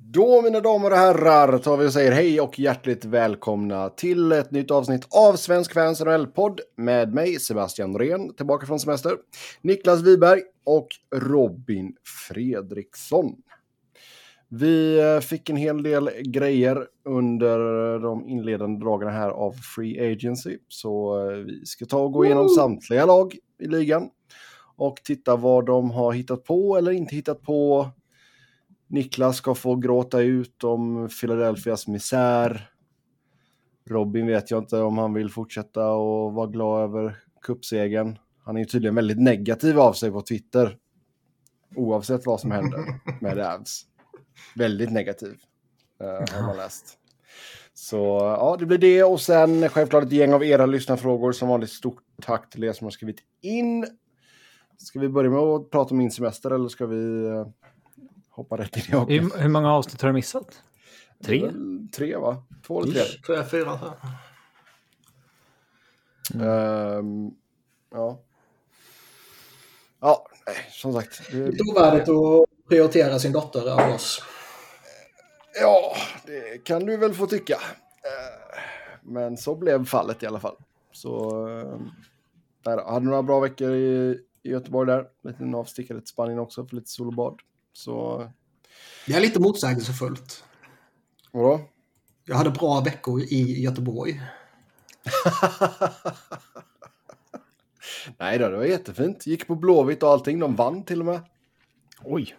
Då, mina damer och herrar, tar vi och säger hej och hjärtligt välkomna till ett nytt avsnitt av Svensk Fans NHL-podd med mig, Sebastian Norén, tillbaka från semester, Niklas Wiberg och Robin Fredriksson. Vi fick en hel del grejer under de inledande dagarna här av Free Agency, så vi ska ta och gå igenom samtliga lag i ligan och titta vad de har hittat på eller inte hittat på. Niklas ska få gråta ut om Philadelphias misär. Robin vet jag inte om han vill fortsätta och vara glad över cupsegern. Han är ju tydligen väldigt negativ av sig på Twitter. Oavsett vad som händer med Avs. Väldigt negativ har man läst. Så ja, det blir det. Och sen självklart ett gäng av era lyssnarfrågor. Som vanligt stort tack till er som har skrivit in. Ska vi börja med att prata om min semester eller ska vi... hoppa rätt in i hockey. Hur många avsnitt har du missat? 3? 3 va? 2 eller 3? Tror jag 4. Ja. Ja, som sagt. Det är ovärdigt att prioritera sin dotter av oss. Ja, det kan du väl få tycka. Men så blev fallet i alla fall. Så hade några bra veckor i Göteborg där. Lite avstickare till Spanien också för lite sol och bad. Så... Det är lite motsägelsefullt. Vadå? Jag hade bra veckor i Göteborg. Nej då, det var jättefint. Gick på Blåvitt och allting. De vann till och med. Oj.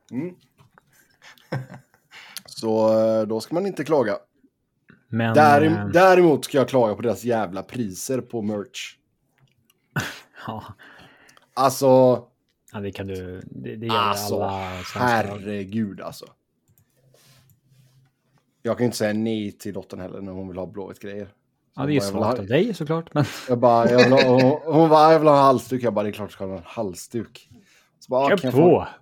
Så då ska man inte klaga. Men, Däremot ska jag klaga på deras jävla priser på merch. Ja. Alltså... Ja, det kan du... Det gäller alltså, alla... herregud alltså. Jag kan inte säga nej till dottern heller när hon vill ha Blåvitt grejer. Ja, det är ju svårt av dig såklart. Men... jag vill ha en halsduk. Jag bara, det är klart att jag ska ha en halsduk. Så bara, kan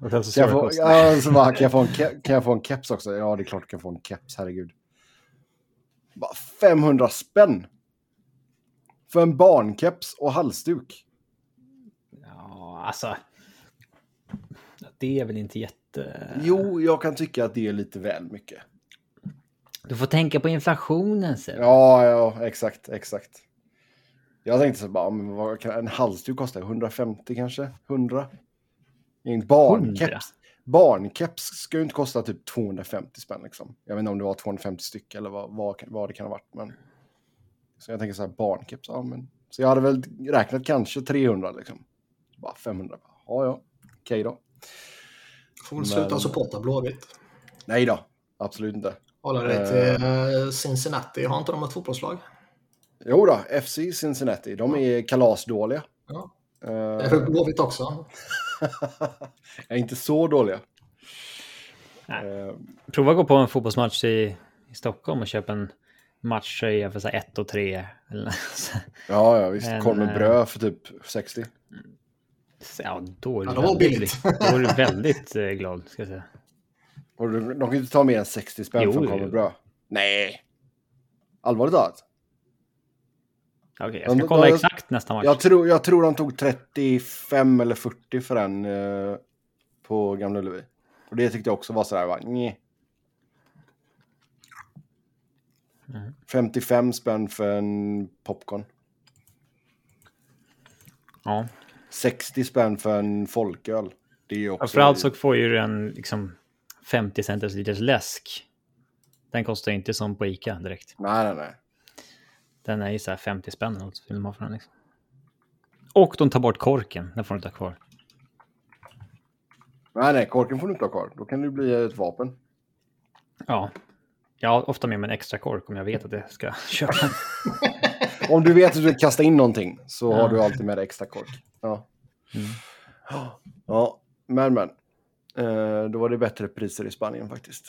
jag få en keps också? Ja, det är klart att jag kan få en keps, herregud. Bara 500 spänn. För en barnkeps och halsduk. Ja, alltså... Det är väl inte jätte... Jo, jag kan tycka att det är lite väl mycket. Du får tänka på inflationen sen. Ja, exakt. Jag tänkte så bara, men vad kan en halsduk kosta? 150 kanske? 100? En barnkeps. Barnkeps ska ju inte kosta typ 250 spänn liksom. Jag vet inte om det var 250 styck eller vad det kan ha varit. Men... Så jag tänker så här, barnkeps, ja men... Så jag hade väl räknat kanske 300 liksom. Bara 500. Ja, okej då. Får väl sluta supporta Blåvitt. Nej då, absolut inte. Hålla dig till Cincinnati. Har inte de ett fotbollslag? Jo då, FC Cincinnati. De är kalasdåliga. Ja. Det är för Blåvitt också. Är inte så dåliga. Prova att gå på en fotbollsmatch i Stockholm och köpa en matchtröja för 1 och 3. Ja, visst. Korv med bröd för typ 60. Ja, då är det var billigt. Då är du väldigt glad, ska jag säga. Och de kan inte ta mer än 60 spänn för korv med bröd. Nej. Allvarligt talat. Okej, jag ska kolla exakt nästa match. Jag tror de tog 35 eller 40 för den på Gamla Ullevi. Och det tyckte jag också var så här, nej. 55 spänn för en popcorn. Ja. 60 spänn för en folköl. Det är ju också... Framförallt så får ju en liksom 50 centiliters läsk. Den kostar inte som på Ica direkt. Nej. Den är ju så här 50 spänn. Alltså, vill man ha för den, liksom. Och de tar bort korken. Den får du inte ha kvar. Nej, korken får du inte ha kvar. Då kan det bli ett vapen. Ja. Jag har ofta med mig en extra kork om jag vet att jag ska köpa. Om du vet att du ska kasta in någonting så har du alltid med dig extra kork. Ja. Ja, men. Då var det bättre priser i Spanien faktiskt.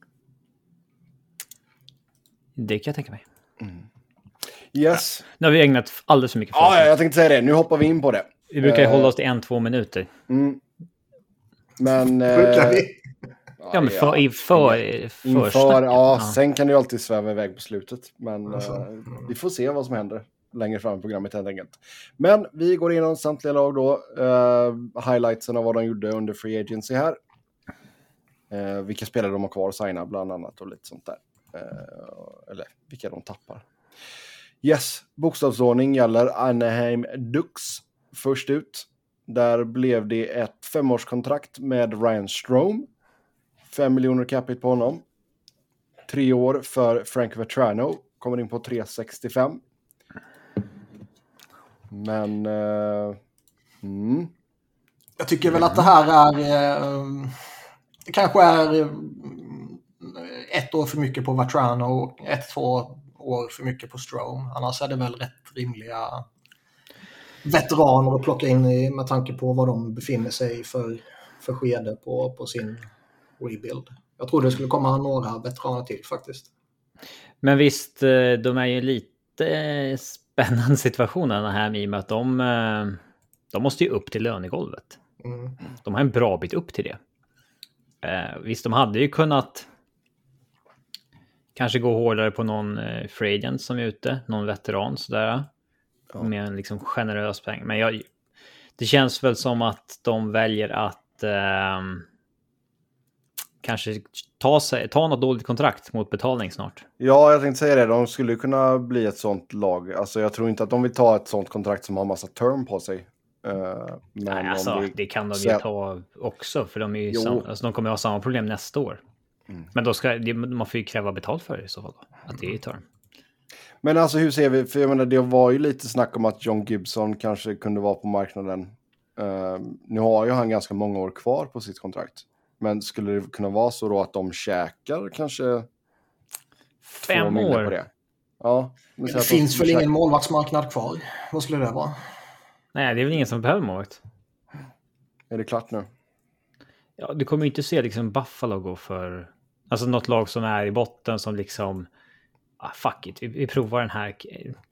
Det kan jag tänka mig. Yes. Nu har vi ägnat alldeles för mycket för Ja, jag tänkte säga det. Nu hoppar vi in på det. Vi brukar hålla oss till 1-2 minuter. Men... brukar vi? Ja, men inför, ja, sen kan du alltid sväva iväg på slutet. Men vi får se vad som händer längre fram i programmet helt enkelt. Men vi går igenom samtliga lag då. Highlightsen av vad de gjorde under Free Agency här. Vilka spelare de har kvar att signa bland annat och lite sånt där. Eller vilka de tappar. Yes, bokstavsordning gäller. Anaheim Ducks först ut. Där blev det ett 5-årskontrakt med Ryan Strome. 5 miljoner capita på honom. 3 år för Frank Vatrano. Kommer in på 3,65. Men... Jag tycker väl att det här är... det kanske är 1 år för mycket på Vatrano och 1-2 år för mycket på Strome. Annars är det väl rätt rimliga veteraner att plocka in med tanke på vad de befinner sig i för skede på sin rebuild. Jag tror det skulle komma några veteraner till faktiskt. Men visst, de är ju lite spännande situationer här i och med att de måste ju upp till lönegolvet. De har en bra bit upp till det. Visst, de hade ju kunnat kanske gå hårdare på någon free agent som är ute, någon veteran sådär. Ja. Med en liksom generös peng. Men det känns väl som att de väljer att kanske ta något dåligt kontrakt mot betalning snart. Ja, jag tänkte säga det. De skulle kunna bli ett sånt lag. Alltså jag tror inte att de vill ta ett sånt kontrakt som har massa term på sig. Nej, alltså det kan de ju ta också. För de är ju alltså, de kommer ha samma problem nästa år. Men då man får ju kräva betalt för det i så fall. Att det är term. Men alltså hur ser vi? För jag menar, det var ju lite snack om att John Gibson kanske kunde vara på marknaden. Nu har ju han ganska många år kvar på sitt kontrakt. Men skulle det kunna vara så då att de käkar kanske 5 år på det? Ja. Det finns väl ingen målvaktsmarknad kvar? Vad skulle det vara? Nej, det är väl ingen som behöver målvakt. Är det klart nu? Ja, du kommer ju inte se liksom Buffalo gå för... Alltså något lag som är i botten som liksom... fuck it, vi provar den här...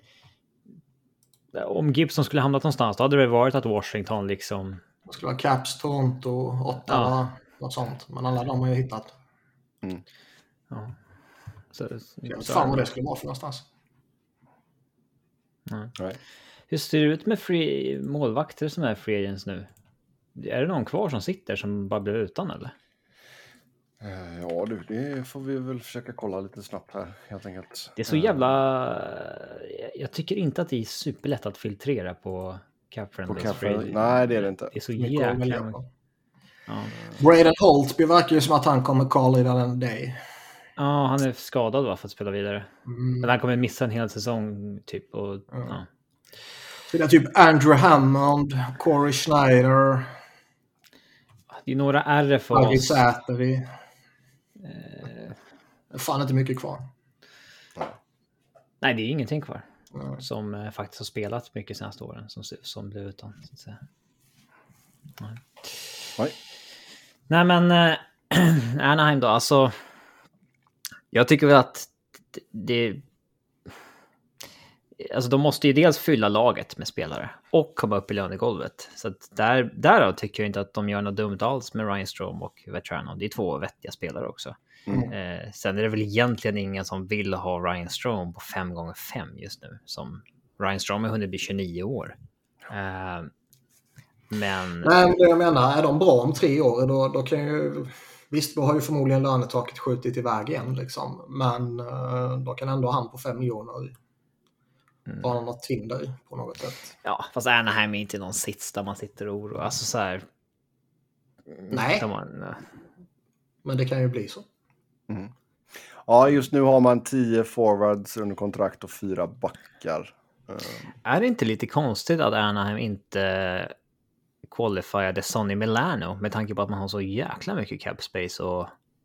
Om Gibson skulle hamnat någonstans, då hade det varit att Washington liksom... Det skulle vara Caps, Toronto, Ottawa, något sånt. Men alla de har ju hittat. Ja. Fan vad det skulle vara för någonstans. Nej. Hur ser det ut med målvakter som är free agents nu? Är det någon kvar som sitter som bara blev utan eller? Ja du, det får vi väl försöka kolla lite snabbt här helt enkelt. Det är så jävla... Jag tycker inte att det är superlätt att filtrera på Cap-Friendly. Nej, det är det inte. Det är så jäkla... Ja. Braden Holtby verkar ju som att han kommer call it on day. Ja, han är skadad va, för att spela vidare. Men han kommer missa en hel säsong typ. Och, ja. Det är typ Andrew Hammond, Corey Schneider. Det är några RFA. Aggie Säteri. Fan inte mycket kvar. Nej, det är ingenting kvar. Som faktiskt har spelat mycket senaste åren. Som blev utan. Så att säga. Nej men Anaheim då. Alltså, jag tycker väl att det... Alltså de måste ju dels fylla laget med spelare och komma upp i lönegolvet. Så att därav tycker jag inte att de gör något dumt alls med Ryan Strome och Vatrano. Det är 2 vettiga spelare också. Sen är det väl egentligen ingen som vill ha Ryan Strome på 5x5 just nu. Som Ryan Strome är hunnit bli 29 år. Men... Nej, det jag menar, är de bra om 3 år då kan ju... Visst, då har ju förmodligen lönetaket skjutit iväg igen liksom. Men då kan ändå han på 5 miljoner vara något hinder på något sätt. Ja, fast Anaheim är inte någon sits där man sitter och oroar. Alltså så här... Nej. Men det kan ju bli så. Ja, just nu har man 10 forwards under kontrakt och 4 backar. Är det inte lite konstigt att Anaheim inte qualifierade Sonny Milano med tanke på att man har så jäkla mycket cap space och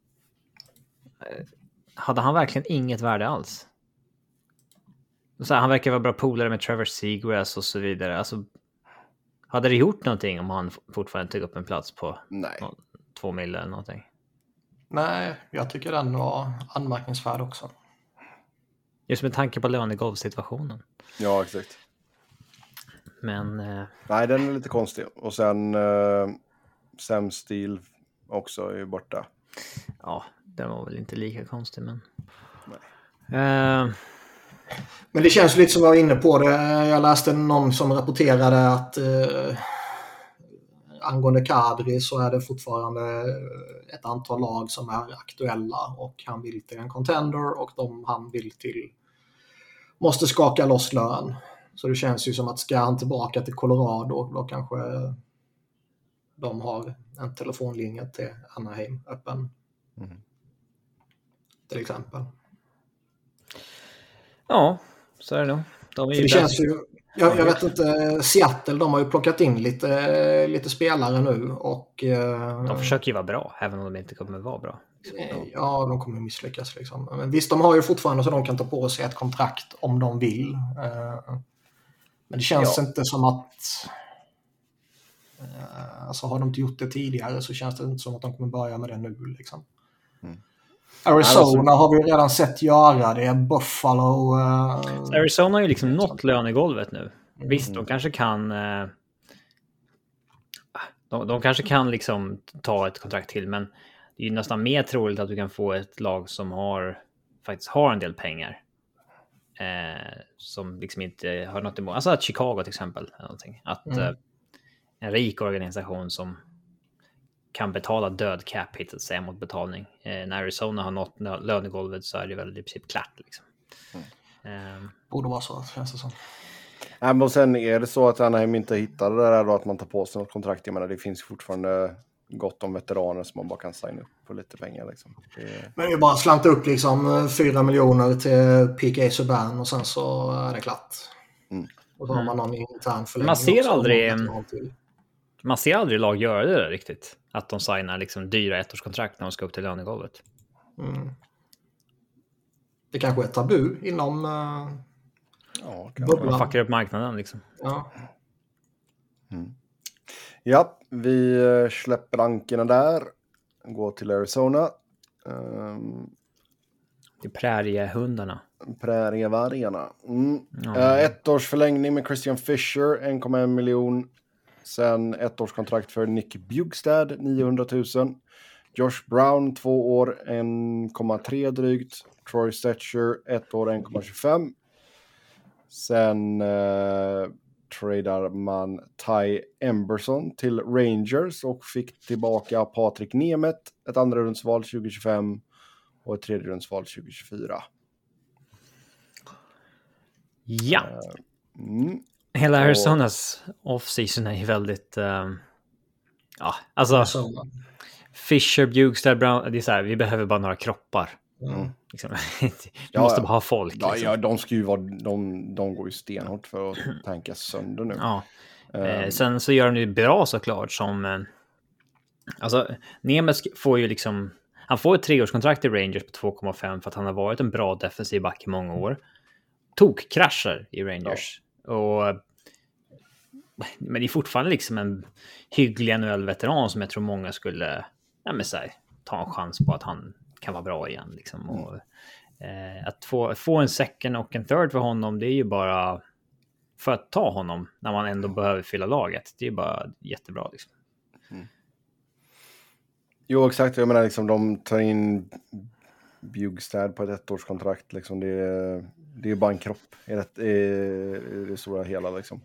hade han verkligen inget värde alls? Så här, han verkar vara bra polare med Trevor Seagrass och så vidare. Alltså, hade det gjort någonting om han fortfarande tog upp en plats på 2 mil eller någonting? Nej, jag tycker den var anmärkningsvärd också. Just med tanke på lönegolvsituationen. Ja, exakt. Men... Nej, den är lite konstig. Och sen Sam Steele också är ju borta. Ja, den var väl inte lika konstig, men... Men det känns lite som jag var inne på det. Jag läste någon som rapporterade angående Kadri så är det fortfarande ett antal lag som är aktuella och han vill till en contender och de han vill till måste skaka loss lön. Så det känns ju som att ska han tillbaka till Colorado då kanske de har en telefonlinje till Anaheim öppen. Till exempel. Ja, så är det nog. Det känns ju, jag vet inte, Seattle de har ju plockat in lite spelare nu och de försöker ju vara bra, även om de inte kommer vara bra. Ja, de kommer misslyckas liksom. Men visst, de har ju fortfarande så de kan ta på sig ett kontrakt om de vill. Men det känns inte som att alltså har de inte gjort det tidigare så känns det inte som att de kommer börja med det nu liksom. Arizona har vi redan sett göra det. Buffalo. Arizona har ju liksom nått lönegolvet nu. Visst, de kanske kan de kanske kan liksom ta ett kontrakt till, men det är ju nästan mer troligt att du kan få ett lag som faktiskt har en del pengar. Som liksom inte har något emot. Alltså att Chicago till exempel. Eller någonting. Att en rik organisation som kan betala död cap hit att säga mot betalning. När Arizona har nått lönegolvet så är det väl i princip klart liksom. Borde vara så, känns det som. Men sen är det så att Anaheim inte hittade det där då att man tar på sig något kontrakt. Jag menar, det finns fortfarande gott om veteraner som man bara kan signa upp på lite pengar liksom. Men det är bara slanta upp liksom 4 miljoner till PK Subban och sen så är det klart. Och så har man någon intern förlängning. Man ser aldrig lag göra det där riktigt. Att de signar liksom dyra ettårskontrakt när de ska upp till lönegolvet. Det kanske är tabu inom man fuckar upp marknaden liksom. Ja, vi släpper ankerna där. Går till Arizona. Det är präriehundarna. Prärievargarna. Ett års förlängning med Christian Fischer, 1,1 miljon. Sen ett årskontrakt för Nick Bjugstad, 900 000. Josh Brown, 2 år, 1,3 drygt. Troy Stetcher, 1 år, 1,25. Sen tradar man Ty Emberson till Rangers och fick tillbaka Patrik Nemeth, ett andra rundsval 2025 och ett tredje rundsval 2024. Ja. Hela Arizonas off-season är ju väldigt alltså Fisher, Bjugstad, Brown, det är så här, vi behöver bara några kroppar. Liksom. Vi måste bara ha folk. Ja, liksom. de ska ju vara, de går ju stenhårt för att tanka sönder nu. Sen så gör de ju bra såklart som alltså Nemeth får ju liksom, han får ett 3-årskontrakt i Rangers på 2,5 för att han har varit en bra defensiv back i många år. Krascher i Rangers. Men det är fortfarande liksom en hygglig NHL-veteran som jag tror många skulle ta en chans på att han kan vara bra igen liksom. Och att få en second och en third för honom, det är ju bara för att ta honom när man ändå behöver fylla laget. Det är bara jättebra liksom. Jo, exakt. Jag menar liksom, de tar in Bjugstad på ett ettårskontrakt liksom. Det är bara en kropp i det stora hela liksom.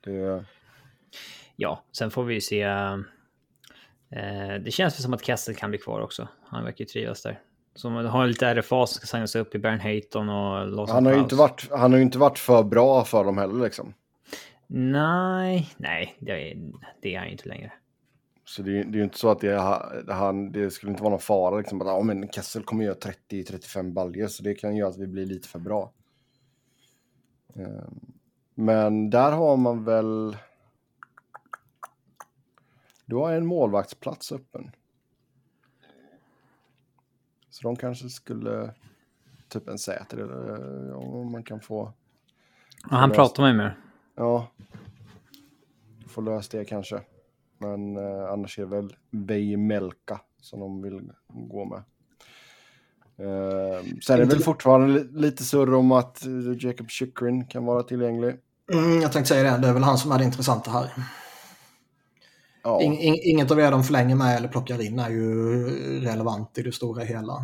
Ja, sen får vi se. Det känns som att Kessel kan bli kvar också. Han verkar ju trivas där. Som har lite RFA som ska signas upp i Baron Hayton och Lawson. Han har ju inte varit för bra för dem heller liksom. Nej, det är han inte längre. Så det är ju inte så att det skulle inte vara någon fara liksom, att men Kessel kommer göra 30-35 baljer, så det kan göra att vi blir lite för bra. Men där har man väl, du har en målvaktsplats öppen. Så de kanske skulle typ en Säter eller om man kan få. Ja, han pratar med mig. Ja. Få lösa det kanske. Men annars är det väl Vejmelka som de vill gå med. Sen är det väl fortfarande lite surr om att Jacob Chychrun kan vara tillgänglig. Jag tänkte säga det. Det är väl han som är det intressanta här. Ja. Inget av det de förlänger med eller plockar in är ju relevant i det stora hela.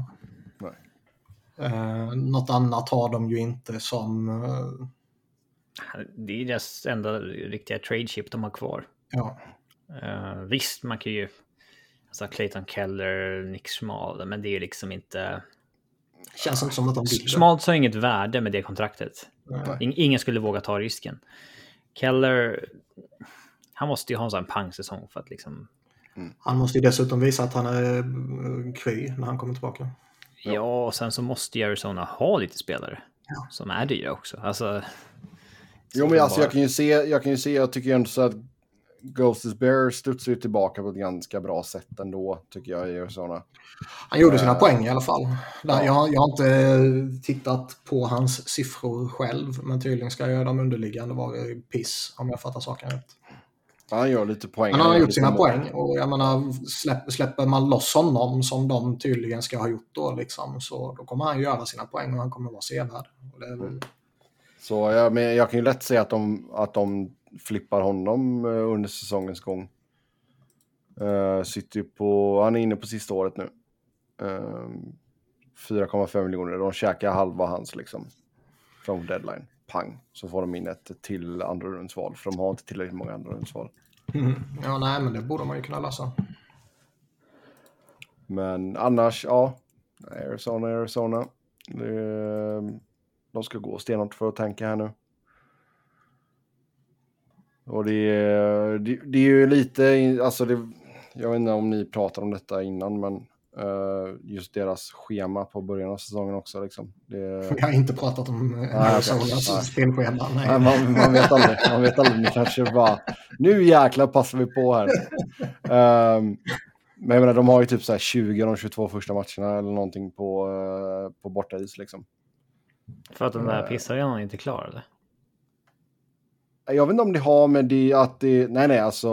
Nej. Något annat har de ju inte som... Det är deras enda riktiga trade chip de har kvar. Ja. Visst, man kan ju... Alltså Clayton Keller, Nick Schmal, men det är liksom inte... Känns inte som att de vill. Schmaltz har inget värde med det kontraktet. Ingen skulle våga ta risken. Keller, han måste ju ha en sån pangsäsong för att liksom... Han måste ju dessutom visa att han är kry när han kommer tillbaka. Ja, och sen så måste ju Arizona ha lite spelare som är dyra också. Alltså... Jo, men alltså jag kan ju se, jag tycker ändå så att Ghost is Bear studsar ju tillbaka på ett ganska bra sätt ändå, tycker jag, i Arizona. Han gjorde sina poäng i alla fall. Jag har inte tittat på hans siffror själv, men tydligen ska jag de underliggande vara piss, om jag fattar saken rätt. Han gör lite poäng. Han har gjort sina poäng, och jag menar, släpper man loss honom som de tydligen ska ha gjort då, liksom, så då kommer han göra sina poäng och han kommer vara sevärd. Så jag kan ju lätt säga att de flippar honom under säsongens gång. Sitter på, han är inne på sista året nu. 4,5 miljoner. De käkar halva hans liksom från deadline. Pang. Så får de in ett till andra rundsval. För de har inte tillräckligt många andra rundsval. Ja, nej, men det borde man ju kunna lösa. Men annars, ja. Arizona. De ska gå stenhårt för att tänka här nu. Och det är ju lite, alltså jag vet inte om ni pratade om detta innan, men just deras schema på början av säsongen också. Liksom. Jag har inte pratat om Arizonas spelschema. Nej, man vet aldrig. Ni kanske bara, nu jäklar passar vi på här. Men jag menar, de har ju typ så här 20 av de 22 första matcherna eller någonting på bortais liksom. För att den där pissaren inte klar, eller? Jag vet inte om det har med det att det... Nej, alltså...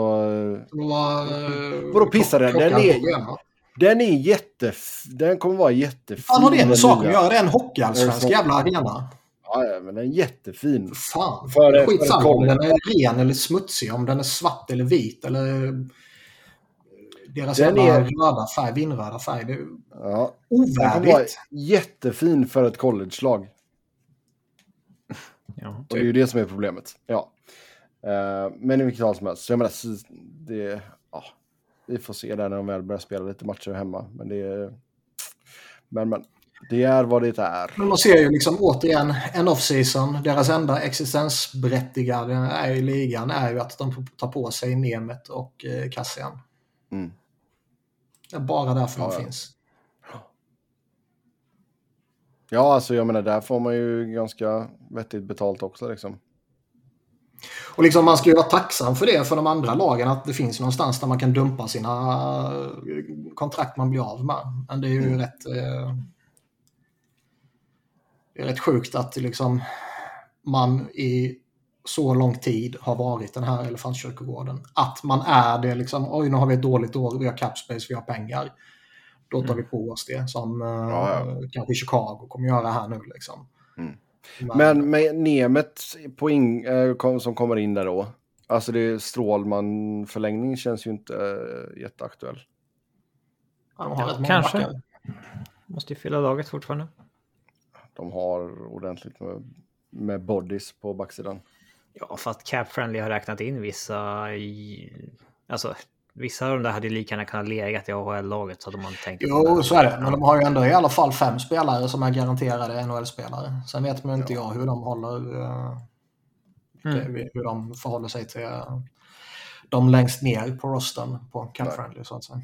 Vadå pissaren? Den är den kommer vara jättefin. Han har det med saker att göra. Det är en hockeyallsvensk jävla arena. Ja, men den är jättefin. Fan. Skitsamma om den är ren eller smutsig. Om den är svart eller vit. Eller deras röda färg, vinröda färg. Det är ovärdigt. Den kommer vara jättefin för ett college-lag. Ja, typ. Och det är ju det som är problemet. Ja. Men i vilket fall som helst. Så jag menar, vi får se där när de väl börjar spela lite matcher hemma. Men det är vad det är. Men man ser ju liksom återigen en off-season. Deras enda existensberättigade är i ligan är ju att de tar på sig Nemet och Kassian. Det är bara därför de finns. Ja, alltså jag menar, där får man ju ganska vettigt betalt också liksom. Och liksom man ska ju vara tacksam för det för de andra lagen, att det finns någonstans där man kan dumpa sina kontrakt man blir av med. Men det är ju rätt sjukt att liksom man i så lång tid har varit den här elefantkyrkogården. Att man är det liksom, oj nu har vi ett dåligt år, vi har cap space, vi har pengar. Då tar vi på oss det som kanske Chicago kommer göra här nu liksom. Men med Nemet som kommer in där då, alltså det är Strålman-förlängning känns ju inte jätteaktuell. Kanske. Måste ju fylla laget fortfarande. De har ordentligt med bodies på backsidan. Ja, för att Cap Friendly har räknat in vissa vissa av de där hade lika gärna kunnat legat i AHL-laget så att man tänkt. Jo, så är det. Men de har ju ändå i alla fall 5 spelare som är garanterade NHL-spelare. Sen vet man inte hur de hur de förhåller sig till de längst ner på rosten på Cap Friendly så att säga.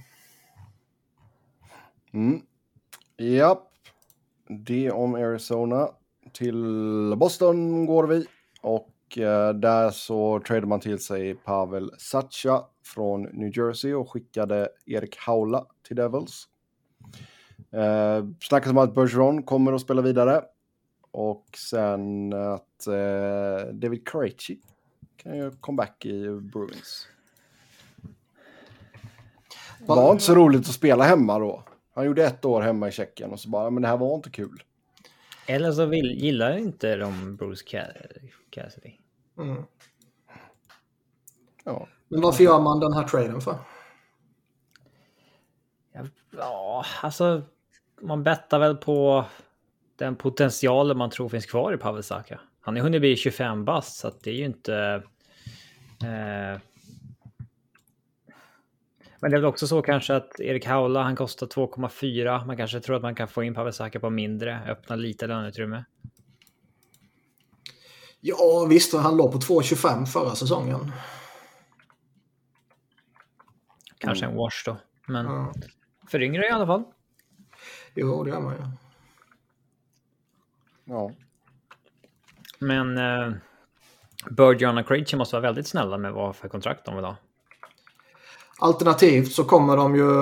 Japp. Det om Arizona. Till Boston går vi. Och där så tradade man till sig Pavel Zacha från New Jersey och skickade Erik Haula till Devils. Snackas om att Bergeron kommer att spela vidare. Och sen att David Krejci kan göra comeback i Bruins. Det var inte så roligt att spela hemma då. Han gjorde 1 år hemma i Tjeckien och så bara, men det här var inte kul. Eller så gillar inte de Bruce Cassidy. Ja. Men varför gör man den här traden för? Ja, alltså man bettar väl på den potentialen man tror finns kvar i Pavel Zacha. Han är hunnit bli 25 bast så att det är ju inte Men det är väl också så kanske att Erik Haula, han kostar 2,4. Man kanske tror att man kan få in Pavel Zacha på mindre, öppna lite löneutrymme. Ja, visst. Han låg på 2,25 förra säsongen. Kanske en wash då. Men för yngre i alla fall. Jo, det gör man ju. Ja. Men Bergeron och Krejci måste vara väldigt snälla med vad för kontrakt de vill ha. Alternativt så kommer de ju,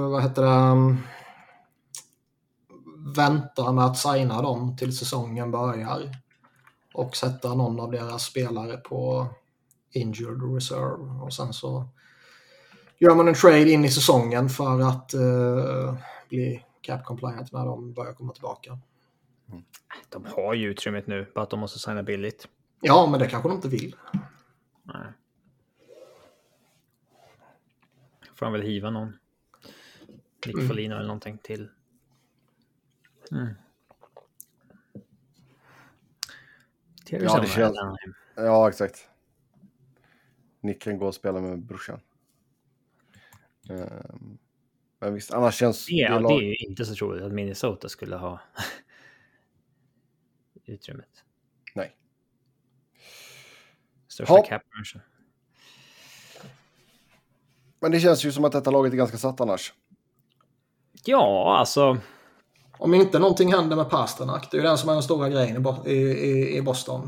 vänta med att signa dem till säsongen börjar. Och sätta någon av deras spelare på injured reserve. Och sen så gör man en trade in i säsongen för att bli cap compliant när de börjar komma tillbaka. De har ju utrymmet nu, bara att de måste signa billigt. Ja, men det kanske de inte vill. Nej. Får de väl hiva någon. Nick Foligno eller någonting till. Ja, det känns... Ja, exakt. Nick kan gå och spela med brorsan. Men visst, annars känns... Det är ju inte så troligt att Minnesota skulle ha utrymmet. Nej. Största cap-branschen. Men det känns ju som att detta laget är ganska satt annars. Ja, alltså... Om inte någonting händer med Pasternak, det är ju den som är den stora grejen i Boston.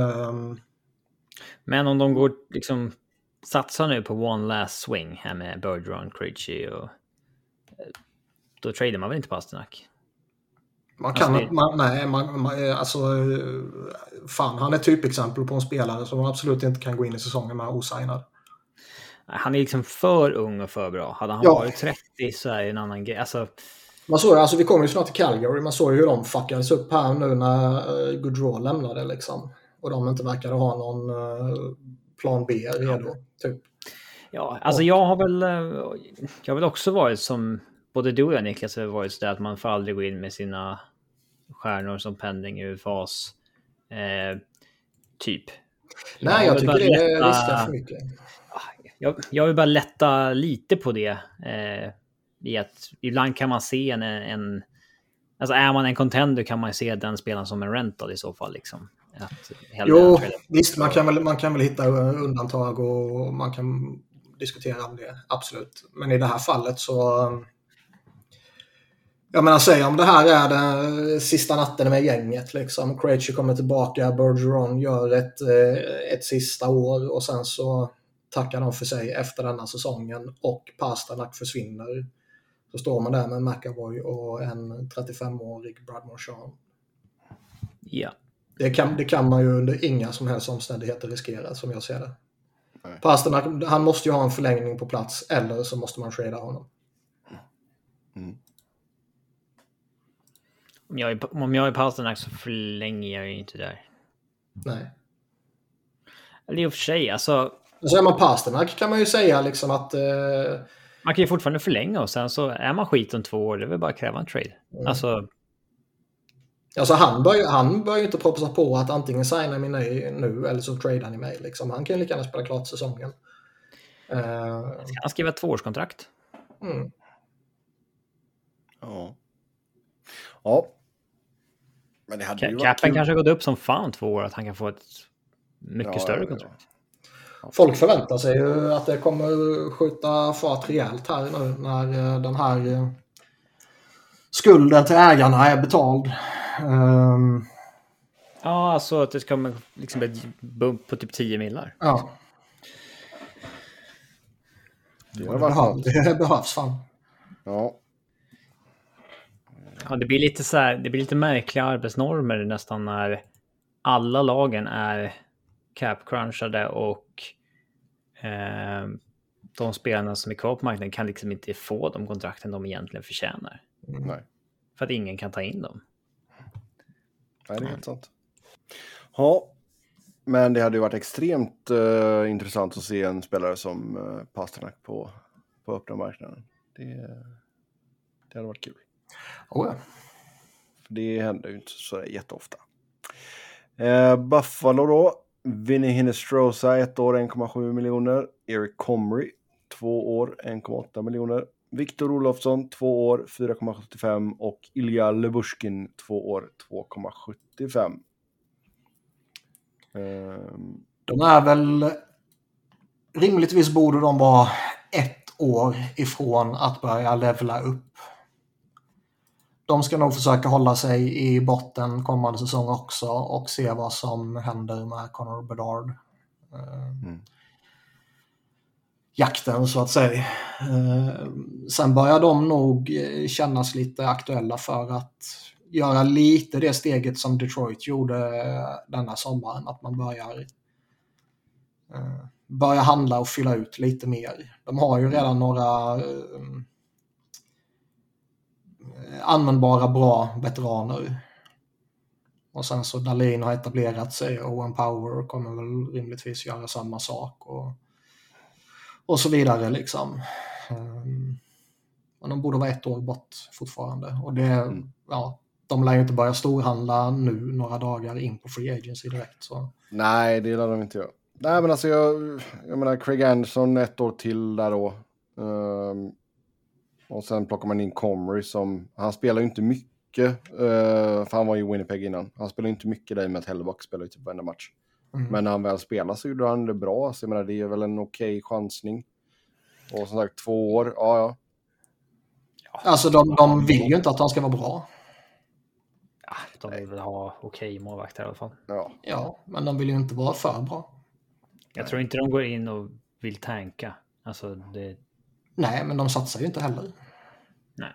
Men om de går liksom satsar nu på one last swing här med Bergeron, Krejci och då tradar man väl inte Pasternak? Man kan fan, han är typexempel på en spelare som man absolut inte kan gå in i säsongen med osignad. Han är liksom för ung och för bra. Hade han varit 30 så är det en annan grej. Man såg, alltså vi kommer ju snart till Calgary. Man såg ju hur de fuckades upp här nu när Gaudreau lämnade liksom. Och de inte verkade ha någon plan B redo. Typ. Ja, alltså jag har väl också varit som både du och jag, Niklas, har varit så där att man får aldrig gå in med sina stjärnor som pending i UFAs typ. Nej, jag tycker det riskar för mycket. Jag vill bara lätta lite på det. I att ibland kan man se alltså är man en contender kan man se den spelaren som en rental i så fall liksom. Jo, visst, man kan väl hitta undantag och man kan diskutera om det, absolut. Men i det här fallet så jag menar, säg om det här är den sista natten med gänget liksom. Krejci kommer tillbaka, Bergeron gör ett sista år och sen så tackar de för sig efter denna säsongen och Pasternak försvinner. Så står man där med McAvoy och en 35-årig Brad Marchand. Ja. Det kan man ju under inga som helst omständigheter riskera, som jag ser det. Pasternak, han måste ju ha en förlängning på plats eller så måste man trada honom. Om jag är Pasternak så förlänger jag ju inte där. Nej. Eller i och för sig, alltså... Så är man Pasternak kan man ju säga liksom att... Man kan ju fortfarande förlänga och sen så är man skit om 2 år, det vill bara kräva en trade. Alltså han bör ju inte propsa på att antingen signa mig nu eller så tradar ni mig. Liksom. Han kan ju lika gärna spela klart säsongen. Ska han skriva ett 2-årskontrakt? Ja. Men det hade ju varit Capen kul. kanske har gått upp som fan 2 år, att han kan få ett mycket större kontrakt. Folk förväntar sig ju att det kommer skjuta fart rejält här nu när den här skulden till ägarna är betald. Ja, alltså att det ska liksom bli ett bump på typ 10 millar. Ja. Det behövs fan. Ja. Ja, det blir lite så här, det blir lite märkliga arbetsnormer nästan när alla lagen är cap-crunchade och de spelarna som är kvar på marknaden kan liksom inte få de kontrakten de egentligen förtjänar. Nej. För att ingen kan ta in dem. Nej, det är helt sant. Ja, men det hade ju varit extremt intressant att se en spelare som Pasternak på öppna marknaden. Det hade varit kul. Ja. Det händer ju inte så jätteofta. Buffalo då. Vinny Hinestroza 1 år 1,7 miljoner. Eric Comrie 2 år 1,8 miljoner. Viktor Olofsson 2 år 4,75 och Ilja Lyubushkin 2 år 2,75. De är väl rimligtvis borde de vara 1 år ifrån att börja levela upp. De ska nog försöka hålla sig i botten kommande säsong också och se vad som händer med Connor Bedard. Jakten så att säga. Sen börjar de nog kännas lite aktuella för att göra lite det steget som Detroit gjorde denna sommaren. Att man börja handla och fylla ut lite mer. De har ju redan några användbara bra veteraner. Och sen så Dahlin har etablerat sig och Owen Power kommer väl rimligtvis göra samma sak och så vidare liksom. Men de borde vara 1 år bort fortfarande. Och det, de lär ju inte börja storhandla nu några dagar in på free agency direkt. Så. Nej, det lär de inte göra. Nej, men alltså jag menar Craig Anderson 1 år till där då. Och sen plockar man in Comrie som, han spelar ju inte mycket, för han var ju Winnipeg innan. Han spelar inte mycket där med att Hellebuyck spelar ju typ varenda match. Men när han väl spelar så gjorde han det bra. Så jag menar, det är väl en okej chansning. Och som sagt 2 år, ja. Alltså de vill ju inte att han ska vara bra. Ja, de vill väl ha okej målvakter i alla fall. Ja, men de vill ju inte vara för bra. Jag tror inte de går in och vill tanka. Alltså det... Nej, men de satsar ju inte heller. Nej.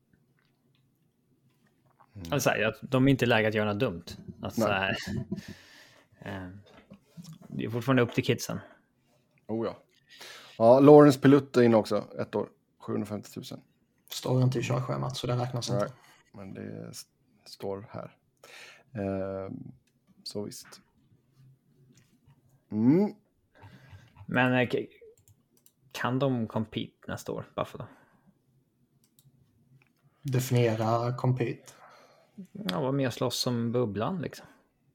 Alltså, de är inte läge att göra något dumt. Alltså, det är fortfarande upp till kidsen. Oh ja. Ja, Lawrence Pilut är in också. 1 år, 750 000. Står inte i körschemat så det räknas inte. Men det står här. Så visst. Men kan de compete nästa år, Buffalo? Definiera compete. Ja, var med och slåss som bubblan liksom.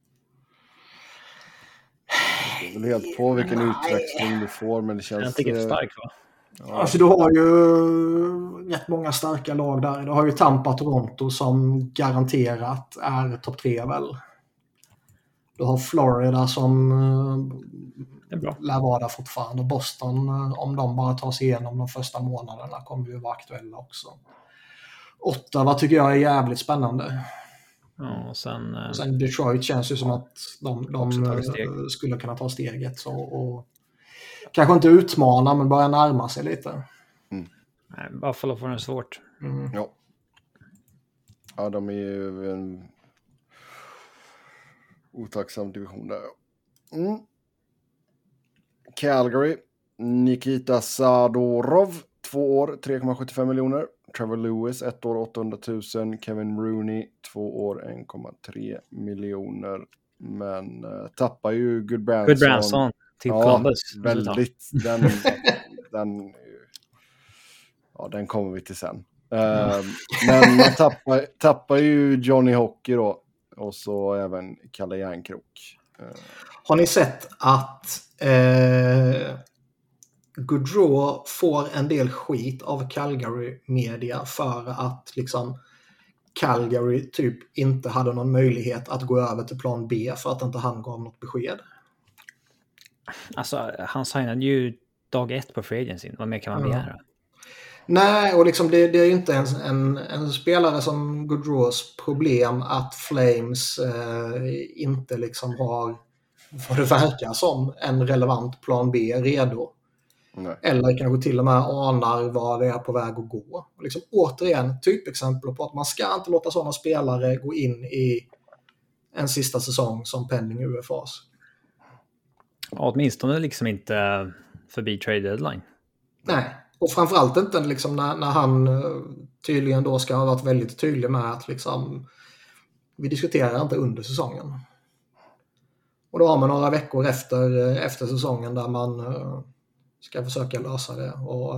Det är väl helt på vilken utväxling du får, men det känns... Jag tycker det är starkt, va? Ja. Alltså du har ju rätt många starka lag där. Du har ju Tampa, Toronto som garanterat är topp 3 väl. Du har Florida som lär vara där fortfarande. Boston, om de bara tar sig igenom de första månaderna, kommer ju vara aktuella också. Ottawa tycker jag är jävligt spännande. Ja, och sen Detroit känns ju som att de skulle kunna ta steget och kanske inte utmana men börja närma sig lite. Nej, Buffalo får det svårt. Ja, de är ju en otacksam division där. Calgary, Nikita Zadorov 2 år 3,75 miljoner. Trevor Lewis 1 år 800 000. Kevin Rooney 2 år 1,3 miljoner. Men tappar ju Goodbranson till Columbus. Väldigt. Den kommer vi till sen. Men man tappar ju Johnny Hockey då. Och så även Kalle Järnkrok. Har ni sett att Gaudreau får en del skit av Calgary media för att liksom Calgary typ inte hade någon möjlighet att gå över till plan B för att inte han gav något besked? Alltså han signade ju dag 1 på free agency. Vad mer kan man begära? Nej, och liksom det är ju inte ens en spelare som Gaudreaus problem att Flames inte liksom har, vad det verkar som, en relevant plan B redo. Nej. Eller kanske till och med anar vad det är på väg att gå. Och liksom, återigen, typexempel på att man ska inte låta sådana spelare gå in i en sista säsong som pending UFAs. Ja, åtminstone liksom inte förbi trade deadline. Nej, och framförallt inte liksom när han tydligen då ska ha varit väldigt tydlig med att liksom, vi diskuterar inte under säsongen. Och då har man några veckor efter säsongen där man ska försöka lösa det. Och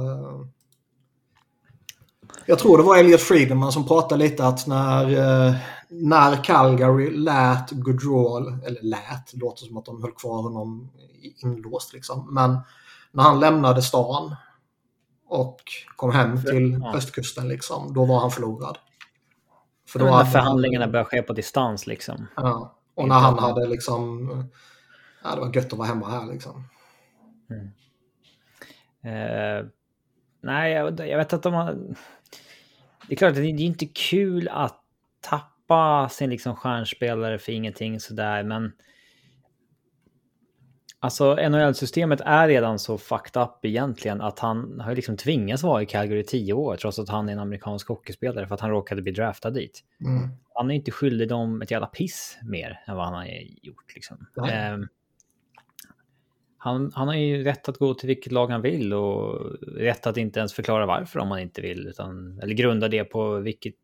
jag tror det var Elliot Friedman som pratade lite att när Calgary lät Gaudreau, eller det låter som att de höll kvar honom inlåst liksom, men när han lämnade stan och kom hem till östkusten liksom, då var han förlorad. För då hade förhandlingarna började ske på distans liksom. Ja, och när han hade liksom, det var gött att vara hemma här liksom. Nej, jag vet att det är klart att det är inte kul att tappa sin liksom stjärnspelare för ingenting sådär, men alltså NHL-systemet är redan så fucked up egentligen att han har liksom tvingats vara i Calgary i 10 år trots att han är en amerikansk hockeyspelare för att han råkade bli draftad dit. Han är inte skyldig dem ett jävla piss mer än vad han har gjort liksom. Han har ju rätt att gå till vilket lag han vill och rätt att inte ens förklara varför om han inte vill, eller grunda det på vilket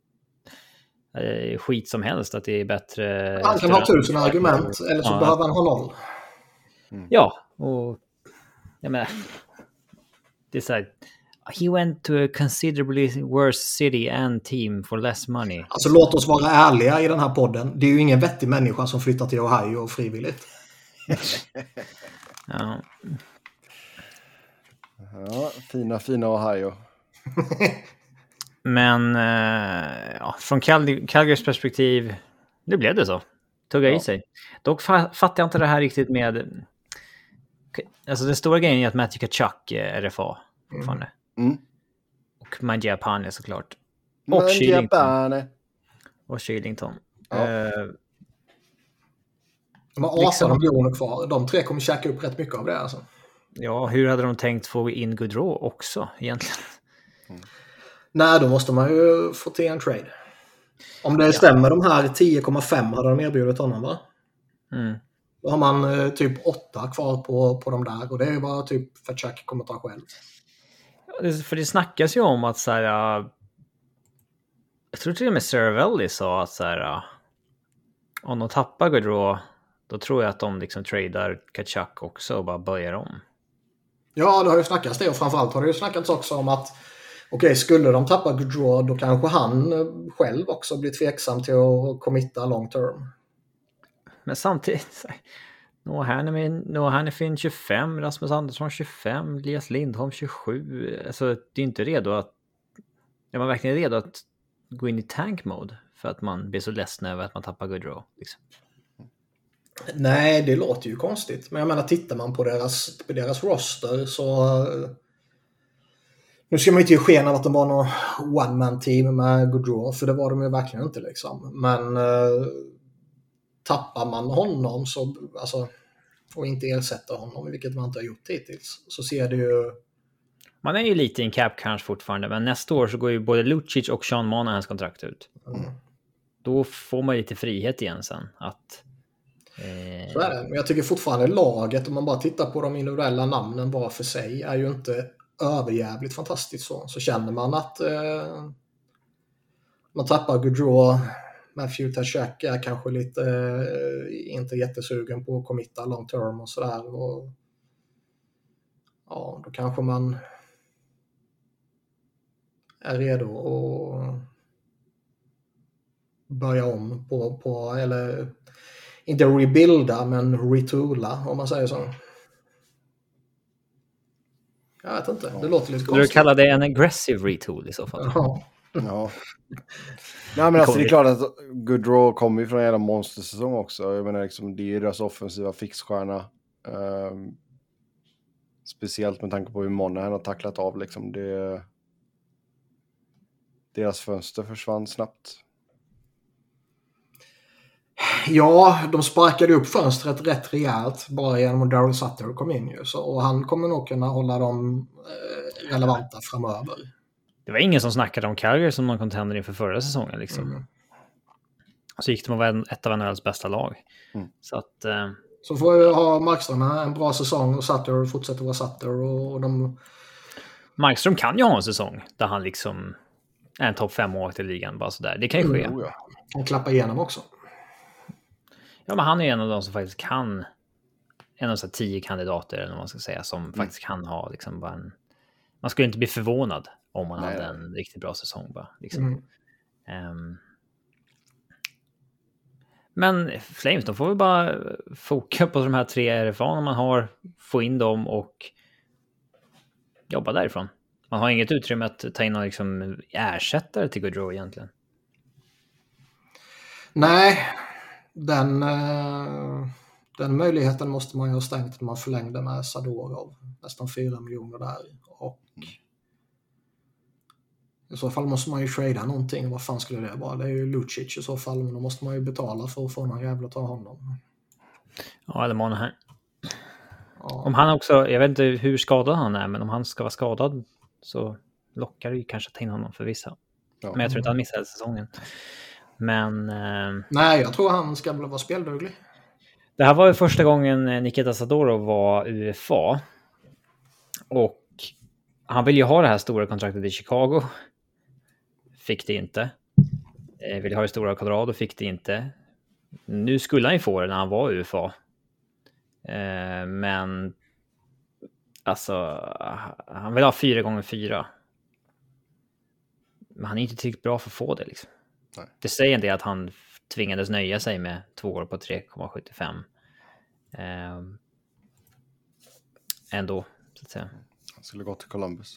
skit som helst, att det är bättre. Han kan ha 1000 argument eller så behöver han ha 0. Ja, och jag menar, det är så här, he went to a considerably worse city and team for less money. Alltså låt oss vara ärliga i den här podden. Det är ju ingen vettig människa som flyttar till Ohio frivilligt. Ja. Ja, fina Ohio. Men från Calgarys perspektiv, det blev det så. Tugga i sig. Dock fattar jag inte det här riktigt med... Alltså den stora grejen är att Matthew Tkachuk är RFA fortfarande. Och Mangiapane såklart. Och Kylington. Och Kylington. De har 18 miljoner kvar. De 3 kommer käka upp rätt mycket av det alltså. Ja, hur hade de tänkt få in Gaudreau också egentligen? Nej, då måste man ju få till en trade. Om det stämmer, de här 10,5 hade de erbjudit honom, va? Då har man typ 8 kvar på de där. Och det är bara typ för att Jack kommer ta själv. För det snackas ju om att så här... jag tror till och med Saravelli sa att så här... om de tappar Gaudreau, då tror jag att de liksom tradar Tkachuk också och bara börjar om. Ja, det har ju snackats det. Och framförallt har det ju snackats också om att skulle de tappa Gaudreau, då kanske han själv också blir tveksam till att committa long term. Men samtidigt, Noah Hanifin 25, Rasmus Andersson 25, Elias Lindholm 27. Alltså det är inte redo att... Är man verkligen redo att gå in i tank mode för att man blir så ledsen över att man tappar Gaudreau liksom? Nej, det låter ju konstigt. Men jag menar, tittar man på deras roster så... Nu ska man inte ge sken av att de var någon one-man-team med Gaudreau, för det var de ju verkligen inte liksom. Men tappar man honom så, alltså, och inte ersätter honom, vilket man inte har gjort hittills, så ser det ju... Man är ju lite i en cap crunch fortfarande, men nästa år så går ju både Lucic och Sean Monahans kontrakt ut. Då får man lite frihet igen sen att... Så är det. Men jag tycker fortfarande laget, om man bara tittar på de individuella namnen var för sig, är ju inte överjävligt fantastiskt så känner man att man tappar Gaudreau. Matthew Tkachuk är kanske lite inte jättesugen på att committa long term och sådär, och då kanske man är redo att börja om på eller inte rebuilda, men retoola, om man säger så. Jag vet inte, det låter lite konstigt. Du kallar det en aggressive retool i så fall? Ja. Nej, men alltså det är klart att Gaudreau kommer ju från en jävla monstersäsong också. Jag menar liksom, det är ju deras offensiva fixstjärna. Speciellt med tanke på hur Monahan har tacklat av liksom. Deras fönster försvann snabbt. Ja, de sparkade upp fönstret rätt rejält bara genom att Daryl Sutter kom in ju. Och han kommer nog kunna hålla dem relevanta framöver. Det var ingen som snackade om Calgary som någon contender inför förra säsongen liksom. Så gick de att vara ett av NHLs bästa lag. Så att... Så får vi ha Markström en bra säsong och Sutter fortsätter vara Sutter och de... Markström kan ju ha en säsong där han liksom är en topp 5 i ligan bara sådär. Det kan ju ske. Han klappar igenom också. Ja, men han är en av de som faktiskt kan, en av de 10 kandidater eller vad man ska säga, som faktiskt kan ha liksom bara en... Man skulle inte bli förvånad om man hade en riktigt bra säsong bara liksom. Men Flames, de får väl bara foka på de här 3 RFA när man har, få in dem och jobba därifrån. Man har inget utrymme att ta in någon liksom ersättare till Gaudreau egentligen. Nej, den möjligheten måste man ju ha stängt när man förlängde med Zadorov. Nästan 4 miljoner där. Och i så fall måste man ju trada någonting. Vad fan skulle det vara? Det är ju Lucic i så fall, men då måste man ju betala för att få någon jävla ta honom. Ja, eller Monahan. Ja. Om han också, jag vet inte hur skadad han är, men om han ska vara skadad så lockar det ju kanske att ta in honom för vissa. Ja. Men jag tror inte han missade säsongen. Men... Nej, jag tror han ska vara spelduglig. Det här var ju första gången Nikita Zadorov var UFA. Och han ville ju ha det här stora kontraktet i Chicago. Fick det inte. Ville ha det stora i Colorado, fick det inte. Nu skulle han ju få det när han var UFA. Men alltså han vill ha 4x4. Men han är inte tillräckligt bra för att få det liksom. Nej. Det säger inte att han tvingades nöja sig med 2 år på 3,75. Ändå, så att säga. Han skulle gå till Columbus.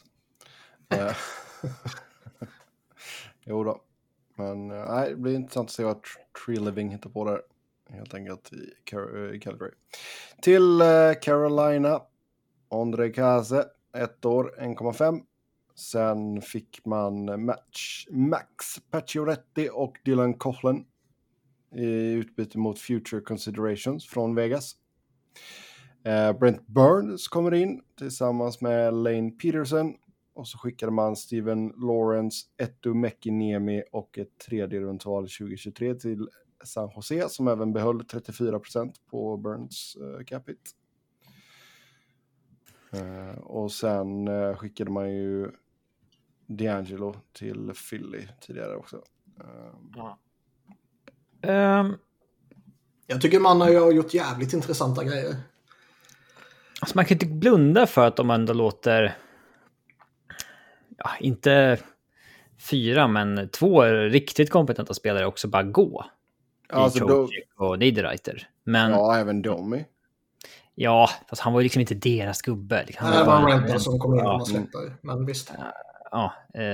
Jo då. Men nej, det blir intressant att se vad Tree Living hittar på där. Helt enkelt i Calgary. Till Carolina. Ondrej Kase. 1 år, 1,5. Sen fick man Max Pacioretty och Dylan Coghlan i utbyte mot Future Considerations från Vegas. Brent Burns kommer in tillsammans med Lane Peterson. Och så skickade man Steven Lawrence, Etu Mäkiniemi och ett 3:e rundsval 2023 till San Jose som även behöll 34% på Burns capita. Och sen skickade man ju D'Angelo till Philly tidigare också. Jag tycker man har gjort jävligt intressanta grejer. Alltså man kan inte blunda för att de ändå låter inte 4 men 2 riktigt kompetenta spelare också bara gå. Alltså Trocheck och Niederreiter. Men ja, även Domi. ja, fast han var ju liksom inte deras gubbe. Liksom. Det var en rental som kom in och man släpper. Men visst. Ja,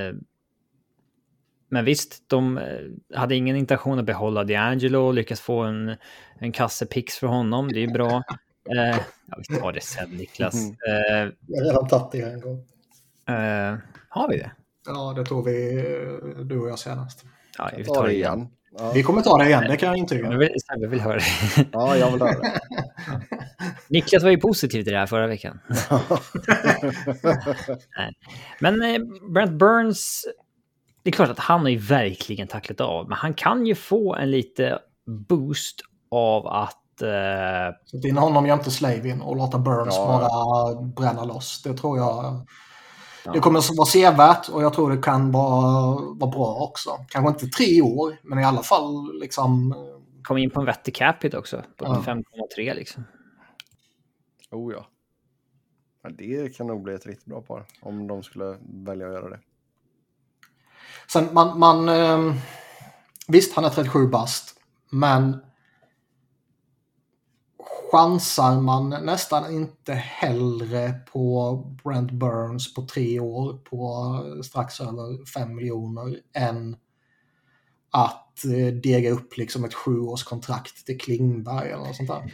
men visst, de hade ingen intention att behålla D'Angelo och lyckas få en kasse pix för honom. Det är bra. Vi tar det sen, Niklas. Jag har redan tagit det en gång. Har vi det? Ja, det tror vi du och jag senast. Ja, vi tar det igen. Ja. Vi kommer ta det igen, det kan jag intyga. Jag vill höra det. Ja, jag vill höra det. Niklas var ju positiv till det här förra veckan. Men Brent Burns, det är klart att han har ju verkligen tacklat av. Men han kan ju få en lite boost av att... Så det är honom jämte Slavin och låta Burns bara bränna loss. Det tror jag... Det kommer att vara sevärt och jag tror det kan vara bra också. Kanske inte 3 år, men i alla fall liksom... Kom in på en vettig capita också. På 5,3 liksom. Oh ja. Det kan nog bli ett riktigt bra par. Om de skulle välja att göra det. Sen man visst, han är 37 bast. Men chansar man nästan inte hellre på Brent Burns på 3 år på strax över 5 miljoner än att dega upp liksom ett 7-årskontrakt till Klingberg eller något sånt där?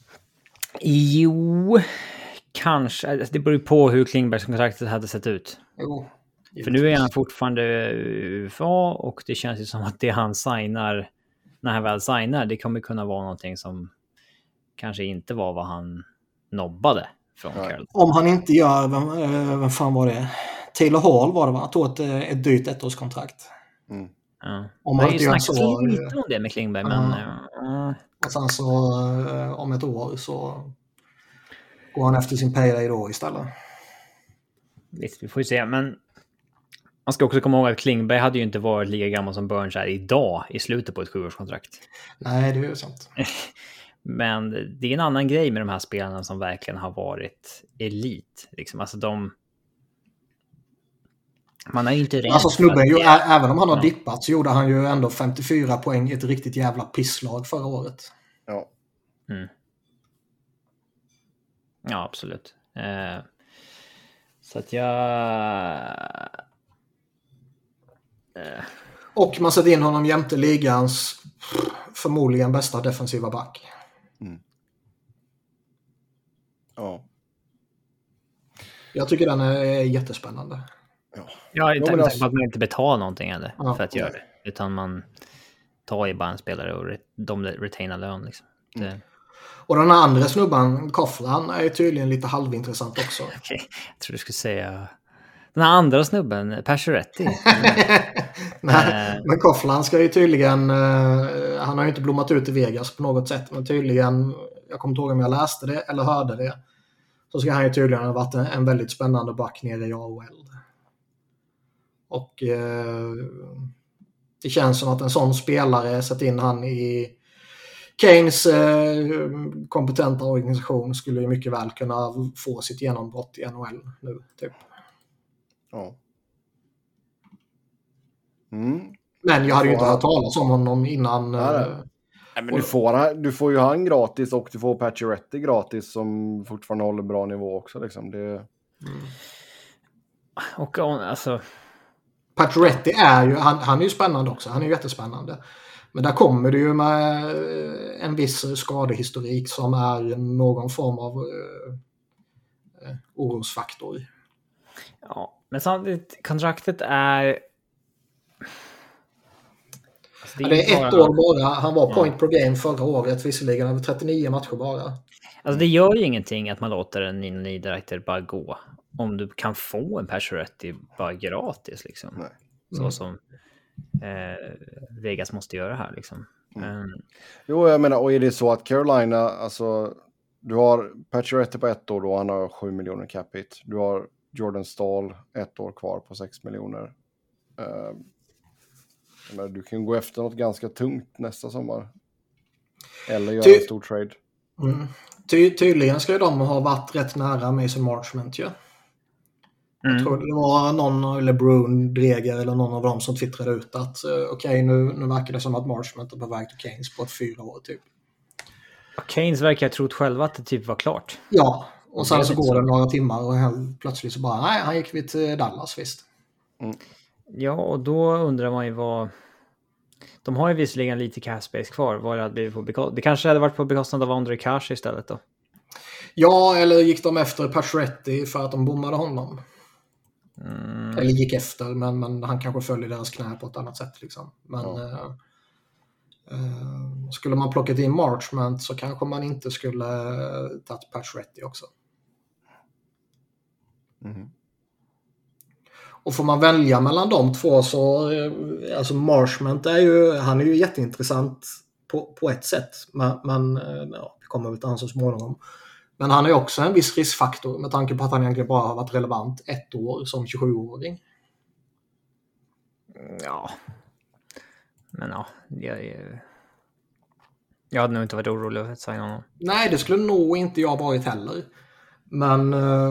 Jo, kanske. Det beror på hur Klingbergs kontraktet hade sett ut. Jo. För nu är han fortfarande UFA och det känns ju som att det han signar, när han väl signar, det kommer kunna vara någonting som kanske inte var vad han nobbade från Carolina. Om han inte gör, vem fan var det? Taylor Hall var det, va? Tog ett dyrt 1-årskontrakt. Ja. Om han inte gör så... lite om det med Klingberg, men... Och sen så om ett år så går han efter sin payday då istället. Visst, vi får ju se, men man ska också komma ihåg att Klingberg hade ju inte varit lika gammal som Burns är idag i slutet på ett 7-årskontrakt. Nej, det är ju sant. Men det är en annan grej med de här spelarna som verkligen har varit elit. Liksom. Alltså man är ju inte rädd. Alltså snubben, även om han har dippat så gjorde han ju ändå 54 poäng i ett riktigt jävla pisslag förra året. Ja. Ja, absolut. Så att jag... Och man sätter in honom jämte ligans förmodligen bästa defensiva back. Ja. Jag tycker den är jättespännande. Ja, utan att man inte betalar någonting eller för att göra det. Utan man tar ju bara en spelare och de retainar lön. Liksom. Och den andra snubban, Coughlin, är tydligen lite halvintressant också. Okay. Jag tror du skulle säga... Den här andra snubben, Pacioretty. Nej, men Coughlin ska ju tydligen... han har ju inte blommat ut i Vegas på något sätt. Men tydligen, jag kommer inte ihåg om jag läste det eller hörde det. Så ska han ju tydligen ha varit en väldigt spännande back nere i AHL. Och det känns som att en sån spelare satt in han i Kanes kompetenta organisation skulle ju mycket väl kunna få sitt genombrott i NHL nu, typ. Ja. Men jag hade ju inte hört talas om honom innan. Nej, men du får ju han gratis och du får Pacioretty gratis som fortfarande håller bra nivå också. Liksom. Och alltså... Pacioretty är ju, han är ju spännande också. Han är ju jättespännande. Men där kommer det ju med en viss skadehistorik som är någon form av orosfaktor. Ja, men samtidigt, kontraktet är... Alltså det är ett år bara. Han var point per game förra året, visserligen över 39 matcher bara. Alltså det gör ju ingenting att man låter en Nino-director bara gå. Om du kan få en Pacioretty bara gratis liksom. Nej. Så som Vegas måste göra här liksom. Jo, jag menar, och är det så att Carolina, alltså du har Pacioretty på 1 år då, han har 7 miljoner cap hit. Du har Jordan Stahl 1 år kvar på 6 miljoner. Du kan gå efter något ganska tungt nästa sommar. Eller göra en stor trade. Tydligen ska ju de ha varit rätt nära Mason Marchment ju. Jag tror det var någon, eller Brun Dreger eller någon av dem som twittrade ut att okej, nu verkar det som att Marchment är på väg till Keynes på ett 4 år typ. Keynes verkar ha trott själva att det typ var klart. Ja, och sen så går det några timmar och helt plötsligt så bara, nej, han gick vid till Dallas visst. Ja, och då undrar man ju vad... De har ju visserligen lite cash space kvar. Vad det hade blivit på det kanske hade varit på bekostnad av Ondrej Kase istället då? Ja, eller gick de efter Pacioretty för att de bommade honom? Eller gick efter, men han kanske följer deras knä på ett annat sätt liksom. Men skulle man plockat in Marchment så kanske man inte skulle tagit Pacioretty också. Och får man välja mellan de två så alltså Marchment han är ju jätteintressant på ett sätt, men vi kommer väl till han så småningom. Men han är också en viss riskfaktor med tanke på att han egentligen bara har varit relevant 1 år som 27-åring. Ja. Men ja, jag hade nog inte varit orolig för att säga honom. Nej, det skulle nog inte jag varit heller. Men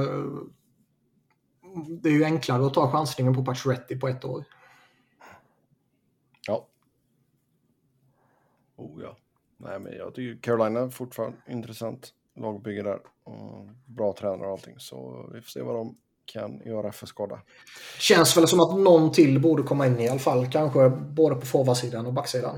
det är ju enklare att ta chansningen på Pacioretty på 1 år. Ja. Ja. Nej, men jag tycker Carolina är fortfarande intressant lagbygge där. Och bra tränare och allting. Så vi får se vad de kan göra för skada. Känns väl som att någon till borde komma in i alla fall. Kanske både på forwardsidan och backsidan.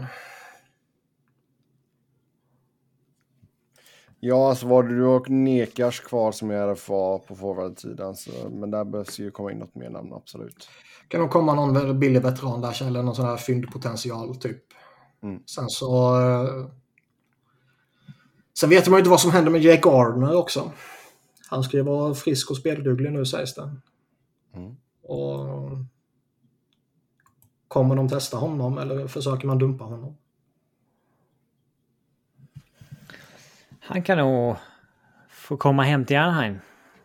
Ja, alltså var du och Nekas kvar som är RFA på forwardsidan. Men där behövs ju komma in något mer namn, absolut. Kan nog komma någon billig veteran där eller någon sån här fyndpotential typ. Sen så... Sen vet man ju inte vad som händer med Jake Gardner också. Han ska ju vara frisk och spelduglig nu, sägs det. Och kommer de testa honom eller försöker man dumpa honom? Han kan nog få komma hem till Anaheim.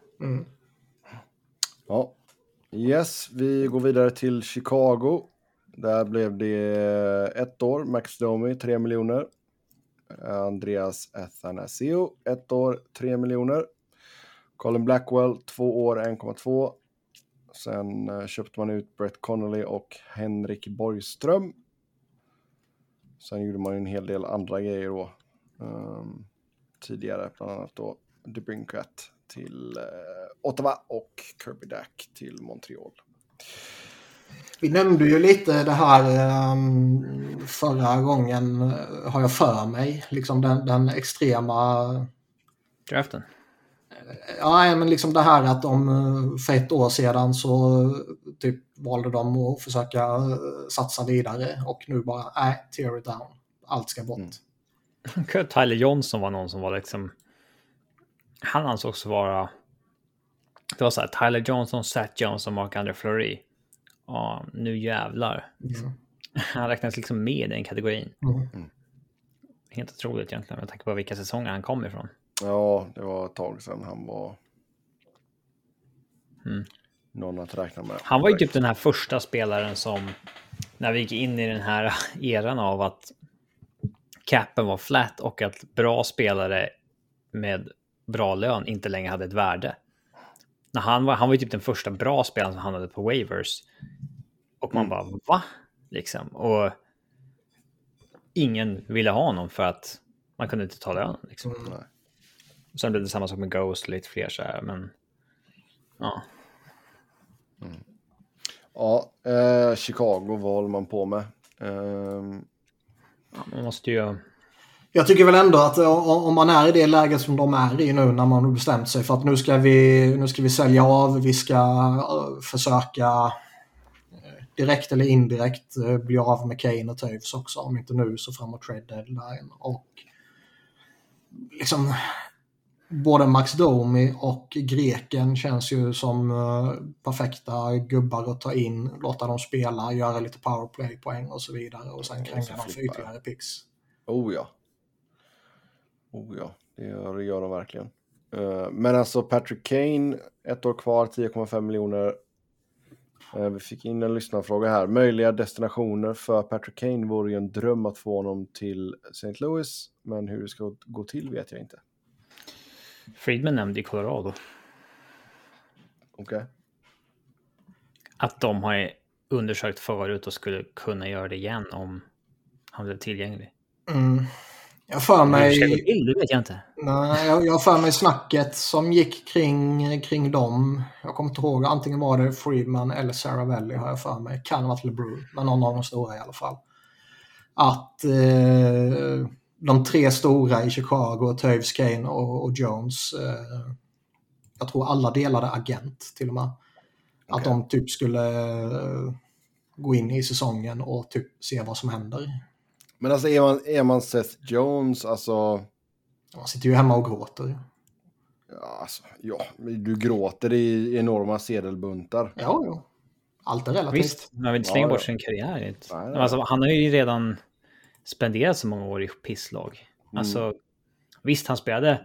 Ja. Yes, vi går vidare till Chicago. Där blev det 1 år. Max Domi, 3 miljoner. Andreas Athanasio, 1 år, 3 miljoner. Colin Blackwell, 2 år, 1,2. Sen köpte man ut Brett Connolly och Henrik Borgström. Sen gjorde man en hel del andra grejer då. Tidigare, bland annat då DeBrincat till Ottawa och Kirby Dack till Montreal. Vi nämnde ju lite det här förra gången, har jag för mig. Liksom den extrema... Draften. Ja, men liksom det här att för ett år sedan så typ valde de att försöka satsa vidare och nu bara, tear it down. Allt ska bort. Tyler Johnson var någon som var liksom... Han ansågs vara... Det var så här, Tyler Johnson, Seth Johnson, Marc-André Fleury. Ja, nu jävlar. Han räknas liksom med i den kategorin. Helt otroligt egentligen. Jag tänker på vilka säsonger han kom ifrån. Ja, det var ett tag sedan han var... Någon att räkna med. Han var ju typ den här första spelaren som... När vi gick in i den här eran av att capen var flat och att bra spelare med bra lön inte längre hade ett värde. När han var ju typ den första bra spelaren som hamnade på waivers. Och man bara, va? Liksom. Och ingen ville ha honom för att man kunde inte ta lönen. Liksom. Sen blev det samma sak med Ghost, lite fler så här, men ja. Ja, Chicago, vad håller man på med? Man måste ju... Jag tycker väl ändå att om man är i det läget som de är i nu när man har bestämt sig för att nu ska vi sälja av, vi ska försöka direkt eller indirekt bli av med Kane och Toews också, om inte nu så framåt trade deadline. Och liksom både Max Domi och greken känns ju som perfekta gubbar att ta in, låta dem spela, göra lite powerplay-poäng och så vidare och sen kränga dem för ytterligare picks. Oh ja, det gör de verkligen. Men alltså Patrick Kane, 1 år kvar, 10,5 miljoner. Vi fick in en lyssnarfråga här. Möjliga destinationer för Patrick Kane vore ju en dröm att få honom till St. Louis, men hur det ska gå till vet jag inte. Friedman nämnde i Colorado. Okej. Att de har undersökt förut och skulle kunna göra det igen om han blev tillgänglig. Jag för mig... Det vet jag inte. Nej, jag för mig snacket som gick kring dem. Jag kommer inte ihåg, antingen var det Friedman eller Sarah Valley har jag för mig. Kan ha varit LeBron, men någon av de stora i alla fall. Att de tre stora i Chicago, Toews, Kane och Jones, jag tror alla delade agent till och med. Okay. Att de typ skulle gå in i säsongen och typ se vad som händer. Men alltså är man Seth Jones, alltså... Man sitter ju hemma och gråter. Ja, du gråter i enorma sedelbuntar. Ja. Allt är relativt. Visst, man vill inte slänga bort sin karriär. Nej. Alltså, han har ju redan spenderat så många år i pisslag. Alltså, visst, han spelade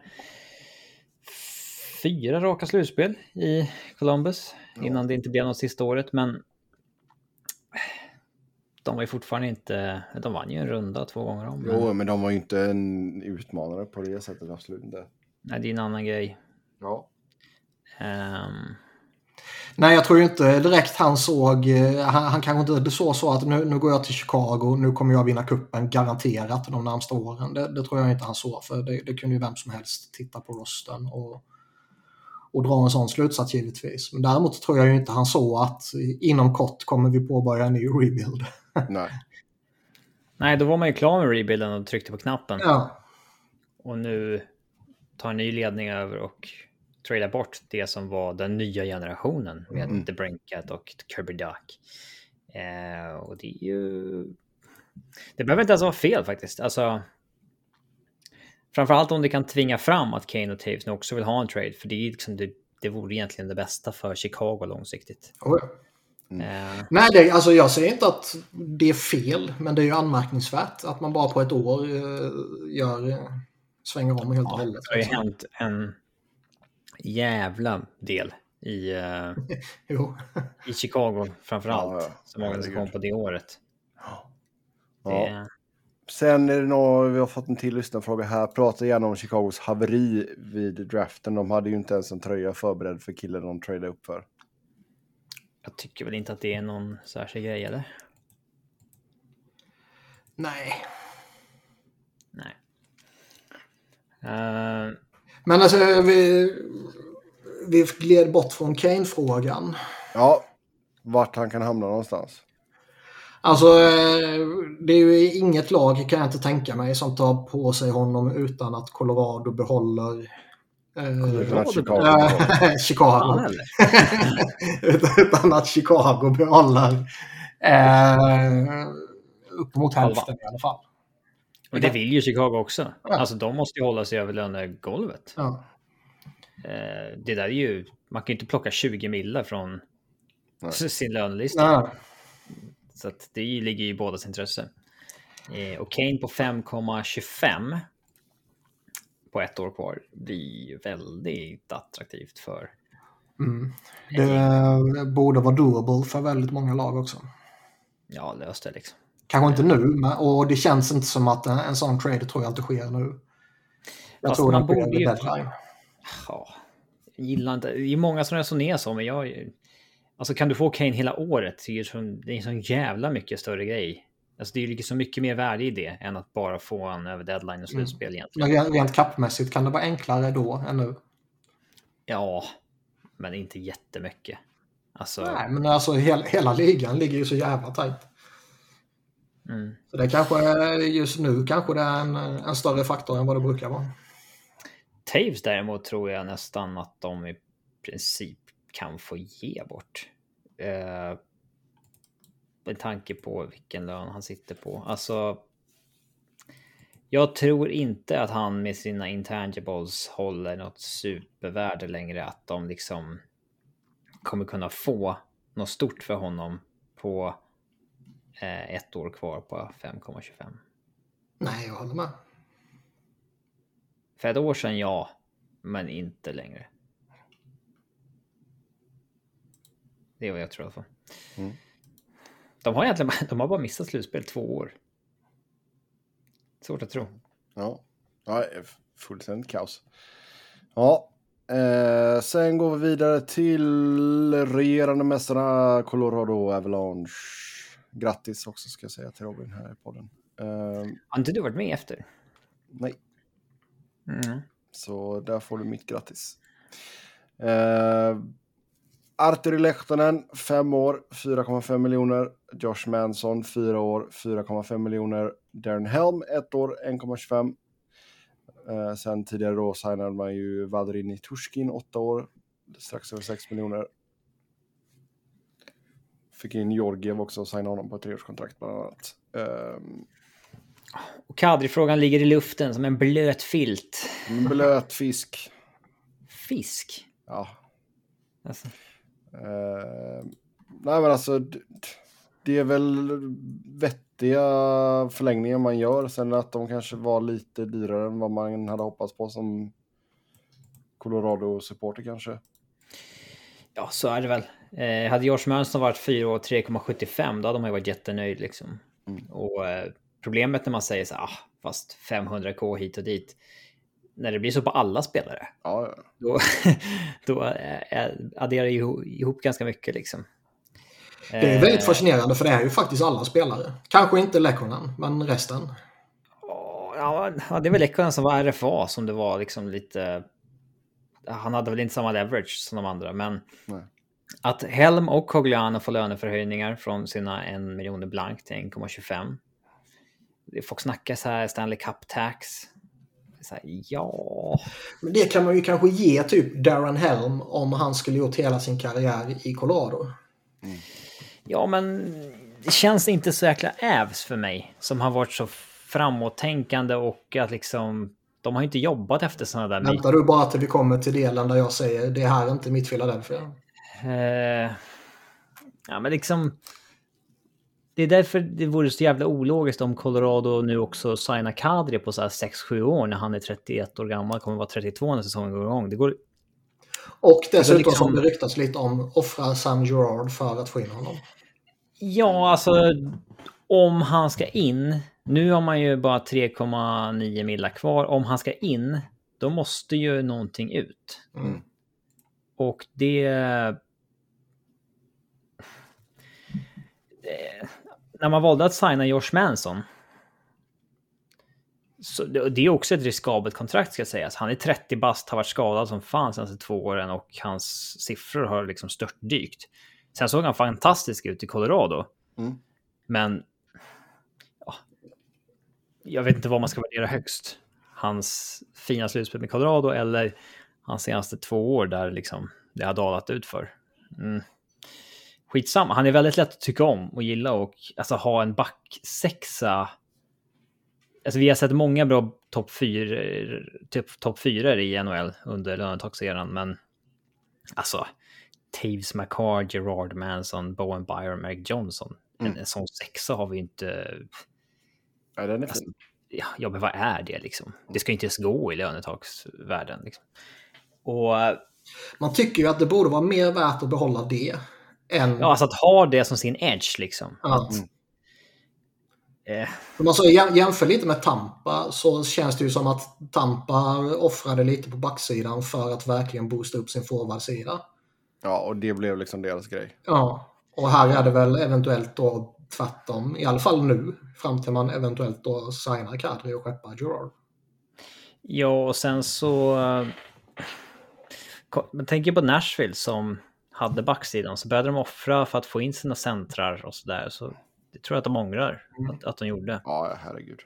4 raka slutspel i Columbus innan det inte blev något sista året, men de var ju fortfarande inte... De vann ju en runda 2 gånger om. Jo, men de var ju inte en utmanare på det sättet, absolut inte. Nej, det är en annan grej. Ja. Nej, jag tror ju inte direkt han såg... Han kanske inte så att nu går jag till Chicago, nu kommer jag vinna kuppen garanterat de närmsta åren. Det tror jag inte han såg, för det kunde ju vem som helst titta på rosten och dra en sån slutsats givetvis. Men däremot tror jag ju inte han såg att inom kort kommer vi påbörja en ny rebuild. Nej, då var man ju klar med rebuilden och tryckte på knappen. Ja. Och nu tar en ny ledning över och tradar bort det som var den nya generationen med DeBrincat och Kirby Duck. Och det är ju... Det behöver inte ens vara fel faktiskt. Alltså, framförallt om det kan tvinga fram att Kane och Toews nu också vill ha en trade. För det är liksom det vore egentligen det bästa för Chicago långsiktigt. Nej, alltså jag säger inte att det är fel, men det är ju anmärkningsvärt att man bara på ett år svänger om helt och hållet. Det har ju hänt en jävla del i Chicago framförallt, som organisation på det året. Sen är det vi har fått en till lyssnarfråga här. Prata gärna om Chicagos haveri vid draften. De hade ju inte ens en tröja förberedd för killen de tradade upp för. Jag tycker väl inte att det är någon särskild grej, eller? Nej. Nej. Men alltså, vi gled bort från Kane-frågan. Ja, vart han kan hamna någonstans. Alltså, det är ju inget lag, kan jag inte tänka mig, som tar på sig honom utan att Colorado behåller Chicago. Utan att Chicago behåller upp mot hälften i alla fall. Och det vill ju Chicago också. Ja. Alltså de måste ju hålla sig över lönegolvet. Ja. Det där är ju, man kan ju inte plocka 20 millar från sin lönelista. Ja. Så att det ligger ju i bådas intresse. Och Kane på 5,25 på ett år kvar blir ju väldigt attraktivt för. Det borde vara doable för väldigt många lag också. Ja, löst det liksom. Kanske inte nu, och det känns inte som att en sån trade tror jag inte sker nu. Jag tror man den borde sker ju... deadline. Ja, jag gillar inte... Det är många som resonerar så, men jag... Alltså kan du få Kane hela året, det är en sån jävla mycket större grej. Alltså det är ju så mycket mer värde i det än att bara få en över deadline och slutspel egentligen. Men rent kappmässigt kan det vara enklare då än nu? Ja, men inte jättemycket. Alltså... Nej, men alltså hela ligan ligger ju så jävla tajt. Så det kanske just nu kanske det är en större faktor än vad det brukar vara. Taves däremot tror jag nästan att de i princip kan få ge bort. Med tanke på vilken lön han sitter på. Alltså, jag tror inte att han med sina intangibles håller något supervärde längre. Att de liksom kommer kunna få något stort för honom på ett år kvar på 5,25. Nej, jag håller med. För ett år sedan, ja. Men inte längre. Det är vad jag tror i alla fall. De har bara missat slutspel 2 år. Svårt att tro. Ja, fullständigt kaos. Ja, sen går vi vidare till regerande mästarna Colorado Avalanche. Grattis också ska jag säga till Robin här i podden. Har inte du varit med efter? Nej. Så där får du mitt grattis. Arturi Lehtonen 5 år 4,5 miljoner. Josh Manson 4 år 4,5 miljoner. Darren Helm 1 år 1,25. Sen tidigare då signade man ju Vladimir Tushkin 8 år strax över 6 miljoner. Fick in Georgiev också och signade honom på ett 3-årskontrakt bland annat. Och Kadri-frågan ligger i luften som en blöt filt. En blöt fisk. Fisk? Ja. Alltså. Nej men alltså det är väl vettiga förlängningar man gör. Sen att de kanske var lite dyrare än vad man hade hoppats på som Colorado-supporter kanske. Ja, så är det väl. Hade Josh Manson varit 4 år 3,75 då hade man ju varit jättenöjd liksom. Och problemet när man säger så fast 500k hit och dit. När det blir så på alla spelare. Ja. Då adderar ihop ganska mycket liksom. Det är väldigt fascinerande för det är ju faktiskt alla spelare. Kanske inte Lekkonen, men resten. Ja, det är väl Lekkonen som var RFA som det var liksom lite... Han hade väl inte samma leverage som de andra, men... Nej. Att Helm och Cogliano får löneförhöjningar från sina 1 miljon blank till 1,25. Folk snackar så här Stanley Cup tax. Så här, ja... Men det kan man ju kanske ge typ Darren Helm om han skulle gjort hela sin karriär i Colorado. Ja, men det känns inte så jäkla Avs för mig som har varit så framåttänkande och att liksom de har inte jobbat efter sådana där... Väntar du bara till vi kommer till delen där jag säger det här är inte mitt Philadelphia? Ja, men liksom... Det är därför det vore så jävla ologiskt om Colorado nu också signar Kadri på så här 6-7 år när han är 31 år gammal, kommer vara 32 när säsongen går igång. Det går... Och dessutom liksom... som det ryktas lite om offra Sam Girard för att få in honom. Ja, alltså om han ska in, nu har man ju bara 3,9 millar kvar. Om han ska in, då måste ju någonting ut. Och det... När man valde att signa Josh Manson Så det är också ett riskabelt kontrakt ska sägas. Han är 30 bast, har varit skadad som fan senaste 2 åren och hans siffror har liksom störtdykt. Sen såg han fantastisk ut i Colorado. Men ja, jag vet inte vad man ska värdera högst. Hans fina slutspel med Colorado eller hans senaste 2 år där liksom det har dalat ut för. Skitsamma. Han är väldigt lätt att tycka om och gilla och alltså ha en backsexa. Alltså vi har sett många bra topp 4 i NHL under lönetagseran, men alltså Taves McCarr, Gerard Manson, Bowen Byram, Eric Johnson. En sån sexa har vi inte. Ja, den är fin. Ja, men vad är det liksom? Det ska inte ens gå i lönetagsvärlden liksom. Och man tycker ju att det borde vara mer värt att behålla det än... Ja, alltså att ha det som sin edge liksom. Om man så jämför lite med Tampa så känns det ju som att Tampa offrade lite på backsidan för att verkligen boosta upp sin forwardsida. Ja, och det blev liksom deras grej. Ja, och här är det väl eventuellt då tvärtom, i alla fall nu, fram till man eventuellt då signar Kadri och skeppar Gerard. Ja, och sen så man tänker på Nashville som hade backsidan, så började de offra för att få in sina centrar och sådär, så det tror jag att de ångrar att de gjorde. Ja, herregud.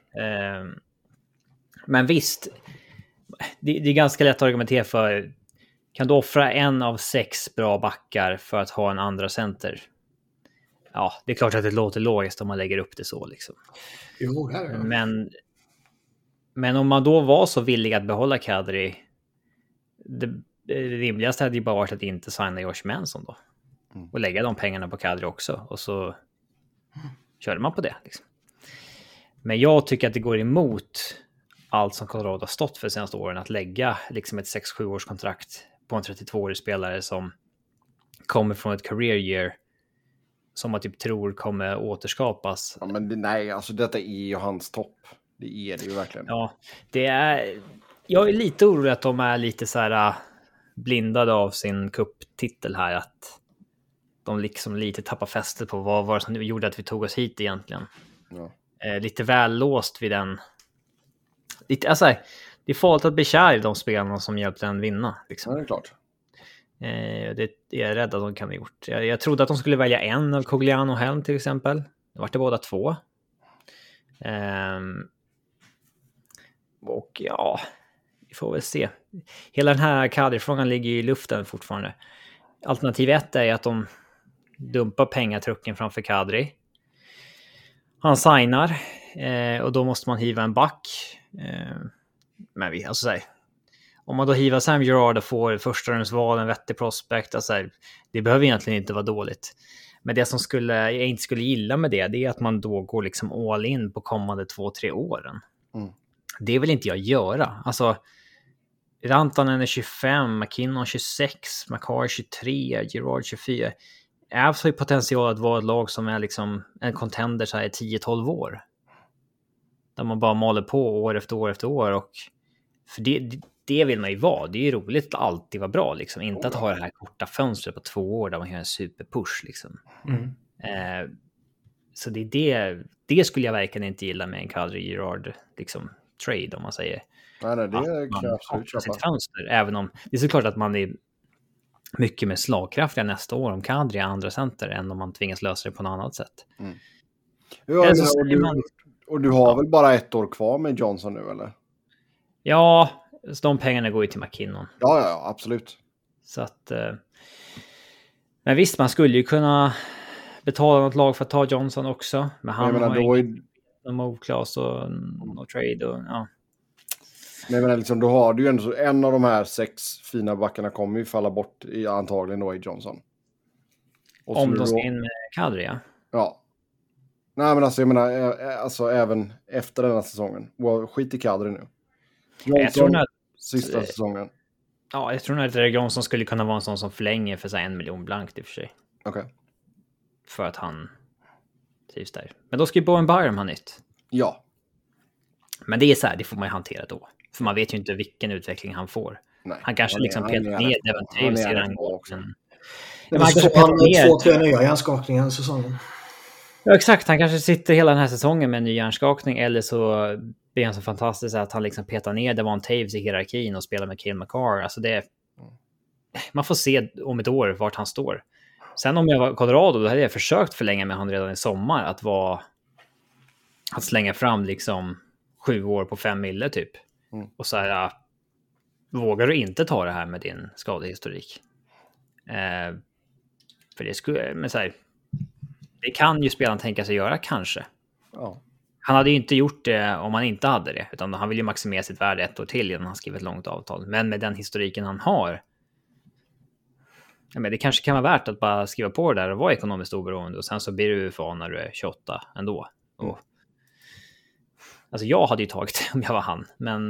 Men visst, det är ganska lätt att argumentera för. Kan du offra en av 6 bra backar för att ha en andra center? Ja, det är klart att det låter logiskt om man lägger upp det så liksom. Jo, det är det. Men om man då var så villig att behålla Kadri, det rimligaste hade ju bara varit att inte signa Josh Manson då. Och lägga de pengarna på Kadri också. Och så körde man på det liksom. Men jag tycker att det går emot allt som Colorado har stått för de senaste åren, att lägga liksom ett 6-7 års kontrakt på en 32-årig spelare som kommer från ett career year som man typ tror kommer återskapas. Ja, men nej, alltså detta är ju hans topp. Det är det ju verkligen. Ja, jag är lite orolig att de är lite så här blindade av sin kupptitel här, att de liksom lite tappar fästet på vad var det som gjorde att vi tog oss hit egentligen. Ja. Lite väl låst vid den. Lite, alltså, det är farligt att bli kär i de spelarna som hjälpte en vinna. Liksom. Ja, det är klart. Det är jag rädd att de kan ha gjort. Jag trodde att de skulle välja en av Cogliano och Helm till exempel. Det var det båda 2. Och ja, vi får väl se. Hela den här Kadri-frågan ligger i luften fortfarande. Alternativ 1 är att de dumpar pengatrucken framför Kadri. Han signar och då måste man hiva en back. Men vi, alltså såhär, om man då hivar Sam Girard och får första rundsval, en vettig prospect, alltså, det behöver egentligen inte vara dåligt. Men det som jag inte skulle gilla med det är att man då går liksom all in på kommande 2-3 åren. Det vill inte jag göra. Alltså, Rantanen är 25, McKinnon 26, McCarr 23, Girard 24. Avs har ju potential att vara ett lag som är liksom en contender så här 10-12 år. Där man bara maler på år efter år efter år. Och för det vill man ju vara. Det är ju roligt att alltid vara bra. Liksom. Inte att ha det här korta fönstret på 2 år där man gör en superpush. Liksom. Så det skulle jag verkligen inte gilla med en Kadri Girard liksom, trade, om man säger. Nej, det kan jag absolut köpa. Fönster, även om det är såklart att man är mycket mer slagkraftiga nästa år om Kadri är andra center än om man tvingas lösa det på något annat sätt. Ja, och du har väl bara 1 år kvar med Johnson nu, eller? Ja, så de pengarna går ju till McKinnon. Ja, absolut. Så att, men visst, man skulle ju kunna betala något lag för att ta Johnson också. Men han har ju ingen move clause och no trade och ja. Men liksom, då har du ju ändå en av de här 6 fina backarna kommer ju falla bort antagligen då i Johnson. Och om de ska in med Kadri, ja. Ja. Nej, men alltså jag menar, alltså även efter den här säsongen. Skit i Kadri nu. Johnson, sista säsongen. Ja, jag tror nog att Eric Johnson skulle kunna vara en sån som förlänger för så 1 miljon blankt i och för sig. Okej. För att han trivs där. Men då ska ju Bowen Byram ha nytt. Ja. Men det är så här, det får man ju hantera då. För man vet ju inte vilken utveckling han får. Nej, han kanske liksom petar ner Devon Taves i den gången. Men han kanske får 2-3 nya hjärnskakningar i säsongen. Ja, exakt. Han kanske sitter hela den här säsongen med en ny hjärnskakning. Eller så det är så fantastiskt att han liksom petar ner Devon Taves i hierarkin och spelar med Cale Makar. Alltså man får se om ett år vart han står. Sen om jag var Colorado, då hade jag försökt förlänga med han redan i sommar att slänga fram liksom 7 år på 5 mille typ. Och så här, vågar du inte ta det här med din skadehistorik? För det skulle, men så här, det kan ju spelaren tänka sig göra kanske. Ja. Han hade ju inte gjort det om han inte hade det, utan han vill ju maximera sitt värde 1 år till innan han skriver ett långt avtal. Men med den historiken han har, men det kanske kan vara värt att bara skriva på det där och vara ekonomiskt oberoende, och sen så blir du UFA när du är 28 ändå. Och, alltså jag hade ju tagit det om jag var han, men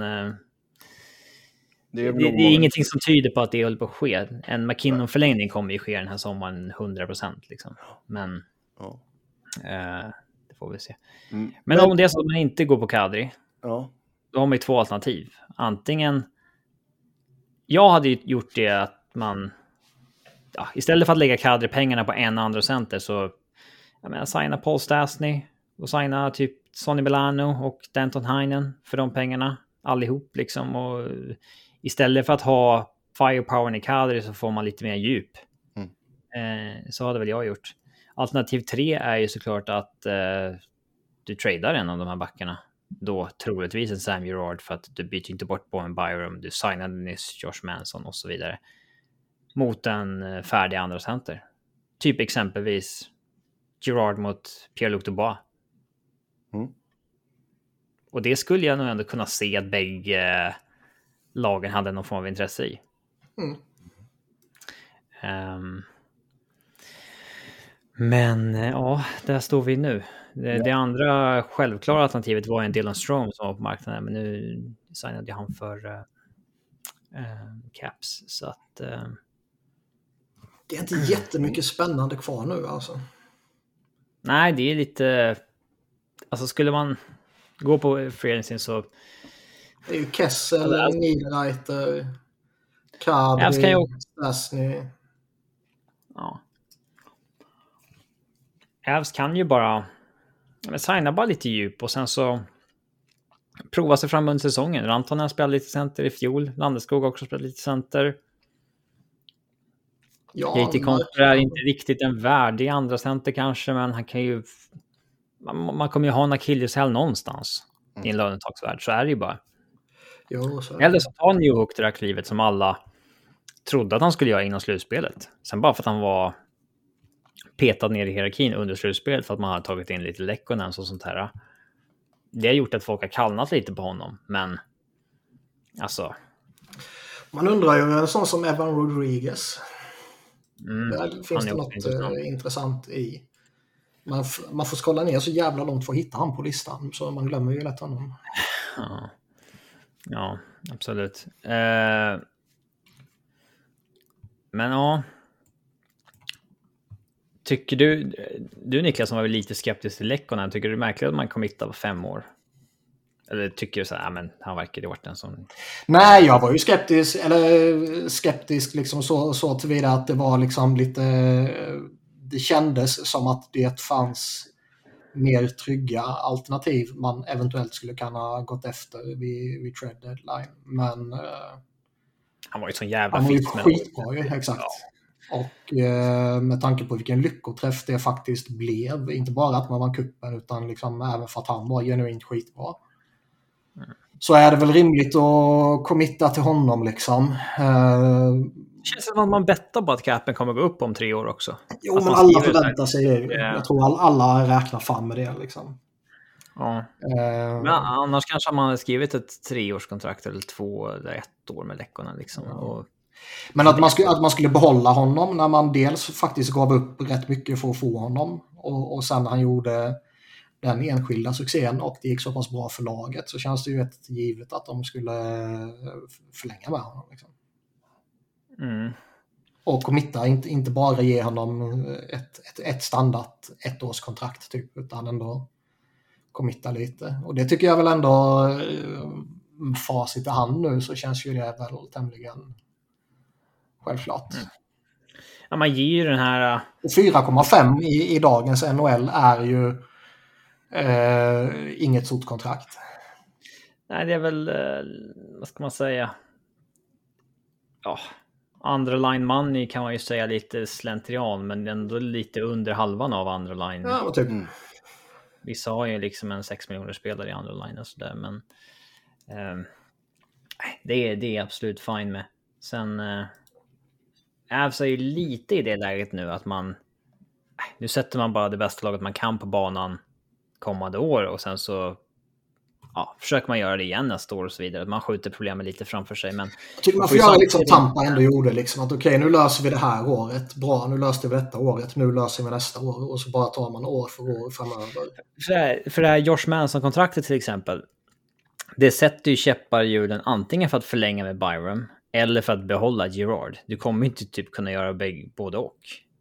det är ingenting som tyder på att det håller på att ske. En McKinnon-förlängning kommer ju ske den här sommaren 100% liksom. Men det får vi se. Men om det är så att man inte går på Kadri, då har man ju 2 alternativ. Antingen, jag hade ju gjort det att man istället för att lägga Kadri-pengarna på en andra center, så signa Paul Stastny och signa typ Sonny Milano och Danton Heinen för de pengarna allihop liksom. Och istället för att ha firepower i Kadri så får man lite mer djup. Så hade väl jag gjort. Alternativ 3 är ju såklart att du tradar en av de här backarna. Då troligtvis en Sam Girard, för att du byter inte bort på en Byram. Du signade nyss Josh Manson och så vidare. Mot en färdig andra center. Typ exempelvis Girard mot Pierre-Luc Dubois. Och det skulle jag nog ändå kunna se att bägge lagen hade någon form av intresse i. Men ja, där står vi nu. Det andra självklara alternativet var en Dylan Strome som var på marknaden, men nu signade han för Caps, så att det är inte jättemycket spännande kvar nu alltså. Nej, det är lite, alltså skulle man gå på freelancing så det är ju Kessel, Niederreiter, Kadri, Stastny. Ja. Avs kan ju bara signa bara lite djup och sen så prova sig fram under säsongen. Rantanen spelade lite center i fjol. Landeskog också spelade lite center. JT Compher är inte riktigt en värdig andra center kanske, men han kan ju, man kommer ju ha en akilleshäl någonstans i en lönetagsvärld, så är det ju bara. Eller så tar Newhook det där klivet som alla trodde att han skulle göra innan slutspelet. Sen bara för att han var petad ner i hierarkin under slutspelet för att man har tagit in lite Lekkonen och sånt här. Det har gjort att folk har kallnat lite på honom, men alltså. Man undrar ju en sån som Evan Rodriguez. Där finns det något intressant i. Man får skala ner så jävla långt för att hitta han på listan, så man glömmer ju lätt honom. Ja, absolut. Men ja. Tycker du Niklas som var lite skeptisk till Lekkonen, tycker du märkligt att man committar på 5 år? Eller tycker du så här, men han verkar det varit en sån... Nej, jag var ju skeptisk liksom så tillvida att det var liksom lite, det kändes som att det fanns mer trygga alternativ man eventuellt skulle kunna gått efter vid trade deadline, men han var ju sån jävla han var ju skitbra ju, exakt. Ja. Och med tanke på vilken lyckoträff det faktiskt blev, inte bara att man vann kuppen utan liksom även för att han var genuint skitbra, så är det väl rimligt att committa till honom liksom. Det känns som att man bettar på att capen kommer gå upp om 3 år också. Jo, men alla förväntar sig det. Jag tror alla räknar fram med det liksom. Ja. Men annars kanske man hade skrivit ett 3-årskontrakt eller 2 eller 1 år med Lekkonen liksom. Och... Men att man skulle behålla honom när man dels faktiskt gav upp rätt mycket för att få honom, och sen han gjorde den enskilda succén och det gick så pass bra för laget, så känns det ju ett givet att de skulle förlänga med honom liksom. Och committa, inte bara ge honom ett standard 1-årskontrakt typ, utan ändå committa lite. Och det tycker jag väl ändå, facit i hand nu, så känns ju det väl tämligen självklart. Ja, man ger ju den här... 4,5 i dagens NHL är ju inget stort kontrakt. Nej, det är väl, vad ska man säga? Ja, andra line money kan man ju säga lite slentrian, men ändå lite under halvan av andra line. Ja, typ. Vissa har ju liksom en 6 miljoner spelare i andra line och sådär, men det är absolut fine med. Sen Avs är ju lite i det läget nu att nu sätter man bara det bästa laget man kan på banan kommande år och sen så försöker man göra det igen nästa år och så vidare. Man skjuter problemen lite framför sig. Men jag tycker man får göra lite som Tampa ändå gjorde. Liksom, att okej, nu löser vi det här året. Bra, nu löste vi detta året. Nu löser vi nästa år. Och så bara tar man år för år framöver. För det här Josh Manson-kontraktet till exempel. Det sätter ju käppar i hjulen antingen för att förlänga med Byram eller för att behålla Girard. Du kommer inte typ kunna göra både och.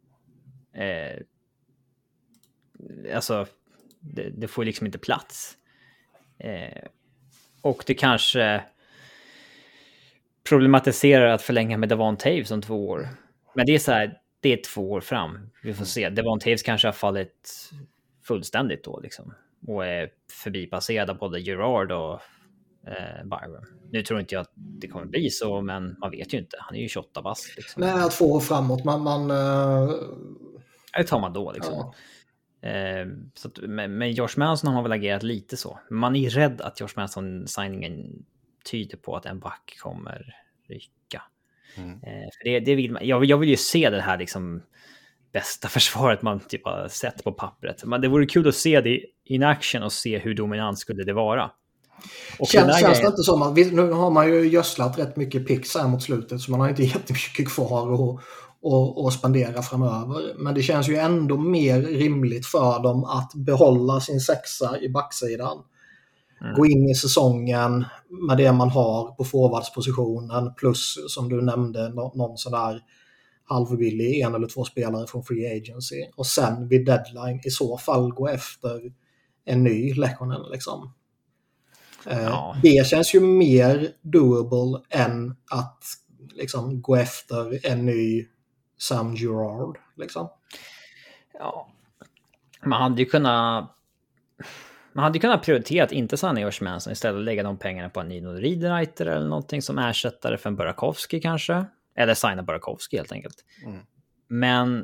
Alltså, det får liksom inte plats. Och det kanske problematiserar att förlänga med Devon Taves om 2 år. Men det är så här, det är 2 år fram. Vi får se. Devon Taves kanske har fallit fullständigt då liksom. Och är förbipasserad av både Girard och Byram. Nu tror inte jag att det kommer bli så, men man vet ju inte. Han är ju 28 bast. Liksom. Nej, 2 år framåt. Det tar man då liksom. Ja. Så att, med Josh Manson har man väl agerat lite så. Man är rädd att Josh Manson-signingen tyder på att en back kommer rycka. För det vill man, jag vill ju se det här liksom bästa försvaret man typ har sett på pappret. Men det vore kul att se det in action och se hur dominant skulle det vara. Och känns det inte som att nu har man ju gödslat rätt mycket pix här mot slutet så man har inte jättemycket kvar och spendera framöver. Men det känns ju ändå mer rimligt för dem att behålla sin sexa i backsidan. Gå in i säsongen med det man har på forwardspositionen plus som du nämnde någon sån där halvbillig 1 eller 2 spelare från Free Agency och sen vid deadline i så fall gå efter en ny Lekkonen liksom. Det känns ju mer doable än att liksom gå efter en ny Sam Girard liksom. Ja. Man hade ju kunnat prioritera att inte signa Josh Manson istället lägga de pengarna på en Nino Riederreiter eller någonting som ersättare för en Burakovsky kanske. Eller signa Burakovsky helt enkelt. Men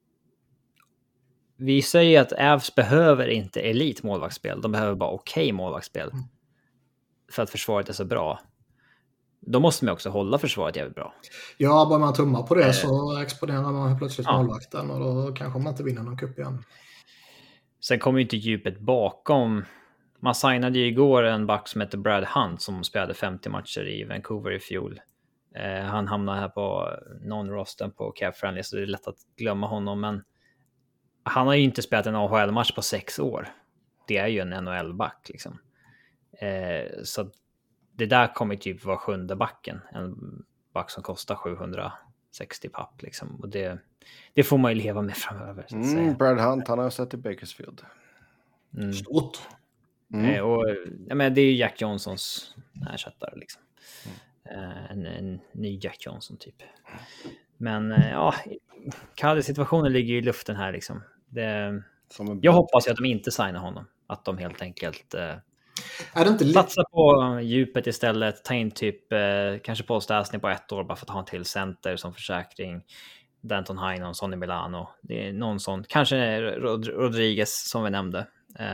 vi säger att Avs behöver inte elit målvaktsspel. De behöver bara okej målvaktsspel. För att försvaret är så bra. Då måste man också hålla försvaret jävligt bra. Ja, bara man tummar på det så exponerar man plötsligt målvakten och då kanske man inte vinner någon cup igen. Sen kommer ju inte djupet bakom. Man signade ju igår en back som heter Brad Hunt som spelade 50 matcher i Vancouver i fjol. Han hamnar här på non-rosten på Cap Friendly så det är lätt att glömma honom. Men han har ju inte spelat en AHL-match på 6 år. Det är ju en NHL-back liksom. Så det där kommer typ vara 7:e backen. En back som kostar 760 papp liksom. Och det får man ju leva med framöver. Så att säga. Brad Hunt, han har sett i Bakersfield. Stort. Och men det är ju Jack Johnsons ersättare liksom. En ny Jack Johnson typ. Men Kadri-situationen ligger ju i luften här liksom. Jag hoppas ju att de inte signar honom. Att de helt enkelt är det inte satsa på djupet istället. Ta in typ kanske Paul Stastny på 1 år bara för att ha en till center som försäkring. Danton Heinon, Sonny Milano. Det är någon sån. Kanske Rodriguez som vi nämnde.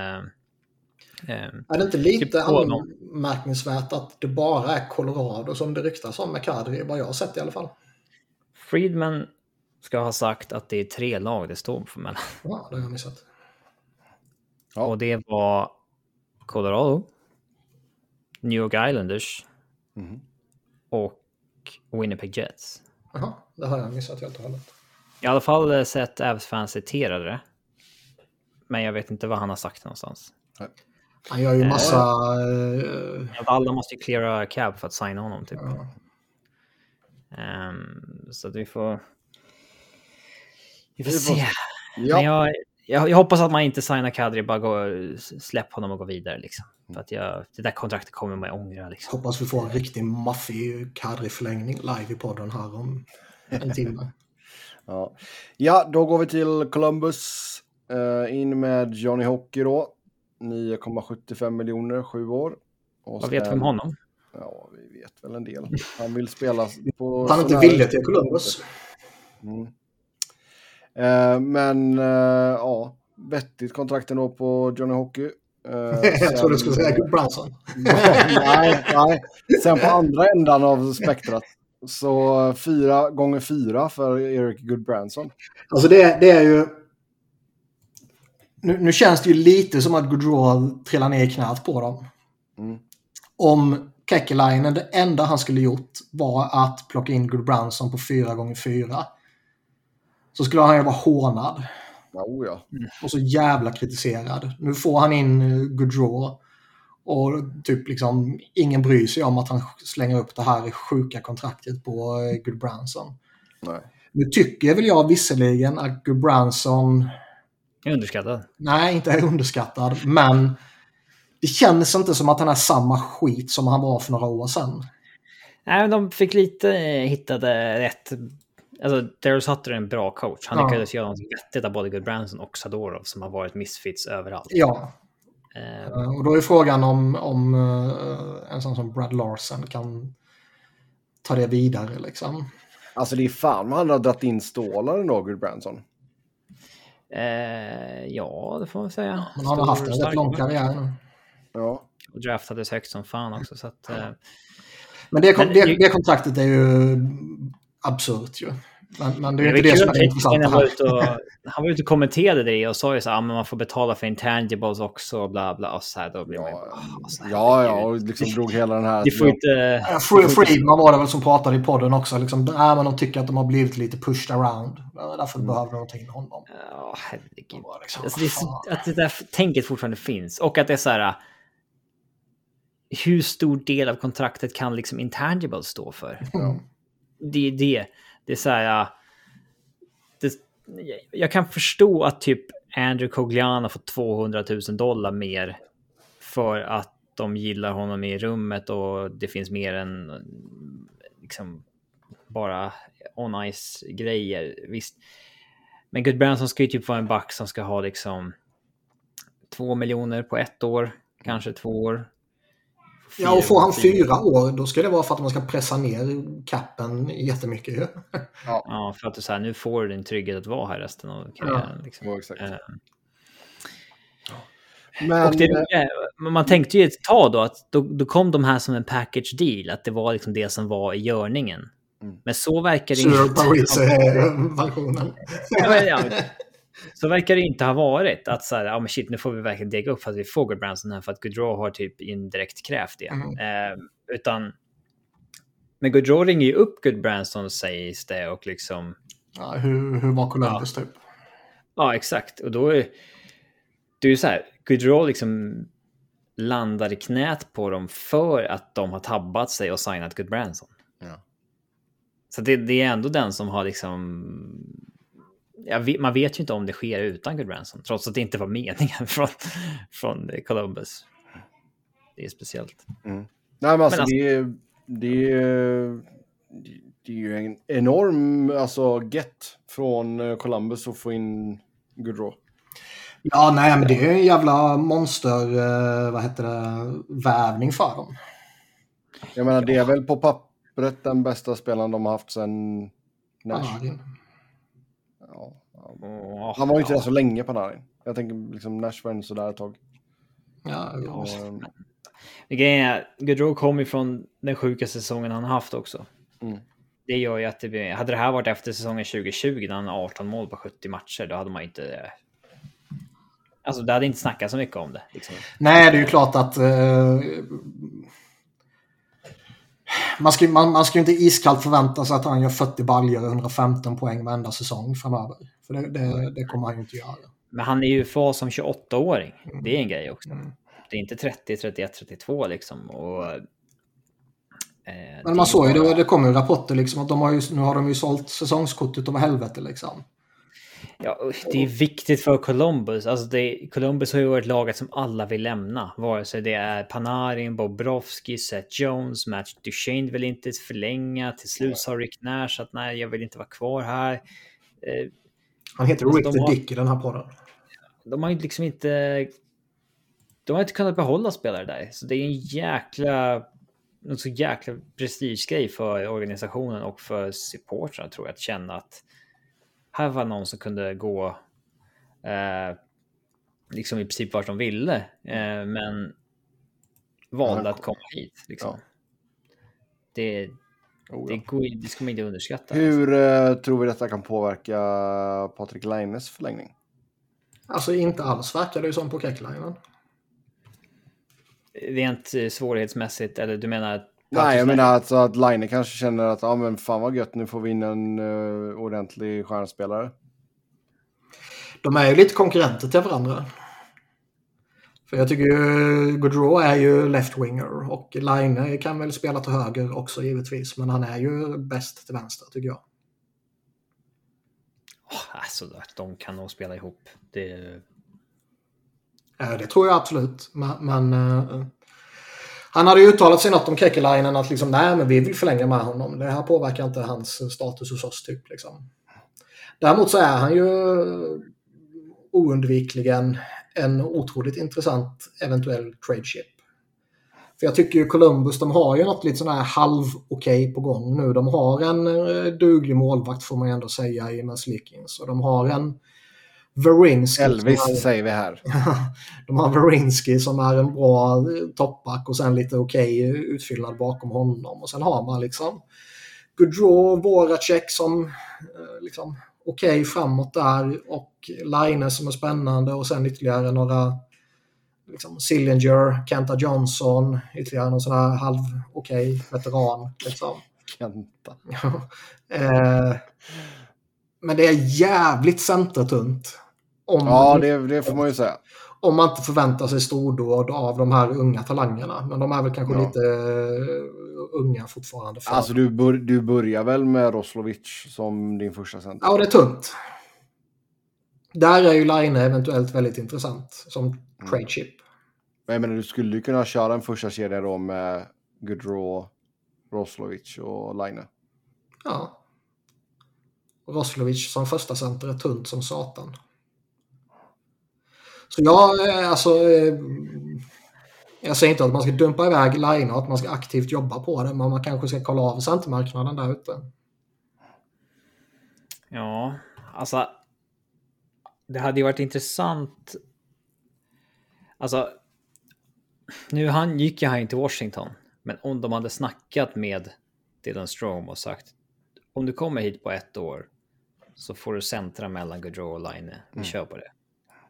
Är det inte lite anmärkningsvärt att det bara är Colorado som det ryktas om med Kadri, vad jag har sett i alla fall? Friedman ska ha sagt att det är 3 lag det står för mellan. Ja, det har jag missat. Ja. Och det var Colorado, New York Islanders och Winnipeg Jets. Jaha, det har jag missat helt och hållet. I alla fall sett Avs-fans citerade det. Men jag vet inte vad han har sagt någonstans. Han gör ju massa... Alla måste ju cleara cab för att signa honom typ. Så att vi får se. Ja. Men jag hoppas att man inte signar Kadri, bara släpp honom och gå vidare liksom. För att det där kontraktet kommer man ångra liksom. Hoppas vi får en riktig maffig Kadri-förlängning live i podden här om en timme. Ja, då går vi till Columbus. In med Johnny Hockey då. 9,75 miljoner, 7 år. Vad vet vi om honom? Ja, vi vet väl en del. Han vill spela på... Han är inte villig till Columbus. Men ja, vettigt kontrakt ändå på Johnny Hockey. Jag tror du skulle säga Goodbranson. nej. Sen på andra ändan av spektrat. Så 4x4 för Eric Goodbranson. Alltså det är ju... Nu känns det ju lite som att Gaudreau trillar ner i knät på dem. Om Kekkelainen, det enda han skulle gjort var att plocka in Goodbranson på 4x4. Så skulle han ju vara hånad. Ja. Och så jävla kritiserad. Nu får han in Gaudreau. Och typ liksom ingen bryr sig om att han slänger upp det här sjuka kontraktet på Goodbranson. Nej. Nu tycker väl jag visserligen att Goodbranson är underskattad. Nej, inte är underskattad. Men det känns inte som att han är samma skit som han var för några år sedan. Nej, men de fick lite hittade rätt. Alltså, Daryl Sutter är en bra coach. Han lyckades göra något vettigt av både Goodbranson och Zadorov som har varit misfits överallt. Ja. Och då är frågan om en sån som Brad Larsen kan ta det vidare liksom. Alltså det är fan han har dratt in stålaren då, Goodbranson. Ja, det får man säga. Men han har haft en rätt lång karriär nu. Ja. Och draftades högt som fan också. Så att, men det kontraktet är ju absurt ju. Men det är ju inte det som är intressant. Han var ute och kommenterade det och sa ju så här, men man får betala för intangibles också och bla bla och så här, då blir man ja, och liksom drog hela den här... Det får inte... Friedman var det väl som pratade i podden också. Liksom, men de tycker att de har blivit lite pushed around. Därför behöver de ta in honom. Ja, herregud. Liksom, alltså, att det där tänket fortfarande finns. Och att det är så här... Hur stor del av kontraktet kan liksom intangibles stå för? Det är så här... Jag kan förstå att typ Andrew Cogliano får $200,000 mer för att de gillar honom i rummet och det finns mer än liksom bara on-ice grejer. Visst. Men Goodbranson ska ju typ vara en back som ska ha liksom 2 miljoner på 1 år, kanske 2 år. Ja, och får han 4 år, då ska det vara för att man ska pressa ner kappen jättemycket ju. Ja, för att du säger nu får du din trygghet att vara här resten av karriären. Liksom. Ja, exakt. Men man tänkte ju ett tag då att då kom de här som en package deal, att det var liksom det som var i görningen. Men så verkar det inte. Så verkar det inte ha varit att så här, men shit, nu får vi verkligen dega upp för att vi får Goodbranson här för att Gaudreau har typ indirekt krävt det. Men Gaudreau ringer ju upp Goodbranson, sägs det, och liksom... Ja, hur var Columbus typ? Ja, exakt. Och då är det är ju så här, Gaudreau liksom landar i knät på dem för att de har tabbat sig och signat Goodbranson. Ja. Så det är ändå den som har liksom... man vet ju inte om det sker utan Goodbranson, trots att det inte var meningen från Columbus. Det är speciellt. Nej, men alltså, det är ju en enorm get från Columbus att få in Gaudreau. Ja, nej, men det är en jävla monster, värvning för dem. Jag menar, det är väl på pappret den bästa spelaren de har haft sedan Nash. Han var ju inte där så länge på Narin. Jag tänker liksom Nash var en sådär ett tag. Gaudreau kom ifrån den sjuka säsongen han haft också. Det gör ju att hade det här varit efter säsongen 2020 när han har 18 mål på 70 matcher, då hade man inte... Alltså det hade inte snackat så mycket om det. Liksom. Nej, det är ju klart att... Man ska ju inte iskallt förvänta sig att han gör 40 baljor och 115 poäng varenda säsong framöver. För det kommer han ju inte göra. Men han är ju för som 28-åring. Det är en grej också. Det är inte 30, 31, 32 liksom. Och, men man såg ju, det kommer ju rapporter liksom att nu har de ju sålt säsongskortet över helvete liksom. Ja, det är viktigt för Columbus. Alltså Columbus har ju varit laget som alla vill lämna. Vare sig det är Panarin, Bobrovsky, Seth Jones, Matt Duchene vill inte förlänga. Till slut sa Rick Nash att nej, jag vill inte vara kvar här. Han heter Rick the Dick i den här podden. De har ju liksom inte... de har inte kunnat behålla spelare där. Så det är en så jäkla prestigegrej för organisationen och för supportrarna, tror jag, att känna att här var någon som kunde gå liksom i princip vart de ville, men valde att komma hit. Liksom. Ja. Det ska man inte underskatta. Hur tror vi detta kan påverka Patrik Laines förlängning? Alltså inte alls verkar det ju som på Kekalainen. Rent svårighetsmässigt, eller du menar? Nej, jag menar alltså att Laine kanske känner att men fan vad gött, nu får vi in en ordentlig stjärnspelare. De är ju lite konkurrenter till varandra. För jag tycker ju Gaudreau är ju left-winger och Laine kan väl spela till höger också givetvis, men han är ju bäst till vänster tycker jag. Alltså, de kan nog spela ihop. Det tror jag absolut. Men han hade ju uttalat sig något om Kekalainen att liksom, nej, men vi vill förlänga med honom. Det här påverkar inte hans status hos oss typ. Liksom. Däremot så är han ju oundvikligen en otroligt intressant eventuell trade chip. För jag tycker ju Columbus, de har ju något lite sån här halv-okej på gång nu. De har en duglig målvakt får man ju ändå säga i Merzlikins. Och de har en Werenski. Elvis säger vi här. De har Werenski som är en bra toppback och sen lite okej utfyllnad bakom honom. Och sen har man liksom Gaudreau, Voracek som liksom okej framåt där och Laine som är spännande och sen ytterligare några liksom Sillinger, Kenta Johnson, ytterligare någon sån här halv-okej veteran. Liksom. Kenta. Men det är jävligt centertunt. Det får man ju säga. Om man inte förväntar sig stordåd av de här unga talangerna. Men de är väl kanske lite unga fortfarande. Alltså du börjar väl med Roslovic som din första center? Ja, det är tunt. Där är ju Laine eventuellt väldigt intressant som trade chip. Men du skulle ju kunna köra en första kedja då med Gaudreau, Roslovic och Laine. Ja. Roslovic som första center är tunt som satan. Så jag säger inte att man ska dumpa iväg Laine och att man ska aktivt jobba på det, men man kanske ska kolla av centermarknaden där ute. Ja, alltså det hade ju varit intressant. Alltså nu gick jag här till Washington, men om de hade snackat med Dylan Strome och sagt om du kommer hit på 1 år så får du centra mellan Gaudreau och Laine. Vi kör på det.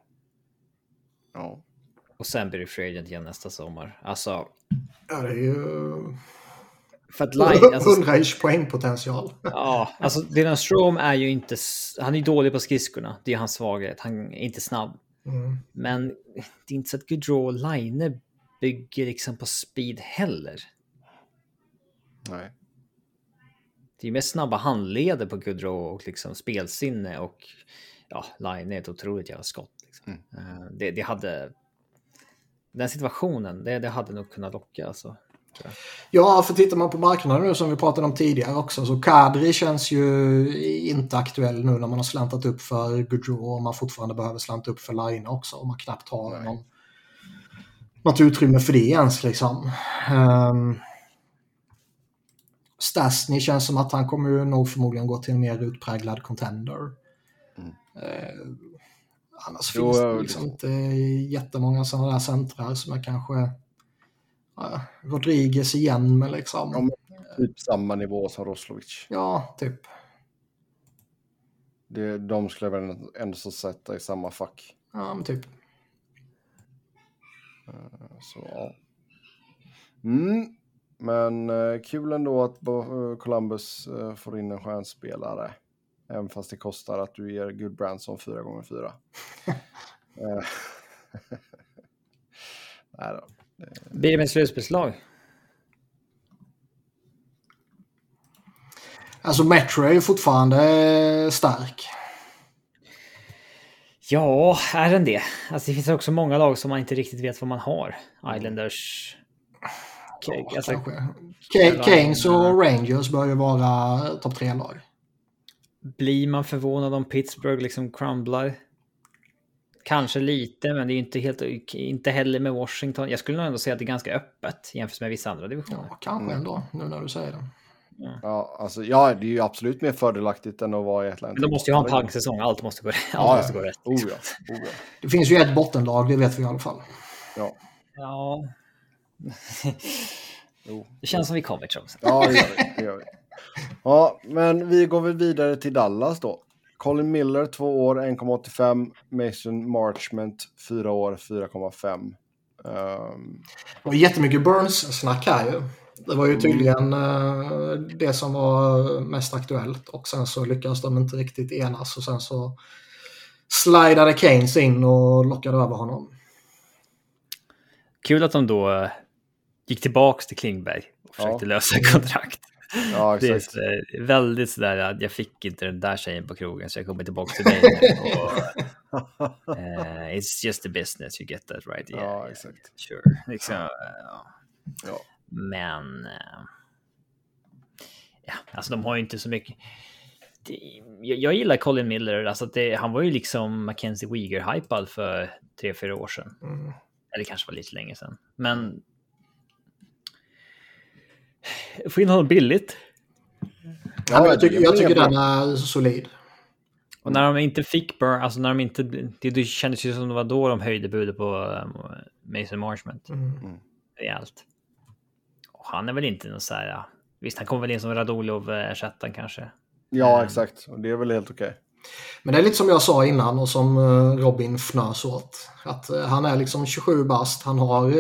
Ja. Och sen blir det free agent igen nästa sommar. Alltså... Ja, det är ju... För att Laine... 100 poängpotential. Ja, alltså Dylan Strome är ju inte... Han är dålig på skridskorna. Det är hans svaghet. Han är inte snabb. Men det är inte så att Gaudreau och Laine bygger liksom på speed heller. Nej. Det är mest snabba handleder på Gaudreau och liksom spelsinne och Laine är ett otroligt jävla skott. Liksom. Det hade den situationen, det hade nog kunnat locka alltså. Ja, för tittar man på marknaden nu som vi pratade om tidigare också, så Kadri känns ju inte aktuell nu när man har slantat upp för Gaudreau och man fortfarande behöver slanta upp för Laine också och man knappt har något utrymme för det ens liksom. Stastny känns som att han kommer ju nog förmodligen gå till en mer utpräglad contender. Annars finns det liksom inte jättemånga sådana där centrar som är kanske Rodriguez igen med liksom. Typ samma nivå som Roslovic. Ja, typ. De skulle väl ändå så sätta i samma fack. Ja, men typ. Så ja. Men kul ändå att Columbus får in en stjärnspelare. Även fast det kostar att du ger Goodbranson 4x4. Nej då. Blir det med slutspelslag? Alltså Metro är ju fortfarande stark. Ja, är den det? Alltså det finns också många lag som man inte riktigt vet vad man har. Islanders... Kings och Rangers bör ju vara topp 3-lag. Blir man förvånad om Pittsburgh liksom crumblar? Kanske lite, men det är inte heller med Washington. Jag skulle nog ändå säga att det är ganska öppet jämfört med vissa andra divisioner. Ja, kanske ändå, nu när du säger det. Ja, alltså, det är ju absolut mer fördelaktigt än att vara i Atlantic. Men de måste ju ha en pangsäsong, allt måste gå rätt. Oh ja. Det finns ju ett bottenlag, det vet vi i alla fall. Ja. Det känns som vi kommer, tror jag. Ja, det gör vi. Ja, men vi går väl vidare till Dallas då. Colin Miller 2 år 1,85. Mason Marchment 4 år 4,5. Det var jättemycket Burns-snack här ju. Det var ju tydligen det som var mest aktuellt. Och sen så lyckades de inte riktigt enas. Och sen så slidade Keynes in och lockade över honom. Kul att de då gick tillbaka till Klingberg och försökte lösa kontrakt. Ja, exakt. Det är väldigt sådär att jag fick inte den där tjejen på krogen så jag kommer tillbaka till dig. It's just a business, you get that right. Yeah, ja, exakt. Sure. Liksom, ja. Men alltså de har ju inte så mycket. Jag gillar Colin Miller. Alltså han var ju liksom Mackenzie Weegar-hypad för 3-4 år sedan. Eller kanske var lite länge sedan. Men få in honom billigt. Ja, jag tycker den är solid. Och när de inte fick Burn, alltså när de inte, det kändes ju som det var då de höjde budet på Mason Marchment. Rejält. Och han är väl inte någon så här, visst han kommer väl in som Radulov-ersättaren kanske. Ja, exakt. Och det är väl helt okej. Men det är lite som jag sa innan och som Robin fnös åt. Att han är liksom 27 bast. Han har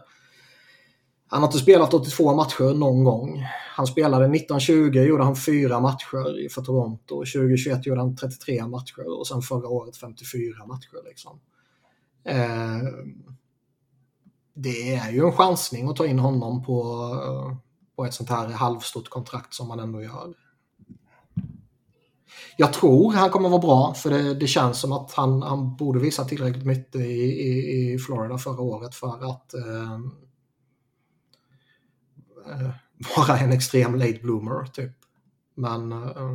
inte spelat 82 matcher någon gång. Han spelade 1920, gjorde han 4 matcher för Toronto. 2021 gjorde han 33 matcher och sen förra året 54 matcher. Liksom. Det är ju en chansning att ta in honom på ett sånt här halvstort kontrakt som man ändå gör. Jag tror han kommer vara bra, för det känns som att han borde visa tillräckligt mycket i Florida förra året för att vara en extrem late bloomer typ. Men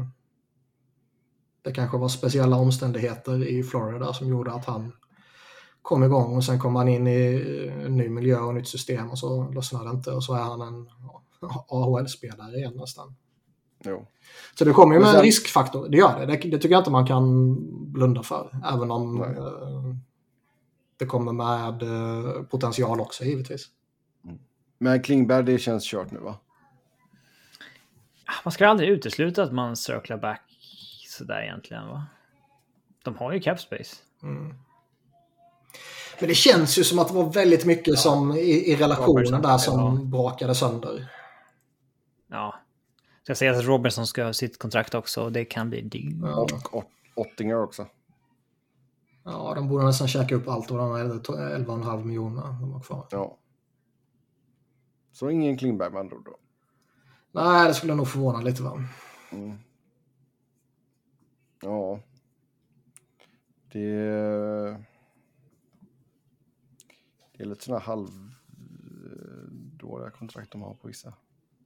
det kanske var speciella omständigheter i Florida som gjorde att han kom igång och sen kom han in i en ny miljö och nytt system och så lossnade det inte och så är han en AHL-spelare igen nästan. Jo. Så det kommer ju med en riskfaktor, det gör det. Det tycker jag inte man kan blunda för, även om det kommer med potential också givetvis. Men Klingberg, det känns kört nu va? Man ska aldrig utesluta att man cirklar back sådär egentligen va? De har ju cap space. Men det känns ju som att det var väldigt mycket som i relationen där som brakade sönder. Ja. Så jag säger att Robertson ska ha sitt kontrakt också och det kan bli dyrt. Och Ottinger också. Ja, de borde nästan käka upp allt och de har 11,5 miljoner de har kvar. Ja. Så ingen Klingberg med andra då? Nej, det skulle nog förvåna lite va? Ja. Det är lite sådana halvdåliga kontrakt de har på vissa.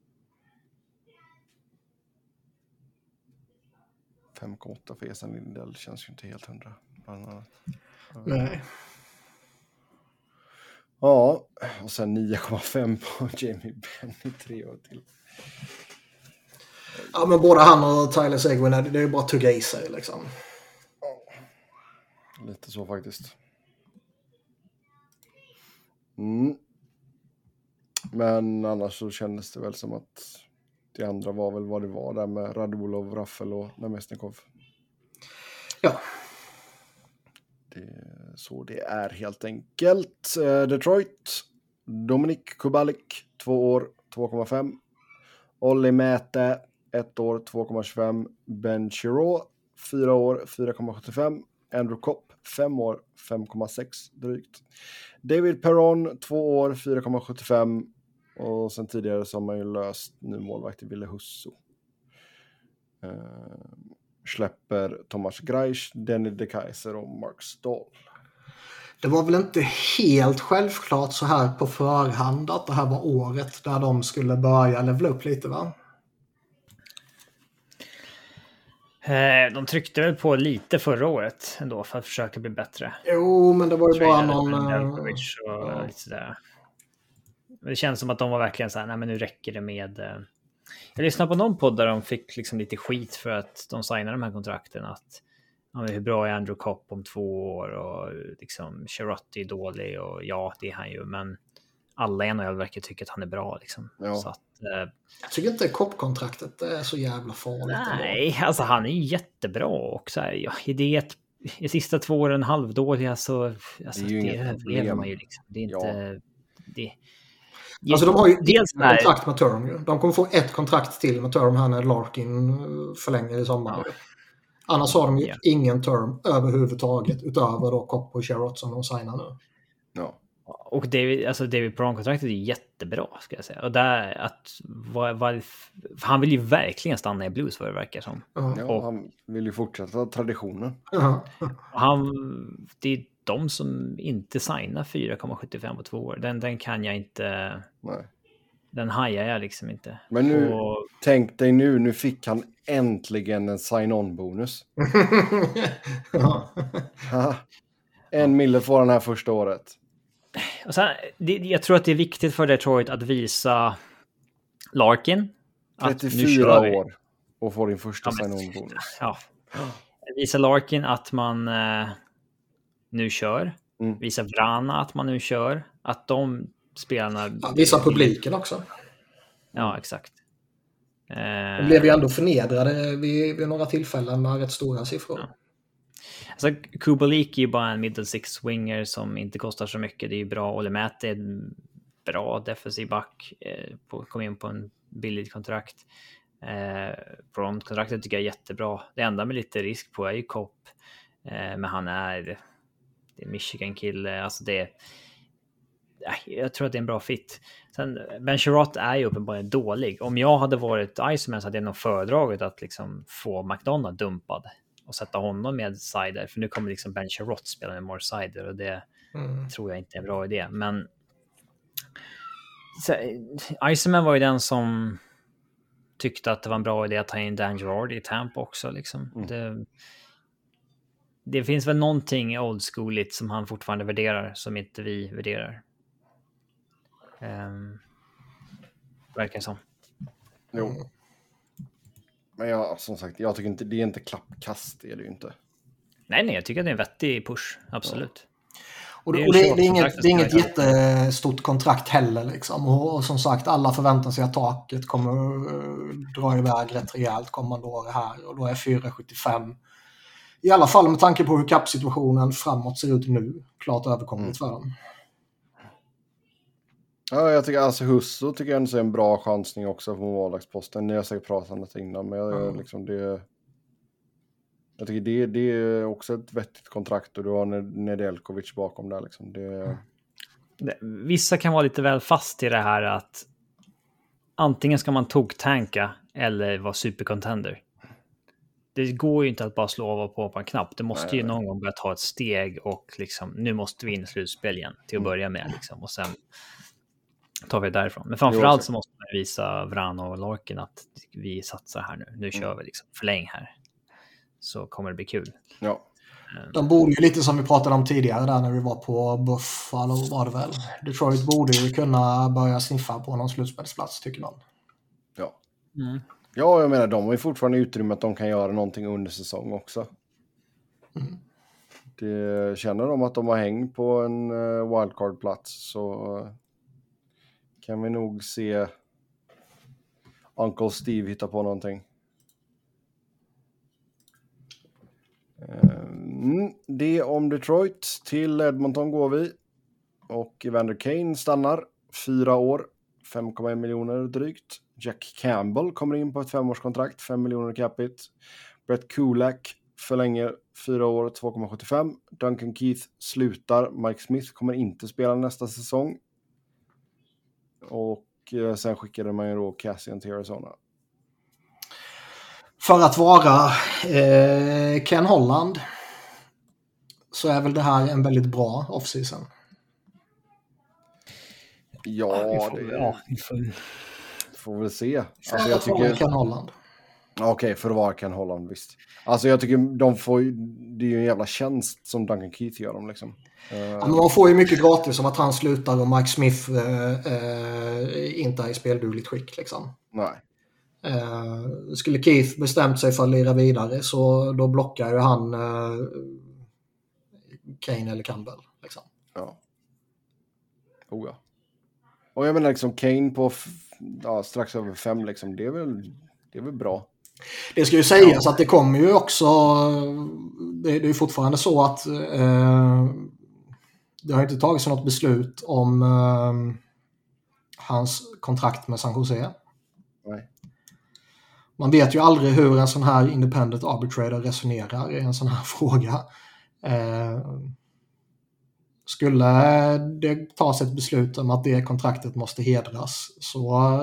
5,8 för Esan Lindell känns ju inte helt 100. Nej. Ja, och sen 9,5 på Jamie Benn i 3 år till. Ja, men både han och Tyler Seguin, det är ju bara att tugga i sig liksom. Ja, lite så faktiskt. Men annars så kändes det väl som att det andra var väl vad det var där med Radulov, Raffel och Namestnikov. Ja. Det är så det är helt enkelt. Detroit, Dominik Kubalik, 2 år, 2,5. Olli Mäte, 1 år, 2,25. Ben Chirot, 4 år, 4,75. Andrew Kopp, 5 år, 5,6 drygt. David Perron, 2 år, 4,75. Och sen tidigare så har man ju löst ny målvakt i Ville Husso. Släpper Thomas Greisch, Denny De Kaiser och Mark Stahl. Det var väl inte helt självklart så här på förhand att det här var året där de skulle börja levla upp lite va? De tryckte väl på lite förra året ändå för att försöka bli bättre. Jo, men det var ju bara någon... Och lite sådär. Det känns som att de var verkligen så här, nej men nu räcker det med... Jag lyssnade på någon podd där de fick liksom lite skit för att de signade de här kontrakten. Att hur bra är Andrew Kopp om 2 år och liksom Chiarotty är dålig och ja, det är han ju. Men alla i NHL verkar tycka att han är bra liksom. Ja. Så att, jag tycker inte Kopp-kontraktet är så jävla farligt. Nej, ändå. Alltså han är ju jättebra och så här, ja, i sista 2 åren halvdåliga så alltså, det överlever man ju liksom. Det är inte... Ja. Alltså de har ju dels kontrakt med Term. De kommer få ett kontrakt till med Term här när Larkin förlänger i sommar. Ja. Annars har de ju ingen Term överhuvudtaget utöver då Kopp och Chiarot som de signar nu. Ja. Och David Perron-kontraktet är jättebra ska jag säga. Och där han vill ju verkligen stanna i Blues vad det verkar som. Ja, han vill ju fortsätta traditionen. Det är de som inte signar 4,75 på 2 år. Den kan jag inte... Nej. Den hajar jag liksom inte. Men nu, tänk dig nu fick han äntligen en sign-on-bonus. $1 miljon får han här första året. Och sen, jag tror att det är viktigt för Detroit att visa Larkin. 34 år och får din första sign-on-bonus. Ja. Visa Larkin att man nu kör. Visa Vrana att man nu kör. Att de spelarna... visa publiken också. Ja, exakt. De blev ju ändå förnedrade vid några tillfällen med rätt stora siffror. Ja. Alltså, Kubalik är ju bara en middle six swinger som inte kostar så mycket. Det är ju bra. Ole Matt är en bra defensiv back. Kom in på en billig kontrakt. Kontraktet tycker jag är jättebra. Det enda med lite risk på är ju Kopp. Men han är Michigan-kille. Alltså jag tror att det är en bra fit. Sen, Ben Chiarot är ju uppenbarligen dålig. Om jag hade varit Iceman så hade jag nog föredragit att liksom få McDonough dumpad och sätta honom med Sider. För nu kommer liksom Ben Chiarot spela med more Sider och det tror jag inte är en bra idé. Men Iceman var ju den som tyckte att det var en bra idé att ta in Dan Girardi i Tampa också. Liksom. Det finns väl någonting old schooligt som han fortfarande värderar som inte vi värderar. Verkar som. Jo. Men som sagt, jag tycker inte det är inte klappkast, det är det ju inte. Nej, jag tycker att det är en vettig push, absolut. Och det är inget jättestort kontrakt heller liksom. Och som sagt, alla förväntar sig att taket kommer dra iväg rätt rejält kommande år här. Och då är 4,75 i alla fall med tanke på hur kappsituationen framåt ser ut nu klart överkomligt för dem. Ja, jag tycker alltså Husso tycker jag är en bra chansning också på målvaktsposten. Ni har säkert pratat om det innan, men jag tycker det är också ett vettigt kontrakt och du har Nedeljkovic bakom där liksom. Vissa kan vara lite väl fast i det här att antingen ska man tog-tanka eller vara supercontender. Det går ju inte att bara slå av på en knapp. Det måste ju någon gång börja ta ett steg och liksom, nu måste vi in i slutspel igen till att börja med liksom, och sen tar vi därifrån. Men framförallt så måste man visa Vrana och Larkin att vi satsar här nu. Nu kör vi liksom förläng här. Så kommer det bli kul. Ja. De borde ju lite som vi pratade om tidigare där när vi var på Buffalo var det väl. Detroit borde ju kunna börja sniffa på någon slutspelsplats tycker man. Ja. Ja, jag menar de har ju fortfarande utrymme att de kan göra någonting under säsong också. Det känner de att de har häng på en wildcard-plats så kan vi nog se Uncle Steve hitta på någonting. Det om Detroit. Till Edmonton går vi. Och Evander Kane stannar 4 år, 5,1 miljoner drygt. Jack Campbell kommer in på ett 5-årskontrakt, 5 miljoner capita. Brett Kulak förlänger 4 år, 2,75. Duncan Keith slutar. Mike Smith kommer inte spela nästa säsong. Och sen skickade man ju då Cassian till Arizona. För att vara Ken Holland så är väl det här en väldigt bra offseason. Ja, vi får väl se. Alltså, jag tycker Ken Holland. Okej, för att vara Ken Holland, visst. Alltså jag tycker det är ju en jävla tjänst som Duncan Keith gör dem liksom. Ja, men man får ju mycket gratis som att han slutar och Mike Smith inte är i speldugligt skick liksom. Nej. Skulle Keith bestämt sig för att lira vidare så då blockar ju han Kane eller Campbell liksom. Ja. Ja. Och jag menar liksom Kane på strax över 5 liksom, det är väl bra. Det ska ju sägas att det kommer ju också, det är ju fortfarande så att det har inte tagits något beslut om hans kontrakt med San Jose. Nej. Man vet ju aldrig hur en sån här independent arbitrator resonerar i en sån här fråga. Skulle det tas ett beslut om att det kontraktet måste hedras så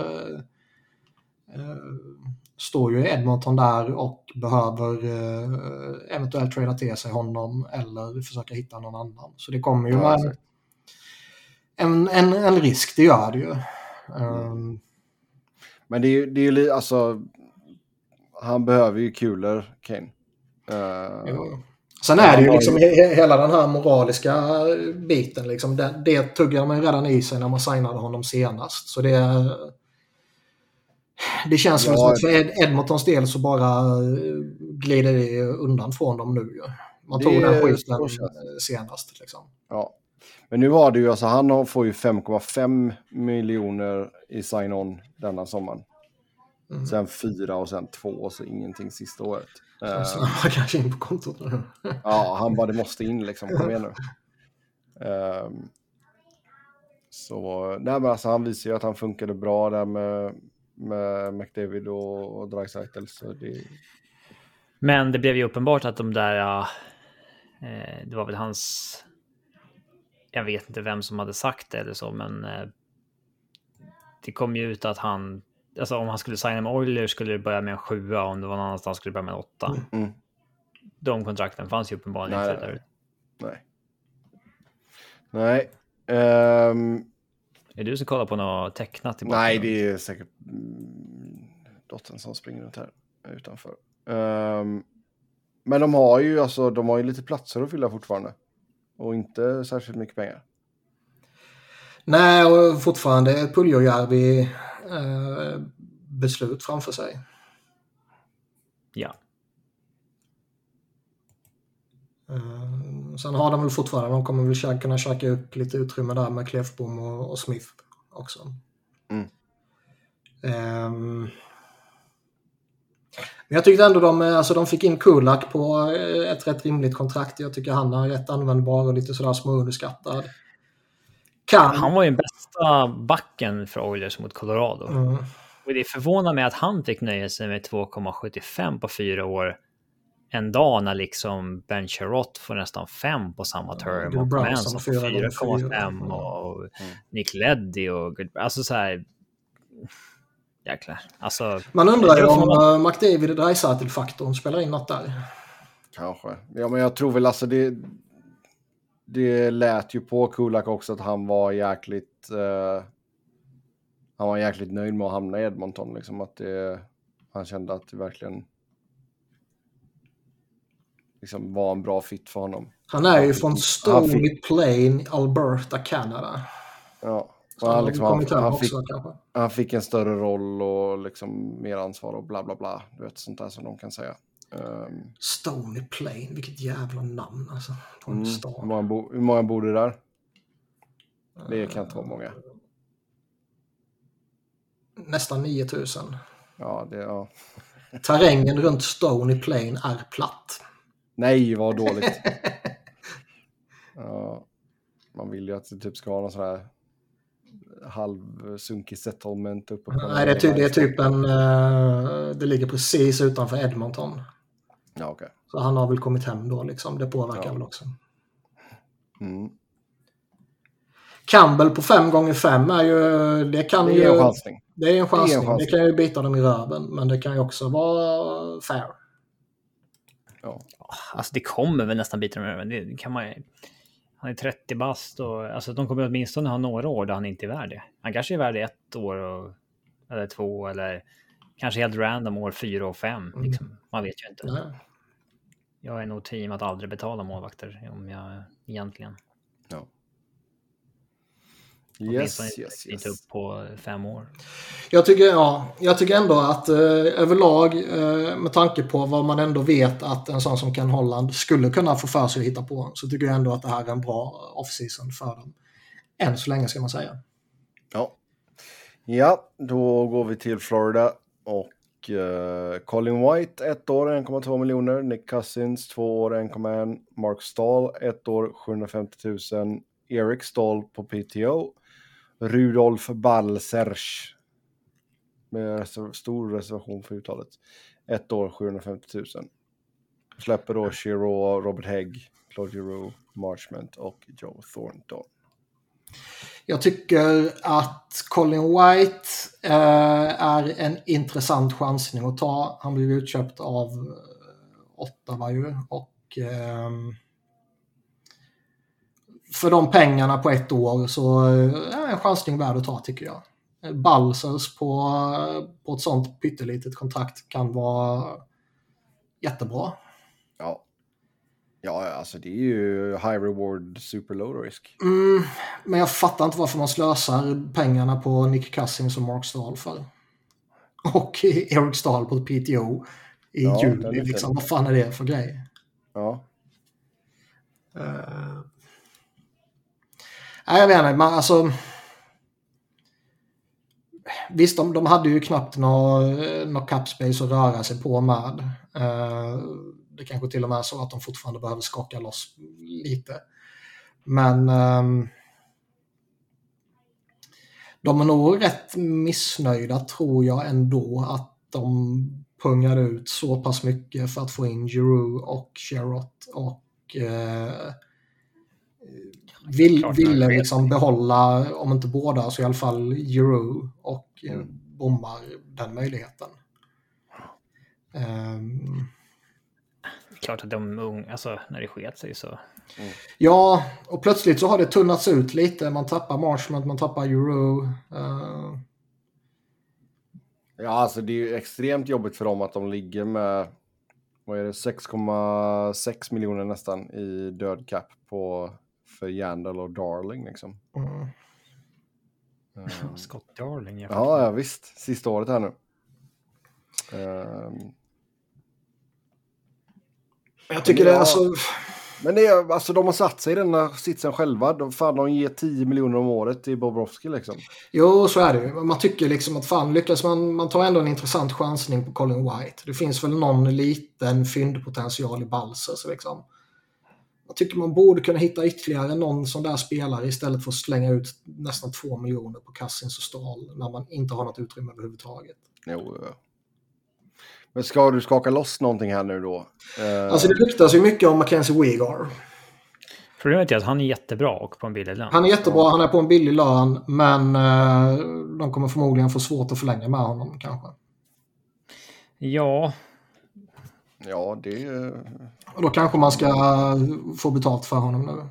står ju Edmonton där och behöver eventuellt trada till sig honom eller försöka hitta någon annan. Så det kommer ju vara en risk, det gör det ju. Men det är ju alltså han behöver ju kulor, Kane. Sen är det ju liksom hela den här moraliska biten liksom, det tuggade man redan i sig när man signade honom senast. Så det känns som att för Edmontons del så bara glider det undan från dem nu. Man tog den skiten senast liksom. Ja. Men nu har det ju, alltså han får ju 5,5 miljoner i sign-on denna sommaren. Sen 4 och sen 2 och så ingenting sista året. Så han kanske in på kontot nu. Ja, han bara det måste in liksom, kom igen nu. Så nej, men alltså han visar ju att han funkade bra där med McDavid och Draisaitl, så det... Men det blev ju uppenbart att de där det var väl hans, jag vet inte vem som hade sagt det eller så, men det kom ju ut att han, alltså om han skulle signa med Oilers skulle det börja med en 7, om det var någon annanstans skulle det börja med en 8. De kontrakten fanns ju uppenbarligen inte där. Nej. Är du som kollar på något tecknat? Nej, det är säkert dottern som springer runt här utanför. Men de har ju lite platser att fylla fortfarande. Och inte särskilt mycket pengar. Nej, och fortfarande ett Puljujärvi beslut framför sig. Ja. Sen har de väl fortfarande, de kommer väl kunna käka upp lite utrymme där med Klefbom och Smith också. Men jag tyckte ändå de fick in Kulak på ett rätt rimligt kontrakt. Jag tycker han är rätt användbar och lite sådär småunderskattad. Han var ju den bästa backen för Oilers mot Colorado. Och det förvånar mig att han fick nöja sig med 2,75 på 4 år. En dag när liksom Ben Sherratt får nästan 5 på samma term. Och Manson får 4,5 och Nick Leddy och alltså så här. Jäklar. Alltså, man undrar ju om McDavid och Draisaitl-faktorn spelar in något där. Kanske. Ja, men jag tror väl alltså det lät ju på Kulak också att han var jäkligt nöjd med att hamna i Edmonton liksom, att han kände att det verkligen liksom var en bra fit för honom. Han är ju från Stony Plain, Alberta, Canada. Ja. Han fick en större roll och liksom mer ansvar och bla bla bla. Du vet, sånt där som de kan säga. Stony Plain, vilket jävla namn alltså. På en stad. Hur många bor det där? Det kan inte vara många. Nästan 9000. Ja. Terrängen runt Stony Plain är platt. Nej, vad dåligt. Ja, man vill ju att det typ ska vara någon sån här halvsunkig settlement uppe på. Nej, det är typ det ligger precis utanför Edmonton. Ja, okej. Så han har väl kommit hem då liksom. Det påverkar väl också. Campbell på 5x5 är ju... Det är en chansning. Det är en chansning. Det kan ju bita dem i röven. Men det kan ju också vara fair. Ja. Alltså det kommer väl nästan bita dem i röven. Det kan man ju... Han är 30 bast och alltså de kommer åtminstone ha några år där han inte är värd det. Han kanske är värd 1 år eller 2 eller Kanske helt random år 4 och 5. Liksom. Man vet ju inte. Nej. Jag är nog team att aldrig betala målvakter om jag egentligen. Ja. Inte upp på 5 år. Jag tycker ändå att överlag med tanke på vad man ändå vet att en sån som Ken Holland skulle kunna få för sig att hitta på, så tycker jag ändå att det här är en bra off-season för dem. Än så länge ska man säga. Ja, då går vi till Florida och Colin White 1 år 1,2 miljoner, Nick Cousins 2 år 1,1, Mark Stahl 1 år 750 000, Eric Stahl på PTO, Rudolf Balcers med stor reservation för uttalet 1 år 750 000. Släpper då Shiro, Robert Hägg, Claude Giroux, Marchment och Joe Thornton. Jag tycker att Colin White är en intressant chansning att ta. Han blev utköpt av Ottawa ju, och för de pengarna på 1 år så är en chansning värd att ta, tycker jag. Balsers på ett sånt pyttelitet kontrakt kan vara jättebra. Ja, alltså det är ju high reward, super low risk. Men jag fattar inte varför man slösar pengarna på Nick Cousins och Mark Stahl för. Och Eric Stahl på PTO i juli. Liksom. Vad fan är det för grej? Ja. Jag vet inte, alltså... Visst, de hade ju knappt någon capspace att röra sig på med. Det kanske till och med är så att de fortfarande behöver skaka loss lite. Men de är nog rätt missnöjda, tror jag ändå, att de pungade ut så pass mycket för att få in Giroux och Sherratt och ville liksom behålla, om inte båda så i alla fall Giroux, och bommar den möjligheten. Klart att de alltså när det sket sig så. Ja, och plötsligt så har det tunnats ut lite. Man tappar Marchment, man tappar Giroux. Ja, alltså det är ju extremt jobbigt för dem att de ligger med, vad är det, 6,6 miljoner nästan i död cap för Yandel och Darling liksom. Scott Darling. Ja, visst. Sista året här nu. Jag tycker det, alltså... Men det är, alltså de har satt sig i den här sitsen själva. De ger 10 miljoner om året till Bobrovsky liksom. Jo, så är det ju. Man tycker liksom att fan, lyckas man tar ändå en intressant chansning på Colin White. Det finns väl någon liten fyndpotential i Balsers liksom. Jag tycker man borde kunna hitta ytterligare någon sån där spelare istället för att slänga ut nästan 2 miljoner på Cousins och Stahl när man inte har något utrymme överhuvudtaget. Jo. Men ska du skaka loss någonting här nu då? Alltså det ryktas ju mycket om Mackenzie Weegar. Problemet är att han är jättebra och på en billig lön. Han är jättebra, han är på en billig lön, men de kommer förmodligen få svårt att förlänga med honom kanske. Ja, det är... Och då kanske man ska få betalt för honom nu.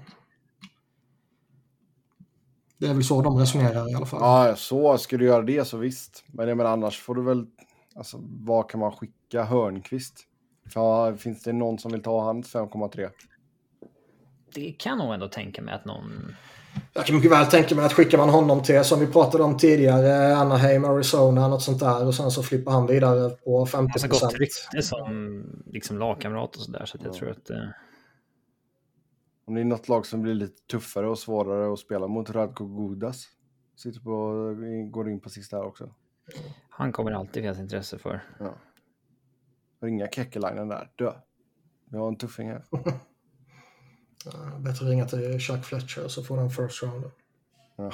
Det är väl så de resonerar i alla fall. Ja, så ska du göra det så visst. Men jag menar, annars får du väl... Alltså, vad kan man skicka? Hörnqvist? Ja, finns det någon som vill ta hans 5,3? Det kan nog ändå tänka mig att någon... Jag kan mycket väl tänka mig att skickar man honom till, som vi pratade om tidigare, Anaheim, Arizona, något sånt där, och sen så flippar han vidare på 50%. Alltså gott rykte som liksom lagkamrat och sådär, så att jag tror att... Om det är något lag som blir lite tuffare och svårare att spela mot, Radko Gudas går in på sista här också. Han kommer alltid finnas intresse för. Ja. Ringa Kekkelainen där. Dö. Vi har en tuffing här. Bättre ringa till Chuck Fletcher så får han first round. Ja.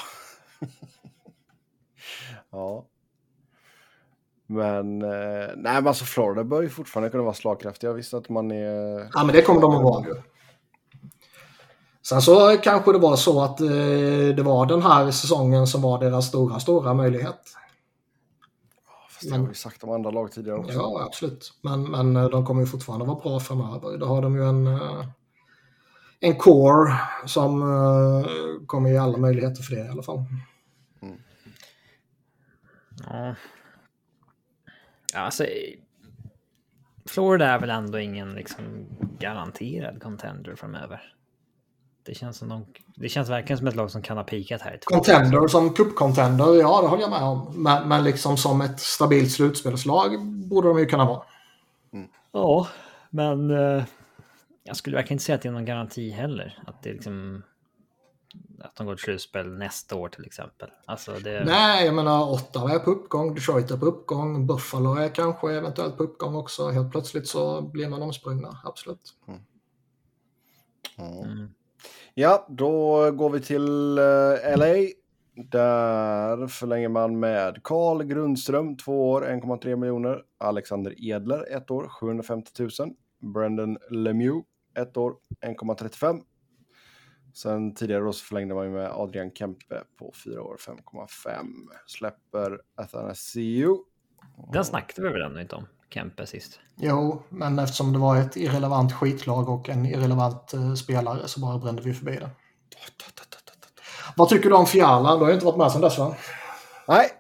Ja. Men nej, men alltså Florida bör ju fortfarande kunna vara slagkraftiga. Jag visste att man är... Ja, men det kommer de att vara. Sen så kanske det var så att det var den här säsongen som var deras stora möjlighet. Fast det har vi sagt om andra lag tidigare också. Ja, absolut. Men de kommer ju fortfarande vara bra framöver. Då har de ju en core som kommer ge alla möjligheter för det i alla fall. Ja. Alltså, Florida är väl ändå ingen liksom garanterad contender framöver. Det känns verkligen som ett lag som kan ha pikat här. Contender som cup-contender, ja det håller jag med om. Men liksom som ett stabilt slutspelslag borde de ju kunna vara. Ja, men jag skulle verkligen inte säga att det är någon garanti heller. Att det liksom... Att de går till slutspel nästa år till exempel. Alltså det... Nej, jag menar Ottawa är på uppgång, Detroit är på uppgång, Buffalo är kanske eventuellt på uppgång också. Helt plötsligt så blir man omsprungna, absolut. Ja, då går vi till LA. Där förlänger man med Carl Grundström 2 år, 1,3 miljoner. Alexander Edler 1 år, 750 000. Brendan Lemieux 1 år, 1,35. Sen tidigare då så förlängde man med Adrian Kempe på 4 år, 5,5. Släpper Athanasiou. Den snackade vi väl ändå inte om, Kempe sist. Jo, men eftersom det var ett irrelevant skitlag och en irrelevant spelare så bara brände vi förbi det. Vad tycker du om Fiala? Du har ju inte varit med sedan dess, va? Nej.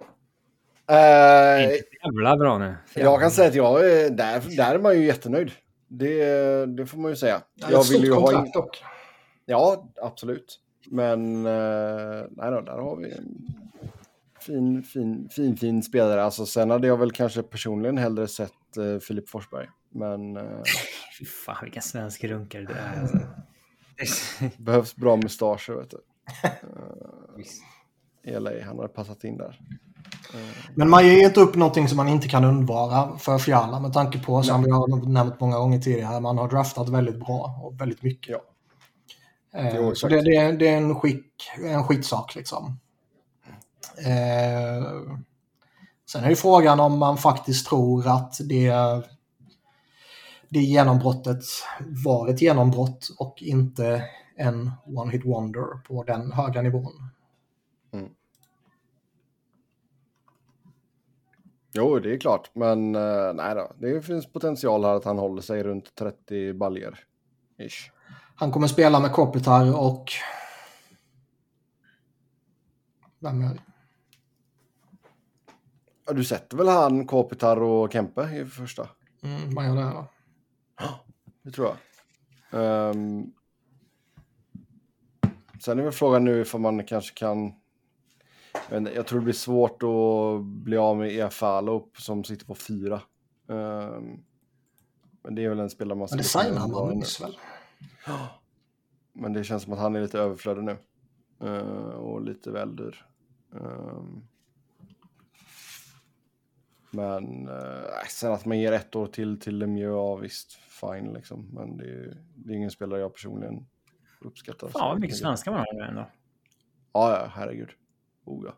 Jävla bra nu. Fiala. Jag kan säga att jag där är man ju jättenöjd. Det får man ju säga. Jag vill ju ha dock. Ja, absolut. Men nej då, där har vi en fin spelare. Alltså, sen hade jag väl kanske personligen hellre sett Filip Forsberg. Men... Fy fan, vilken svensk runkare det är. Behövs bra mustascher, vet du. LA, han hade passat in där. Men man ger inte upp någonting som man inte kan undvara för Fiala med tanke på, som vi har nämnt många gånger tidigare, man har draftat väldigt bra och väldigt mycket. Ja. Så det är en skitsak liksom. Sen är ju frågan om man faktiskt tror att det genombrottet var ett genombrott och inte en one-hit wonder på den höga nivån. Jo, det är klart. Men nej då. Det finns potential här att han håller sig runt 30 baljer. Ish. Han kommer spela med Kopitar och... Vem är det? Ja, du sätter väl han, Kopitar och Kempe i första? Vad gör det här då? Det tror jag. Sen är väl frågan nu ifall man kanske kan... Jag tror det blir svårt att bli av med Efalo som sitter på 4. Men det är väl en spelare man... Men det signar man nyss väl? Men det känns som att han är lite överflödig nu. Och lite väl dyr. Men sen att man ger 1 år till Lemieux, ja visst, fine liksom. Men det är ingen spelare jag personligen uppskattar. Fan vad mycket svenska man har ändå. Ja, herregud. Ja.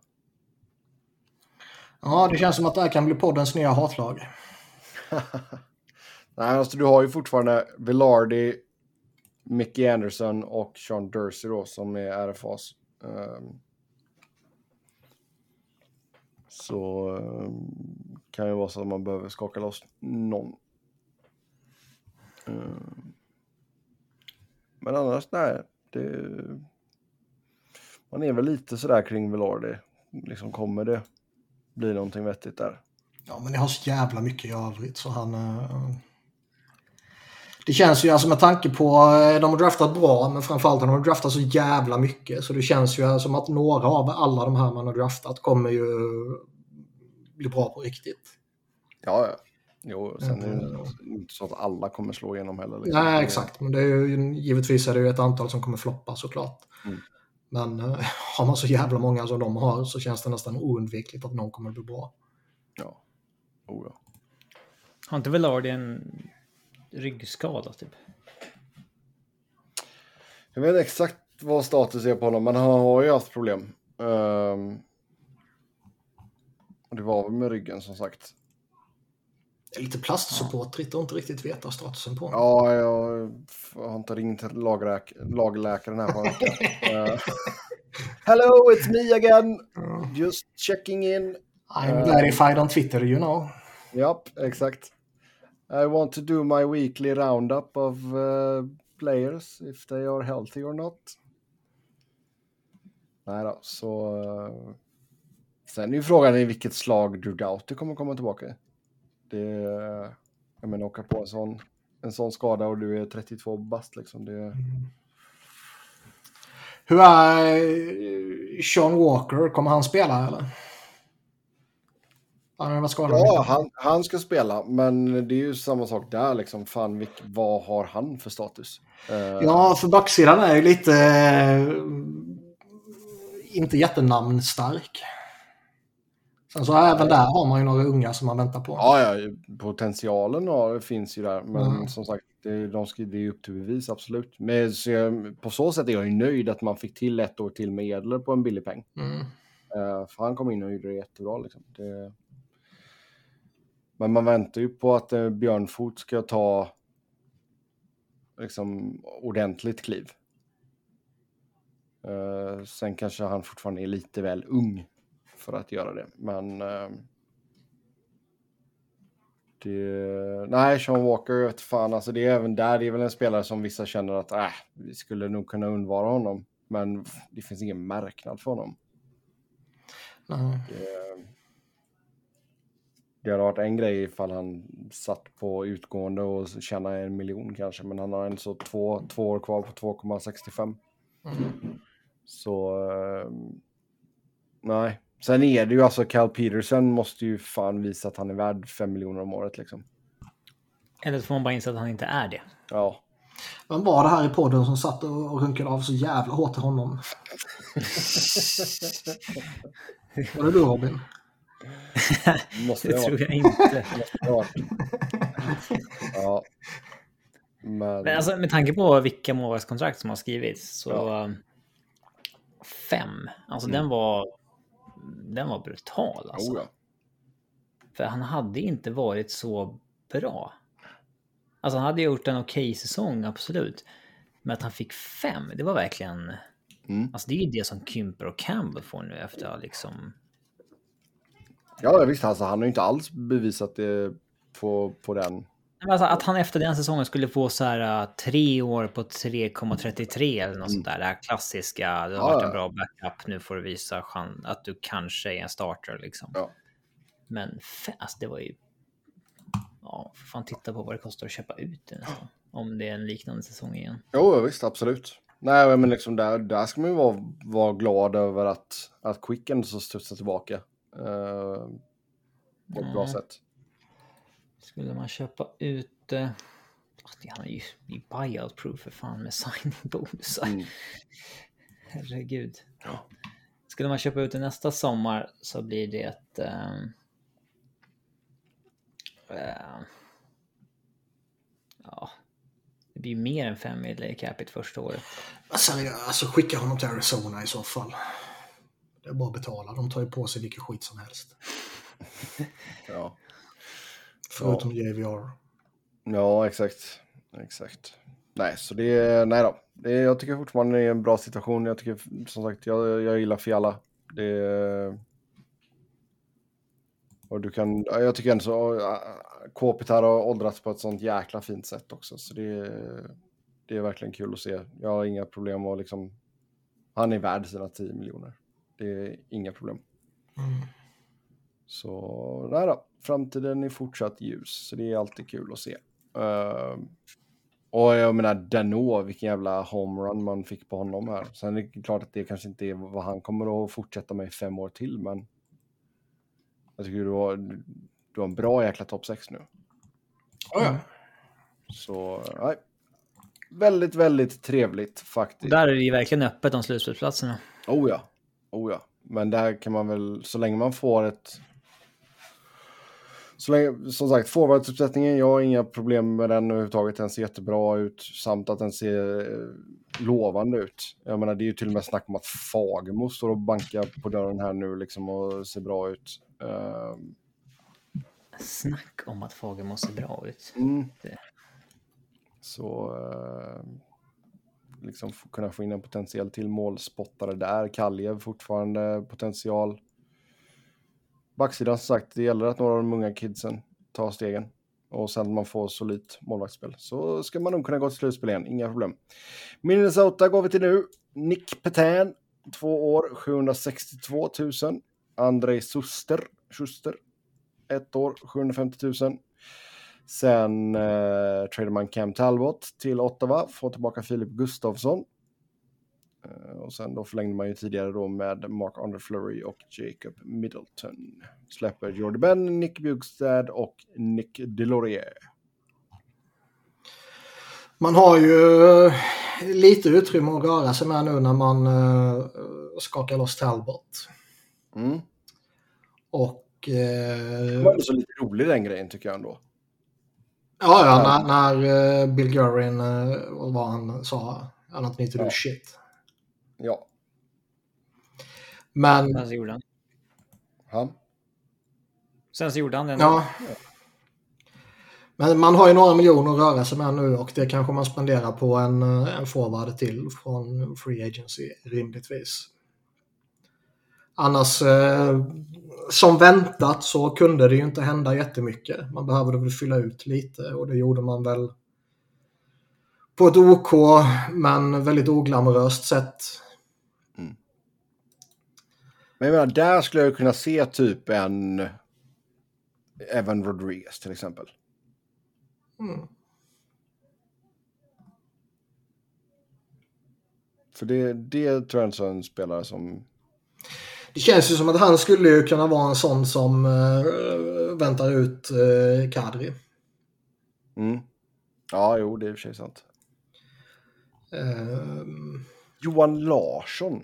Ja, det känns som att det här kan bli poddens nya hatlag. Nej, alltså du har ju fortfarande Velarde, Mickey Anderson och Sean Dursey då som är RFAs. Så kan ju vara så att man behöver skaka loss någon. Men annars, nej. Man är väl lite sådär kring Velarde. Liksom kommer det bli någonting vettigt där. Ja, men det har så jävla mycket i övrigt så han... Det känns ju alltså med tanke på de har draftat bra, men framförallt de har draftat så jävla mycket så det känns ju som att några av alla de här man har draftat kommer ju bli bra på riktigt. Ja. Jo, sen är det inte så att alla kommer slå igenom heller. Liksom. Nej, exakt. Men det är ju, givetvis är det ju ett antal som kommer floppa såklart. Men har man så jävla många som de har så känns det nästan oundvikligt att någon kommer att bli bra. Ja. Har inte Velarde en ryggskada typ? Jag vet inte exakt vad status är på honom, men han har ju haft problem. Och det var väl med ryggen som sagt. Det är lite plastsupportrigt och inte riktigt veta statusen på. Ja, jag har inte ringt lagläkaren här på en vecka. Hello, it's me again. Just checking in. I'm verified on Twitter, you know. Japp, exakt. I want to do my weekly roundup of players, if they are healthy or not. Nej då, så... Sen är ju frågan i vilket slag Drew Doughty kommer komma tillbaka i. Jag menar, åka på en sån skada och du är 32 bast liksom. Hur är Sean Walker? Kommer han spela eller? Ja, han ska spela, men det är ju samma sak där liksom. Fan, vad har han för status? Ja, för backsidan är ju lite inte jättenamnstark. Sen så även där har man ju några unga som man väntar på. Ja, potentialen finns ju där, men som sagt, det är ju upp till bevis, absolut. Men på så sätt är jag ju nöjd att man fick till 1 år till med Edler på en billig peng. För han kom in och gjorde det jättebra liksom. Men man väntar ju på att Björnfot ska ta liksom ordentligt kliv. Sen kanske han fortfarande är lite väl ung för att göra det. Men nej, Sean Walker, vet fan, alltså det är även där, det är väl en spelare som vissa känner att vi skulle nog kunna undvara honom. Men det finns ingen marknad för honom. Det hade varit en grej ifall han satt på utgående och tjänade 1 miljon kanske. Men han har ändå så 2 år kvar på 2,65. Så nej. Sen är det ju alltså Cal Peterson måste ju fan visa att han är värd 5 miljoner om året liksom. Eller så får man bara inse att han inte är det. Ja. Men var det här i podden som satt och runkade av så jävla hårt till honom? Var det du, Robin? Det tror jag inte. Ja. Men alltså, med tanke på vilka målvaktskontrakt som har skrivits så 5. Alltså den var brutal alltså. För han hade inte varit så bra. Alltså han hade gjort en okej säsong, absolut. Men att han fick 5, det var verkligen... Alltså det är ju det som Kymper och Campbell får nu efter liksom... Ja, visst. Alltså, han har ju inte alls bevisat det på den. Alltså, att han efter den säsongen skulle få så här 3 år på 3,33 eller något sånt där. Det här klassiska, det har varit en bra backup, nu får du visa att du kanske är en starter liksom. Ja. Men alltså, det var ju... Ja, för fan, titta på vad det kostar att köpa ut det nästan. Om det är en liknande säsong igen. Jo, visst, absolut. Nej, men liksom där ska man ju vara glad över att Quicken så studsar tillbaka på ett bra sätt. Skulle man köpa ut... han är ju buyout proof för fan med signing bonusar. Herregud. Ja. Skulle man köpa ut det nästa sommar så blir det ett... det blir mer än 5 i capita första året. Alltså skicka honom till Arizona i så fall. Det är bara att betala. De tar ju på sig vilken skit som helst. Ja. Förutom JVR. Ja, exakt. Nej, så nej då. Jag tycker fortfarande det är en bra situation. Jag tycker, som sagt, jag gillar Fiala. Och jag tycker ändå så Kopitar har åldrats på ett sånt jäkla fint sätt också. Så det är verkligen kul att se. Jag har inga problem att liksom... Han är värd sina 10 miljoner. Det är inga problem. Så nej då. Framtiden är fortsatt ljus. Så det är alltid kul att se. Och jag menar Dano, vilken jävla homerun man fick på honom här. Sen är det klart att det kanske inte är vad han kommer att fortsätta med i 5 år till. Men jag tycker du har en bra jäkla topp 6 nu. Så nej. Väldigt, väldigt trevligt faktiskt. Och där är det ju verkligen öppet om slutspelsplatserna. Oh ja. Men där kan man väl, så länge man får som sagt, forwardsuppsättningen, jag har inga problem med den överhuvudtaget. Den ser jättebra ut, samt att den ser lovande ut. Jag menar, det är ju till och med snack om att Fagemo står och bankar på dörren här nu liksom och ser bra ut. Snack om att Fagemo ser bra ut. Så liksom kunna få in en potentiell till målspottare där. Kaljev fortfarande potential. Backsidan, som sagt, det gäller att några av de unga kidsen tar stegen. Och sen man får solidt målvaktsspel. Så ska man nog kunna gå till slutspel igen. Inga problem. Minnesota går vi till nu. Nick Petan, 2 år, 762 000. Andrei Schuster, 1 år, 750 000. Sen tradar man Cam Talbot till Ottawa, får tillbaka Filip Gustafsson. Och sen då förlängde man ju tidigare då med Marc-Andre Fleury och Jacob Middleton. Släpper Jordy Ben, Nick Bjugstad och Nick Delorier. Man har ju lite utrymme att röra sig med nu när man skakar loss Talbot. Och... det var så lite rolig den grejen tycker jag ändå. Ja, när Bill Guerin vad han sa, han inte need to do shit. Ja. Men... Sen så gjorde han. Han? Sen så gjorde han den. Ja. Men man har ju några miljoner att röra sig med nu och det kanske man spenderar på en forward till från Free Agency rimligtvis. Annars, som väntat så kunde det ju inte hända jättemycket. Man behövde väl fylla ut lite och det gjorde man väl på ett OK men väldigt oglamoröst sätt. Men jag menar, där skulle jag kunna se typ en Evan Rodriguez till exempel. För det tror jag inte är en spelare som... Det känns ju som att han skulle ju kunna vara en sån som väntar ut Kadri. Ja, jo, det är i och för sig sant. Johan Larsson.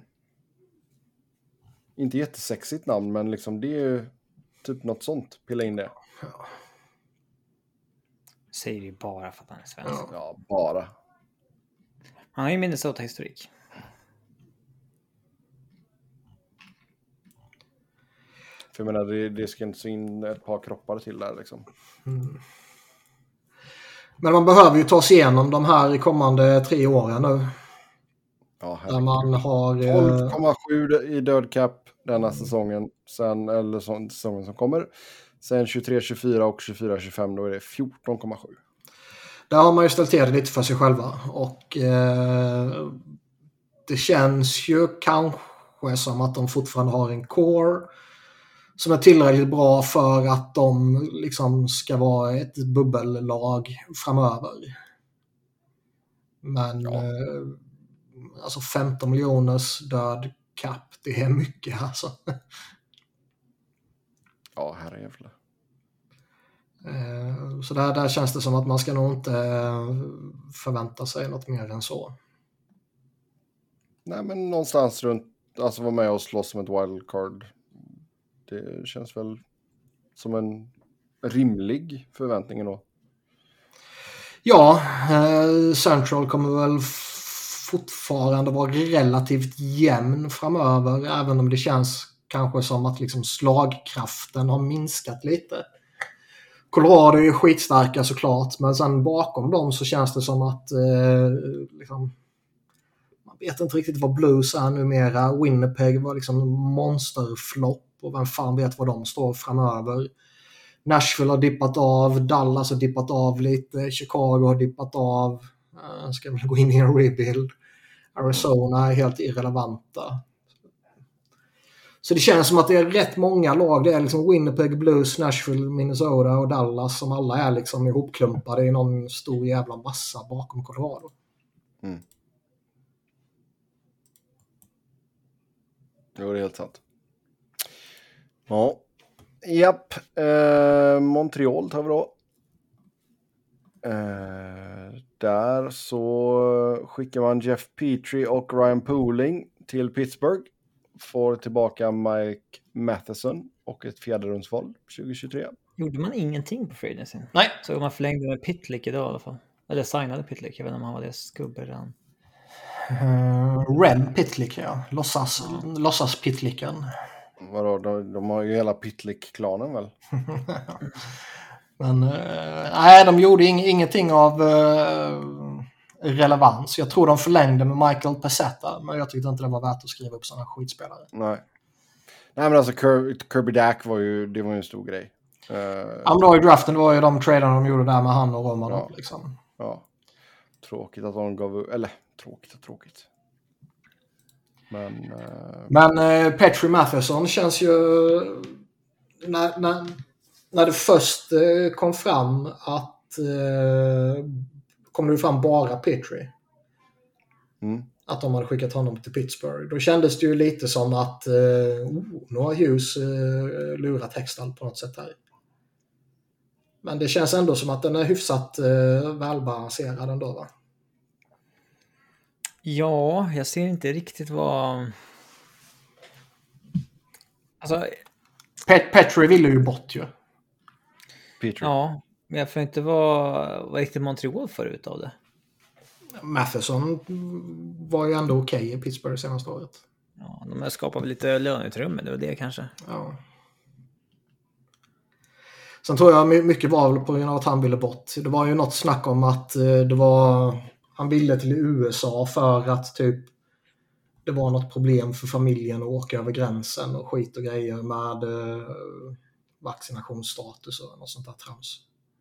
Inte jättesexigt namn, men liksom det är ju typ något sånt. Pilla in det. Ja. Säger det bara för att han är svensk. Ja, bara. Han har ju Minnesota-historik. För jag menar, det ska inte så in ett par kroppar till där liksom. Men man behöver ju ta sig igenom de här kommande 3 åren nu. Ja, där man har 12,7 i död cap denna säsongen. Sen, eller säsongen som kommer. Sen 23-24 och 24-25 då är det 14,7. Där har man ju ställt till det lite för sig själva. Och det känns ju kanske som att de fortfarande har en core som är tillräckligt bra för att de liksom ska vara ett bubbellag framöver. Men alltså 15 miljoners död cap, det är mycket alltså. Ja, herrejävlar. Så där känns det som att man ska nog inte förvänta sig något mer än så. Nej, men någonstans runt, alltså vara med och slåss som ett wildcard. Det känns väl som en rimlig förväntning då. Ja, Central kommer väl fortfarande vara relativt jämn framöver, även om det känns kanske som att liksom slagkraften har minskat lite. Colorado är skitstarka såklart, men sen bakom dem så känns det som att liksom, man vet inte riktigt vad Blues är numera. Winnipeg var liksom monsterflopp och vem fan vet vad de står framöver. Nashville har dippat av, Dallas har dippat av lite, Chicago har dippat av, ska väl gå in i en rebuild. Arizona är helt irrelevanta. Så det känns som att det är rätt många lag. Det är liksom Winnipeg, Blues, Nashville, Minnesota och Dallas som alla är liksom ihopklumpade i någon stor jävla massa bakom Colorado. Jo, det är helt sant. Ja. Japp. Montreal tar vi då. Där så skickar man Jeff Petrie och Ryan Poehling till Pittsburgh. Får tillbaka Mike Matheson och ett fjärderumsval 2023. Gjorde man ingenting på free agency? Nej. Så man förlängde med Pitlick idag i alla fall. Eller signade Pitlick, jag vet inte om han var det skubbe redan. Rem Pitlick, ja. Låtsas Pitlicken. Vadå, de har ju hela Pitlick-klanen väl? Men nej, de gjorde ingenting av relevans. Jag tror de förlängde med Michael Pezzetta, men jag tyckte inte det var värt att skriva upp sådana skitspelare. Nej, men alltså Kirby Dack var ju en stor grej. Ja, men då i draften var ju de traderna de gjorde där med han och Romanov liksom. Ja, tråkigt att de gav, eller tråkigt. Men Petrie Matheson känns ju när det först kom fram att kom det fram bara Petrie. Att de hade skickat honom till Pittsburgh. Då kändes det ju lite som att nu har Hughes lurat Hextall på något sätt här. Men det känns ändå som att den är hyfsat välbalanserad ändå, va? Ja, jag ser inte riktigt vad... Alltså... Petrie ville ju bort ju. Petrie. Ja, men jag får inte vara riktigt Montreal förut av det. Matheson var ju ändå okej i Pittsburgh senaste året. Ja, de har skapat lite löneutrymme, det var det kanske. Ja. Sen tror jag mycket var väl på grund av att han ville bort. Det var ju något snack om att han ville till USA för att typ det var något problem för familjen att åka över gränsen och skit och grejer med vaccinationsstatus och något sånt där trams.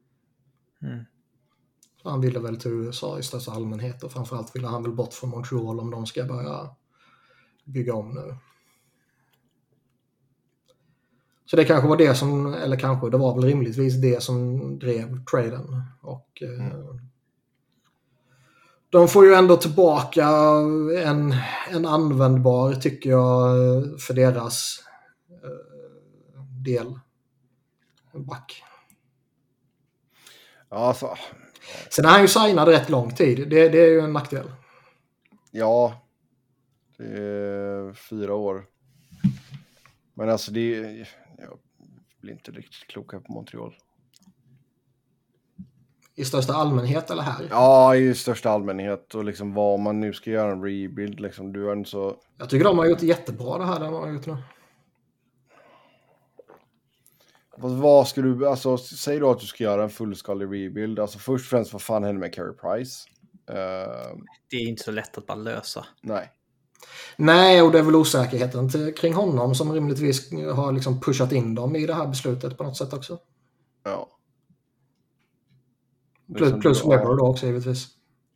Så han ville väl till USA i största allmänhet och framförallt ville han väl bort från Montreal om de ska börja bygga om nu. Så det kanske var det som, eller kanske det var väl rimligtvis det som drev traden. Och de får ju ändå tillbaka en användbar, tycker jag, för deras del. En back. Ja, alltså. Sen är han ju signad rätt lång tid. Det är ju en nackdel. Ja, det är 4 år. Men alltså jag blir inte riktigt klok här på Montreal. I största allmänhet eller här? Ja, i största allmänhet. Och liksom vad man nu ska göra en rebuild. Liksom, du är så... Jag tycker de har gjort jättebra det här de har gjort nu. Vad ska du... Alltså, säg då att du ska göra en fullskalig rebuild. Alltså först och främst, vad fan händer med Carey Price? Det är inte så lätt att bara lösa. Nej, och det är väl osäkerheten kring honom som rimligtvis har liksom pushat in dem i det här beslutet på något sätt också. Ja. Plus Weber då också givetvis.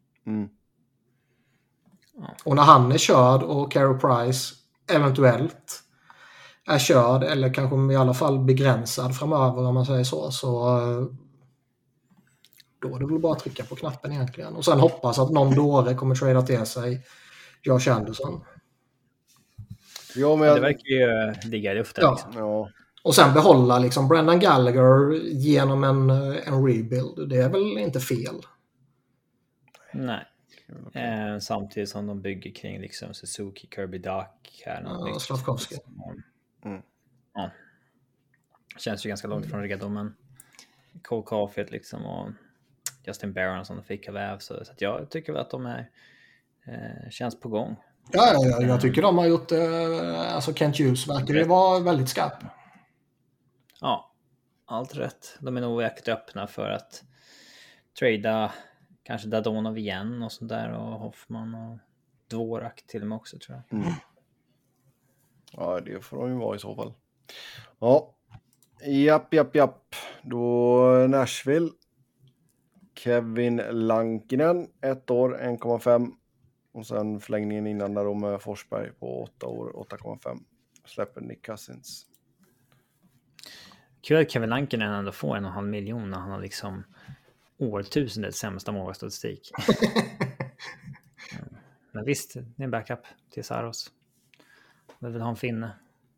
Och när han är körd och Carey Price eventuellt är körd eller kanske i alla fall begränsad framöver om man säger så då är det väl bara att trycka på knappen egentligen. Och sen hoppas att någon dåre kommer trada till sig Josh Anderson. Ja, men... Det verkar ju ligga i luften. Ja. Liksom. Ja. Och sen behålla liksom Brendan Gallagher genom en rebuild. Det är väl inte fel. Nej. Samtidigt som de bygger kring liksom Suzuki, Kirby Duck här. Slavkovski. Ja. Känns ju ganska långt från redo, men Cole Caulfield liksom och Justin Barron som de fick av Väv. Så att jag tycker väl att de är känns på gång. Ja, jag tycker de har gjort alltså Kent Hughes verkar det vara väldigt skarp. Ja, allt rätt. De är nog jäkligt öppna för att trada kanske Dadonov igen och sånt där och Hoffman och Dvorak till och med också tror jag. Ja, det får de ju vara i så fall. Ja. Japp. Då Nashville. Kevin Lankinen, 1 år, 1,5. Och sen förlängningen innan där med Forsberg på 8 år, 8,5. Släpper Nick Cousins. Kul att Kevin Lankinen ändå får 1,5 miljon när han har liksom årtusendets sämsta målstatistik. Men visst, det är en backup till Saros. Vi vill ha en finne.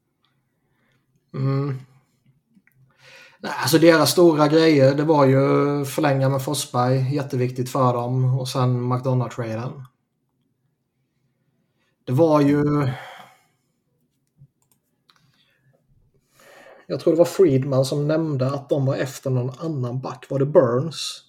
Nej, alltså deras stora grejer, det var ju förlänga med Forsberg, jätteviktigt för dem. Och sen McDonough-traden. Det var ju... Jag tror det var Friedman som nämnde att de var efter någon annan back. Var det Burns?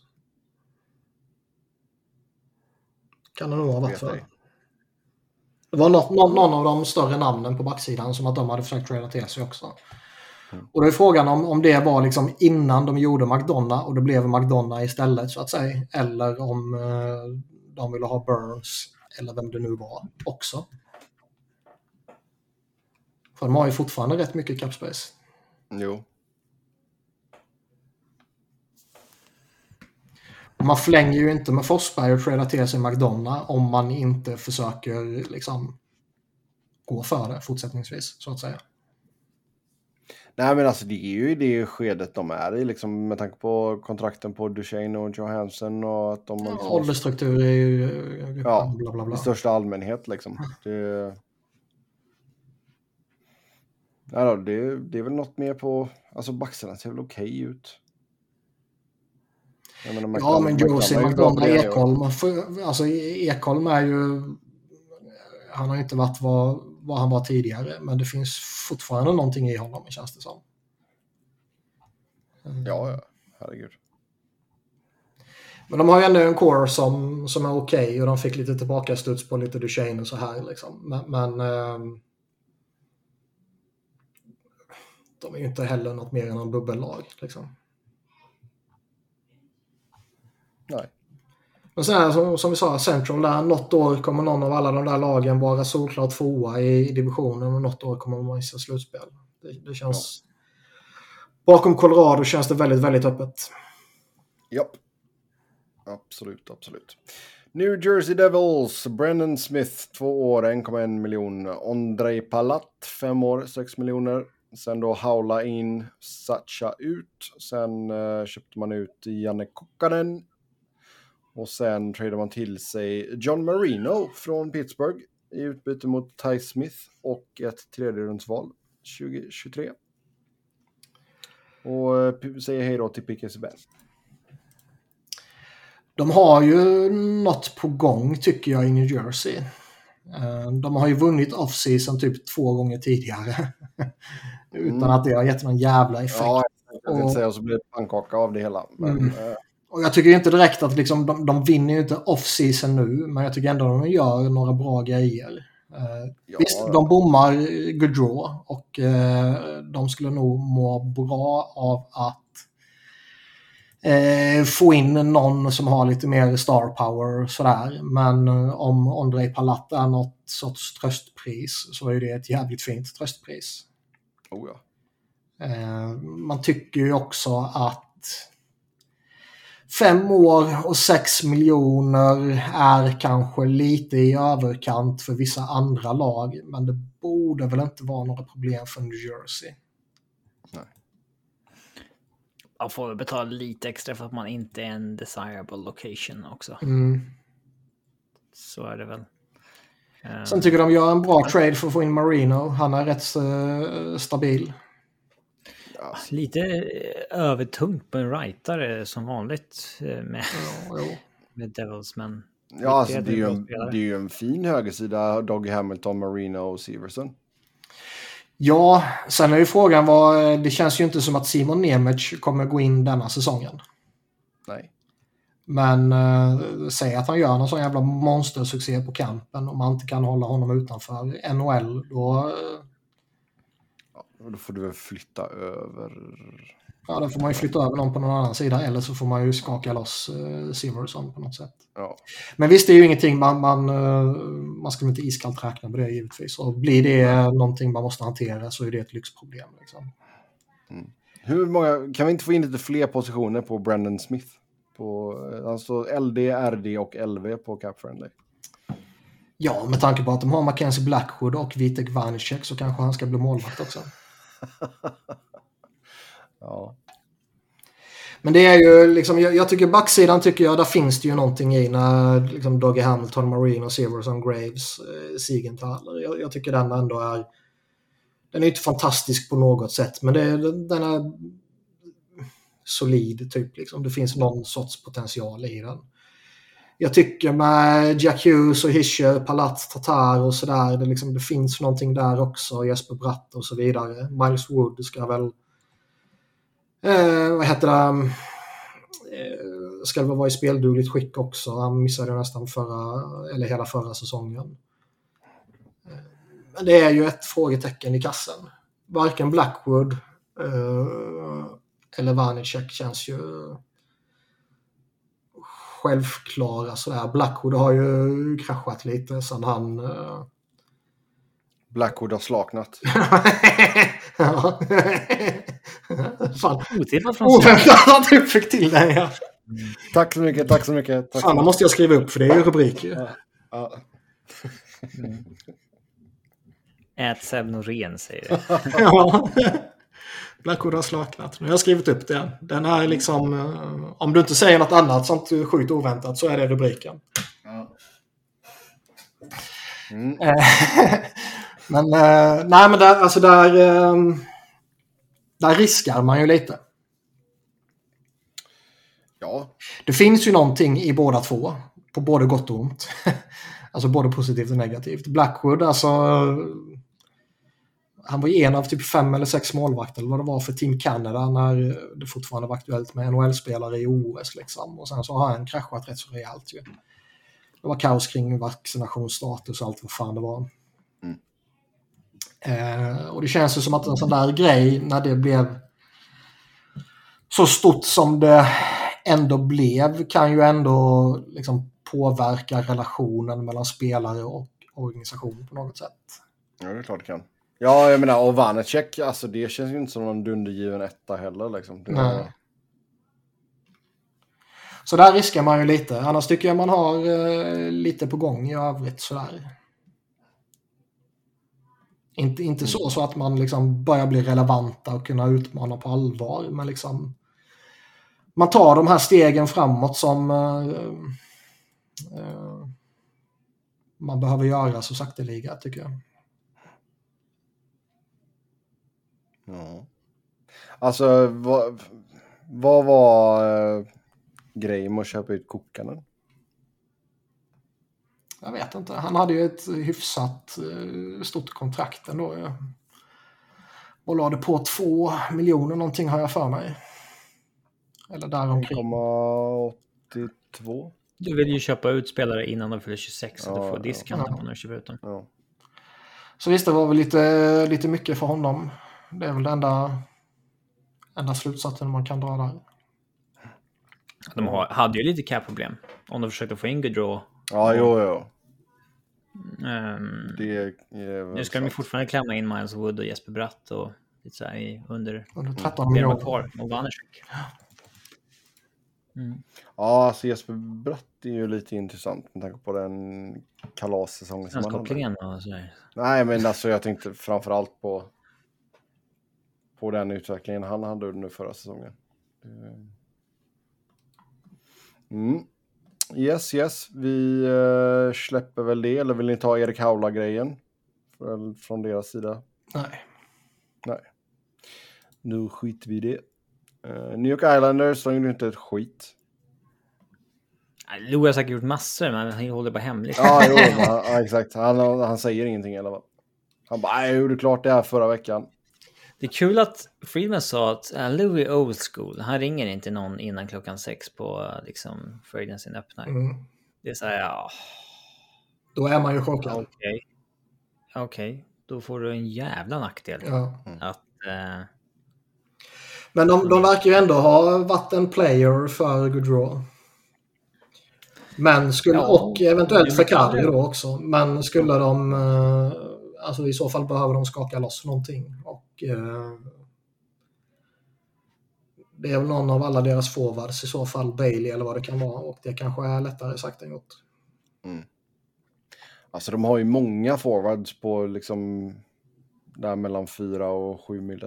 Kan det nog ha varit för. Det var någon av de större namnen på backsidan som att de hade försökt trada till sig också. Och då är frågan om det var liksom innan de gjorde McDonough och det blev McDonough istället så att säga. Eller om de ville ha Burns eller vem det nu var också. För de har ju fortfarande rätt mycket cap space. Jo. Man förlänger ju inte med Forsberg och tradar till sig McDonough om man inte försöker liksom gå för det fortsättningsvis så att säga. Nej, men alltså det är ju i det skedet de är i, liksom, med tanke på kontrakten på Duchene och Johansson och att de har liksom... Åldersstruktur är ju ja, bla bla bla. I största allmänhet liksom. Det är väl något mer på... Alltså backarna ser väl okej ut. Menar, ja, men Josie McDonald Ekholm. Alltså Ekholm är ju... Han har inte varit vad han var tidigare. Men det finns fortfarande någonting i honom, känns det som. Ja, herregud. Men de har ju ändå en core som är okej. Och de fick lite tillbaka studs på lite Duchene och så här liksom. Men de är ju inte heller något mer än en bubbellag liksom. Nej. Men sen här, som vi sa, Central där, något år kommer någon av alla de där lagen vara solklart tvåa i divisionen och något år kommer de missa slutspel. Det känns... Ja. Bakom Colorado känns det väldigt, väldigt öppet. Japp. Absolut. New Jersey Devils, Brendan Smith, 2 år, 1,1 miljon. Ondrej Palat, 5 år, 6 miljoner. Sen då Haula in, Sacha ut. Sen köpte man ut Janne Kokkanen. Och sen tradade man till sig John Marino från Pittsburgh i utbyte mot Ty Smith och ett 3-rundsval 2023. Och säger hej då till P.K. Subban. De har ju något på gång tycker jag i New Jersey. De har ju vunnit off-season typ 2 gånger tidigare. Utan att det har gett någon jävla effekt. Ja, jag vill säga så blir det pannkaka av det hela. Men, och jag tycker inte direkt att liksom, de vinner ju inte off-season nu. Men jag tycker ändå att de gör några bra grejer. Visst, de bommar Gaudreau. Och de skulle nog må bra av att få in någon som har lite mer star power sådär. Men om Ondrej Palat är något sorts tröstpris så är det ett jävligt fint tröstpris. Oh ja. Man tycker ju också att 5 år och 6 miljoner är kanske lite i överkant för vissa andra lag. Men det borde väl inte vara några problem för New Jersey. Nej. Man får väl betala lite extra för att man inte är en desirable location också. Så är det väl. Sen tycker de gör en bra trade för att få in Marino. Han är rätt stabil. Ja. Lite övertungt på en rightare som vanligt med Devils, men... Ja, alltså, det är ju en fin högersida, Doggy Hamilton, Marino och Severson. Ja, sen är ju frågan det känns ju inte som att Simon Nemec kommer gå in denna säsongen. Nej. Men säg att han gör någon sån jävla monstersuccé på kampen och man inte kan hålla honom utanför NHL, då... Då får du väl flytta över... Ja, då får man ju flytta över någon på någon annan sida eller så får man ju skaka loss Severson på något sätt. Ja. Men visst, det är ju ingenting man ska inte iskallt räkna med det givetvis. Och blir det någonting man måste hantera så är det ett lyxproblem. Liksom. Hur många, kan vi inte få in lite fler positioner på Brendan Smith? Alltså LD, RD och LV på Cap Friendly. Ja, med tanke på att de har Mackenzie Blackwood och Vitek Vanecek så kanske han ska bli målvakt också. Ja. Men det är ju liksom, jag tycker backsidan där finns det ju någonting i när liksom Dougie Hamilton, Marino, Severson, Graves, Siegenthaler. Jag tycker den ändå den är inte fantastisk på något sätt, men den är solid typ liksom. Det finns någon sorts potential i den. Jag tycker med Jack Hughes och Hischer, Palat, Tatar och sådär, det finns någonting där också, Jesper Bratt och så vidare. Miles Wood ska väl ska väl vara i speldugligt skick också. Han missade nästan hela förra säsongen. Men det är ju ett frågetecken i kassen. Varken Blackwood eller Vanecek känns ju självklara sådär. Blackwood har ju kraschat lite sen han... Blackwood har slaknat. Ja. Fan. Oväntat att du fick till det, ja. Tack så mycket. Fan, det måste jag skriva upp för det är ju rubrik. Ja. Ät Seb Norén, säger det. Ja. Blackwood har slaknat. Nu har jag skrivit upp det. Den är liksom... om du inte säger något annat sånt sjukt oväntat så är det rubriken. Ja. Men nej, men där, alltså där riskar man ju lite. Ja. Det finns ju någonting i båda två. På både gott och ont. Alltså både positivt och negativt. Blackwood, alltså... Han var en av typ 5 eller 6 målvakter eller vad det var för Team Canada när det fortfarande var aktuellt med NHL-spelare i OS liksom. Och sen så har han kraschat rätt så rejält ju. Det var kaos kring vaccinationsstatus och allt vad fan det var. Och det känns ju som att en sån där grej när det blev så stort som det ändå blev kan ju ändå liksom påverka relationen mellan spelare och organisation på något sätt. Ja, det är klart det kan. Ja, jag menar, och Vanecek, alltså det känns ju inte som någon dundergiven etta heller liksom. Nej. Så där riskar man ju lite. Annars tycker jag man har lite på gång i övrigt sådär. Inte så att man liksom börjar bli relevanta och kunna utmana på allvar. Men liksom man tar de här stegen framåt som man behöver göra så sakteliga tycker jag. Ja. Alltså, vad var grejen med att köpa ut Kokkanen? Jag vet inte. Han hade ju ett hyfsat stort kontrakt ändå. Ja. Och lade på 2 miljoner någonting har jag för mig. Eller däromkring. 1,82. Du vill ju köpa ut spelare innan de fyller 26 så du får discounten på när du köper ut dem. Ja. Så visst, det var väl lite mycket för honom. Det är väl den enda slutsatsen man kan dra där. De hade ju lite cap-problem. Om de försökte få in Gaudreau. Ja, jo. Nu ska de fortfarande klämma in Miles Wood och Jesper Bratt och lite så här under 13 miljoner kvar och Vanecek. Ja, alltså Jesper Bratt är ju lite intressant med tanke på den kalassäsongen som han hade. Och sådär. Nej, men alltså jag tänkte framförallt på den utvecklingen han hade under förra säsongen. Yes. Vi släpper väl det. Eller vill ni ta Erik Haula-grejen från deras sida? Nej. Nu skiter vi i det. New York Islanders, de gjorde inte ett skit. Lou har säkert gjort massor, men han håller bara hemligt. Ja, exakt. Han säger ingenting eller vad. Han bara, jag gjorde klart det här förra veckan. Det är kul att Friedman sa att Lou är old school. Han ringer inte någon innan 6 på liksom Freudian sin öppnar. Det är så här, ja. Då är man ju chockad. Okej. Då får du en jävla nackdel. Att... Men de verkar ju ändå ha varit en player för Gaudreau. Men och eventuellt för Kadri då också. Men skulle de... Alltså i så fall behöver de skaka loss någonting. Och det är väl någon av alla deras forwards i så fall, Bailey eller vad det kan vara. Och det kanske är lättare sagt än gjort. Alltså de har ju många forwards på liksom där mellan 4 och 7 mille.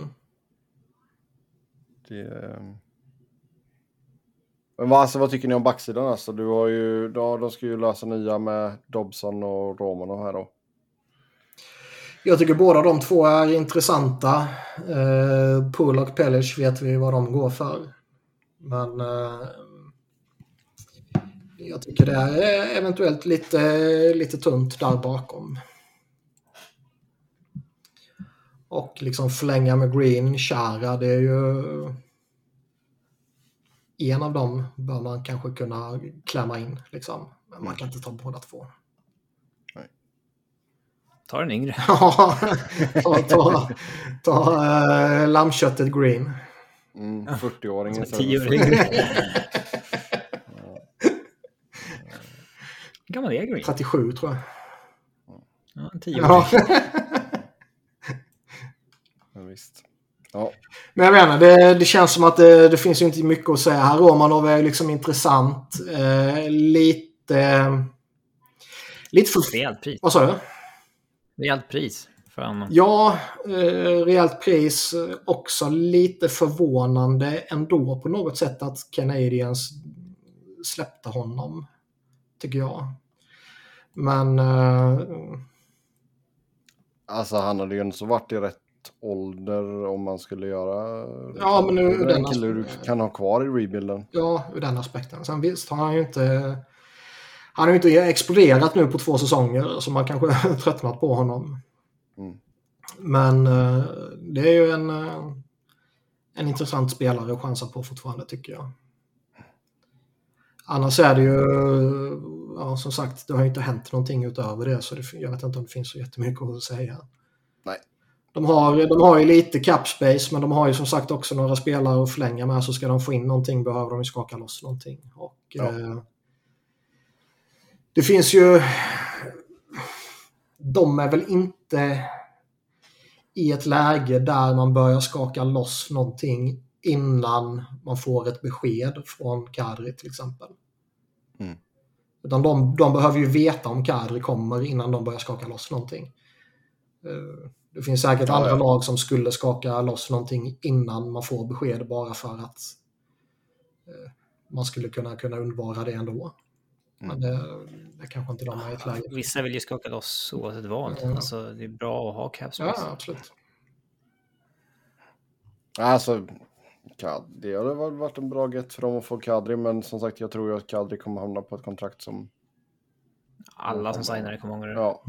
Men vad tycker ni om backsidan? Alltså, du har ju, de ska ju lösa nya med Dobson och Romanov här då. Jag tycker båda de två är intressanta. Pull och Pellish vet vi vad de går för. Men jag tycker det är eventuellt lite tunt där bakom. Och liksom förlänga med Green, Chara, det är ju... En av dem bör man kanske kunna klämma in. Liksom. Men man kan inte ta båda två. Nej. Ta den yngre. Ja, ta lammköttet Green. 40-åringen. 10-åringen. Hur gammal är Green? 37 tror jag. Ja, 10-åring. Ja, visst. Ja. Men jag menar, det känns som att det finns ju inte mycket att säga här. Romanov är liksom intressant. Lite för... Rejält pris. Vad sa du? Rejält pris. för honom. Ja, rejält pris. Också lite förvånande ändå på något sätt att Canadiens släppte honom, tycker jag. Men... Alltså han hade ju inte så varit i rätt ålder om man skulle göra... Ja, men nu... Den kille du kan ha kvar i rebuilden. Ja, ur den aspekten. Sen visst, han har ju inte exploderat nu på 2 säsonger, så man kanske tröttnat på honom. Mm. Men det är ju en intressant spelare att chansa på fortfarande, tycker jag. Annars är det ju, ja, som sagt, det har ju inte hänt någonting utöver det, så jag vet inte om det finns så jättemycket att säga. Nej. De har ju lite cap space, men de har ju som sagt också några spelare att förlänga med, så ska de få in någonting behöver de ju skaka loss någonting. Och det finns ju... De är väl inte i ett läge där man börjar skaka loss någonting innan man får ett besked från Kadri till exempel. Mm. Utan de behöver ju veta om Kadri kommer innan de börjar skaka loss någonting. Det finns säkert andra lag som skulle skaka loss någonting innan man får besked, bara för att man skulle kunna undvara det ändå. Men det kanske inte de är i ett läge. Vissa vill ju skaka loss oavsett vad. Alltså, det är bra att ha cap space. Ja, absolut. Alltså, det hade varit en bra get för dem att få Kadri, men som sagt, jag tror ju att Kadri kommer hamna på ett kontrakt som... Alla som signar det kommer ihåg det. Ja.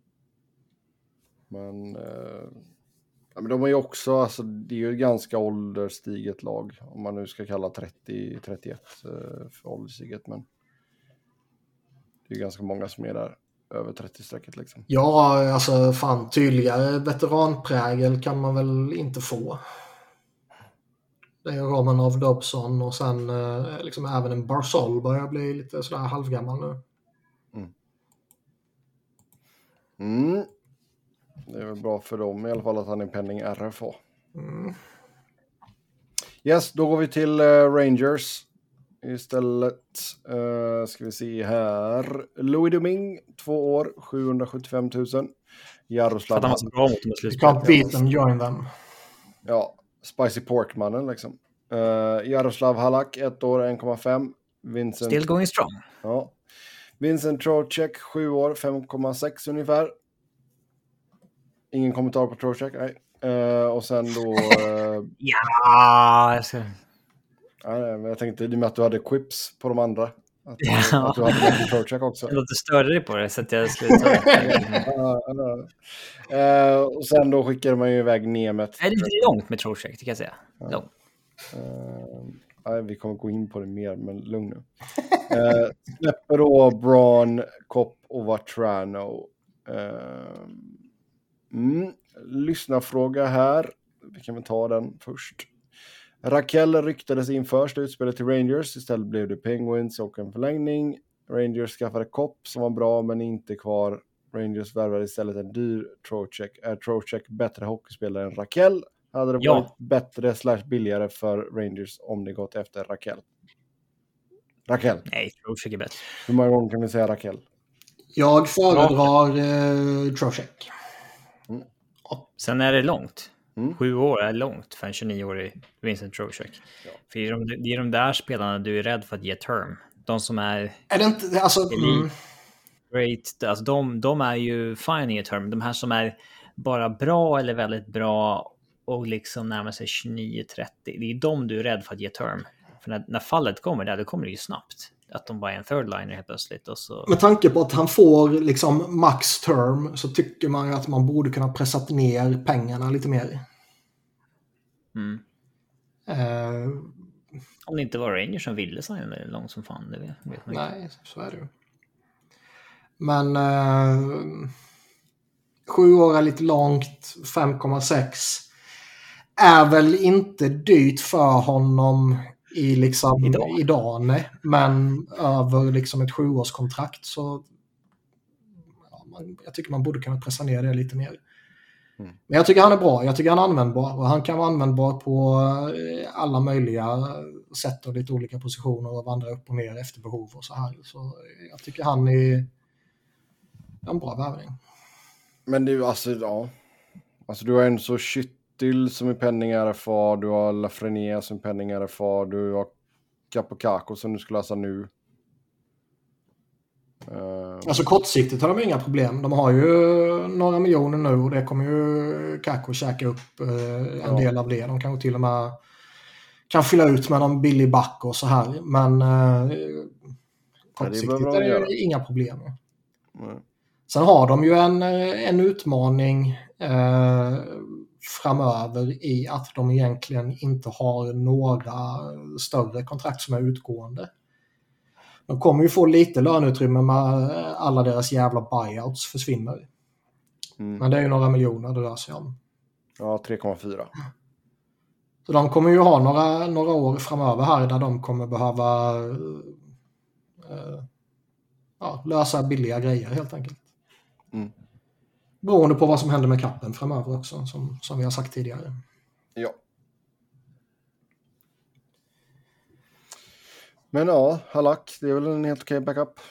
Men de är ju också, alltså det är ju ett ganska ålderstiget lag, om man nu ska kalla 30-31 för ålderstiget, men det är ju ganska många som är där över 30-strecket liksom. Ja, alltså fan, tydligare veteranprägel kan man väl inte få. Det är ramen av Dobson, och sen liksom även en Barzal börjar bli lite sådär halvgammal nu. Det är väl bra för dem i alla fall att han är penning RFA. Yes, då går vi till Rangers istället. Ska vi se här. Louis Domingue, 2 år, 775 000. Jaroslav. Han var så bra mot dem i slutet. Can't beat them, join them. Ja, Spicy Pork-mannen liksom. Jaroslav Halak, 1 år, 1,5. Vincent... Still going strong. Ja. Vincent Trocheck, 7 år, 5,6 ungefär. Ingen kommentar på Trocheck, nej. Och sen då... Ja, jag ska... Nej, men jag tänkte i och med att du hade quips på de andra. Att du hade med Trocheck också. Jag låter större på det så att jag slutar. Och sen då skickade man ju iväg Nemet. Det är lite långt med Trocheck, tycker jag säga. Ja. Nej, vi kommer gå in på det mer, men lugn nu. Släpper då Braun, Kopp och Vatrano. Lyssnarfråga här. Vi kan väl ta den först. Raquel ryktades in först utspelet till Rangers. Istället blev det Penguins och en förlängning. Rangers skaffade Kopp som var bra men inte kvar. Rangers värvade istället en dyr Trocheck. Är Trocheck bättre hockeyspelare än Raquel? Hade det varit bättre / billigare för Rangers om det gått efter Raquel? Nej, Trocheck är bättre. Hur många gånger kan vi säga Raquel? Jag föredrar Trocheck. Sen är det långt. 7 år är långt för en 29-årig Vincent Trocheck. Ja. För det är de där spelarna du är rädd för att ge term. De som är det inte, alltså, great, alltså de är ju fine i term. De här som är bara bra eller väldigt bra och liksom närmar sig 29-30. Det är de du är rädd för att ge term. För när fallet kommer där, då kommer det ju snabbt. Att de bara är en third liner helt plötsligt. Och så... Med tanke på att han får liksom max term, så tycker man ju att man borde kunna pressa ner pengarna lite mer. Om det inte var Rangers som ville signa det långt som fan, det vet man inte. Nej, så är det ju. Men 7 år är lite långt, 5,6 är väl inte dyrt för honom i liksom idag, nej. Men över liksom ett 7-årskontrakt så jag tycker man borde kunna pressa ner det lite mer. Men jag tycker han är bra, jag tycker han är användbar, och han kan vara användbar på alla möjliga sätt och lite olika positioner och vandra upp och ner efter behov och så här. Så jag tycker han är en bra värvning. Men du, alltså, ja. Alltså du har en så Skyttil som är penning-RFA, du har Lafreniere som är penning-RFA, du har Capocacco som du ska läsa nu. Alltså kortsiktigt har de inga problem. De har ju några miljoner nu och det kommer ju Kakko käka upp en del av det. De kanske till och med kan fylla ut med någon billig back och så här. Men kortsiktigt är det inga problem. Sen har de ju en utmaning framöver i att de egentligen inte har några större kontrakt som är utgående. De kommer ju få lite löneutrymme med alla deras jävla buyouts försvinner. Men det är ju några miljoner det rör sig om. Ja, 3,4. Så de kommer ju ha några år framöver här där de kommer behöva lösa billiga grejer helt enkelt. Beroende på vad som händer med kappen framöver också, som vi har sagt tidigare. Ja. Men ja, Halak, det är väl en helt okej backup.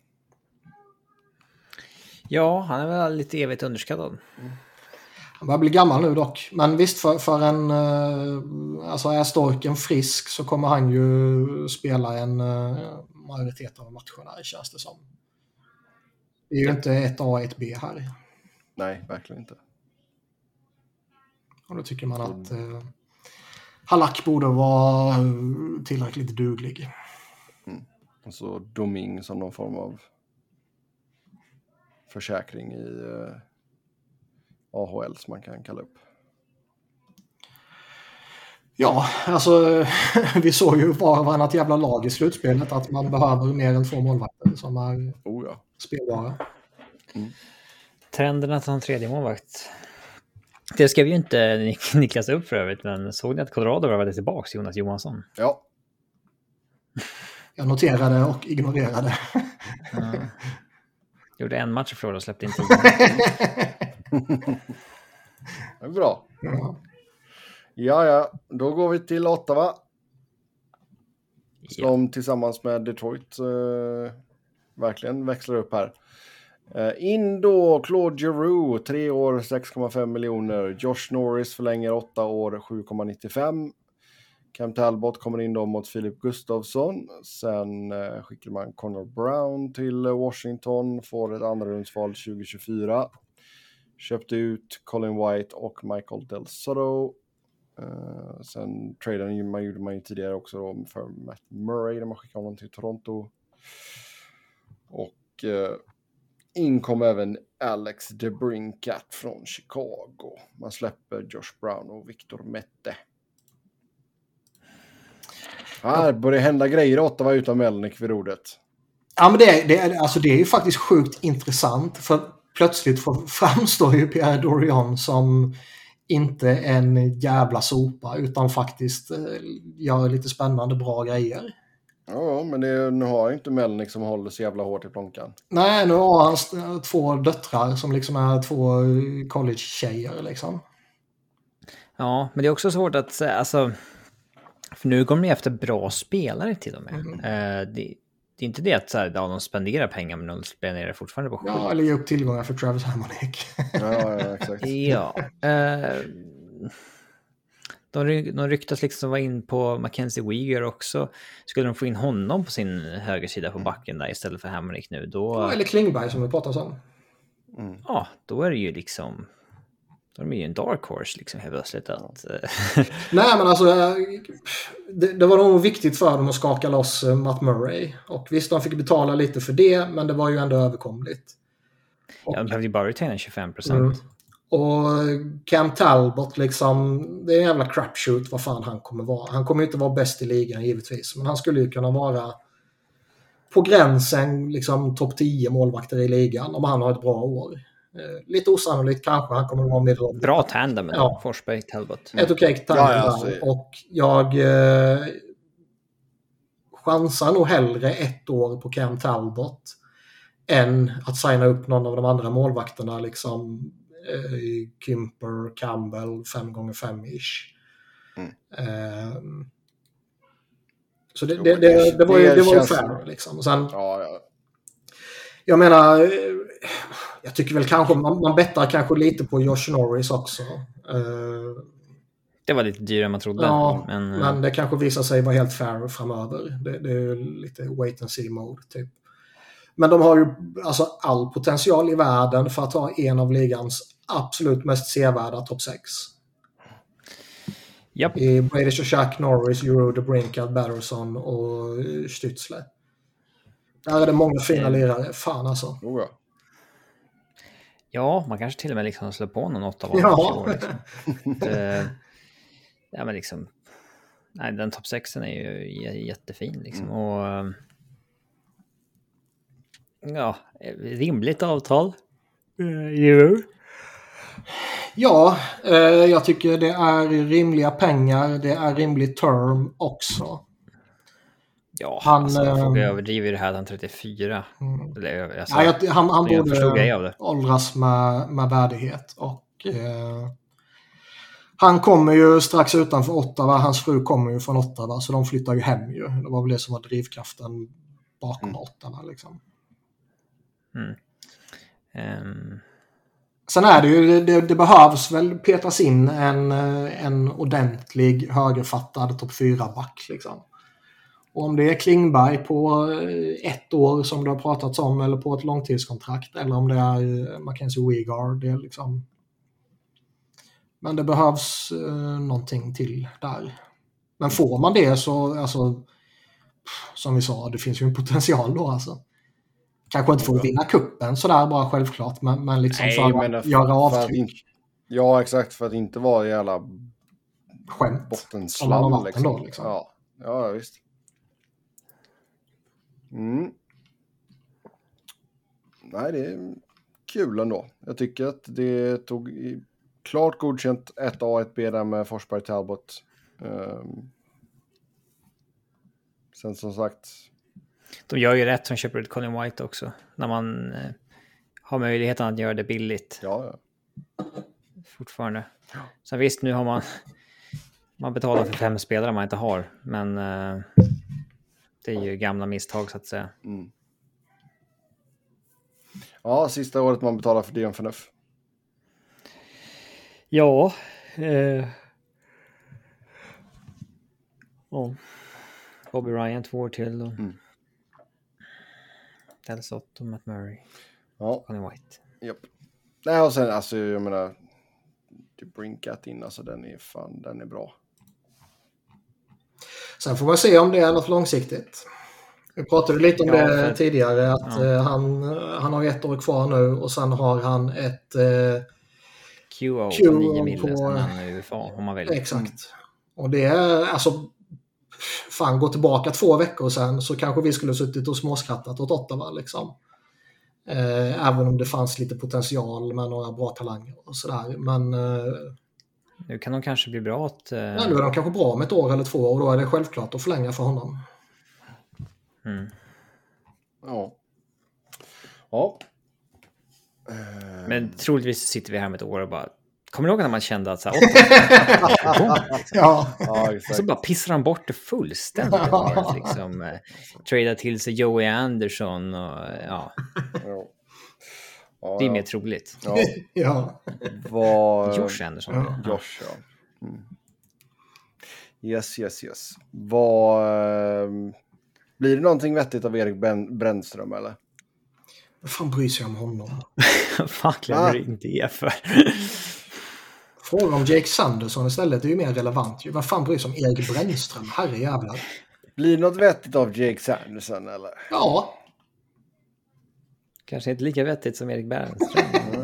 Ja, han är väl lite evigt underskattad. Han börjar bli gammal nu dock. Men visst, för en... alltså är Storken frisk så kommer han ju spela en majoritet av matcherna, känns det som. Det är ju inte ett A och ett B här. Nej, verkligen inte. Och då tycker man att Halak borde vara tillräckligt duglig. Och så Doming som någon form av försäkring i AHL som man kan kalla upp. Ja, alltså vi såg ju var varannat jävla lag i slutspelet att man behöver mer än 2 målvakter som är spelbara. Trenden att ha en tredje målvakt. Det skrev ju inte Niklas upp för övrigt, men såg ni att Colorado var tillbaka, Jonas Johansson? Ja. Jag noterade och ignorerade. Gjorde en match för och släppte in 10. Det är bra. Ja, då går vi till Ottawa. Som tillsammans med Detroit verkligen växlar upp här. In då Claude Giroux, 3 år, 6,5 miljoner. Josh Norris förlänger 8 år, 7,95. Cam Talbot kommer in då mot Filip Gustafsson. Sen skickar man Connor Brown till Washington. Får ett andra rundsval 2024. Köpte ut Colin White och Michael Del Soto. Sen traden gjorde man ju tidigare också då för Matt Murray. Där man skickade honom till Toronto. Och inkom även Alex DeBrincat från Chicago. Man släpper Josh Brown och Victor Mette. Här börjar hända grejer åt var utan Melnick vid rodet. Ja, men det är ju faktiskt sjukt intressant. För plötsligt framstår ju Pierre Dorion som inte en jävla sopa utan faktiskt gör lite spännande, bra grejer. Ja, men nu har inte Melnick som håller så jävla hårt i plånkan. Nej, nu har han 2 döttrar som liksom är 2 college-tjejer liksom. Ja, men det är också svårt att säga, alltså, för nu går de efter bra spelare till och med. Det är inte det att så här, de spenderar pengar, men de spenderar fortfarande på skit. Ja, eller ge upp tillgångar för Travis Hamonic. Ja, exakt. Ja. De ryktas liksom vara in på Mackenzie Weegar också. Skulle de få in honom på sin högersida på backen där istället för Hamonic nu, då... Ja, eller Klingberg som vi pratade om. Ja, då är det ju liksom... Då är de ju en dark horse liksom helt plötsligt att... Nej, men alltså det var nog viktigt för dem att skaka loss Matt Murray. Och visst, de fick betala lite för det, men det var ju ändå överkomligt. Ja, de behövde ju bara retaina 25%. Och Cam Talbot liksom, det är en jävla crapshoot vad fan han kommer vara. Han kommer inte vara bäst i ligan givetvis, men han skulle ju kunna vara på gränsen liksom topp 10 målvakter i ligan om han har ett bra år. Lite osannolikt kanske han kommer att vara med. Bra tandem med Forsberg Talbot. Ett okej tandem och jag chansar nog hellre 1 år på Cam Talbot än att signa upp någon av de andra målvakterna liksom Kymper, Campbell 5x5-ish. Så det var ju fair liksom. Sen, jag menar, Jag tycker väl kanske man bettar kanske lite på Josh Norris också. Det var lite dyrare än man trodde. Ja, men det kanske visar sig vara helt fair framöver. Det är lite wait and see mode typ. Men de har ju alltså all potential i världen för att ha en av ligans absolut mest sevärda topp 6. Japp. I Brady Chuck Norris, Euro DeBrincat, Batterson och Stützle. Där är det många fina lirare. Fan alltså. Ja, man kanske till och med liksom slår på någon 8 var. Ja. Ja, men liksom... Nej, den topp 6 är ju jättefin liksom. Och... Ja, rimligt avtal. Ja, jag tycker det är rimliga pengar. Det är rimlig term också. Ja, jag överdriver det här att han 34. Eller, alltså, han borde åldras med värdighet. Och han kommer ju strax utanför Ottawa. Hans fru kommer ju från Ottawa, så de flyttar ju hem ju. Det var väl det som var drivkraften bakom Ottawa liksom. Sen är det ju, det behövs väl petas in en ordentlig högerfattad topp 4-back liksom. Och om det är Klingberg på 1 år som det har pratats om, eller på ett långtidskontrakt, eller om det är Mackenzie Weegar, det är liksom... Men det behövs någonting till där. Men får man det så, alltså, som vi sa, det finns ju en potential då alltså. Kanske inte får vinna kuppen sådär bara självklart, men liksom för att göra avtryck. Ja, exakt, för att inte vara jävla skämt bottenslam liksom. Då, liksom. Ja, visst. Nej, det är kul ändå. Jag tycker att det tog klart godkänt 1A, 1B där med Forsberg Talbot. Sen som sagt... De gör ju rätt som köper ut Colin White också. När man har möjligheten att göra det billigt. Ja. Fortfarande. Så visst, nu har man betalar för 5 spelare man inte har. Men det är ju gamla misstag så att säga. Ja, sista året man betalar för Dion Phaneuf. Ja. Bobby Ryan 2 år till då. Del Sotto, Matt Murray. Ja. Colin White. Japp. Nej, och sen alltså jag menar DeBrincat in, alltså den är bra. Sen får man se om det är något långsiktigt. Vi pratade lite om det tidigare, att han har 1 år kvar nu och sen har han ett QO på 9 miljoner sen han är UFA om man vill. Exakt. Och det är alltså gå tillbaka 2 veckor sen så kanske vi skulle suttit och småskrattat åt Ottawa liksom. Även om det fanns lite potential med några bra talanger och sådär. Men nu kan de kanske bli bra att... nu är de kanske bra om 1 år eller 2 år och då är det självklart att förlänga för honom. Ja. Men troligtvis sitter vi här med 1 år och bara... Kommer du ihåg när man kände att så här, ja, och så bara pissar de bort det fullständigt. Liksom, trada till sig Joey Anderson och det är mer troligt. Josh Anderson. Josh, Yes. Blir det någonting vettigt av Erik Brännström eller? Vad fan bryr sig om honom? Fan glömmer du inte det för? Fråga om Jake Sanderson istället är ju mer relevant. Vad fan bryr sig om Erik Brännström? Herrejävlar. Blir det något vettigt av Jake Sanderson eller? Ja. Kanske inte lika vettigt som Erik Brännström.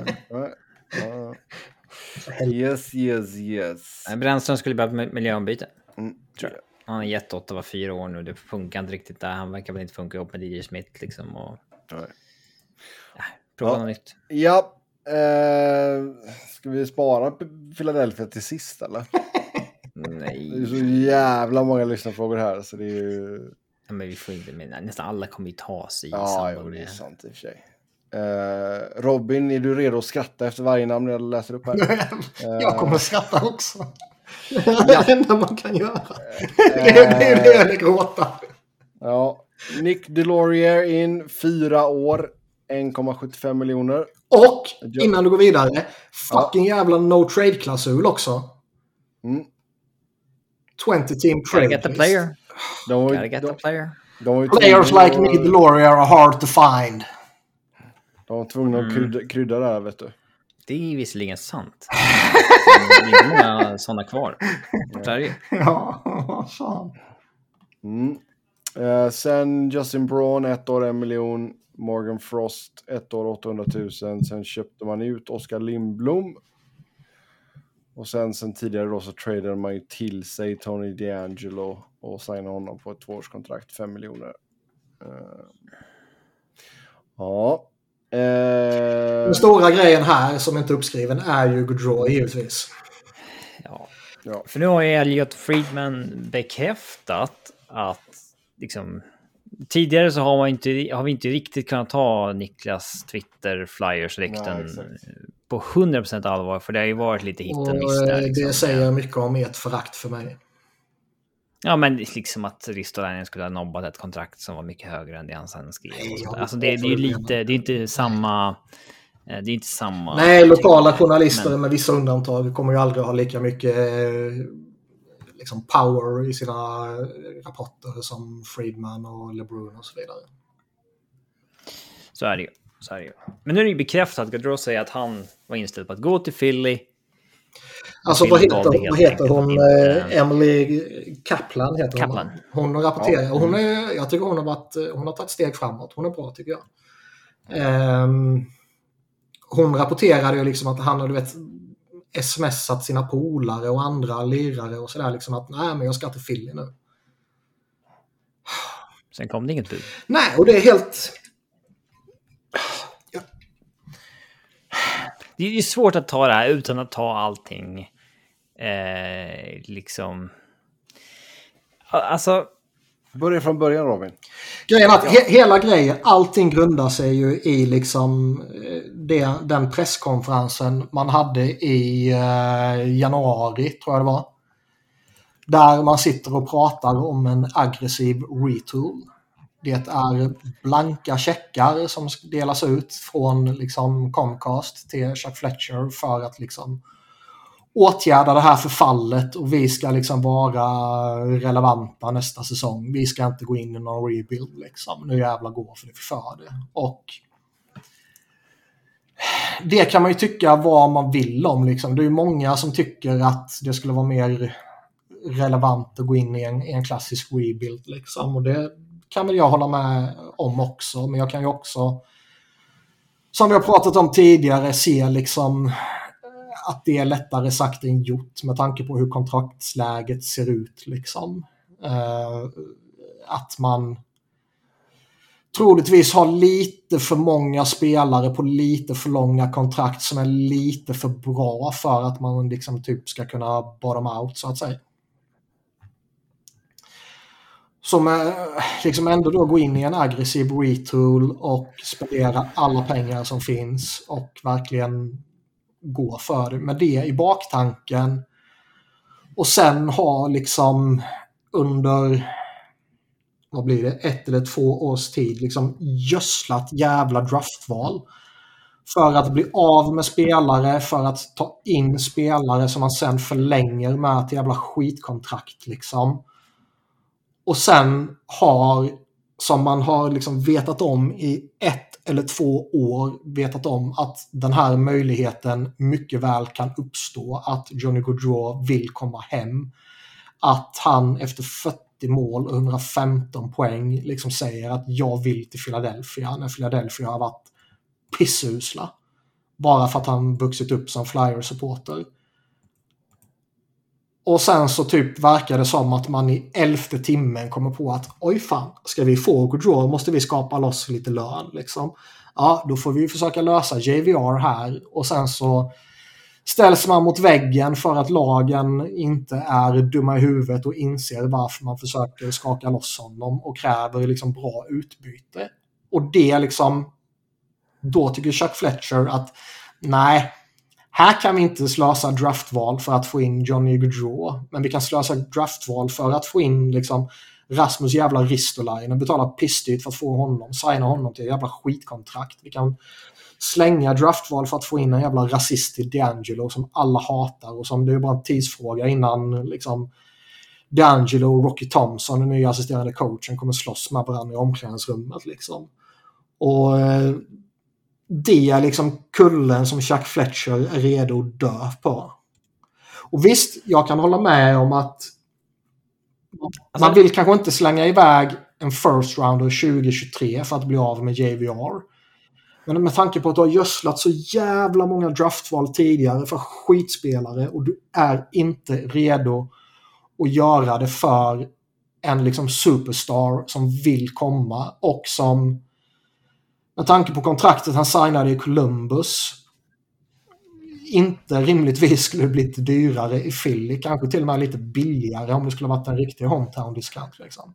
Yes. Brännström skulle behöva miljöombyte. Tror jag. Han har gett 8 var 4 år nu. Det funkar inte riktigt där. Han verkar väl inte funka ihop med DJ Smith liksom. Och... prova något nytt. Ja. Ska vi spara Philadelphia till sist eller? Nej. Det är så jävla många lyssnarfrågor här så det är ju... Ja, men vi får inte, men nästan alla kommer ju ta sig i samband med... det är sant i och för sig. Robin, är du redo att skratta efter varje namn jag läser upp här? Jag kommer att skratta också. Det är det enda man kan göra. Det är det eller gråta. Ja. Nick Delorier in 4 år, 1,75 miljoner. Och innan du går vidare, fucking jävla no trade-klausul också. 20 team trade. Gotta get the player. Gotta get the player. Players like me, the Laurier are hard to find. De var tvungna att krydda där, vet du. Det är visserligen sant. Det är inte många sådana kvar. Ja, vad fan. Sen Justin Braun, 1 år 1 miljon. Morgan Frost, 1 år 800 000. Sen köpte man ut Oskar Lindblom. Och sen tidigare då så tradade man ju till sig Tony DeAngelo och signade honom på ett 2-årskontrakt, 5 miljoner. Ja. Den stora grejen här som inte är uppskriven är ju Gaudreau givetvis. Ja. För nu har ju Elliot Friedman bekräftat att liksom, tidigare så har vi inte riktigt kunnat ta Niklas Twitter Flyers rykten på 100% allvar, för det har ju varit lite hit och miss där. Liksom. Det säger mycket om ert förakt för mig. Ja, men liksom att Ristolainen skulle ha nobbat ett kontrakt som var mycket högre än det han sen skrev. Alltså det är ju lite, det är inte samma. Det är inte samma. Nej, lokala journalister med vissa undantag kommer ju aldrig ha lika mycket liksom power i sina rapporter som Friedman och LeBrun och så vidare. Så är det ju. Men nu är det ju bekräftat att Gaudreau säger att han var inställd på att gå till Philly. Alltså vad heter hon? Emily Kaplan heter hon. Hon rapporterar. Och jag tycker hon har tagit steg framåt. Hon är bra tycker jag. Hon rapporterade ju liksom att han hade smsat sina polare och andra lirare och sådär liksom att nej, men jag ska till Philly nu. Sen kom det inget bud. Nej, och det är helt... Det är ju svårt att ta det här utan att ta allting liksom... Alltså... Börja från början, Robin. Grejen att hela grejen, allting grundar sig ju i liksom den presskonferensen man hade i januari, tror jag det var. Där man sitter och pratar om en aggressiv retool. Det är blanka checkar som delas ut från liksom Comcast till Chuck Fletcher för att liksom åtgärda det här förfallet och vi ska liksom vara relevanta nästa säsong. Vi ska inte gå in i någon rebuild liksom. Nu jävla går för det för det. Och det kan man ju tycka vad man vill om liksom. Det är ju många som tycker att det skulle vara mer relevant att gå in i en klassisk rebuild liksom. Och det kan väl jag hålla med om också. Men jag kan ju också, som vi har pratat om tidigare, se liksom att det är lättare sagt än gjort med tanke på hur kontraktsläget ser ut liksom. Att man troligtvis har lite för många spelare på lite för långa kontrakt som är lite för bra för att man liksom typ ska kunna bottom out så att säga. Som liksom ändå då gå in i en aggressiv retool och spendera alla pengar som finns och verkligen gå för det med det i baktanken och sen ha liksom under vad blir det, 1 eller 2 års tid liksom gödslat jävla draftval för att bli av med spelare, för att ta in spelare som man sen förlänger med till jävla skitkontrakt liksom. Och sen har, som man har liksom vetat om i 1 eller 2 år, vetat om att den här möjligheten mycket väl kan uppstå, att Johnny Gaudreau vill komma hem, att han efter 40 mål och 115 poäng liksom säger att jag vill till Philadelphia, när Philadelphia har varit pissusla bara för att han vuxit upp som Flyers-supporter. Och sen så typ verkar det som att man i 11:e timmen kommer på att oj fan, ska vi få Gaudreau måste vi skapa loss lite lön liksom. Ja, då får vi försöka lösa JVR här och sen så ställs man mot väggen för att lagen inte är dumma i huvudet och inser varför man försöker skaka loss honom och kräver liksom bra utbyte. Och det liksom, då tycker Chuck Fletcher att nej, här kan vi inte slösa draftval för att få in Johnny Gaudreau, men vi kan slösa draftval för att få in liksom Rasmus jävla Ristolainen, betala pissdyrt för att få honom, signa honom till ett jävla skitkontrakt. Vi kan slänga draftval för att få in en jävla rasist till D'Angelo som alla hatar och som det är bara en tidsfråga innan liksom D'Angelo och Rocky Thompson, den nya assisterande coachen, kommer slåss med varandra i omklädningsrummet liksom. Och det är liksom kullen som Chuck Fletcher är redo att dö på. Och visst, jag kan hålla med om att man vill kanske inte slänga iväg en first rounder 2023 för att bli av med JVR. Men med tanke på att du har gödslat så jävla många draftval tidigare för skitspelare och du är inte redo att göra det för en liksom superstar som vill komma och som med tanke på kontraktet han signade i Columbus inte rimligtvis skulle bli dyrare i Philly, kanske till och med lite billigare om det skulle varit en riktig hometown-diskant liksom.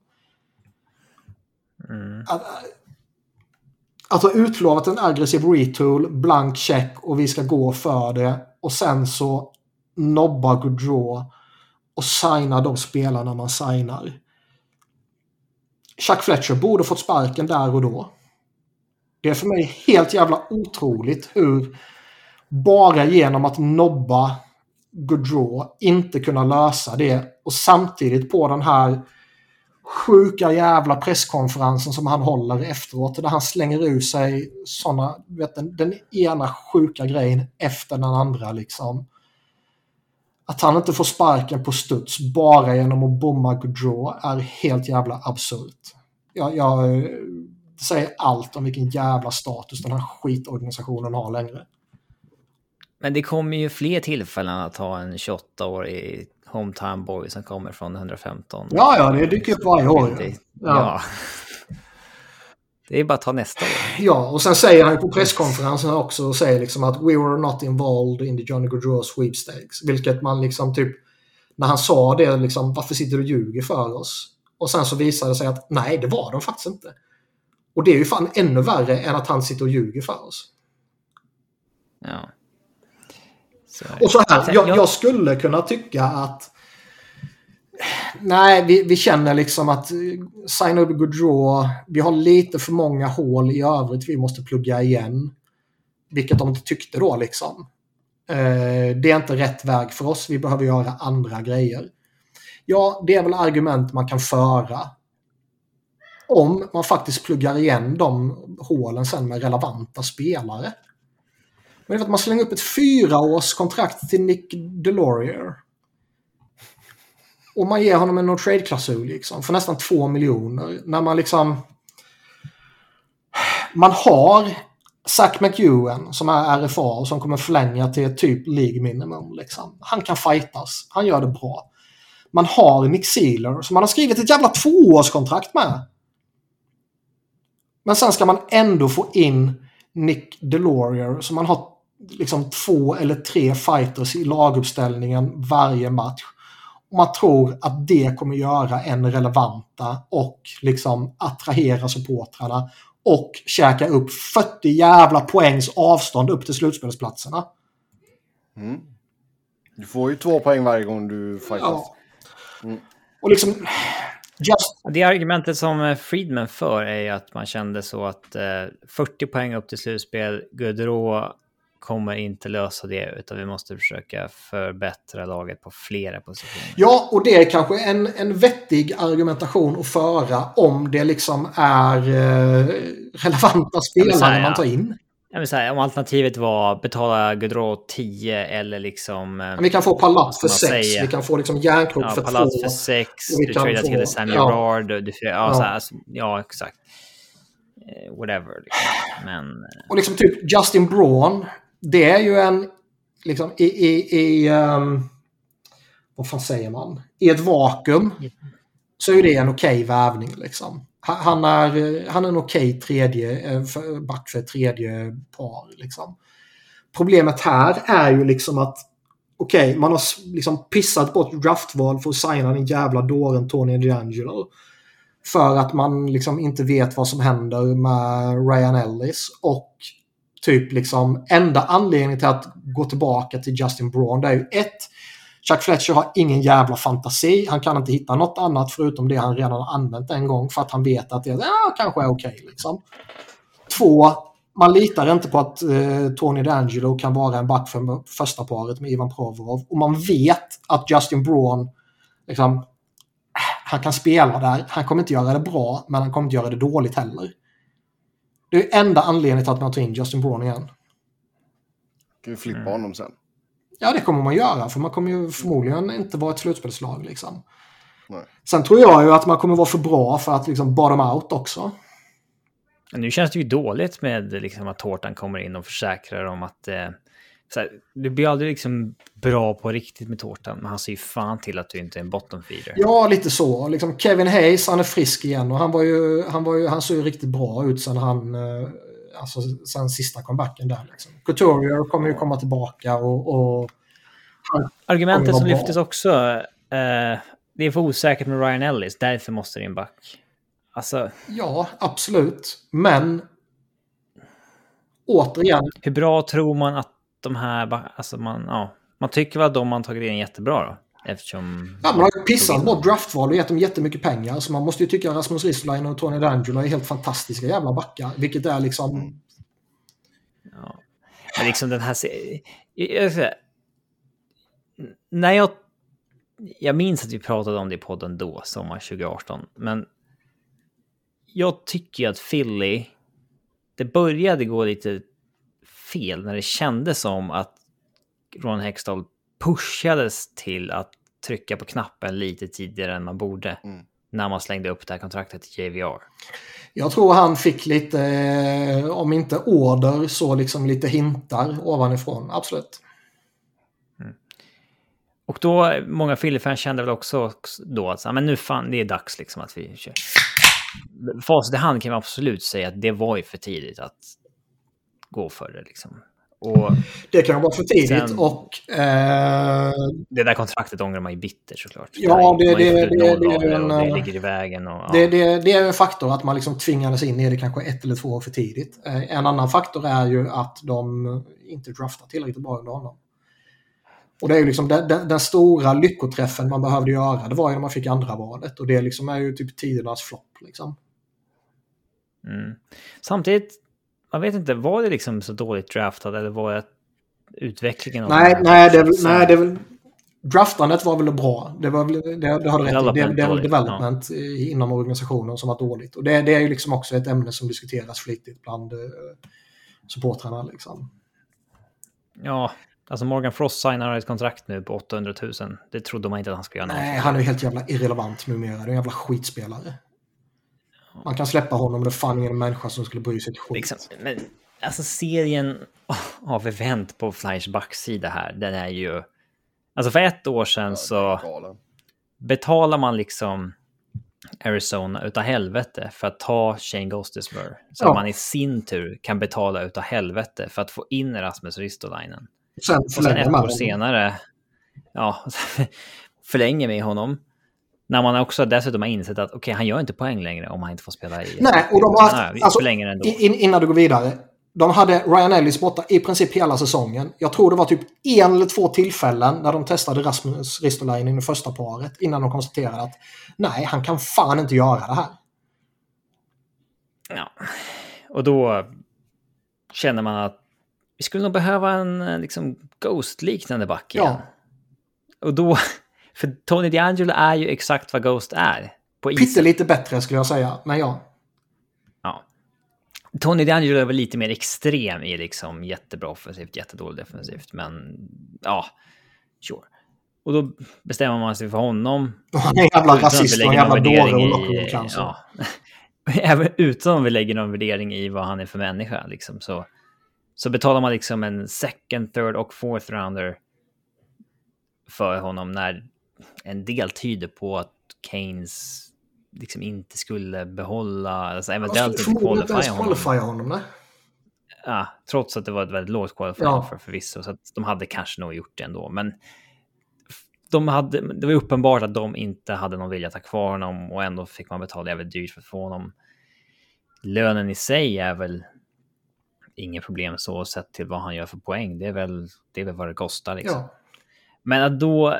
Att ha utlovat en aggressiv retool, blank check och vi ska gå för det och sen så nobba Gaudreau och signa de spelarna man signar. Chuck Fletcher borde fått sparken där och då. Det är för mig helt jävla otroligt hur bara genom att nobba Gaudreau inte kunna lösa det och samtidigt på den här sjuka jävla presskonferensen som han håller efteråt där han slänger ur sig såna, den ena sjuka grejen efter den andra liksom. Att han inte får sparken på studs bara genom att bomma Gaudreau är helt jävla absurt. Jag säger allt om vilken jävla status den här skitorganisationen har längre. Men det kommer ju fler tillfällen att ha en 28-årig hometown boy som kommer från 115. Ja, det dyker upp varje år. Ja. Det är bara att ta nästa år. Ja, och sen säger han på presskonferensen också och säger liksom att we were not involved in the Johnny Gaudreau sweepstakes. Vilket man liksom typ, när han sa det liksom, varför sitter du och ljuger för oss? Och sen så visade det sig att nej, det var de faktiskt inte. Och det är ju fan ännu värre än att han sitter och ljuger för oss. Ja. Och så här, jag skulle kunna tycka att nej, vi känner liksom att signa upp Gaudreau, vi har lite för många hål i övrigt vi måste plugga igen. Vilket de inte tyckte då liksom. Det är inte rätt väg för oss, vi behöver göra andra grejer. Ja, det är väl argument man kan föra om man faktiskt pluggar igen de hålen sen med relevanta spelare. Men det är att man slänger upp ett 4-års kontrakt till Nick Delorier. Och man ger honom en no-trade-klausul liksom, för nästan 2 miljoner. När man liksom... Man har Zach McEwen som är RFA och som kommer förlänga till typ league minimum. Liksom. Han kan fightas. Han gör det bra. Man har Nick Sealer som man har skrivit ett jävla 2-årskontrakt med. Men sen ska man ändå få in Nick Delorier som man har liksom 2 eller 3 fighters i laguppställningen varje match. Och man tror att det kommer göra en relevanta och liksom attrahera supportrarna och käka upp 40 jävla poängs avstånd upp till slutspelsplatserna. Mm. Du får ju 2 poäng varje gång du fightas. Ja. Mm. Och liksom... Det argumentet som Friedman för är att man kände så att 40 poäng upp till slutspel, Gaudreau kommer inte lösa det, utan vi måste försöka förbättra laget på flera positioner. Ja, och det är kanske en vettig argumentation att föra om det liksom är relevanta spelare man tar in. Jag vill säga, om alternativet var betala Gaudreau 10 eller liksom... Men vi kan få Palat för 6, vi kan få liksom Järnkrok för 2. Palat för 6, du tradar till Samuel Rard, ja, exakt. Whatever. Liksom. Men... Och liksom typ Justin Braun, det är ju en liksom vad fan säger man? I ett vakuum så är det en okej värvning liksom. Han är en okej tredje back för tredje par liksom. Problemet här är ju liksom att man har liksom pissat bort draftval för att signa den jävla dåren Tony D'Angelo för att man liksom inte vet vad som händer med Ryan Ellis och typ liksom enda anledningen till att gå tillbaka till Justin Braun, det är ju Chuck Fletcher har ingen jävla fantasi. Han kan inte hitta något annat förutom det han redan har använt en gång för att han vet att det kanske är okej. Liksom. 2. Man litar inte på att Tony DeAngelo kan vara en back för första paret med Ivan Provorov. Och man vet att Justin Braun liksom, han kan spela där. Han kommer inte göra det bra, men han kommer inte göra det dåligt heller. Det är enda anledningen till att man tar in Justin Braun igen. Kan vi flippa honom sen? Ja, det kommer man göra. För man kommer ju förmodligen inte vara ett slutspelslag. Liksom. Nej. Sen tror jag ju att man kommer vara för bra för att liksom bottom out också. Nu känns det ju dåligt med liksom, att Thornton kommer in och försäkrar om att så här, det blir aldrig liksom bra på riktigt med Thornton, men han ser ju fan till att du inte är en bottom feeder. Ja, lite så. Liksom Kevin Hayes, han är frisk igen och han såg ju riktigt bra ut sen sista comebacken där. Liksom. Couturier kommer ju komma tillbaka och argumentet som lyftes också, det är för osäkert med Ryan Ellis, därför måste det in back. Alltså, ja, absolut. Men återigen. Hur bra tror man att de här, alltså man tycker väl att de man tagit in jättebra då? Eftersom man har ju pissat bort draftval och gett dem jättemycket pengar. Så man måste ju tycka att Rasmus Ristolainen och Tony DeAngelo är helt fantastiska jävla backar. Vilket är liksom... Ja. Men liksom den här... Jag minns att vi pratade om det i podden då, sommar 2018. Men jag tycker att Philly... Det började gå lite fel när det kändes som att Ron Hextall pushades till att trycka på knappen lite tidigare än man borde när man slängde upp det här kontraktet till JVR. Jag tror han fick lite, om inte order så liksom lite hintar ovanifrån, absolut. Och då, många Philly-fans kände väl också då att men nu fan, det är dags liksom att vi kör. Facit i hand kan man absolut säga att det var ju för tidigt att gå för det liksom. Och det kan vara för tidigt sen, och det där kontraktet ångrar man ju bitter såklart. Ja, det ligger i vägen och, det är en faktor att man liksom tvingades in i det kanske 1 eller 2 år för tidigt. En annan faktor är ju att de inte draftar tillräckligt bra under honom. Och det är ju liksom den stora lyckoträffen man behövde göra. Det var ju när man fick andra valet och det liksom är ju typ tidernas flopp liksom. Samtidigt, man vet inte, var det liksom så dåligt draftad eller var det utvecklingen av draftandet var väl bra. Det har du rätt i. Det är väl development inom organisationen som var dåligt. Och det är ju liksom också ett ämne som diskuteras flitigt bland supportrarna liksom. Ja, alltså Morgan Frost signar ett kontrakt nu på 800 000. Det trodde man inte att han skulle göra. Nej, han är ju helt jävla irrelevant numera. Det är en jävla skitspelare. Man kan släppa honom, det är fan ingen människa som skulle bry sig ett skit. Liksom, men alltså serien av event på Flyers backsida här, den är ju... Alltså för 1 år sedan så betalar man liksom Arizona utav helvete för att ta Shane Gostisbehere. Så att man i sin tur kan betala utav helvete för att få in Rasmus Ristolainen. Och sen 1 år senare förlänger med honom. När man också dessutom har insett att okej, han gör inte poäng längre om han inte får spela i... Nej, och de har... Alltså, innan du går vidare. De hade Ryan Ellis borta i princip hela säsongen. Jag tror det var typ 1 eller 2 tillfällen när de testade Rasmus Ristolainen i första paret innan de konstaterade att nej, han kan fan inte göra det här. Ja, och då känner man att vi skulle nog behöva en liksom Ghost-liknande back igen. Ja. Och då... För Tony DeAngelo är ju exakt vad Ghost är. Pytte lite bättre skulle jag säga, men ja. Ja. Tony DeAngelo är väl lite mer extrem i liksom jättebra offensivt, jättedåligt defensivt. Men ja, sure. Och då bestämmer man sig för honom. Han är en jävla rasist och en jävla dåre kanske. Ja. Även utan att vi lägger någon värdering i vad han är för människa. Liksom, så betalar man liksom en second, third och fourth rounder för honom när en del tyder på att Keynes liksom inte skulle behålla, alltså eventuellt inte qualify honom. Nej? Ja, trots att det var ett väldigt lågt qualify för förvisso, så att de hade kanske nog gjort det ändå, men det var uppenbart att de inte hade någon vilja att ta kvar honom och ändå fick man betala jävligt dyrt för att få honom. Lönen i sig är väl ingen problem så sett till vad han gör för poäng. Det är väl vad det kostar liksom. Ja. Men att då...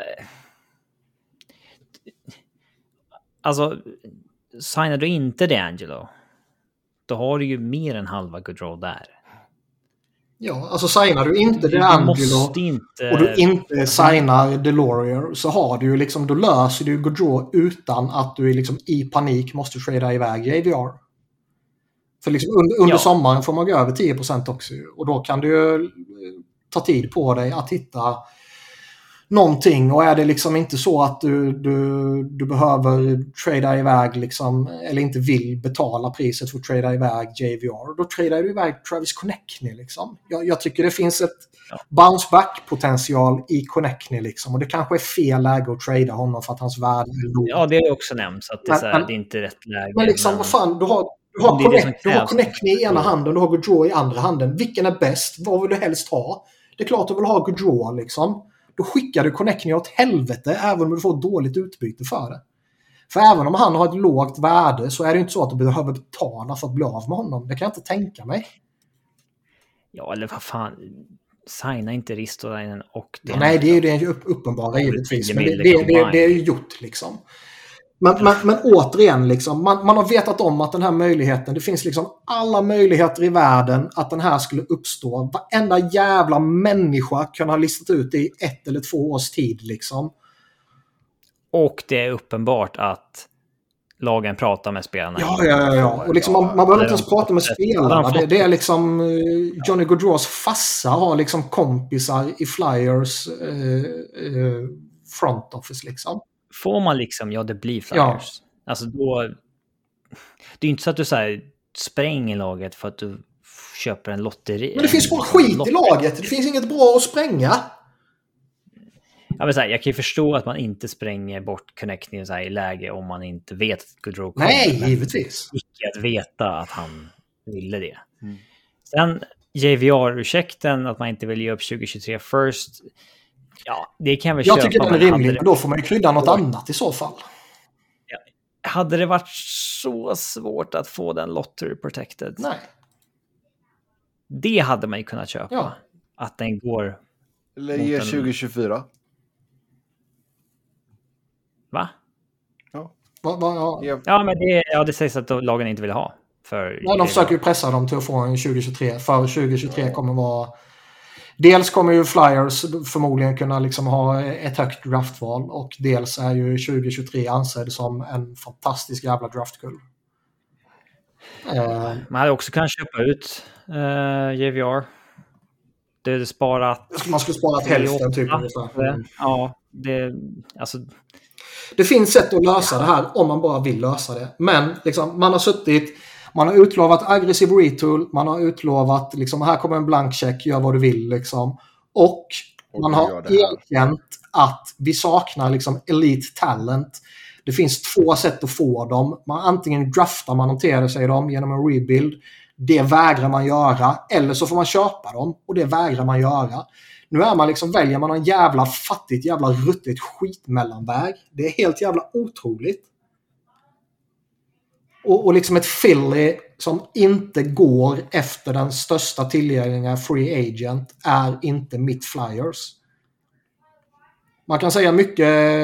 Alltså, signar du inte D'Angelo, då har du ju mer än halva Gaudreau där. Ja, alltså signar du inte D'Angelo och du inte signar Delorier, så har du ju liksom, då löser du Gaudreau utan att du liksom i panik måste trada iväg JVR. För liksom under sommaren får man gå över 10% också, och då kan du ju ta tid på dig att hitta någonting, och är det liksom inte så att du behöver trada iväg liksom, eller inte vill betala priset för att trada iväg JVR, då tradar du iväg Travis Konechny liksom. Jag tycker det finns ett bounce back potential i Konechny liksom, och det kanske är fel läge att trada honom för att hans värde är låg. Ja, det är också nämnt, så att det är inte rätt läge. Men liksom, vad fan, du har Konechny i ena handen, du har Gaudreau i andra handen. Vilken är bäst? Vad vill du helst ha? Det är klart du vill ha Gaudreau liksom. Då skickar du Konechny åt helvete även om du får dåligt utbyte för det. För även om han har ett lågt värde så är det inte så att du behöver betala för att bli av med honom. Det kan jag inte tänka mig. Ja, eller vad fan. Signa inte Ristolainen och det. Nej, det är ju det uppenbara givetvis. Men det är ju gjort liksom. Men återigen, liksom, man har vetat om att den här möjligheten, det finns liksom alla möjligheter i världen att den här skulle uppstå. Varenda jävla människa kan ha listat ut det i 1 eller 2 års tid. Liksom. Och det är uppenbart att lagen pratar med spelarna. Ja. Och liksom, man behöver inte ens prata med spelarna. Det är liksom Johnny Gaudreaus farsa har liksom kompisar i Flyers front office liksom. Får man liksom, det blir Flyers. Ja. Alltså då... Det är inte så att du så här, spränger laget för att du köper en lotteri. Men det finns bara skit i laget. Det finns inget bra att spränga. Ja, men så här, jag kan ju förstå att man inte spränger bort Konechny så här i läge om man inte vet att Gaudreau kommer. Nej, givetvis. Icke att veta att han ville det. Sen JVR-ursäkten att man inte vill ge upp 2023 first. Ja, det kan vi köpa. Jag tycker det är rimligt, då får man ju krydda något annat i så fall. Ja. Hade det varit så svårt att få den lottery protected? Nej. Det hade man ju kunnat köpa. Ja. Att den går... Eller ge 2024. Va? Ja. Ja, men det sägs att lagen inte vill ha. De försöker ju pressa dem till att få en 2023. För 2023 kommer vara... Dels kommer ju Flyers förmodligen kunna liksom ha ett högt draftval, och dels är ju 2023 ansedd som en fantastisk jävla draftkull. Man hade också kunnat köpa ut JVR. Det är sparat... Man skulle spara hälften typ ungefär. Ja, det finns sätt att lösa det här om man bara vill lösa det. Men liksom, man har utlovat aggressiv retool, man har utlovat liksom, här kommer en blank check, gör vad du vill liksom. Och man har erkänt att vi saknar liksom elite talent. Det finns 2 sätt att få dem. Antingen draftar man och ter sig dem genom en rebuild. Det vägrar man göra. Eller så får man köpa dem, och det vägrar man göra. Nu är man liksom, väljer man en jävla fattigt, jävla ruttigt skitmellanväg. Det är helt jävla otroligt. Och liksom ett Philly som inte går efter den största tillgängliga free agent är inte mitt Flyers. Man kan säga mycket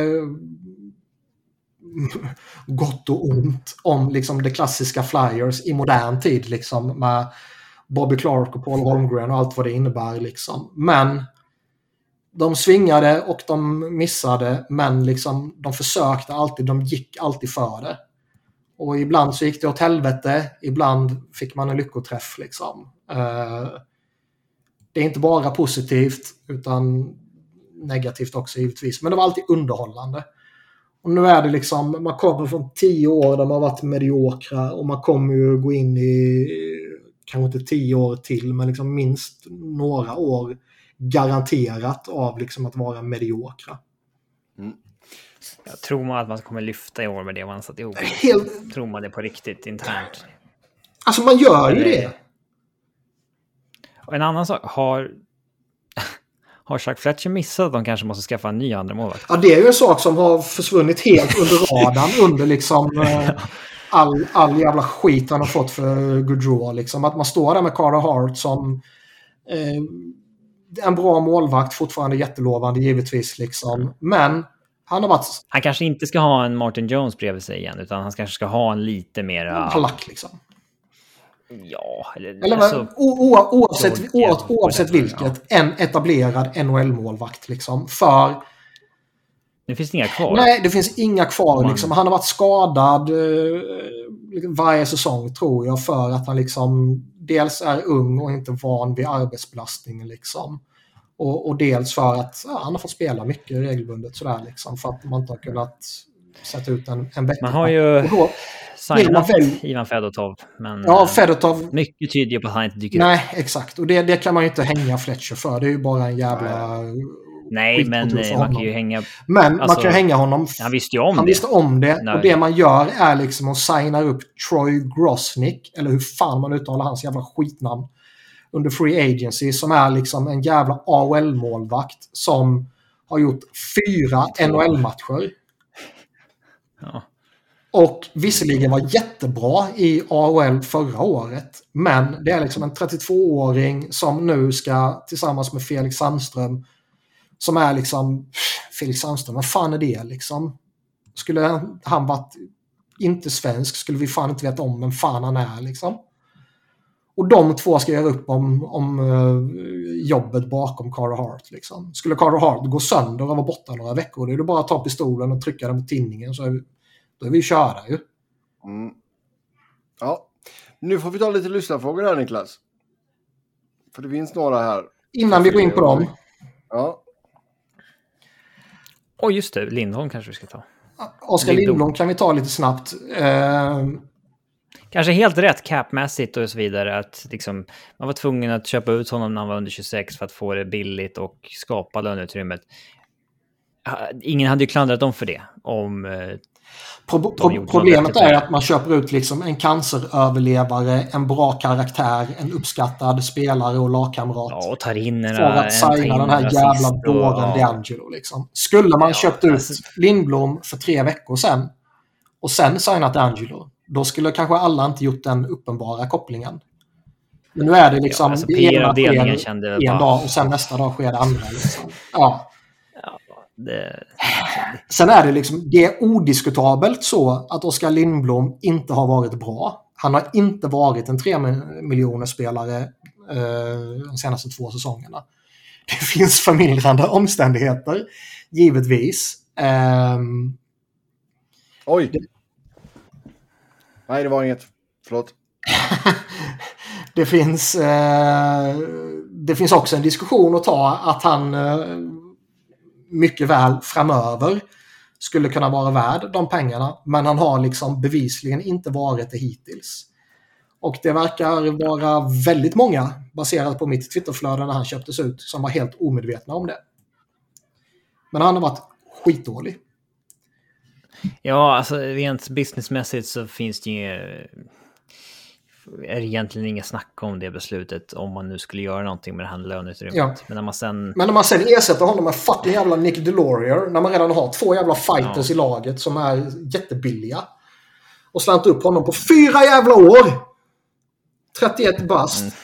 gott och ont om liksom det klassiska Flyers i modern tid liksom, med Bobby Clark och Paul Holmgren och allt vad det innebär liksom. Men de svingade och de missade, men liksom de försökte alltid, de gick alltid för det. Och ibland så gick det åt helvete, ibland fick man en lyckoträff liksom. Det är inte bara positivt utan negativt också givetvis, men det var alltid underhållande. Och nu är det liksom, man kommer från 10 år där man har varit mediokra, och man kommer ju gå in i kanske inte 10 år till, men liksom minst några år garanterat av liksom att vara mediokra. Jag tror man att man kommer lyfta i år med det man satt ihop. Tror man det på riktigt internt? Alltså man gör ju det. Och en annan sak, har Chuck Fletcher missat att de kanske måste skaffa en ny andra målvakt? Ja, det är ju en sak som har försvunnit helt under radarn under liksom all jävla skit han har fått för Gaudreau. Liksom. Att man står där med Carter Hart som en bra målvakt, fortfarande jättelovande givetvis liksom. Men han har varit... Han kanske inte ska ha en Martin Jones bredvid sig igen, utan han kanske ska ha en lite mera... Palack liksom. Ja, eller alltså, oavsett vilket, en etablerad NHL-målvakt liksom. För... Det finns inga kvar. Nej, det finns inga kvar liksom. Han har varit skadad varje säsong tror jag, för att han liksom dels är ung och inte van vid arbetsbelastningen liksom. Och dels för att han har fått spela mycket regelbundet sådär liksom, för att man inte har kunnat sätta ut en bättre. Man har ju signat Ivan Fedotov, men ja, Fedotov, mycket tyder ju på att han inte dyker upp. Nej, exakt. Och det kan man ju inte hänga Fletcher för. Det är ju bara en jävla... Nej, men man kan ju hänga... Men man kan ju hänga honom... Han visste ju om det. Han visste om det. Nej. Och det man gör är liksom att signa upp Troy Grosnick, eller hur fan man uttalar hans jävla skitnamn, under Free Agency, som är liksom en jävla AHL-målvakt som har gjort 4 NHL-matcher. Ja. Och visserligen var jättebra i AHL förra året. Men det är liksom en 32-åring som nu ska tillsammans med Felix Sandström, som är liksom... Felix Sandström, vad fan är det liksom? Skulle han varit inte svensk skulle vi fan inte veta om vem fan han är liksom. Och de två ska göra upp om jobbet bakom Carter Hart liksom. Skulle Carter Hart gå sönder och vara borta några veckor, då är det bara att ta pistolen och trycka den mot tinningen, så då är vi körda ju. Mm. Ja, nu får vi ta lite lyssnarfrågor här, Niklas. För det finns några här. Innan vi går in på dem. Ja. Just det, Lindholm kanske vi ska ta. Oskar Lindblom kan vi ta lite snabbt. Kanske helt rätt capmässigt och så vidare, att liksom, man var tvungen att köpa ut honom när han var under 26 för att få det billigt och skapa löneutrymmet. Ingen hade ju klandrat dem för det. Problemet är att man köper ut liksom en canceröverlevare, en bra karaktär, en uppskattad spelare och lagkamrat. Ja, och tar in för att signa den här jävla Boren DeAngelo liksom. Skulle man köpt ut Lindblom för 3 veckor sedan och sen signat DeAngelo, då skulle kanske alla inte gjort den uppenbara kopplingen. Men nu är det liksom det ena sker en dag och sen nästa dag sker det andra liksom. Ja. Sen är det liksom, det är odiskutabelt så att Oskar Lindblom inte har varit bra. Han har inte varit en 3 miljoner spelare de senaste 2 säsongerna. Det finns förmildrande omständigheter, givetvis. Oj! Nej, det var inget. Förlåt. Det finns också en diskussion att ta att han mycket väl framöver skulle kunna vara värd de pengarna, men han har liksom bevisligen inte varit det hittills. Och det verkar vara väldigt många, baserat på mitt Twitterflöde när han köptes ut, som var helt omedvetna om det. Men han har varit skitdålig. Ja, alltså rent businessmässigt så finns det ju... är egentligen inga snack om det beslutet, om man nu skulle göra någonting med det här löneutrymmet. Ja. Men när man sen ersätter honom med fucking jävla Nick Delorier, när man redan har 2 jävla fighters i laget som är jättebilliga, och slant upp honom på 4 jävla år. 31 bast.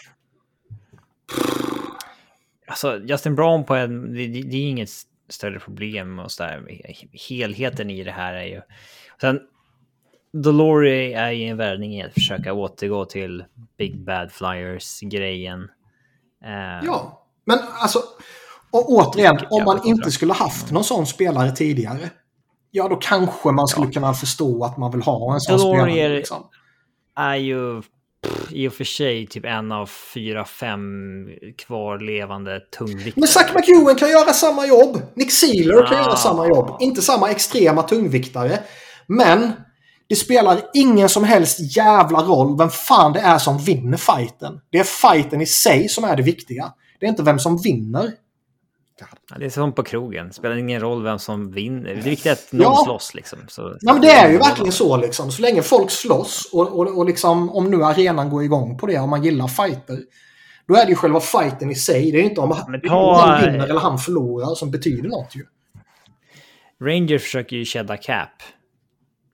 Alltså Justin Brown på det är inget större problem och så där. Helheten i det här är ju... Sen Delorier är ju en värvning i att försöka återgå till Big Bad Flyers-grejen. Ja, men alltså, och återigen, om man inte skulle haft någon sån spelare tidigare, ja då kanske man skulle kunna förstå att man vill ha en sån Delorier spelare. Liksom. Är ju i och för sig typ en av 4-5 kvarlevande tungviktare. Men Zach McEwen kan göra samma jobb. Nick Sealer kan göra samma jobb. Inte samma extrema tungviktare, men det spelar ingen som helst jävla roll vem fan det är som vinner fighten. Det är fighten i sig som är det viktiga. Det är inte vem som vinner. Ja, det är som på krogen. Det spelar ingen roll vem som vinner. Det är viktigt att någon slåss liksom. Ja, men det är ju verkligen så liksom. Så länge folk slåss och liksom, om nu arenan går igång på det, om man gillar fighter, då är det ju själva fighten i sig. Det är inte om han vinner eller han förlorar som betyder något ju. Rangers försöker ju kedda cap.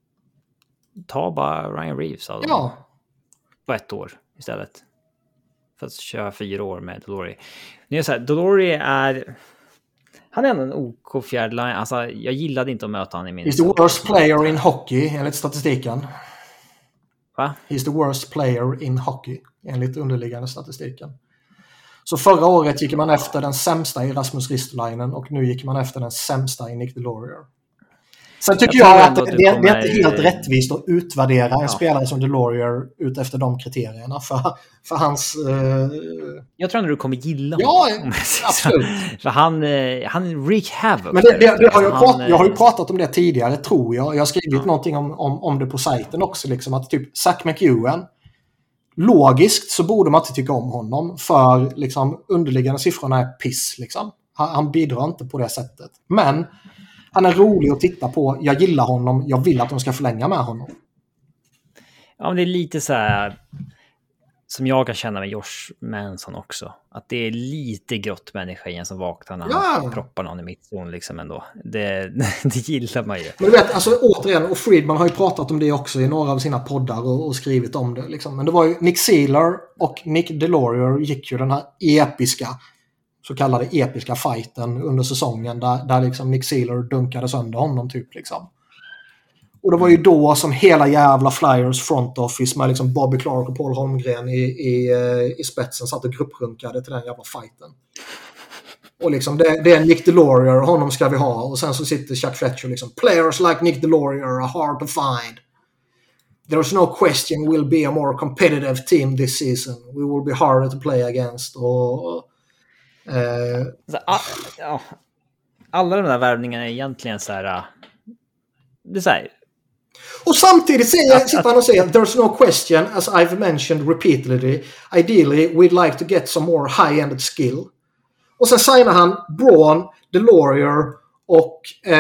Ta bara Ryan Reeves på 1 år istället. för att köra 4 år med Delory. Det är så här, Delory är... Han är ändå en OK fjärdeline. Alltså, jag gillade inte att möta han i min... He's the worst player in hockey, enligt statistiken. Va? He's the worst player in hockey, enligt underliggande statistiken. Så förra året gick man efter den sämsta i Rasmus Ristolainen och nu gick man efter den sämsta i Nick Delorier. Sen tycker jag att det är inte helt rättvist att utvärdera en spelare som Delorier ut efter de kriterierna för hans... Jag tror att du kommer gilla honom. Ja, absolut. För han wreak havoc. Men jag har ju pratat om det tidigare, tror jag. Jag har skrivit någonting om det på sajten också. Liksom, att typ Zach McEwen, logiskt så borde man inte tycka om honom. För liksom, underliggande siffrorna är piss. Liksom. Han bidrar inte på det sättet. Men han är rolig att titta på. Jag gillar honom. Jag vill att de ska förlänga med honom. Ja, men det är lite så här... Som jag kan känna med Josh Manson också. Att det är lite grått människa igen som vaknar när han proppar någon i mittzon liksom ändå. Det gillar man ju. Men du vet, alltså återigen, och Friedman har ju pratat om det också i några av sina poddar och skrivit om det. Liksom. Men det var ju Nick Seeler och Nick Delorier gick ju den här så kallade episka fighten under säsongen där liksom Nick Seeler dunkade sönder honom typ liksom. Och det var ju då som hela jävla Flyers front office med liksom Bobby Clark och Paul Holmgren i spetsen satt och grupprunkade till den jävla fighten. Och liksom det är Nick Delorier, honom ska vi ha. Och sen så sitter Chuck Fletcher liksom, players like Nick Delorier are hard to find. There's no question we'll be a more competitive team this season. We will be harder to play against. Alla de där värvningarna är egentligen så här... Det är så här... Och samtidigt sitter han och säger there's no question, as I've mentioned repeatedly, ideally we'd like to get some more high-ended skill. Och sen signar han Braun, Delorier och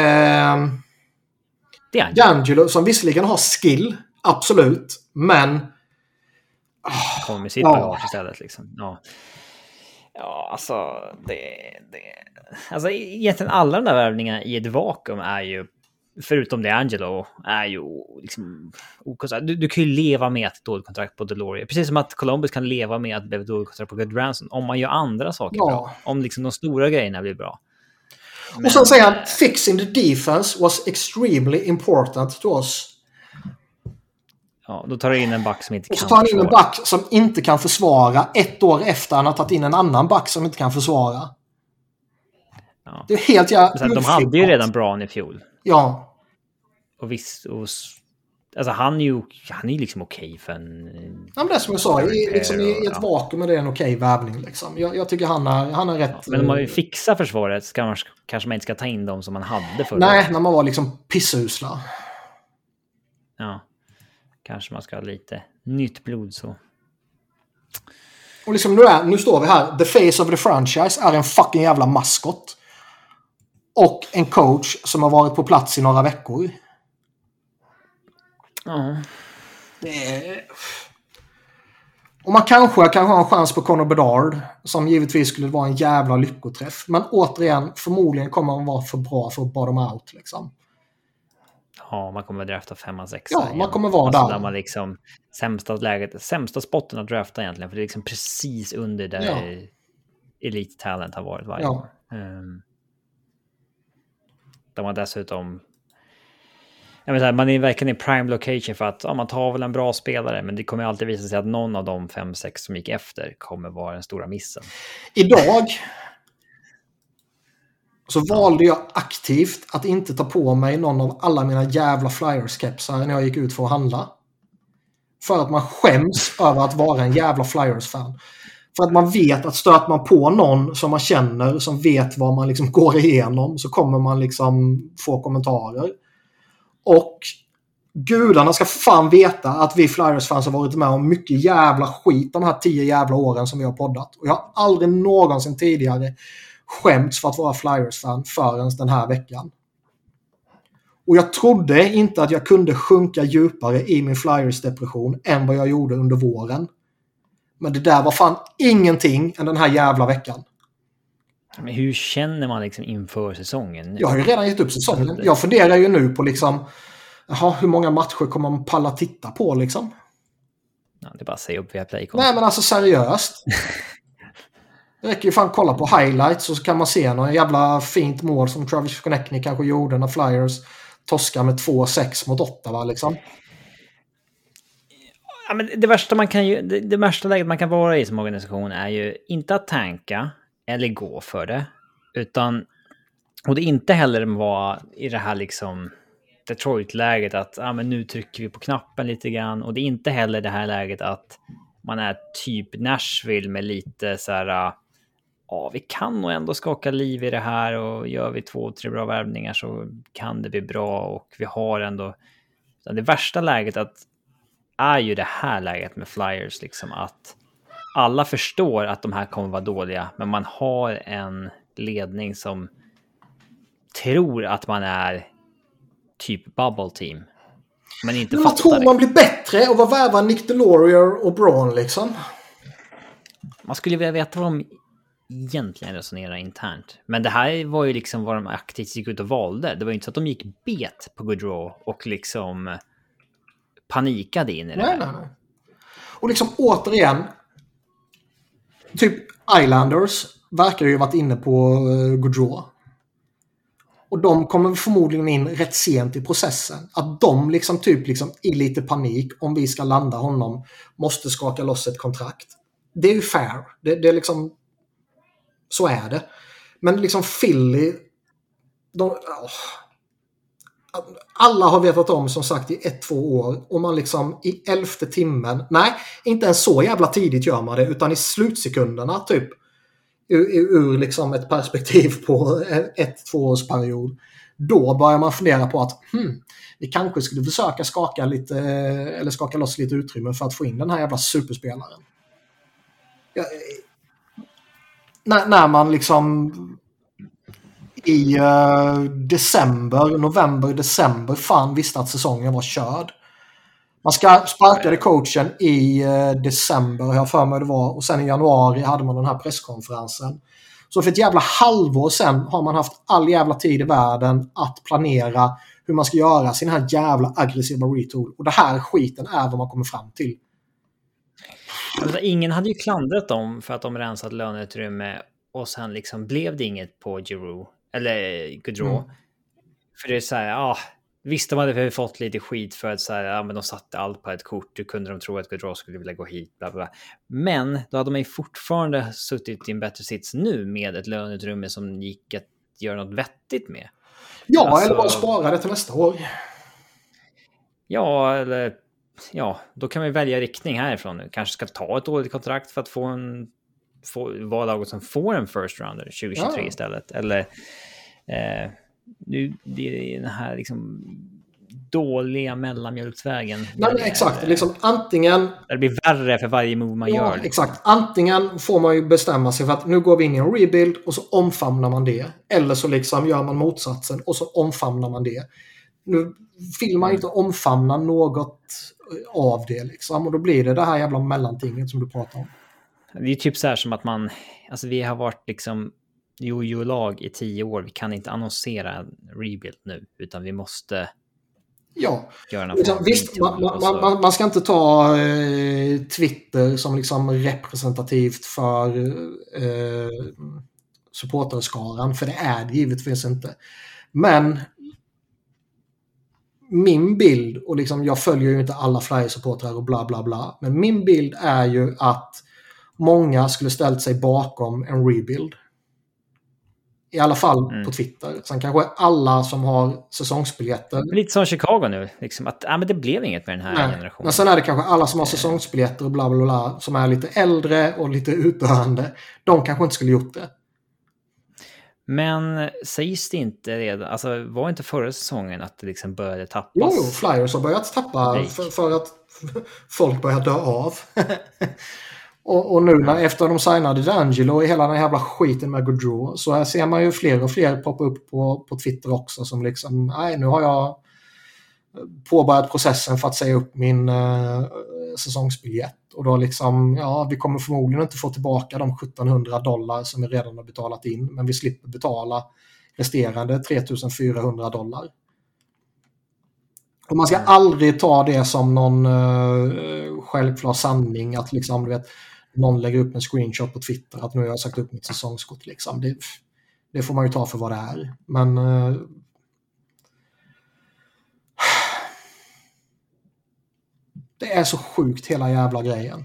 D'Angelo som visserligen har skill, absolut, men kommer med sitt bagage istället liksom. Ja, alltså alltså egentligen alla de där värvningarna i ett vakuum är ju, förutom D'Angelo, är ju liksom du kan ju leva med ett dåligt kontrakt på Delorier. Precis som att Columbus kan leva med att ett dåligt kontrakt på Goodranson om man gör andra saker bra. Om liksom de stora grejerna blir bra. Och sen säger han, fixing the defense was extremely important to us. Ja, då tar du in en back som inte kan försvara. Och så tar han in en back som inte kan försvara 1 år efter han har tagit in en annan back som inte kan försvara. Ja. Det är helt jävla... De hade ju redan bra i fjol. Ja. Och visst, alltså han är ju liksom okej för en... Ja, men det som jag sa, i ett vakuum är det en okej värvning liksom. Jag tycker han är rätt... Men om man vill fixa försvaret kanske man inte ska ta in dem som man hade förra. Nej, när man var liksom pissusla. Ja, kanske man ska ha lite nytt blod så. Och liksom nu står vi här. The face of the franchise är en fucking jävla maskot. Och en coach som har varit på plats i några veckor. Ja. Och man kanske kan ha en chans på Connor Bedard, som givetvis skulle vara en jävla lyckoträff. Men återigen, förmodligen kommer han vara för bra för bottom out liksom. Ja, man kommer drafta 5-6. Ja, man kommer vara där. Man liksom sämsta spotten att drafta egentligen, för det är liksom precis under där elite talent har varit varje år. De har dessutom, jag menar, man är verkligen i prime location för att man tar väl en bra spelare, men det kommer alltid visa sig att någon av de 5-6 som gick efter kommer vara den stora missen. Idag så valde jag aktivt att inte ta på mig någon av alla mina jävla Flyers-kepsar när jag gick ut för att handla. För att man skäms över att vara en jävla Flyers-fan. För att man vet att stöter man på någon som man känner, som vet vad man liksom går igenom, så kommer man liksom få kommentarer. Och gudarna ska fan veta att vi Flyers-fans har varit med om mycket jävla skit de här 10 jävla åren som vi har poddat. Och jag har aldrig någonsin tidigare skämts för att vara Flyers-fan förrän den här veckan. Och jag trodde inte att jag kunde sjunka djupare i min Flyers-depression än vad jag gjorde under våren. Men det där var fan ingenting än den här jävla veckan. Men hur känner man liksom inför säsongen? Jag har ju redan gett upp säsongen. Jag funderar ju nu på liksom, hur många matcher kommer man palla titta på liksom? Ja, det är bara att säga upp via play. Nej, men alltså seriöst. Det räcker ju fan kolla på highlights och så kan man se någon jävla fint mål som Travis Konechny kanske gjorde när Flyers torskar med 2-6 mot Ottawa liksom. Ja, men det värsta det värsta läget man kan vara i som organisation är ju inte att tanka eller gå för det, utan och det är inte heller vara i det här liksom Detroit-läget att men nu trycker vi på knappen lite grann, och det är inte heller det här läget att man är typ Nashville med lite så här vi kan nog ändå skaka liv i det här, och gör vi 2-3 bra värvningar så kan det bli bra, och vi har ändå det värsta läget är ju det här läget med Flyers liksom, att alla förstår att de här kommer vara dåliga, men man har en ledning som tror att man är typ bubble team, men inte man tror man blir bättre av att värva Nick Delorier och Braun liksom. Man skulle vilja veta vad de egentligen resonerar internt. Men det här var ju liksom vad de aktivt gick ut och valde. Det var ju inte så att de gick bet på Gaudreau och liksom panikade in i det här. Nej. Och liksom återigen, typ Islanders verkar ju varit inne på Gaudreau. Och de kommer förmodligen in rätt sent i processen. Att de liksom i lite panik, om vi ska landa honom, måste skaka loss ett kontrakt. Det är ju fair. Det är liksom, så är det. Men liksom Philly, alla har vetat om som sagt i 1-2 år, och man liksom i 11:e timmen, nej, inte ens så jävla tidigt gör man det, utan i slutsekunderna typ ur liksom ett perspektiv på 1-2 årsperiod, då börjar man fundera på att vi kanske skulle försöka skaka loss lite utrymme för att få in den här jävla superspelaren. När man liksom i november, december fan visste att säsongen var körd. Man sparkade coachen i december, jag för mig det var, och sen i januari hade man den här presskonferensen. Så för ett jävla halvår sen har man haft all jävla tid i världen att planera hur man ska göra sin här jävla aggressiva retool. Och det här skiten är vad man kommer fram till. Alltså, ingen hade ju klandrat dem för att de rensat löneutrymme, och sen liksom blev det inget på Giroux eller Gaudreau. För det är så här, visst, de hade fått lite skit för att så här, men de satte allt på ett kort. Hur kunde de tro att Gaudreau skulle vilja gå hit? Bla bla. Men då hade man ju fortfarande suttit i en bättre sits nu med ett löneutrymme som gick att göra något vettigt med. Ja, alltså, eller bara spara det till nästa år. Ja, då kan man välja riktning härifrån. Kanske ska ta ett dåligt kontrakt för att vara laget som får en first rounder 2023 istället. Eller nu det är den här liksom dåliga mellanmjölksvägen. Nej, exakt. Liksom, antingen det blir värre för varje move man gör. Liksom. Exakt. Antingen får man ju bestämma sig för att nu går vi in i en rebuild och så omfamnar man det. Eller så liksom gör man motsatsen och så omfamnar man det. Nu vill man inte omfamna något av det liksom. Och då blir det här jävla mellantinget som du pratar om. Det är typ så här som att vi har varit liksom jojo-lag i 10 år. Vi kan inte annonsera en rebuild nu, utan vi måste göra en liksom, visst, man ska inte ta Twitter som liksom representativt för supporterskaran, för det är det givetvis inte. Men min bild, och liksom, jag följer ju inte alla Flyers-supportrar och bla bla bla, men min bild är ju att många skulle ställt sig bakom en rebuild. I alla fall på Twitter. Sen kanske alla som har säsongsbiljetter. Lite som Chicago nu. Liksom, att men det blev inget med den här generationen. Men sen är det kanske alla som har säsongsbiljetter och bla bla bla, som är lite äldre och lite utdöende. De kanske inte skulle gjort det. Men sägs det inte redan, alltså var inte förra säsongen att det liksom började tappas? Jo, Flyers har börjat tappa för att folk börjar dö av. och nu efter de signade D'Angelo och hela den jävla skiten med Gaudreau, så här ser man ju fler och fler poppa upp på Twitter också som liksom, nu har jag påbörjat processen för att säga upp min säsongsbiljett. Och då liksom, vi kommer förmodligen inte få tillbaka de $1,700 som vi redan har betalat in, men vi slipper betala resterande $3,400. Och man ska aldrig ta det som någon självklar sanning att liksom, du vet, någon lägger upp en screenshot på Twitter att nu har jag sagt upp mitt säsongskort. Liksom. Det får man ju ta för vad det är. Men det är så sjukt hela jävla grejen.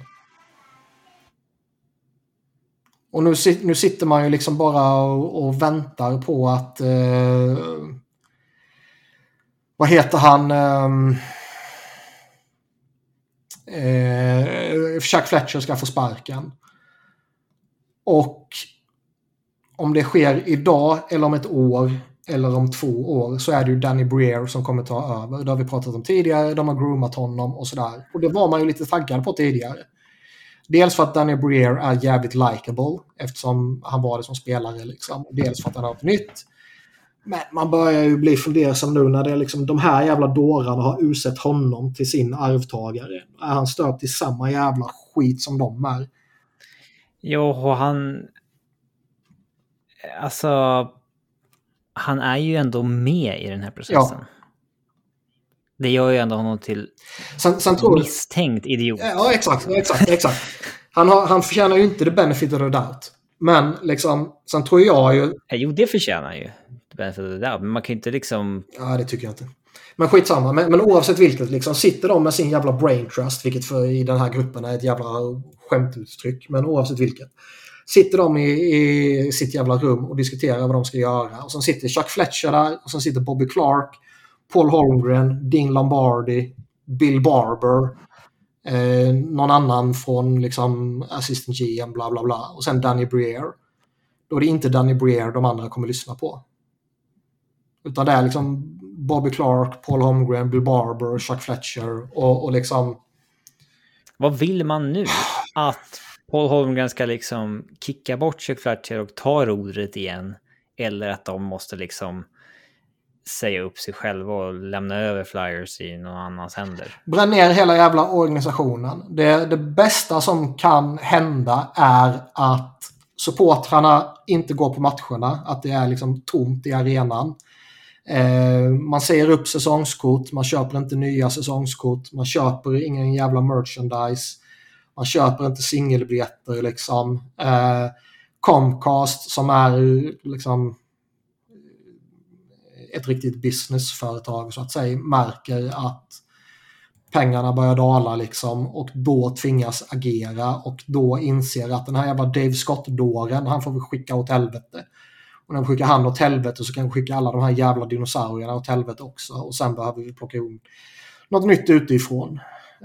Och nu sitter man ju liksom bara och väntar på att vad heter han? Chuck Fletcher ska få sparken. Och om det sker idag eller om ett år eller om 2 år så är det ju Danny Briere som kommer ta över. Det har vi pratat om tidigare. De har groomat honom och sådär. Och det var man ju lite taggad på tidigare. Dels för att Danny Briere är jävligt likable eftersom han var det som spelare. Liksom. Dels för att han har ett nytt. Men man börjar ju bli fundersam nu när det är liksom, de här jävla dårarna har utsett honom till sin arvtagare. Är han stöpt i samma jävla skit som de är? Jo, och han... Alltså... Han är ju ändå med i den här processen. Ja. Det gör ju ändå honom till sen tror misstänkt idiot. Ja, exakt. Han förtjänar ju inte the benefit of the doubt. Men liksom, sen tror jag ju... Jo, det förtjänar ju the benefit of the doubt. Men man kan inte liksom... Ja, det tycker jag inte. Men skitsamma. Men oavsett vilket, liksom, sitter de med sin jävla brain trust, vilket för i den här gruppen är ett jävla skämtuttryck. Men oavsett vilket. Sitter de i sitt jävla rum och diskuterar vad de ska göra. Och så sitter Chuck Fletcher där. Och så sitter Bobby Clark, Paul Holmgren, Dean Lombardi, Bill Barber, någon annan från liksom assistant GM, bla bla bla. Och sen Danny Briere. Då är det inte Danny Briere de andra kommer lyssna på. Utan det är liksom Bobby Clark, Paul Holmgren, Bill Barber, Chuck Fletcher och liksom... Vad vill man nu? Att Paul Holmgren ska liksom kicka bort Chuck Fletcher och ta rodret igen? Eller att de måste liksom säga upp sig själva och lämna över Flyers i någon annans händer? Bränn ner hela jävla organisationen. Det bästa som kan hända är att supportrarna inte går på matcherna. Att det är liksom tomt i arenan. Man säger upp säsongskort. Man köper inte nya säsongskort. Man köper ingen jävla merchandise. Man köper inte singelbiljetter liksom. Comcast som är liksom ett riktigt businessföretag så att säga märker att pengarna börjar dala liksom och då tvingas agera och då inser att den här jävla Dave Scott-dåren, han får vi skicka åt helvete. Och när vi skickar han åt helvete så kan vi skicka alla de här jävla dinosaurierna åt helvete också och sen behöver vi plocka in något nytt utifrån.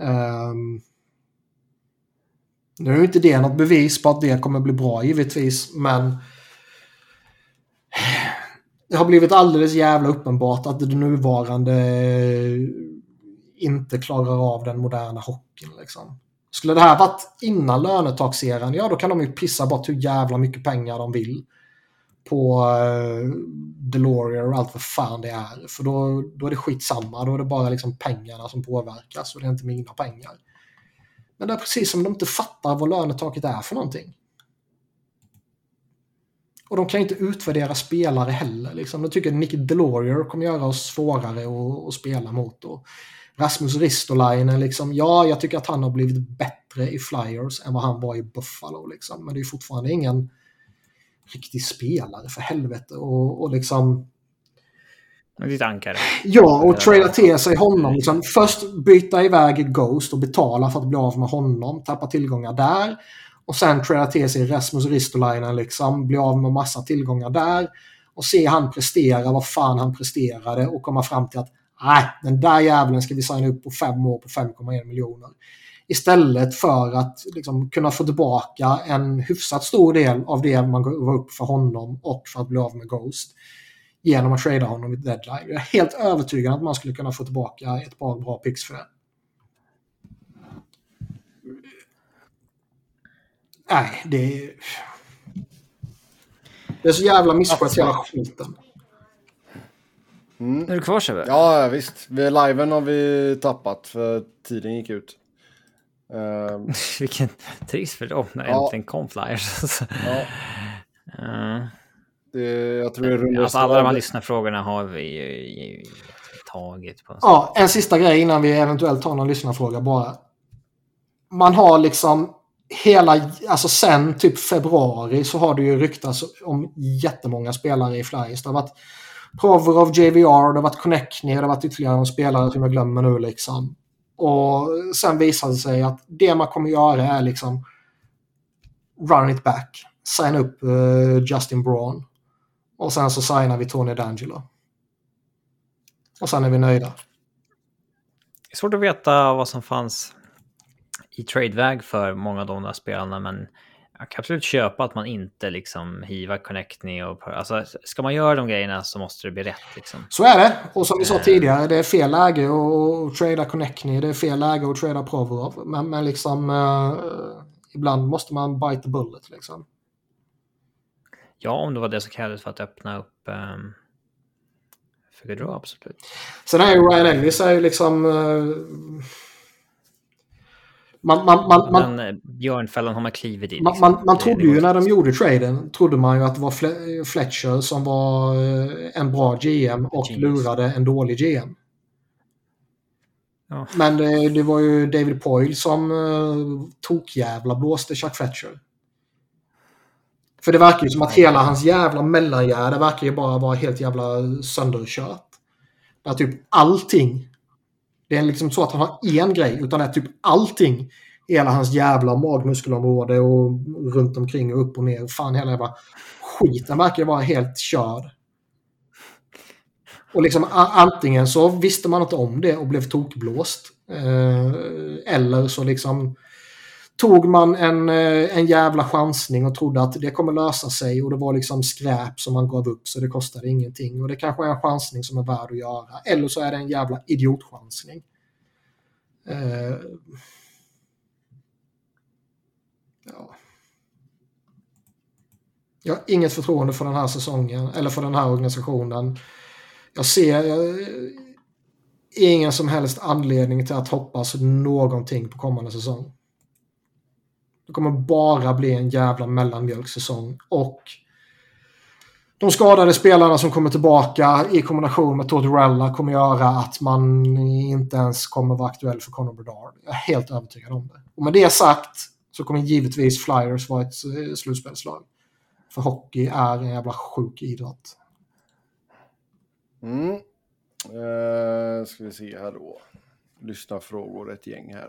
Nu är inte det något bevis på att det kommer bli bra givetvis, men det har blivit alldeles jävla uppenbart att det nuvarande inte klarar av den moderna hockeyn. Liksom. Skulle det här varit innan lönetaxeran, ja då kan de ju pissa bort hur jävla mycket pengar de vill på Delorier och allt vad fan det är. För då är det skitsamma, då är det bara liksom pengarna som påverkas och det är inte mina pengar. Men det är precis som de inte fattar vad lönetaket är för någonting. Och de kan inte utvärdera spelare heller. Liksom. De tycker att Nick Delorier kommer göra oss svårare att spela mot. Och Rasmus Ristolainen, liksom, ja, jag tycker att han har blivit bättre i Flyers än vad han var i Buffalo. Liksom. Men det är fortfarande ingen riktig spelare för helvete. Och liksom... Ditt ankare. Ja, och trada till sig honom. Liksom. Först byta iväg Ghost och betala för att bli av med honom. Tappa tillgångar där. Och sen trada till sig Rasmus Ristolainen. Liksom, bli av med massa tillgångar där. Och se han prestera vad fan han presterade. Och komma fram till att den där jävlen ska vi signa upp på 5 år på 5,1 miljoner. Istället för att liksom, kunna få tillbaka en hyfsat stor del av det man går upp för honom. Och för att bli av med Ghost. Genom att trada honom i deadline. Jag är helt övertygad att man skulle kunna få tillbaka ett par bra picks för det. Nej, det är så jävla misskött hela skiten. Är du kvar, Sebbe? Ja, visst. Liven har vi tappat för tiden gick ut. Vilken trist för dem när äntligen kom Flyers. Jag tror det alltså alla de här lyssnarfrågorna har vi överhuvudtaget. Ja, en sista grej innan vi eventuellt tar någon lyssnarfråga bara. Man har liksom alltså sen typ februari så har det ju ryktats om jättemånga spelare i Flyers. Det har varit Provorov, JVR, det har varit Konechny, det har varit ytterligare en spelare som jag glömmer nu liksom. Och sen visade det sig att det man kommer göra är liksom run it back. Signa upp Justin Braun. Och sen så signar vi Tony DeAngelo. Och sen är vi nöjda. Det är svårt att veta vad som fanns i tradeväg för många av de där spelarna, men jag kan absolut köpa att man inte liksom hivar Konechny och alltså ska man göra de grejerna så måste det bli rätt liksom. Så är det. Och som vi sa tidigare, det är fel läge att trada Konechny, det är fel läge att trada Provorov, men liksom ibland måste man bite the bullet liksom. Ja, om det var det som krävdes för att öppna upp för Gaudreau, absolut. Sen är ju Ryan Ellis är ju liksom men Björnfällan har man klivit i. Liksom. Man trodde ju när de gjorde traden, trodde man ju att det var Fletcher som var en bra GM och lurade en dålig GM. Ja. Men det var ju David Poyle som tokjävla blåste Chuck Fletcher. För det verkar ju som att hela hans jävla mellangärde, det verkar ju bara vara helt jävla sönderkört. Det är typ allting. Det är liksom så att han har en grej, utan det är typ allting. Hela hans jävla magmuskelområde och runt omkring och upp och ner. Fan, hela jävla skiten verkar ju vara helt körd. Och liksom antingen så visste man inte om det och blev tokblåst. Eller så liksom tog man en jävla chansning och trodde att det kommer lösa sig, och det var liksom skräp som man gav upp så det kostade ingenting, och det kanske är en chansning som är värd att göra, eller så är det en jävla idiotchansning. Ja. Jag har inget förtroende för den här säsongen eller för den här organisationen. Jag ser ingen som helst anledning till att hoppas någonting på kommande säsong. Det kommer bara bli en jävla mellanmjölksäsong, och de skadade spelarna som kommer tillbaka i kombination med Tortorella kommer göra att man inte ens kommer vara aktuell för Connor Bedard. Jag är helt övertygad om det. Och med det sagt så kommer givetvis Flyers vara ett slutspelslag. För hockey är en jävla sjuk idrott. Ska vi se här då. Lyssna frågor, ett gäng här.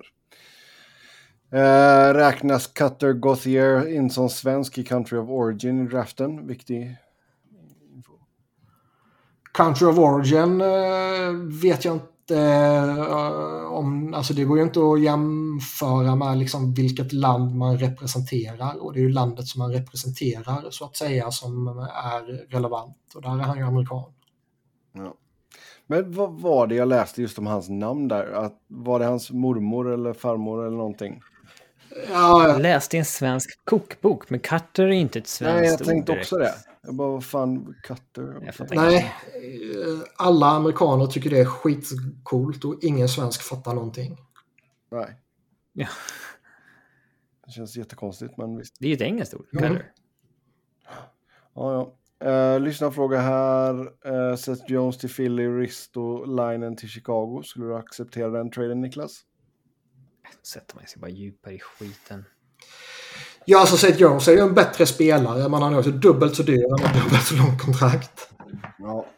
Räknas Cutter Gauthier in som svensk i Country of Origin i draften? Viktig info. Country of Origin vet jag inte om. Alltså det går ju inte att jämföra med liksom vilket land man representerar, och det är ju landet som man representerar så att säga som är relevant, och där är han ju amerikan. Ja. Men vad var det jag läste just om hans namn där? Var det hans mormor eller farmor eller någonting? Ja, jag läste en svensk kokbok, men Cutter är inte ett svenskt ord. Nej, jag tänkte också det. Jag bara, vad fan, Cutter? Nej, alla amerikaner tycker det är skitcoolt och ingen svensk fattar någonting. Nej. Ja. Det känns jättekonstigt, men visst. Det är ju ett engelskt ord, Cutter. Ja. Lyssnarfråga här. Seth Jones till Philly, Risto, Linen till Chicago. Skulle du acceptera den traden, Niklas? Sätter man sig bara djupare i skiten. Ja, alltså Seth Jones är ju en bättre spelare, men han är också dubbelt så dyr och dubbelt så långt kontrakt. Ja.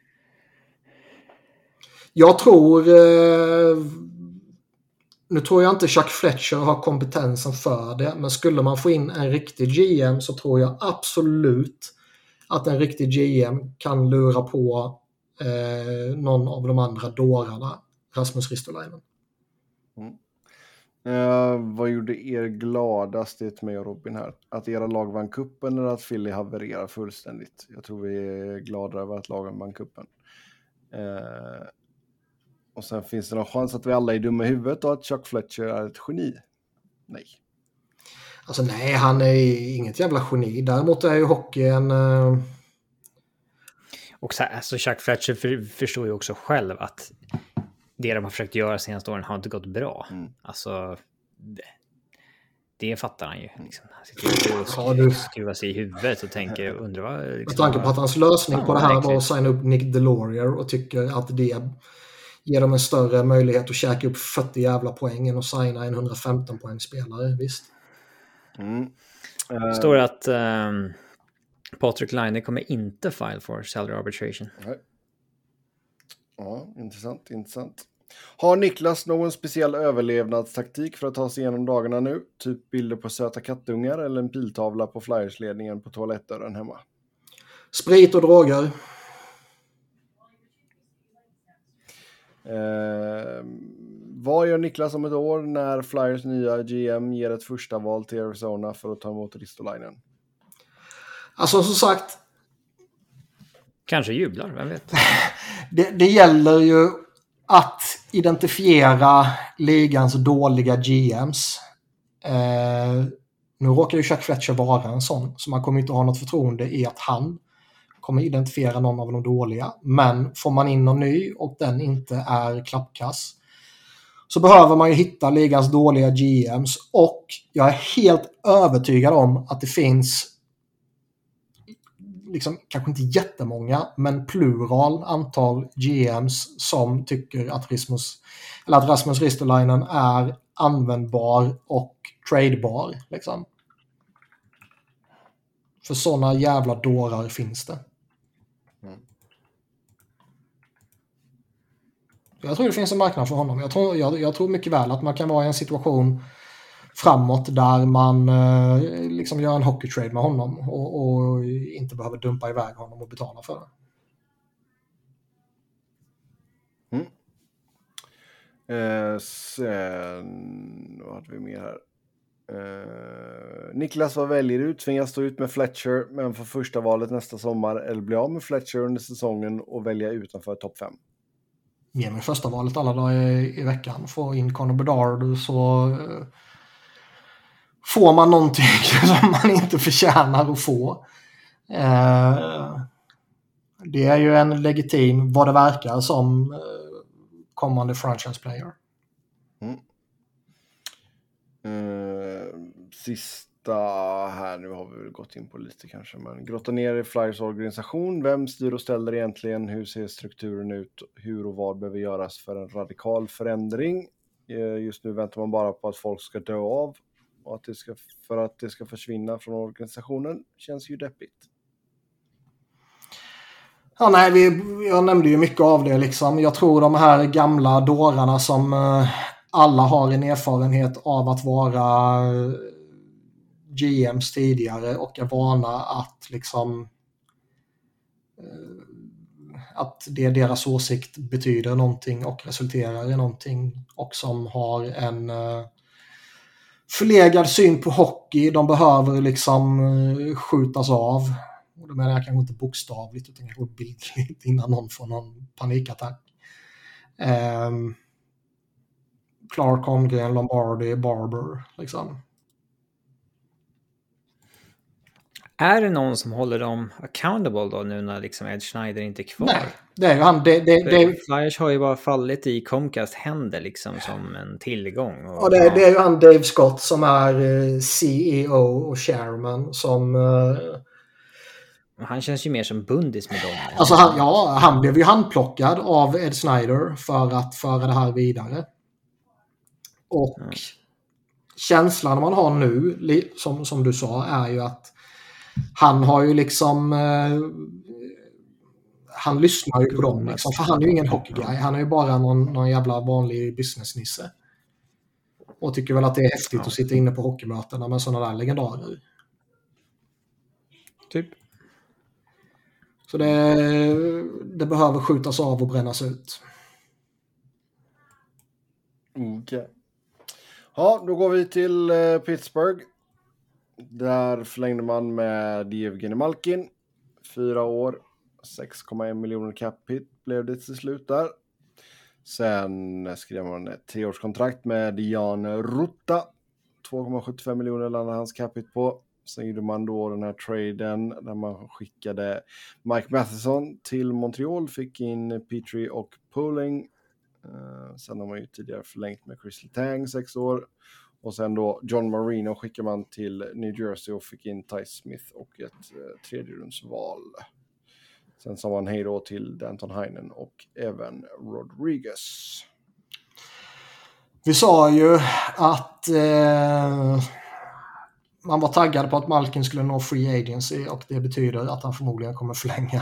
Jag tror... nu tror jag inte Chuck Fletcher har kompetensen för det, men skulle man få in en riktig GM så tror jag absolut att en riktig GM kan lura på någon av de andra dårarna, Rasmus Ristolainen. Vad gjorde er gladast, det med Robin här? Att era lag vann kuppen eller att Philly havererar fullständigt? Jag tror vi är glada över att lagen vann kuppen. Och sen finns det någon chans att vi alla är dumma i huvudet och att Chuck Fletcher är ett geni? Nej. Alltså nej, han är inget jävla geni. Däremot är ju hockey en... Och så här, alltså Chuck Fletcher förstår ju också själv att det de har försökt göra senaste åren har inte gått bra. Alltså det fattar han ju. Liksom. Han sitter och skruvar sig i huvudet och tänker, undrar vad... Liksom, med tanke på att hans lösning på det här var att signa upp Nick Delorier och tycker att det ger dem en större möjlighet att käka upp 40 jävla poäng än att signa en 115 poängspelare, visst. Står det att Patrik Laine kommer inte file for salary arbitration. Nej. Ja, intressant. Har Niklas någon speciell överlevnadstaktik för att ta sig igenom dagarna nu? Typ bilder på söta kattungar eller en piltavla på Flyers-ledningen på toalettdörren hemma? Sprit och droger. Vad gör Niklas om ett år när Flyers nya GM ger ett första val till Arizona för att ta emot Ristolainen? Alltså som sagt... Kanske jublar, vem vet? Det gäller ju att identifiera ligans dåliga GMs. Nu råkar ju Chuck Fletcher vara en sån, så man kommer inte ha något förtroende i att han kommer identifiera någon av de dåliga. Men får man in någon ny och den inte är klappkass, så behöver man ju hitta ligans dåliga GMs. Och jag är helt övertygad om att det finns, liksom, kanske inte jättemånga, men plural antal GMs som tycker att Rasmus Ristolainen är användbar och tradebar. Liksom. För sådana jävla dårar finns det. Jag tror det finns en marknad för honom. Jag tror mycket väl att man kan vara i en situation framåt där man liksom gör en hockeytrade med honom och inte behöver dumpa iväg honom och betala för det. Sen vad hade vi mer här? Niklas, vad väljer du? Tvingas stå ut med Fletcher men för första valet nästa sommar, eller bli av med Fletcher under säsongen och välja utanför topp 5? Ge mig första valet alla dagar i veckan. Få in Connor Bedard, så får man någonting som man inte förtjänar att få. Det är ju en legitim, vad det verkar som, kommande franchise player. Sista här, nu har vi väl gått in på lite kanske, men grotta ner i Flyers organisation. Vem styr och ställer egentligen? Hur ser strukturen ut? Hur och vad behöver göras för en radikal förändring? Just nu väntar man bara på att folk ska dö av och för att det ska försvinna från organisationen. Känns ju deppigt. Ja, nej, jag nämnde ju mycket av det liksom. Jag tror de här gamla dårarna som alla har en erfarenhet av att vara GMs tidigare och är vana att liksom att det deras åsikt betyder någonting och resulterar i någonting, och som har en förlegad syn på hockey. De behöver liksom skjutas av. Och då menar jag kanske inte bokstavligt utan kanske bildligt innan någon får någon panikattack. Clark, Holmgren, Lombardi, Barber liksom. Är det någon som håller dem accountable då nu när liksom Ed Schneider inte är kvar? Nej, det är ju han. Flyers har ju bara fallit i Comcast händer liksom som en tillgång. Och det är ju han Dave Scott som är CEO och chairman som... Han känns ju mer som bundis med dem. Alltså han blev ju handplockad av Ed Schneider för att föra det här vidare. Och känslan man har nu, som du sa, är ju att han har ju liksom han lyssnar ju på dem liksom, för han är ju ingen hockeyguy, han är ju bara någon jävla vanlig businessnisse och tycker väl att det är häftigt att sitta inne på hockeymötena med sådana där legendarer typ. Så det behöver skjutas av och brännas ut. Okay. Ja, då går vi till Pittsburgh. Där förlängde man med Evgeni Malkin. 4 år, 6,1 miljoner cap hit blev det till slut där. Sen skrev man ett 3-årskontrakt med Jan Rutta. 2,75 miljoner landade hans cap hit på. Sen gjorde man då den här traden där man skickade Mike Matheson till Montreal. Fick in Petrie och Poling. Sen har man ju tidigare förlängt med Chris Letang 6 år. Och sen då John Marino skickar man till New Jersey och fick in Ty Smith och ett tredjerumsval. Sen sa man hej då till Danton Heinen och Evan Rodriguez. Vi sa ju att man var taggad på att Malkin skulle nå free agency och det betyder att han förmodligen kommer förlänga.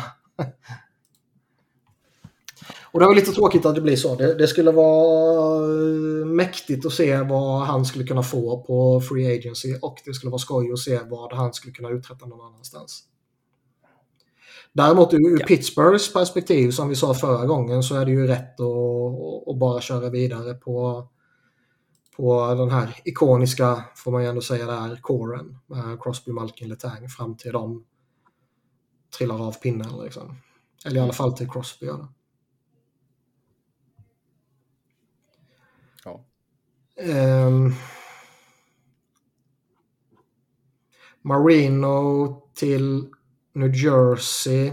Och det var lite tråkigt att det blir så. Det skulle vara mäktigt att se vad han skulle kunna få på free agency och det skulle vara skoj att se vad han skulle kunna uträtta någon annanstans. Däremot ur Pittsburghs perspektiv, som vi sa förra gången, så är det ju rätt att bara köra vidare på den här ikoniska, får man ju ändå säga där, coren med Crosby, Malkin, Letang fram till de trillar av pinnen liksom. Eller i alla fall till Crosby. Ja. Marino till New Jersey.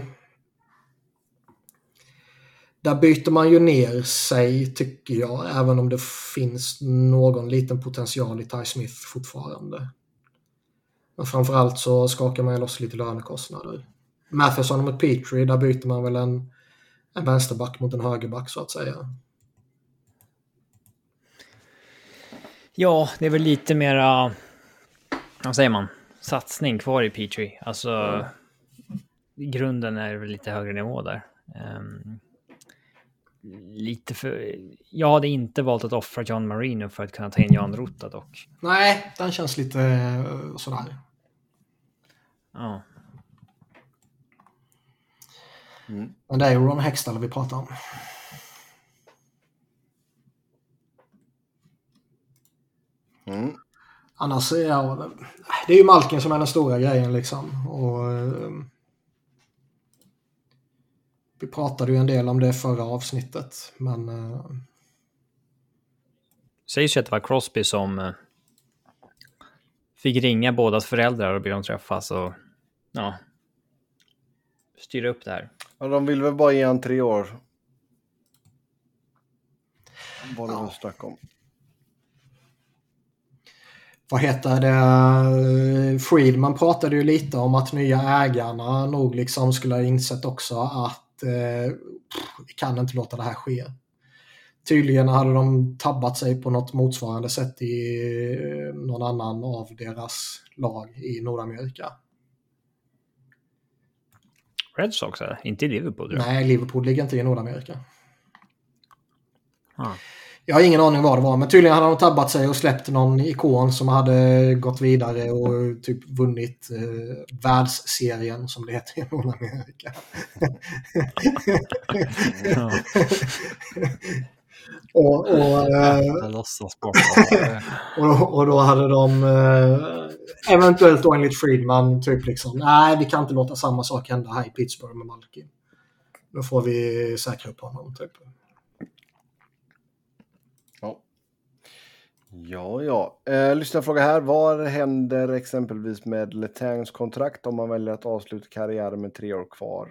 Där byter man ju ner sig, tycker jag, även om det finns någon liten potential i Ty Smith fortfarande. Men framförallt så skakar man loss lite lönekostnader. Matheson mot Petrie, där byter man väl en vänsterback mot en högerback så att säga. Ja, det är väl lite mera, vad säger man, satsning kvar i Petrie. Alltså, i grunden är det väl lite högre nivå där. Lite för... Jag hade inte valt att offra John Marino för att kunna ta in Jan Rutta dock. Nej, den känns lite sådär. Ja. Men det är ju Ron Hextall vi pratar om. Annars är det är ju Malkin som är den stora grejen liksom. Och vi pratade ju en del om det förra avsnittet, men Sägs ju att det var Crosby som fick ringa bådas föräldrar och be dem träffas och styra upp det här. Ja, de vill väl bara ge han 3 år. Vad det var snack om. Vad heter det? Friedman pratade ju lite om att nya ägarna nog liksom skulle ha insett också att vi kan inte låta det här ske. Tydligen hade de tabbat sig på något motsvarande sätt i någon annan av deras lag i Nordamerika. Red Sox, eller? Inte i Liverpool? Nej, Liverpool ligger inte i Nordamerika. Jag har ingen aning vad det var, men tydligen hade de tabbat sig och släppt någon ikon som hade gått vidare och typ vunnit världsserien som det heter i Nordamerika. Och då hade de eventuellt då enligt Friedman typ liksom, nej, vi kan inte låta samma sak hända här i Pittsburgh med Malkin. Då får vi säkra upp honom typ. Ja. Lyssnarfråga här. Vad händer exempelvis med Letangs kontrakt om man väljer att avsluta karriären med 3 år kvar?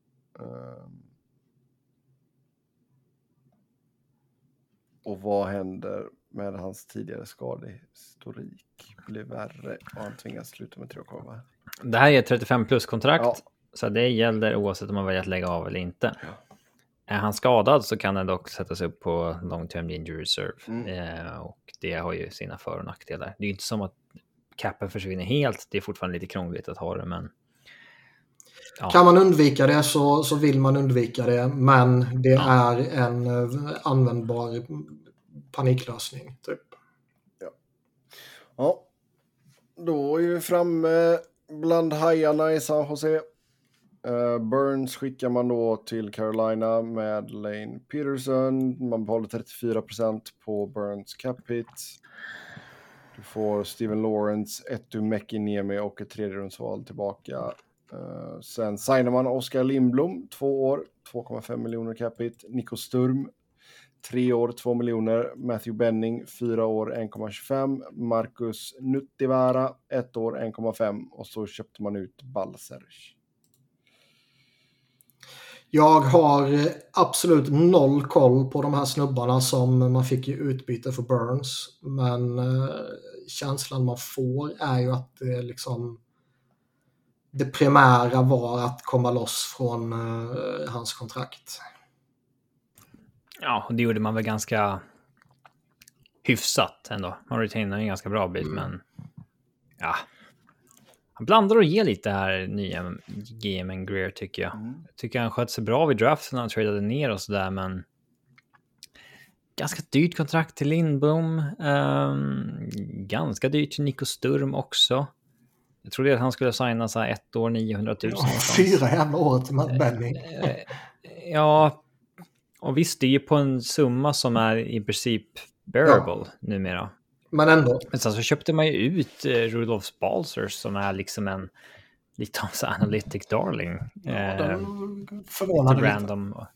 Och vad händer med hans tidigare skadehistorik? Blir värre och han tvingas sluta med 3 år kvar, va? Det här är ett 35 plus kontrakt, så det gäller oavsett om man väljer att lägga av eller inte. Ja. Är han skadad så kan han dock sättas upp på long term injury reserve. Och det har ju sina för- och nackdelar. Det är ju inte som att capen försvinner helt. Det är fortfarande lite krångligt att ha det, men... Ja. Kan man undvika det så vill man undvika det, men det är en användbar paniklösning typ. Ja. Då är vi framme bland hajarna i San Jose. Burns skickar man då till Carolina med Lane Peterson. Man behåller 34% på Burns cap hit. Du får Steven Lawrence, Etu Mäkiniemi och ett tredjerumsval tillbaka. Sen signar man Oskar Lindblom, 2 år, 2,5 miljoner cap hit. Nico Sturm, 3 år, 2 miljoner. Matthew Benning, 4 år, 1,25. Marcus Nuttivaara, 1 år, 1,5. Och så köpte man ut Balcerz. Jag har absolut noll koll på de här snubbarna som man fick i utbyte för Burns. Men känslan man får är ju att det liksom det primära var att komma loss från hans kontrakt. Ja, och det gjorde man väl ganska hyfsat ändå. Man retainar en ganska bra bit, men ja. Han blandar och ger lite här nya GM Greer tycker jag. Jag tycker han sköt sig bra vid draften när han tradade ner och sådär, men ganska dyrt kontrakt till Lindblom. Ganska dyrt till Nico Sturm också. Jag trodde att han skulle signa så här 1 år 900 000. 4 jävla år till Matt Benny. Ja, och visst, det är ju på en summa som är i princip bearable numera. Men ändå. Men sen så köpte man ju ut Rudolph Balcers som är liksom en lite av så analytic darling. Förvånande random. Lite.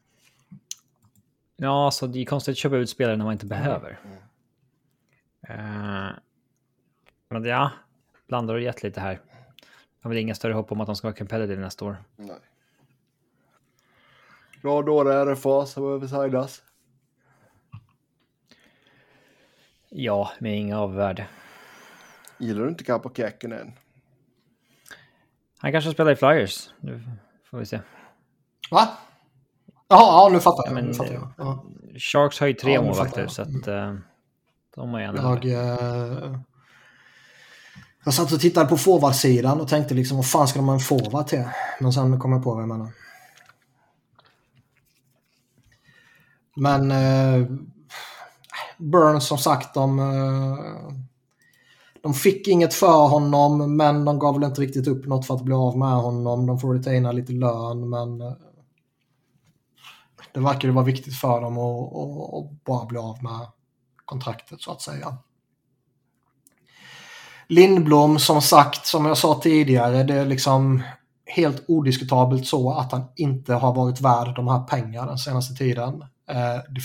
Ja, så det är konstigt att köpa ut spelare när man inte behöver. Men ja, blandar och gett lite här. Jag har väl inga större hopp om att de ska vara competitive nästa år. Nej. Ja, då är det RFA som behöver signas. Ja, med inga avvärde. Gillar du inte Kaapo Kähkönen? Han kanske spelar i Flyers. Nu får vi se. Va? Jaha, nu fattar jag. Ja, men, nu fattar jag. Ja. Sharks har ju 3 målvakter, så att de har gärna... Jag satt och tittade på forwardsidan och tänkte liksom, vad fan ska de ha en forward till? Men sen kom jag på vad jag menar. Men Burns, som sagt, de fick inget för honom, men de gav väl inte riktigt upp något för att bli av med honom. De får retaina lite lön, men det verkar ju vara viktigt för dem att bara bli av med kontraktet, så att säga. Lindblom, som sagt, som jag sa tidigare, det är liksom helt odiskutabelt så att han inte har varit värd de här pengarna den senaste tiden. Det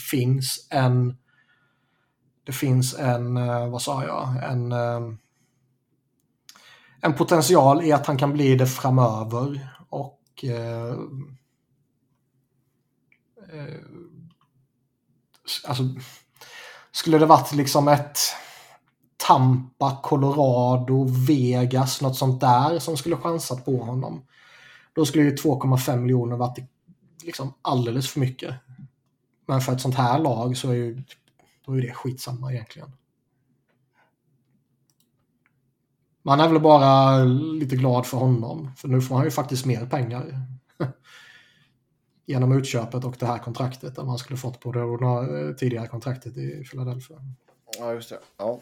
finns en vad sa jag, en potential i att han kan bli det framöver, och alltså skulle det varit liksom ett Tampa, Colorado, Vegas, något sånt där som skulle chansat på honom, då skulle ju 2,5 miljoner varit liksom alldeles för mycket. Men för ett sånt här lag så är det skitsamma egentligen. Man är väl bara lite glad för honom, för nu får han ju faktiskt mer pengar genom utköpet och det här kontraktet än man skulle fått på det tidigare kontraktet i Philadelphia. Ja, just det. Ja.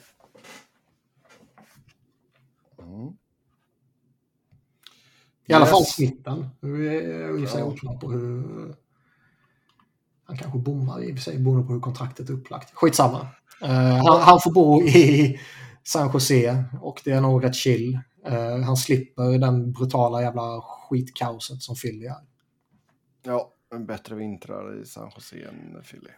I alla fall smitten. Nu är jag oklar på hur... Han kanske bommar i och för sig beroende på hur kontraktet är upplagt. Skitsamma. Han får bo i San Jose och det är nog rätt chill. Han slipper den brutala jävla skitkaoset som Philly är. Ja, en bättre vintrar i San Jose än Philly.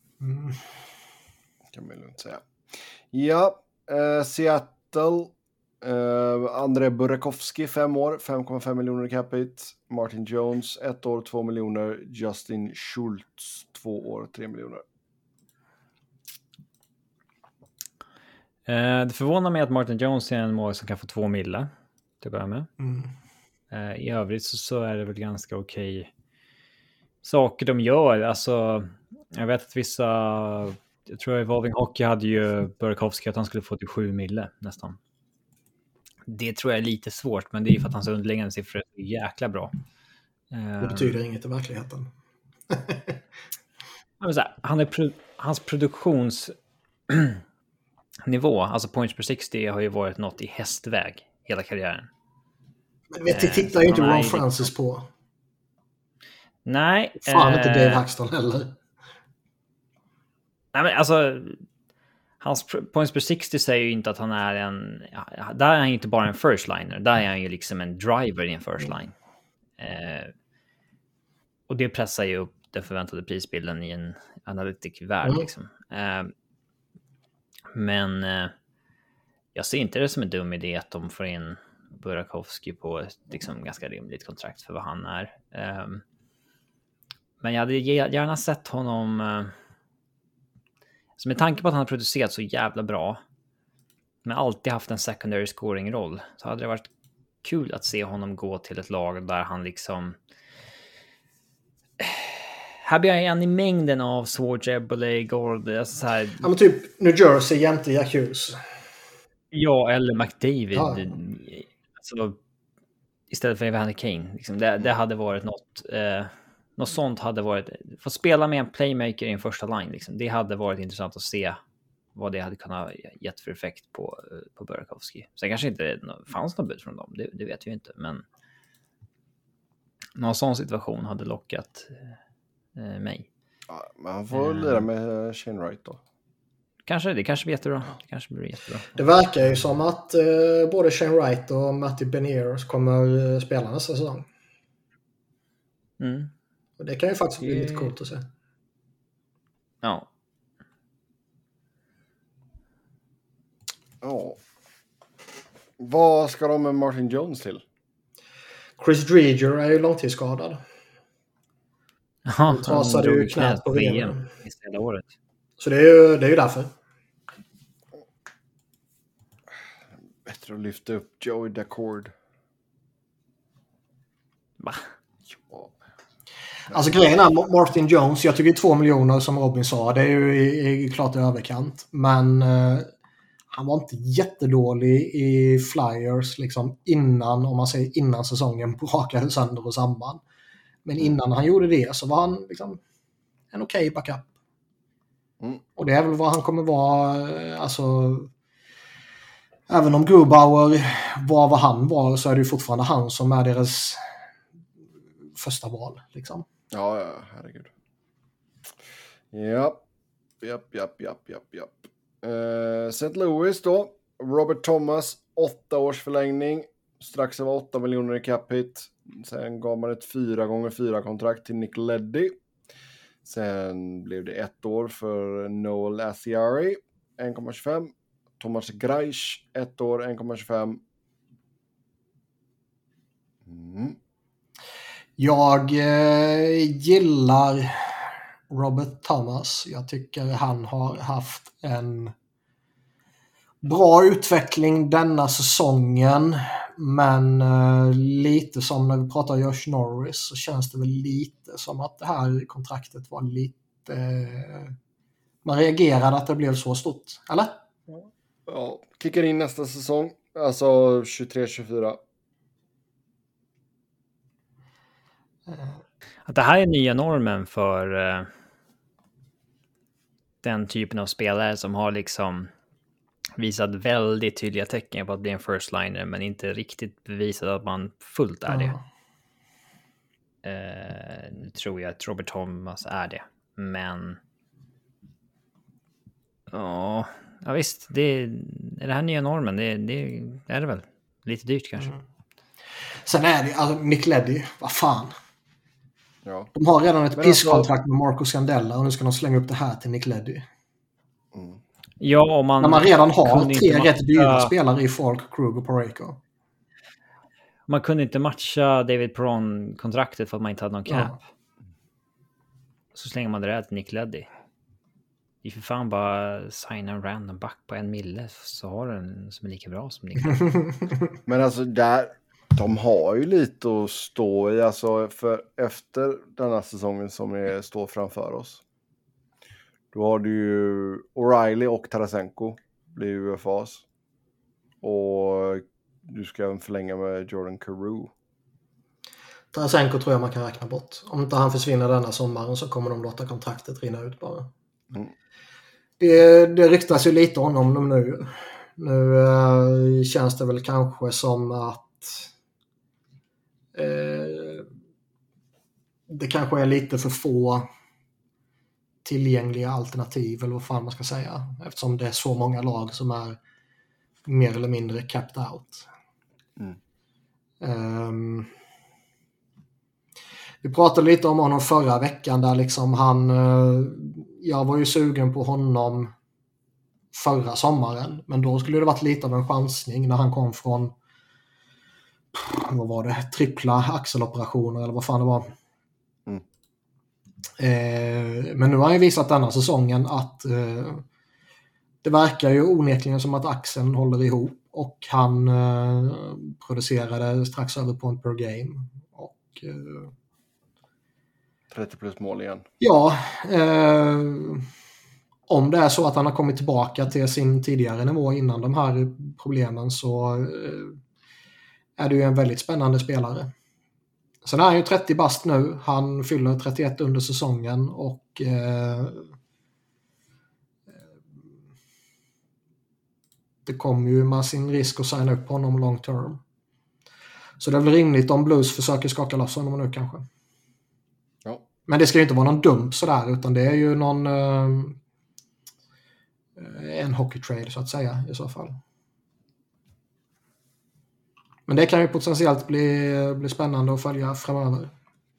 Kan man lugnt säga. Ja, Seattle. André Burakovsky 5 år, 5,5 miljoner i capita. Martin Jones 1 år, 2 miljoner. Justin Schultz 2 år, 3 miljoner. Det förvånar mig att Martin Jones är en mål som kan få 2 mille till att börja med. I övrigt så är det väl ganska okej saker de gör. Alltså, jag vet att vissa, jag tror Evolving Hockey hade ju Burakovsky att han skulle få till 7 mille nästan. Det tror jag är lite svårt, men det är ju för att hans underliggande siffror är jäkla bra. Det betyder inget i verkligheten. Hans produktionsnivå, alltså points per 60, har ju varit något i hästväg hela karriären. Men det tittar ju inte Ron Francis på. Nej. Fan inte Dave Haxton heller. Nej, men alltså... Hans points per 60 säger ju inte att han är en... Ja, där är han inte bara en first liner. Där är han ju liksom en driver i en first line. Och det pressar ju upp den förväntade prisbilden i en analytic-värld. Liksom. Men jag ser inte det som en dum idé att de får in Burakovsky på ett liksom ganska rimligt kontrakt för vad han är. Men jag hade gärna sett honom... Så med tanke på att han har producerat så jävla bra, men alltid haft en secondary scoring-roll, så hade det varit kul att se honom gå till ett lag där han liksom... Här blir han i mängden av Swartz, Eberle, Gord, alltså så här... Ja, men typ New Jersey jämte Jack Hughes. Ja, eller McDavid. Ja. Alltså, istället för Evander Kane. Liksom, det hade varit något... något sånt hade varit... Få spela med en playmaker i en första line. Liksom. Det hade varit intressant att se vad det hade kunnat gett för effekt på Burakovsky. Sen kanske inte fanns något bud från dem. Det vet vi inte. Men någon sån situation hade lockat mig. Ja, men han får lira med Shane Wright då. Kanske, det kanske blir jättebra. Det kanske blir jättebra. Det verkar ju som att både Shane Wright och Matty Beniers kommer spela nästa säsong. Mm. Och det kan ju faktiskt bli lite coolt att se. Ja. Ja. Vad ska de med Martin Jones till? Chris Driedger är ju långtidsskadad. Ja, trasade ju knät på VM hela året. Så det är ju därför. Bättre att lyfta upp Joey Dacord. Va? Ja. Alltså grejen är Martin Jones, jag tycker 2 miljoner som Robin sa, det är ju klart i överkant. Men han var inte jättedålig i Flyers liksom innan, om man säger innan säsongen brakade sönder och samman. Men innan han gjorde det så var han liksom en okej backup. Mm. Och det är väl vad han kommer vara, alltså även om Grubauer var vad han var, så är det ju fortfarande han som är deras första val liksom. Ja, herregud. Japp. St. Louis då. Robert Thomas, 8 års förlängning. Strax över 8 miljoner i cap hit. Sen gav man ett 4x4 kontrakt till Nick Leddy. Sen blev det 1 år för Noel Asiari, 1,25. Thomas Greisch, 1 år, 1,25. Jag gillar Robert Thomas. Jag tycker han har haft en bra utveckling denna säsongen. Men lite som när vi pratar Josh Norris så känns det väl lite som att det här kontraktet var lite... man reagerade att det blev så stort, eller? Ja, kickar in nästa säsong. Alltså 23-24. Att det här är nya normen för den typen av spelare som har liksom visat väldigt tydliga tecken på att bli en first liner, men inte riktigt bevisat att man fullt är det. Nu tror jag att Robert Thomas är det, men ja visst, är det här nya normen, det är det väl lite dyrt kanske. Sen är det alltså Nick Leddy, vad fan. Ja. De har redan ett pisskontrakt med Marco Scandella och nu ska de slänga upp det här till Nick Leddy. Ja, om man... När man redan har 3 rätt dyra spelare i Falk, Krug och Parayko. Man kunde inte matcha David Perron-kontraktet för att man inte hade någon cap. Ja. Så slänger man det där till Nick Leddy. Det är för fan bara signa en random back på 1 mille så har den som är lika bra som Nick Leddy. Men alltså de har ju lite att stå i, alltså för efter denna säsongen som står framför oss. Då har du ju O'Reilly och Tarasenko blir UFAs. Och du ska förlänga med Jordan Carew. Tarasenko tror jag man kan räkna bort. Om inte han försvinner denna sommaren så kommer de låta kontraktet rinna ut bara. Mm. Det ryktas ju lite om honom nu. Nu känns det väl kanske som att det kanske är lite för få tillgängliga alternativ eller vad fan man ska säga. Eftersom det är så många lag som är mer eller mindre capped out. Vi pratade lite om honom förra veckan där liksom jag var ju sugen på honom förra sommaren, men då skulle det varit lite av en chansning när han kom från vad var det, trippla axeloperationer eller vad fan det var. Men nu har han ju visat denna säsongen att det verkar ju onekligen som att axeln håller ihop och han producerade strax över point per game. Och 30 plus mål igen. Ja, om det är så att han har kommit tillbaka till sin tidigare nivå innan de här problemen så är det ju en väldigt spännande spelare. Sen är han ju 30 bast nu. Han fyller 31 under säsongen och det kommer ju med sin risk att signa upp honom long term. Så det är väl rimligt om Blues försöker skaka loss honom nu kanske. Ja. Men det ska ju inte vara någon dump sådär utan det är ju någon en hockey trade så att säga i så fall. Men det kan ju potentiellt bli spännande att följa framöver.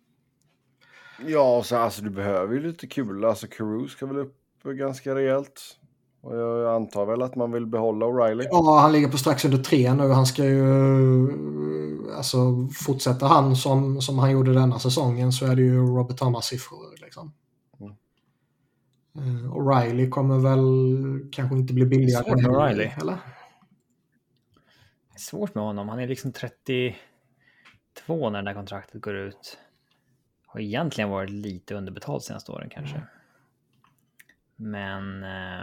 Ja, så alltså du behöver ju lite kul. Alltså Carew ska väl upp ganska rejält. Och jag antar väl att man vill behålla O'Reilly. Ja, han ligger på strax under 3 nu. Han ska ju alltså fortsätta han som han gjorde denna säsongen så är det ju Robert Thomas-siffror liksom. O'Reilly kommer väl kanske inte bli billigare. Svårt med O'Reilly. Eller? Det är svårt med honom. Han är liksom 32 när det här kontraktet går ut. Har egentligen varit lite underbetalt senaste åren kanske. Men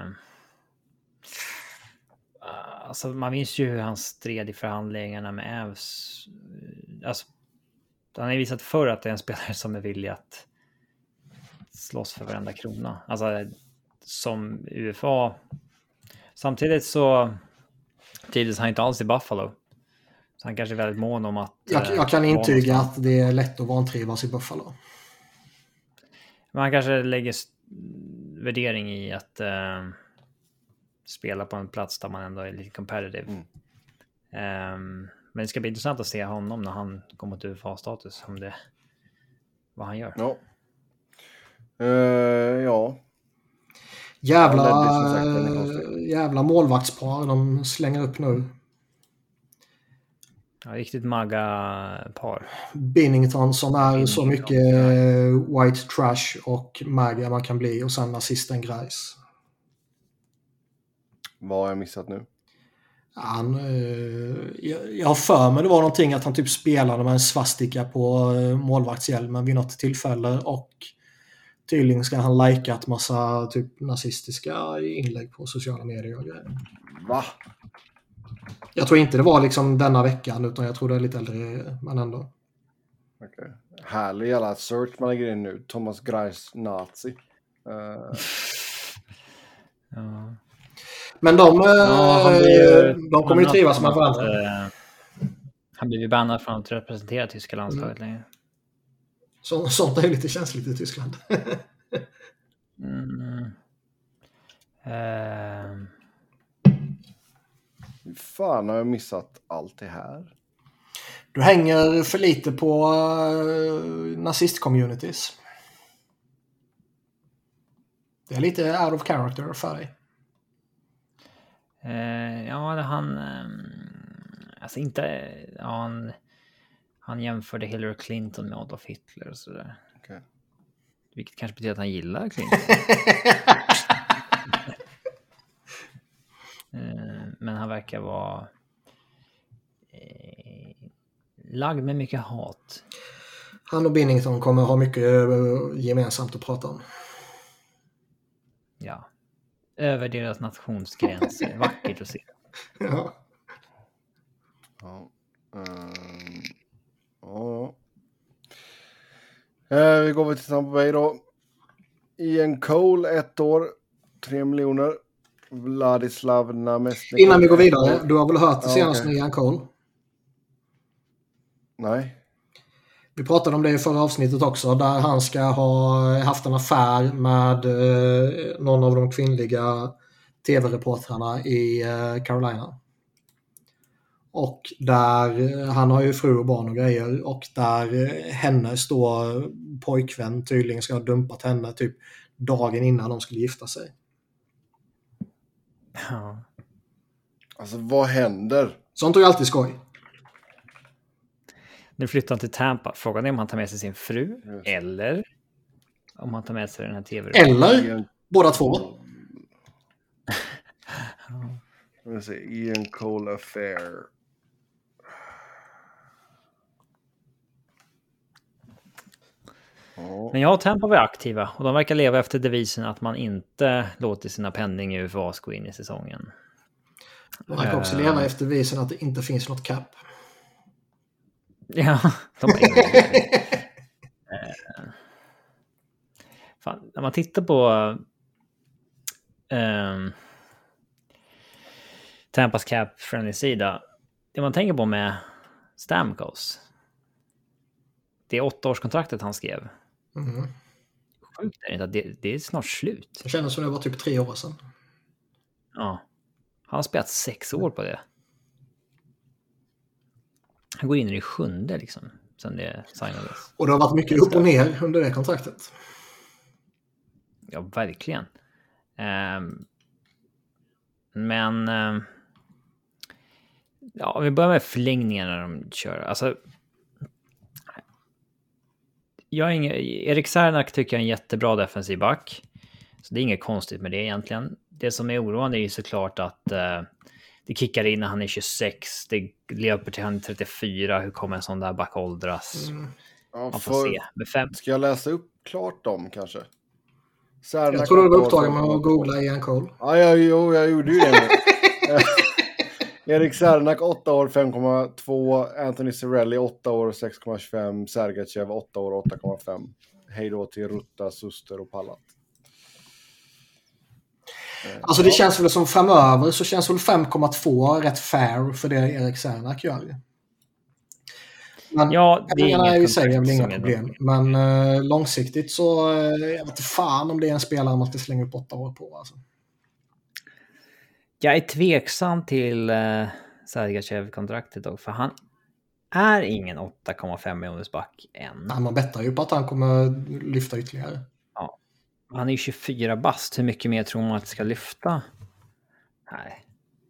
alltså man minns ju hur han stred i förhandlingarna med Avs. Alltså, han har ju visat förr att det är en spelare som är villig att slåss för varenda krona. Alltså som UFA. Samtidigt så trivdes han inte alls i Buffalo. Så han kanske är väldigt mån om att... Jag kan intyga att det är lätt att vantrivas i Buffalo. Men han kanske lägger värdering i att spela på en plats där man ändå är lite competitive. Men det ska bli intressant att se honom när han kommer till UFA-status. Om det, vad han gör. Ja. Ja. Jävla målvaktspar de slänger upp nu. Ja, riktigt maga par. Binnington som är så mycket white trash och maga man kan bli och sen assisten Greiss. Vad har jag missat nu? Jag har för mig det var någonting att han typ spelade med en svastika på målvaktshjälmen vid något tillfälle och tydligen ska han likat massa typ nazistiska inlägg på sociala medier och grejer. Va? Jag tror inte det var liksom denna veckan utan jag tror det är lite äldre men ändå. Okay. Härlig jävla search man lägger in nu. Thomas Greiss nazi. Ja. Men de kommer ju trivas med varandra. Han blir ju bannad från att representera tyska landslaget längre. Sånt är ju lite känsligt i Tyskland. Fan, har jag missat allt det här? Du hänger för lite på nazist-communities. Det är lite out of character för dig. Ja, han... alltså inte... Ja, han jämförde Hillary Clinton med Adolf Hitler och sådär. Okay. Vilket kanske betyder att han gillar Clinton. Men han verkar vara lagd med mycket hat. Han och Binnington kommer ha mycket gemensamt att prata om. Ja. Över deras nationsgränser. Vackert att se. Ja. Vi går väl till Tampa Bay då. Ian Cole, 1 år, 3 miljoner. Vladislav Namestnikov. Innan vi går vidare, du har väl hört det senast med Ian Cole? Nej. Vi pratade om det i förra avsnittet också, där han ska ha haft en affär med någon av de kvinnliga tv-reportrarna i Carolina. Och där han har ju fru och barn och grejer och där hennes då pojkvän tydligen ska ha dumpat henne typ dagen innan de skulle gifta sig. Ja. Alltså vad händer? Sånt är ju alltid skoj. Nu flyttar han till Tampa. Frågan är om han tar med sig sin fru eller Om man tar med sig den här tv. Eller båda två. Ian Cole Affair. Men jag och Tampa var aktiva och de verkar leva efter devisen att man inte låter sina penning UFAs gå in i säsongen. De verkar också leva efter devisen att det inte finns något cap. Ja, de fan, när man tittar på Tampas cap-friendly sida, det man tänker på med Stamkos, det 8-årskontraktet han skrev. Sjukt är det inte att det är snart slut. Det kändes som det var typ 3 år sedan. Ja, han har spelat 6 år på det. Han går in i det 7:e liksom, sen det signades. Och det har varit mycket upp och ner under det kontraktet. Ja, verkligen. Men ja, vi börjar med förlängningen när de kör. Alltså, Erik Särnak tycker jag är en jättebra defensiv back. Så det är inget konstigt med det egentligen. Det som är oroande är ju såklart att det kickar in när han är 26. Det löper till han är 34. Hur kommer en sån där back åldras? Ja, man får se. Med 5. Ska jag läsa upp klart dem kanske? Särnak, jag tror du var upptagen med att googla Ian Cole. Ja, jag gjorde ju det. Erik Särnak 8 år 5,2. Anthony Cirelli 8 år 6,25. Sergachev 8 år 8,5. Hej då till Rutta, Suster och Pallat. Alltså det känns väl som framöver så känns väl 5,2 rätt fair för det Erik Särnak gör. Men ja, det är i sig är väl inga problem. Men långsiktigt så jag vet inte fan om det är en spelare man ska slänga upp 8 år på. Alltså. Jag är tveksam till Sergachev-kontraktet dock, för han är ingen 8,5 miljoners back än. Ja, man bettar ju på att han kommer lyfta ytterligare. Ja. Han är ju 24 bast. Hur mycket mer tror man att det ska lyfta? Nej.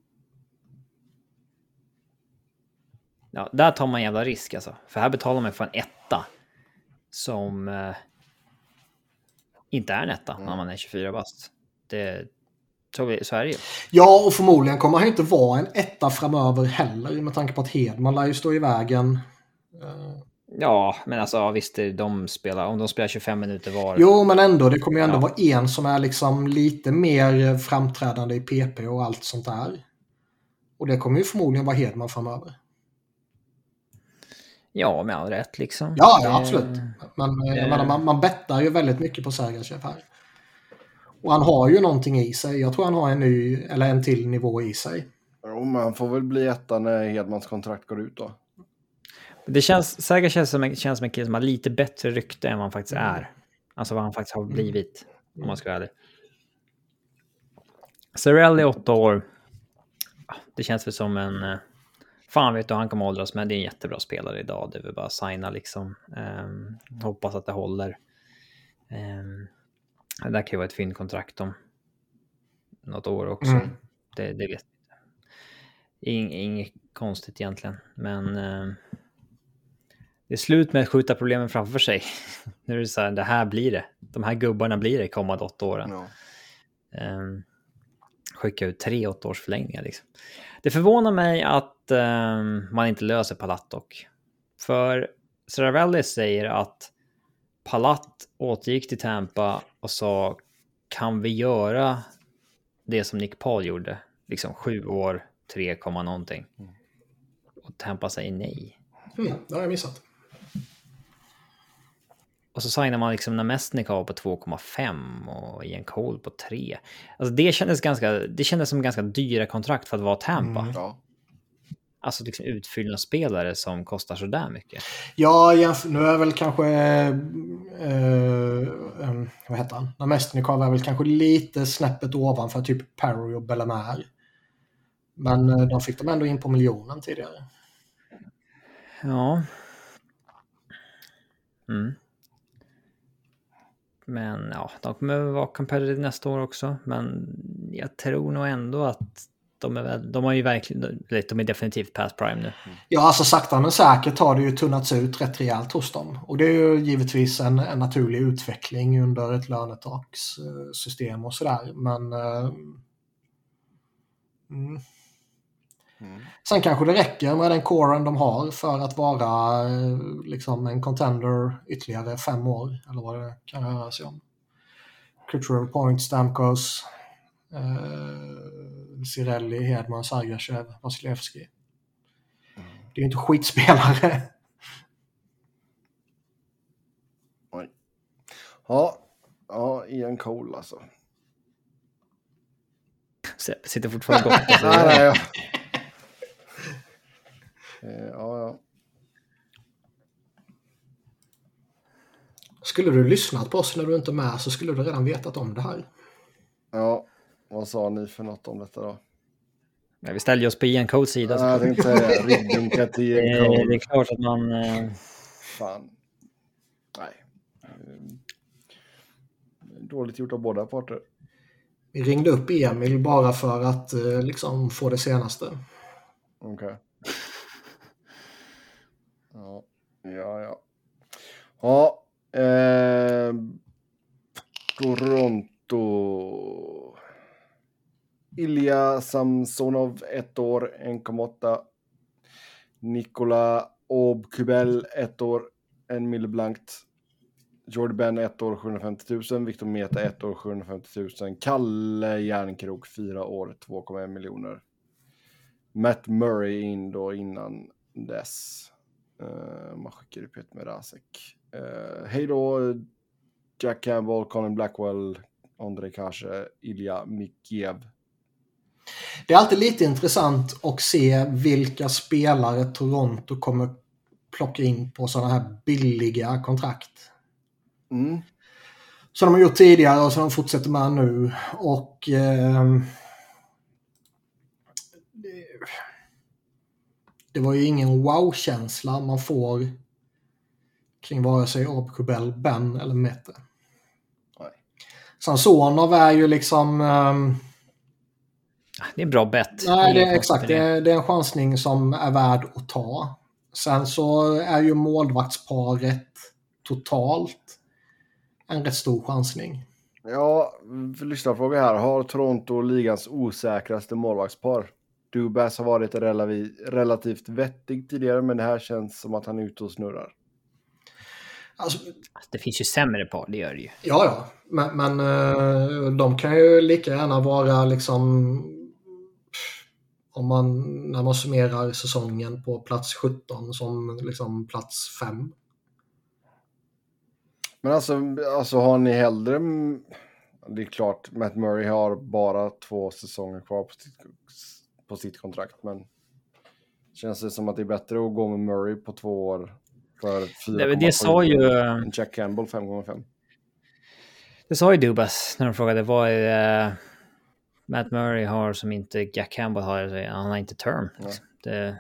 Ja, där tar man en jävla risk alltså. För här betalar man för en etta som inte är en etta när man är 24 bast. Det tror vi, så är det ju. Ja, och förmodligen kommer han inte vara en etta framöver heller med tanke på att Hedman lär ju stå i vägen. Ja, men alltså visst, om de spelar 25 minuter var. Jo, men ändå, det kommer ju ändå vara en som är liksom lite mer framträdande i PP och allt sånt där. Och det kommer ju förmodligen vara Hedman framöver. Ja, med all rätt liksom. Ja, absolut. Men jag menar, man bettar ju väldigt mycket på Sergachev här. Och han har ju någonting i sig. Jag tror han har en till nivå i sig. Jo, man får väl bli etta när Hedmans kontrakt går ut då. Det känns Sergachev som en kille som har lite bättre rykte än vad han faktiskt är. Alltså vad han faktiskt har blivit, om man ska vara ärlig. Cirelli 8 år. Det känns väl som en... Fan vet du, han kommer åldras, men det är en jättebra spelare idag. Det är väl bara signa liksom. Hoppas att det håller. Det där kan ju vara ett fyndkontrakt om något år också. Det vet jag. Inget konstigt egentligen. Men det är slut med att skjuta problemen framför sig. Nu är det så här, det här blir det. De här gubbarna blir det kommande 8 åren. Ja. Skicka ut 3 8-årsförlängningar liksom. Det förvånar mig att man inte löser Palat dock. För Cirelli säger att Palat återgick till Tampa och sa, kan vi göra det som Nick Paul gjorde? Liksom 7 år, 3, någonting. Och Tampa säger nej. Det har jag missat. Och så signar man liksom Namestnikov på 2,5 och Ian Cole på 3. Alltså det kändes som ganska dyra kontrakt för att vara Tampa. Ja. Alltså liksom utfyllnadsspelare som kostar så där mycket. Ja, nu är väl kanske vad heter han? Namestnikov är väl kanske lite snäppet ovanför typ Perry och Bellemare. Men de fick dem ändå in på miljonen tidigare. Ja. Men ja, de kommer vara competitive nästa år också. Men jag tror nog ändå att de har ju verkligen, de är definitivt past prime nu. Ja, alltså sakta men säkert har det ju tunnats ut rätt rejält hos dem. Och det är ju givetvis en naturlig utveckling under ett lönetakssystem och sådär. Men sen kanske det räcker med den coren de har för att vara liksom en contender ytterligare 5 år. Eller vad det kan röra sig om. Cultural Point, Stamkos, Cirelli, Hedman, Sergachev, Vasilevski. Det är ju inte skitspelare. Oj. Ja, Ian Cole alltså. Sitter fortfarande gott. Nej. Ja. Skulle du lyssnat på oss när du inte är med så skulle du redan vetat om det här. Ja, vad sa ni för något om detta då? Nej, vi ställer oss på Ian Coles sida. Jag tänkte säga ribbinka till Ian Cole. Det är klart att man... Fan. Nej. Dåligt gjort av båda parter. Vi ringde upp Emil bara för att liksom få det senaste. Okej. Ja. Toronto. Ilja Samsonov 1 år 1,8. Nikola Obkubel 1 år 1 mil blankt. Jordy Ben 1 år 750 000. Victor Meta 1 år 750 000. Kalle Järnkrok 4 år 2,1 miljoner. Matt Murray in då innan dess. Man skickar upp ett med Rasek. Hej då Jack Campbell, Colin Blackwell, Andrei Kashe, Ilja Mikiev. Det är alltid lite intressant att se vilka spelare Toronto kommer plocka in på sådana här billiga kontrakt. Som de har gjort tidigare och som de fortsätter med nu. Och det var ju ingen wow-känsla man får kring vare sig Obkubel, Ben eller Mete. Samsonov är ju liksom... det är en bra bett. Nej, det är exakt. Det är en chansning som är värd att ta. Sen så är ju målvaktsparet totalt en rätt stor chansning. Ja, lyssnarfråga här. Har Toronto ligans osäkraste målvaktspar? Dubas har varit relativt vettig tidigare, men det här känns som att han är ute och snurrar. Alltså, det finns ju sämre par, det gör det ju. Ja. Men de kan ju lika gärna vara liksom... när man summerar säsongen på plats 17 som liksom plats 5. Men alltså har ni hellre... Det är klart, Matt Murray har bara 2 säsonger kvar på sitt kontrakt, men känns det som att det är bättre att gå med Murray på 2 år för 4,7? Det sa ju... Jack Campbell 5,5. Det sa ju Dubas när de frågade vad Matt Murray har som inte Jack Campbell har. Han har inte term. Ja.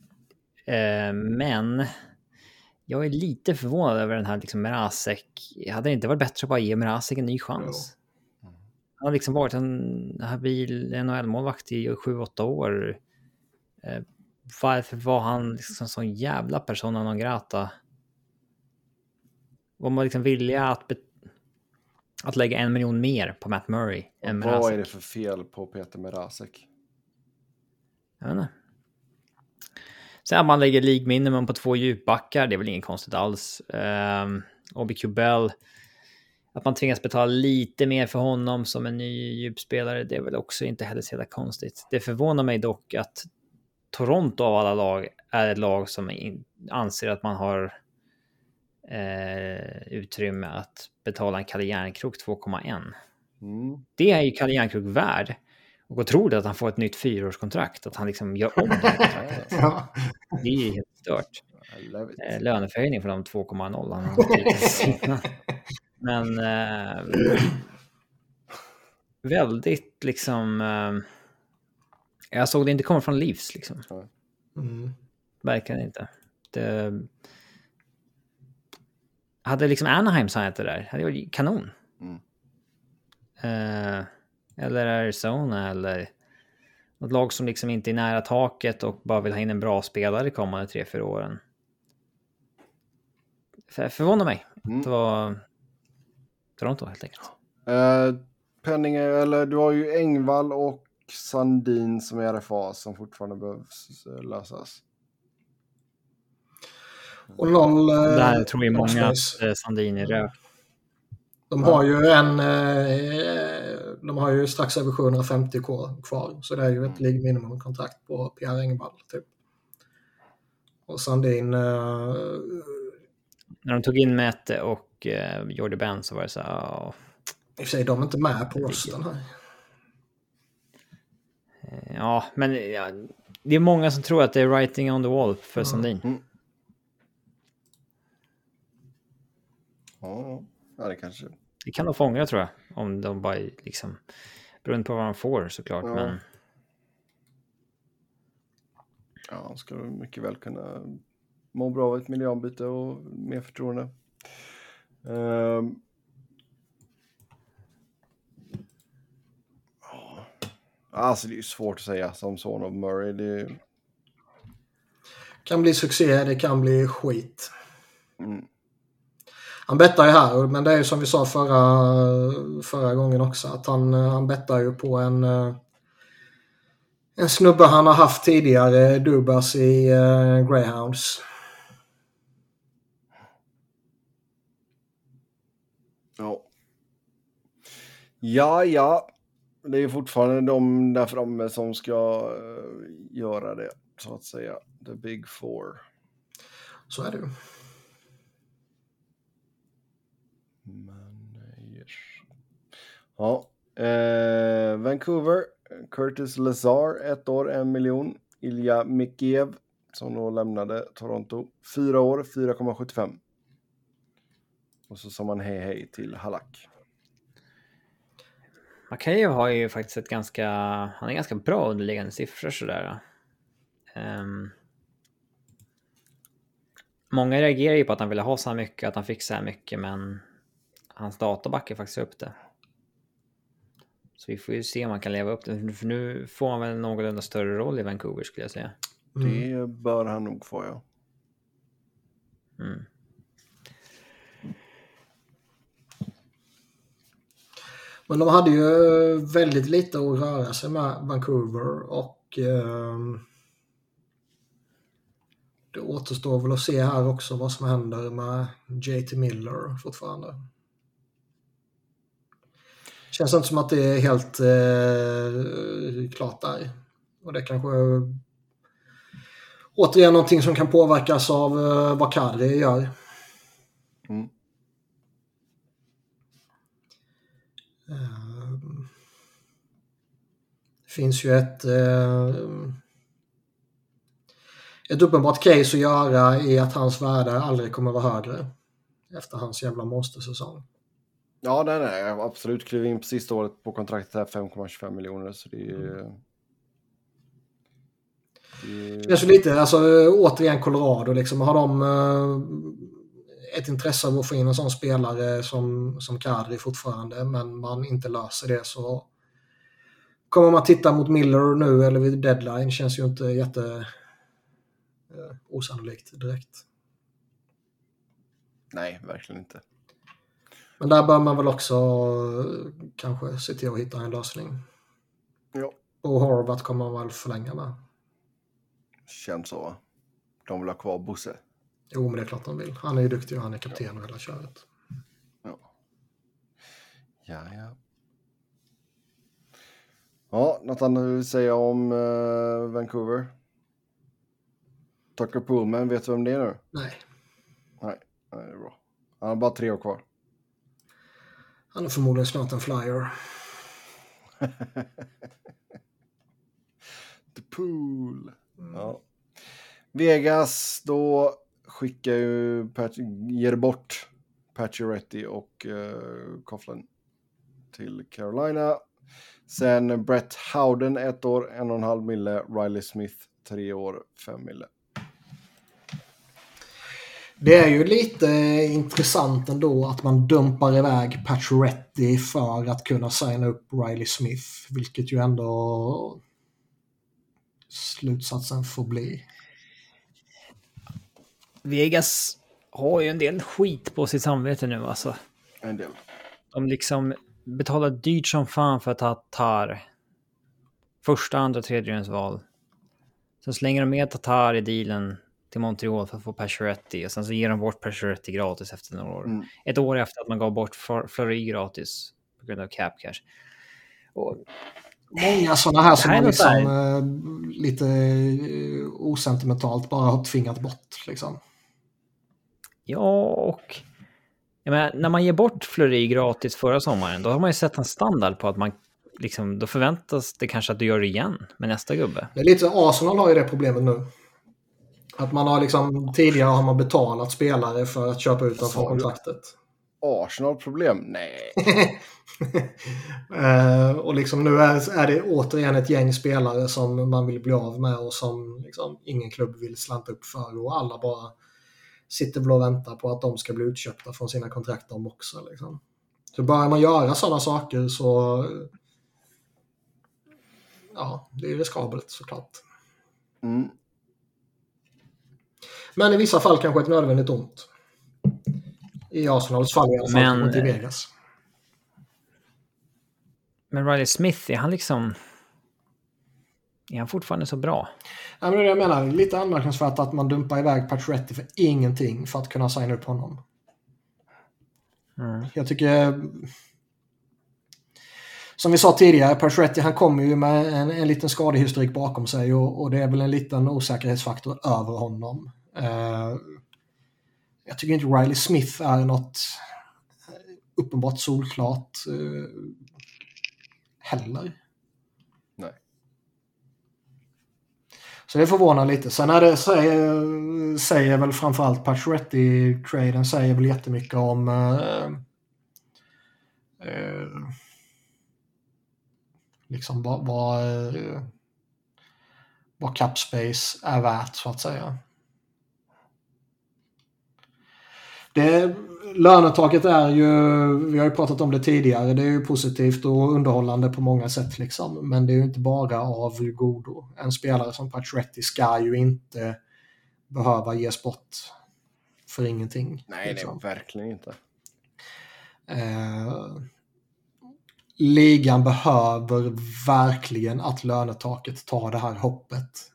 Men jag är lite förvånad över den här liksom Mrazek. Hade det inte varit bättre att bara ge Mrazek en ny chans? Han har liksom varit en habil NHL-målvakt i 7-8 år. Varför var han liksom sån jävla persona non grata? Var man liksom villiga att lägga 1 miljon mer på Matt Murray än Mrazek? Vad är det för fel på Peter Mrazek? Jag vet inte. Sen man lägger league minimum på 2 djupbackar, det är väl inget konstigt alls. Obkubel, att man tvingas betala lite mer för honom som en ny djupspelare, det är väl också inte heller så konstigt. Det förvånar mig dock att Toronto av alla lag är ett lag som anser att man har utrymme att betala en Kalle Järnkrok 2,1. Det är ju Kalle Järnkrok värd. Och tror att han får ett nytt 4-årskontrakt, att han liksom gör om det kontraktet. Ja. Det är helt stört. Löneförhöjning för de 2,0. Men väldigt liksom... jag såg det inte komma från Leafs liksom. Verkligen inte. Hade liksom Anaheim sagt det där, hade varit kanon. Eller Arizona eller Något lag som liksom inte är nära taket och bara vill ha in en bra spelare de kommande 3-4 åren. Förvånar mig. Det var Toronto helt enkelt. Penning, eller du har ju Engvall och Sandin som är RFA som fortfarande behövs lösas. Och noll... Där tror jag många att Sandin är rök. De har ju de har ju strax över 750 kvar. Så det är ju ett league minimum-kontrakt på Pierre Engvall typ. Och Sandin... När de tog in Mette och Jordy Ben så var det så här... I och för sig, de är inte med på rosten här. Ja, men det är många som tror att det är writing on the wall för Sandin. Ja, det kanske... Det kan de fånga tror jag. Om de bara liksom... Beroende på vad de får såklart, men... Ja, han ska mycket väl kunna må bra av ett miljöombyte och mer förtroende. Alltså det är ju svårt att säga som son av Murray. Det kan bli succé, det kan bli skit. Han bettar ju här, men det är ju som vi sa förra gången också, att han bettar ju på en snubbe han har haft tidigare, Dubas i Greyhounds. Ja. Det är ju fortfarande de där framme som ska göra det, så att säga. The Big Four. Så är det ju. Men, yes. Ja. Vancouver. Curtis Lazar, 1 år, 1 miljon. Ilja Mikheyev, som då lämnade Toronto. 4 år, 4,75. Och så sa man hej till Halak. Mikheyev har ju faktiskt han är ganska bra underliggande siffror sådär. Många reagerar ju på att han ville ha så här mycket, att han fick så här mycket, men hans databack är faktiskt upp det. Så vi får ju se om man kan leva upp det, för nu får han väl en någorlunda större roll i Vancouver skulle jag säga. Det bör han nog få, ja. Men de hade ju väldigt lite att röra sig med, Vancouver, och det återstår väl att se här också vad som händer med JT Miller fortfarande. Känns inte som att det är helt klart där. Och det kanske återigen någonting som kan påverkas av vad Kadri gör. Det finns ju ett uppenbart case att göra i att hans värde aldrig kommer vara högre efter hans jävla monstersäsong. Ja, nej, jag absolut klev in på sista året på kontraktet här 5,25 miljoner, så det är ju... Det är så lite, alltså återigen Colorado liksom, har de ett intresse av att få in en sån spelare som Kadri fortfarande, men man inte löser det, så kommer man titta mot Miller nu eller vid deadline, känns ju inte jätte osannolikt direkt. Nej, verkligen inte. Men där bör man väl också kanske se till att hitta en lösning. Ja. Och Horvath kommer man väl förlänga med. Känns så. De vill ha kvar Bosse. Jo, men det är klart de vill. Han är ju duktig och han är kapten och hela köret. Ja. Ja, något annat du vill säga om Vancouver? Tucker Poolman, vet du vem det är nu? Nej, det är bra. Han har bara 3 år kvar. han är förmodligen snart en flyer. The Pool. Ja. Vegas, då ger bort Pacioretty och Coughlin till Carolina. Sen Brett Howden 1 år, 1,5 mille. Riley Smith 3 år, 5 mille. Det är ju lite intressant ändå att man dumpar iväg Pacioretty för att kunna signa upp Riley Smith, vilket ju ändå slutsatsen får bli. Vegas har ju en del skit på sitt samvete nu alltså. En del. De liksom betalar dyrt som fan för att ta Tatar. Första, andra, tredjedelsval. Sen slänger de med Tatar i dealen till Montreal för att få Pacioretty. Och sen så ger de bort Pacioretty gratis efter några år. Ett år efter att man gav bort Fleury gratis på grund av cap cash. Och många sådana här som man liksom lite osentimentalt bara har tvingat bort liksom. Ja, och jag menar, när man ger bort Fleury gratis förra sommaren, då har man ju sett en standard på att man liksom, då förväntas det kanske att du gör det igen med nästa gubbe. Det är lite så, Arsenal har ju det problemet nu. Att man har liksom, tidigare har man betalat spelare för att köpa ut dem från kontraktet. Arsenal-problem? Nej. Och liksom nu är det återigen ett gäng spelare som man vill bli av med och som liksom ingen klubb vill slanta upp för. Och alla bara sitter väl och väntar på att de ska bli utköpta från sina kontrakt de också. Liksom. Så börjar man göra sådana saker så ja, det är riskabelt såklart. Men i vissa fall kanske ett nödvändigt ont. I Arsenals fall i alla fall, inte i Vegas. Men Riley Smith, är han fortfarande så bra? Ja, men det jag menar, lite anmärkningsvärt att man dumpar iväg Pacioretty för ingenting för att kunna signa upp honom. Jag tycker, som vi sa tidigare, Pacioretty, han kommer ju med en liten skadehistorik bakom sig och det är väl en liten osäkerhetsfaktor över honom. Jag tycker inte Riley Smith är något uppenbart solklart heller. Nej. Så det förvånar lite. Sen är det säger väl framförallt Pacioretty-traden säger väl jättemycket om liksom vad cap space är värt så att säga. Lönetaket är ju, vi har ju pratat om det tidigare, det är ju positivt och underhållande på många sätt liksom, men det är ju inte bara av godo. En spelare som Pacioretty ska ju inte behöva ges bort för ingenting. Nej, liksom. det är verkligen inte. Ligan behöver verkligen att lönetaket tar det här hoppet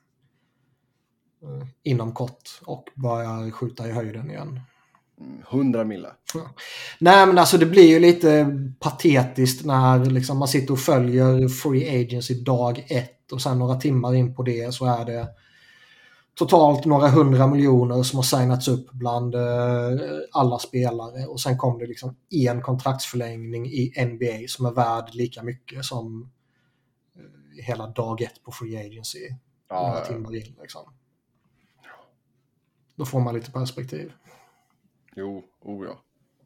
inom kort och börjar skjuta i höjden igen. 100 mille. Nej, men alltså det blir ju lite patetiskt när liksom man sitter och följer Free Agency dag 1 och sen några timmar in på det så är det totalt några 100 miljoner som har signats upp bland alla spelare och sen kom det liksom en kontraktsförlängning i NBA som är värd lika mycket som hela dag 1 på Free Agency. Några timmar in liksom. Då får man lite perspektiv. Jo, ja.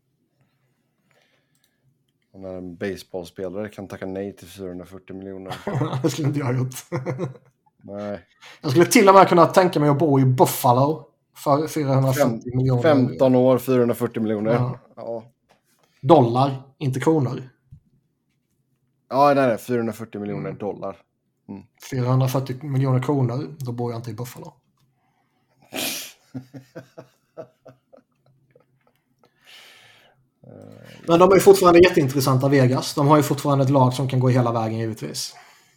Och när en baseballspelare kan tacka nej till 440 miljoner. Det skulle inte jag gjort. Nej. Jag skulle till och med kunna tänka mig att bo i Buffalo för 440 miljoner. 15 år, 440 miljoner. Ja. Dollar, inte kronor. Ja, nej, 440 miljoner dollar. 440 miljoner kronor, då bor jag inte i Buffalo. Men de är fortfarande jätteintressanta, Vegas. De har ju fortfarande ett lag som kan gå hela vägen givetvis.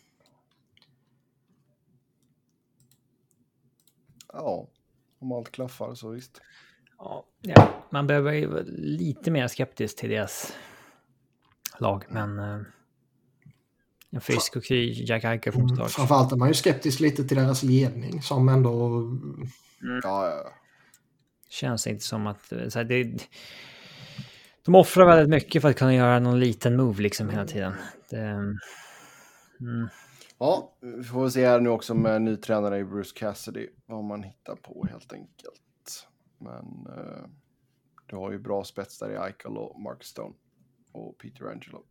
Ja, om allt klaffar så visst. Ja, man behöver ju vara lite mer skeptisk till deras lag, men en frisk och kry Jack Eichel från start. Framförallt är man ju skeptisk lite till deras ledning som ändå... Ja. Känns inte som att... Så här, de offrar väldigt mycket för att kunna göra någon liten move liksom hela tiden. Ja, vi får se här nu också med ny tränare i Bruce Cassidy. Vad man hittar på helt enkelt. Men du har ju bra spets där i Eichel och Mark Stone och Peter Angelo.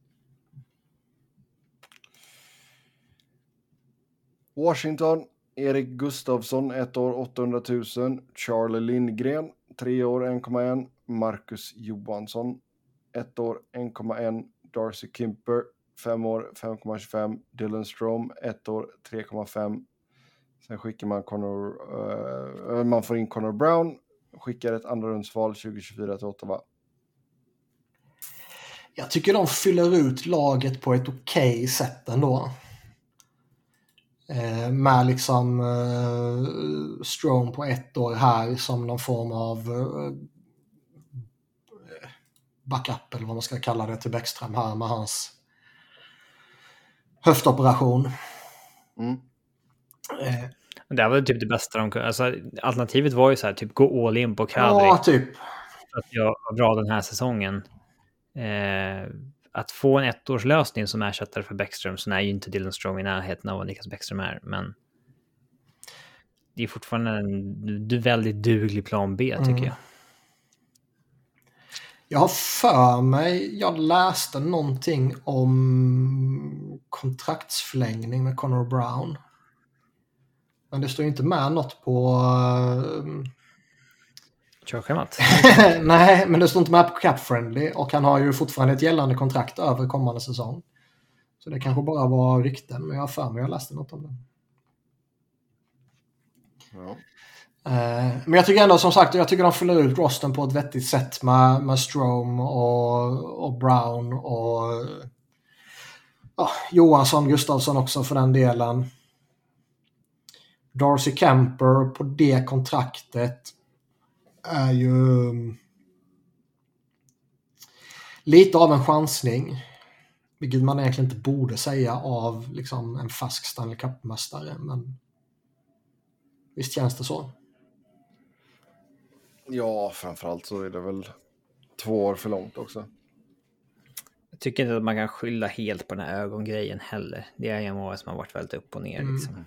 Washington, Erik Gustafsson, 1 år 800 000. Charlie Lindgren, 3 år 1,1. Marcus Johansson, 1 år 1,1. Darcy Kimper, 5 år 5,25. Dylan Strome, 1 år 3,5. Sen skickar man får in Connor Brown, skickar ett andra rundsval 2024 till Ottawa. Jag tycker de fyller ut laget på ett okej sätt ändå. Med liksom Strome på 1 år här som någon form av backup eller vad man ska kalla det till Bäckström här med hans höftoperation. Det var typ det bästa de kunde. Alltså, alternativet var ju så här, typ gå all in på Kadri. Ja, typ. För att jag var bra den här säsongen. Att få en 1-årslösning som ersättare för Bäckström, så är ju inte Dylan Strome i närheten av vad Niklas Bäckström är. Men det är fortfarande en väldigt duglig plan B, tycker jag. Jag har för mig, jag läste någonting om kontraktsförlängning med Connor Brown. Men det står inte med något på... Körschemat? Nej, men det står inte med på Cap Friendly. Och han har ju fortfarande ett gällande kontrakt över kommande säsong. Så det kanske bara var rykten. Men jag har för mig, jag läste något om det. Ja. Men jag tycker ändå, som sagt, jag tycker de fyller ut rosten på ett vettigt sätt med Strome och Brown och Johansson, Gustafsson också för den delen. Darcy Kemper på det kontraktet är ju lite av en chansning, vilket man egentligen inte borde säga av liksom en färsk Stanley Cup-mästare, men visst känns det så. Ja, framförallt så är det väl 2 år för långt också. Jag tycker inte att man kan skylla helt på den här ögongrejen heller. Det är ju många som har varit väldigt upp och ner. Liksom.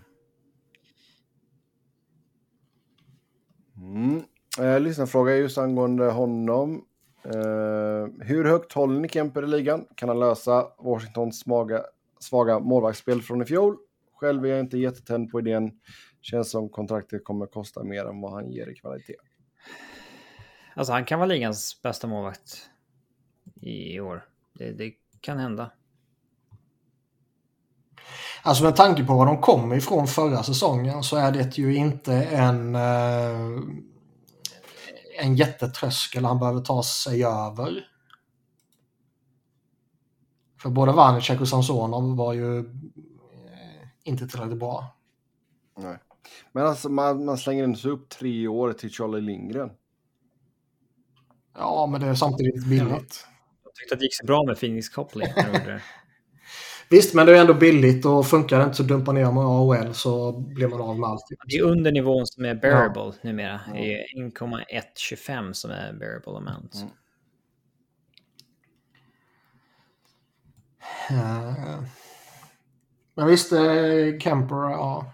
Lyssnarfråga just angående honom. Hur högt håller ni Kemper i ligan? Kan han lösa Washingtons svaga målvaktsspel från i fjol? Själv är jag inte jättetänd på idén. Känns som kontraktet kommer kosta mer än vad han ger i kvalitet. Alltså han kan vara ligans bästa målvakt i år. Det kan hända. Alltså med tanke på vad de kom ifrån förra säsongen så är det ju inte en jättetröskel han behöver ta sig över. För både Vanecek och Samsonov var ju inte tillräckligt bra. Nej. Men alltså man slänger inte upp 3 år till Charlie Lindgren. Ja, men det är samtidigt billigt. Ja. Jag tyckte att det gick så bra med Phoenix Copley. Visst, men det är ändå billigt och funkar det inte så dumpar ner med AOL så blir man av med allt. Det är under nivån som är bearable numera. Det är 1,125 som är bearable amount. Men visst, Kemper, ja.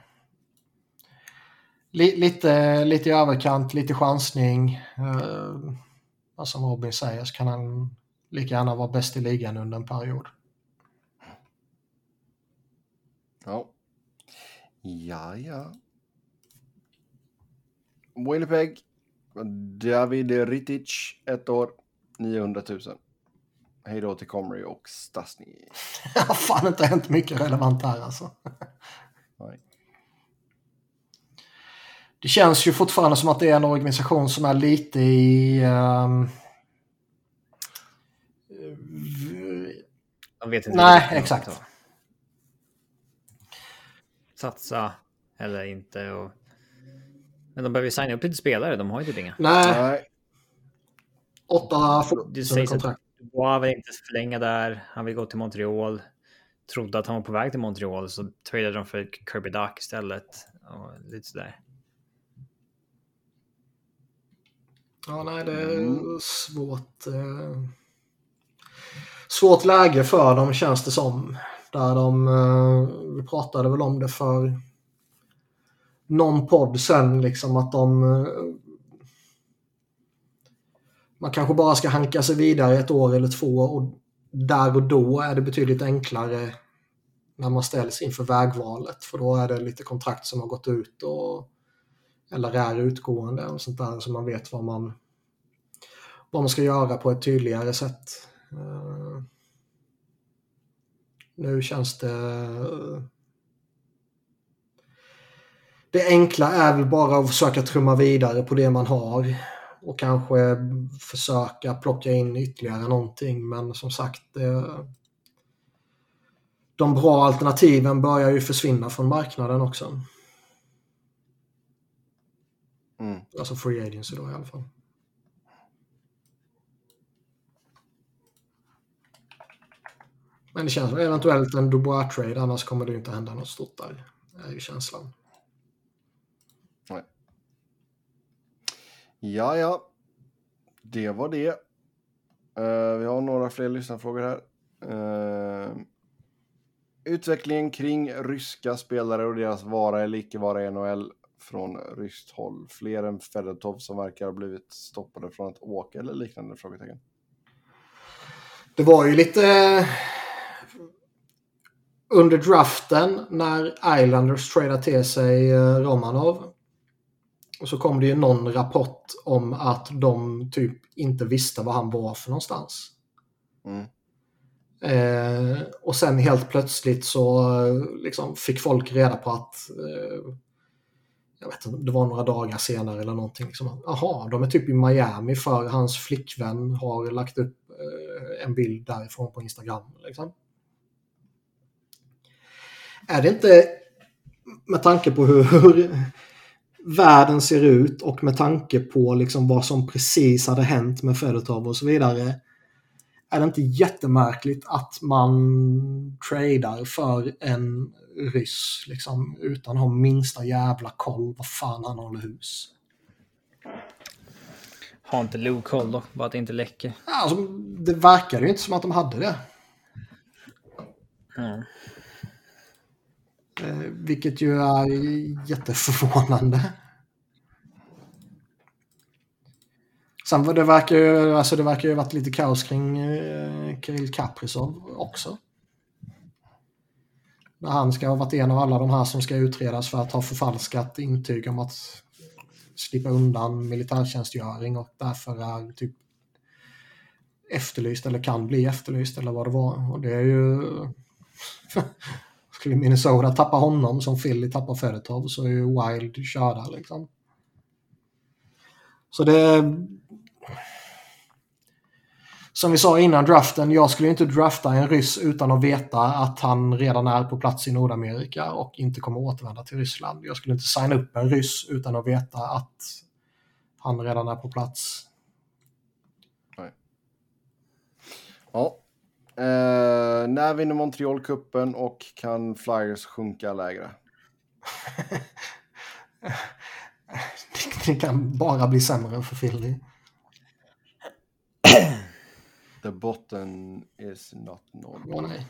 Lite i överkant, lite chansning. Som Robin säger så kan han lika gärna vara bäst i ligan under en period. Ja. Winnipeg. David Rittich, 1 år, 900 000. Hej då till Comrie och Stastny. Det har fan inte hänt mycket relevant här alltså. Nej. Det känns ju fortfarande som att det är en organisation som är lite i... Jag vet inte. Nej, exakt. Satsa eller inte. Men de behöver ju signa upp lite spelare. De har ju typ inga. Nej. 8 det sägs att Bois vill inte förlänga där. Han vill gå till Montreal. Trodde att han var på väg till Montreal. Så tradade de för Kirby Dach istället. Och lite sådär. Ja, nej, det är svårt läge för dem känns det som. Där vi pratade väl om det för någon podd sen liksom att man kanske bara ska hanka sig vidare 1 år eller 2 och där och då är det betydligt enklare när man ställs inför vägvalet för då är det lite kontrakt som har gått ut eller är utgående och sånt där så man vet vad man ska göra på ett tydligare sätt. Nu känns det det enkla är väl bara att försöka trumma vidare på det man har. Och kanske försöka plocka in ytterligare någonting. Men som sagt, de bra alternativen börjar ju försvinna från marknaden också. Alltså free agency då i alla fall. Men det känns som eventuellt en Dubois-trade, annars kommer det inte hända något stort där. Det är ju känslan. Nej. Ja. Det var det. Vi har några fler lyssnarfrågor här. Utvecklingen kring ryska spelare och deras vara eller icke vara i NHL från ryskt håll. Fler än Fedotov som verkar ha blivit stoppade från att åka eller liknande frågetecken. Det var ju lite under draften när Islanders tradade till sig Romanov. Och så kom det ju någon rapport om att de typ inte visste vad han var för någonstans. Och sen helt plötsligt så liksom fick folk reda på att jag vet inte, det var några dagar senare eller någonting. Liksom, aha, de är typ i Miami för hans flickvän har lagt upp en bild därifrån på Instagram. Liksom. Är det inte med tanke på hur världen ser ut och med tanke på liksom vad som precis hade hänt med Fedotov och så vidare, är det inte jättemärkligt att man tradar för en ryss liksom, utan att ha minsta jävla koll vad fan han håller hus? Har inte Lou koll då, bara att det inte läcker. Alltså, det verkar ju inte som att de hade det. Vilket ju är jätteförvånande. Sen det verkar ju varit lite kaos kring Kirill Kaprizov också. När han ska ha varit en av alla de här som ska utredas för att ha förfalskat intyg om att slippa undan militärtjänstgöring och därför är typ efterlyst eller kan bli efterlyst eller vad det var. Och det är ju skulle Minnesota tappa honom som Philly tappar Fedotov så är ju Wild körda liksom. Så det som vi sa innan draften, jag skulle inte drafta en ryss utan att veta att han redan är på plats i Nordamerika och inte kommer återvända till Ryssland. Jag skulle inte signa upp en ryss utan att veta att han redan är på plats. Nej. Ja. När vinner Montreal-cupen och kan Flyers sjunka lägre? Det kan bara bli sämre för Philly. The bottom is not known. Nej.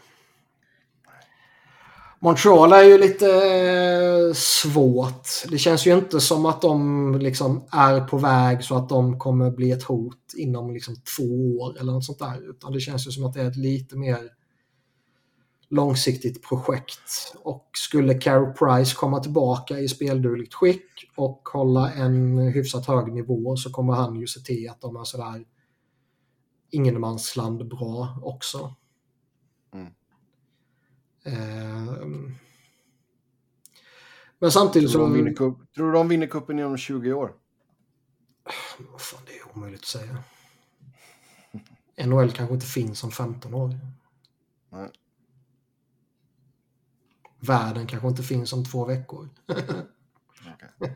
Montreal är ju lite svårt. Det känns ju inte som att de liksom är på väg så att de kommer bli ett hot inom liksom 2 år eller något sånt där. Utan det känns ju som att det är ett lite mer långsiktigt projekt. Och skulle Carey Price komma tillbaka i speldugligt skick och hålla en hyfsat hög nivå så kommer han ju se till att de är sådär ingenmansland bra också. Men samtidigt tror du de vinner kuppen inom 20 år? Vad fan, det är omöjligt att säga. NHL kanske inte finns om 15 år. Nej. Världen kanske inte finns om 2 veckor. Okay.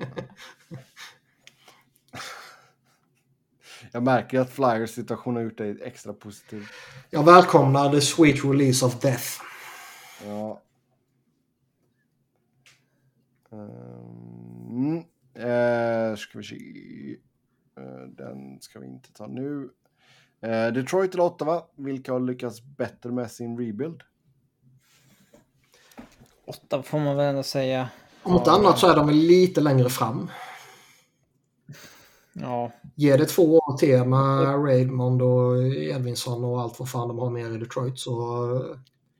Jag märker att Flyers situation har gjort dig extra positiv. Jag välkomnar the sweet release of death. Ja. Ska vi se. Den ska vi inte ta nu. Detroit eller Ottawa. Vilka har lyckats bättre med sin rebuild? Ottawa får man väl ändå säga. Om något annat så är de lite längre fram. Ja. Ger det 2 år till med Raymond och Edvinsson och allt vad fan de har mer i Detroit så...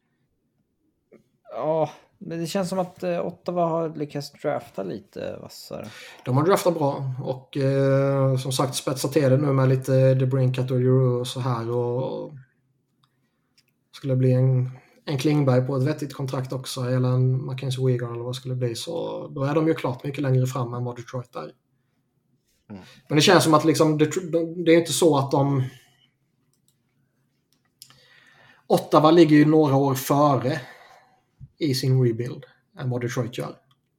Ja, men det känns som att Ottawa har lyckats drafta lite vassare. De har draftat bra och som sagt spetsat till det nu med lite DeBrincat och Euro och så här och skulle bli en Klingberg på ett vettigt kontrakt också, eller en Mackenzie Weegar eller vad skulle bli, så då är de ju klart mycket längre fram än vad Detroit är. Men det känns som att liksom, det är inte så att Ottawa ligger ju några år före i sin rebuild än vad Detroit gör.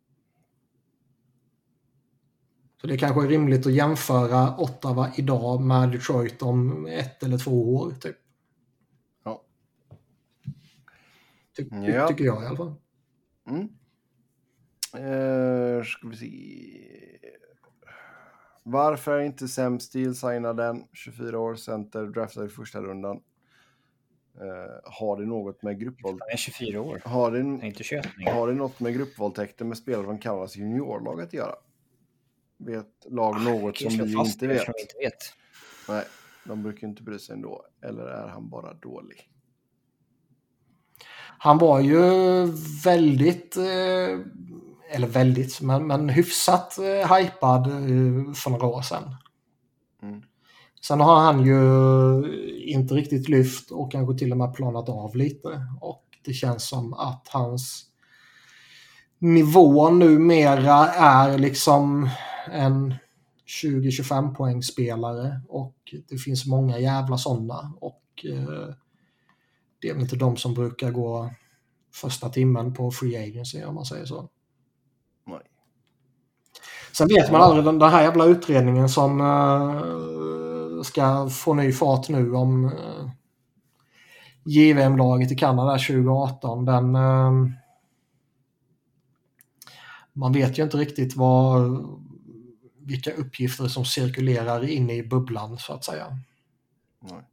Så det kanske är rimligt att jämföra Ottawa idag med Detroit om 1 eller 2 år typ. Ja. Tycker jag i alla fall. Ska vi se. Varför är inte Sam Steele signad den? 24 år center, draftad i första rundan. Har det något med gruppvåldtäkter? Han är 24 år. Har det något med gruppvåldtäkter med spelare från Kanadas juniorlag att göra? Vet lag något som vi inte vet? Nej, de brukar inte bry sig ändå. Eller är han bara dålig? Han var ju men hyfsat hypad för några år sedan. Sen har han ju inte riktigt lyft och kanske till och med planat av lite. Och det känns som att hans nivå numera är liksom en 20-25 poängspelare. Och det finns många jävla sådana. Och det är väl inte de som brukar gå första timmen på free agency om man säger så. Nej. Sen vet man aldrig den här jävla utredningen som ska få ny fart nu om JVM-laget i Kanada 2018. Man vet ju inte riktigt vilka uppgifter som cirkulerar inne i bubblan så att säga. Nej.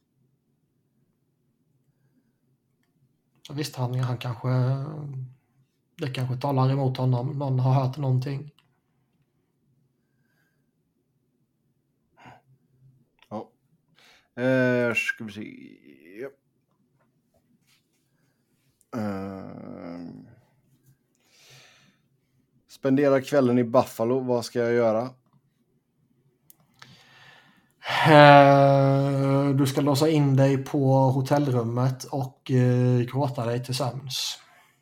Så visst, han kanske, det kanske talar emot honom. Någon har hört någonting. Ja. Ska vi se. Spendera kvällen i Buffalo. Vad ska jag göra? Du ska låsa in dig på hotellrummet och gråta dig till sömns.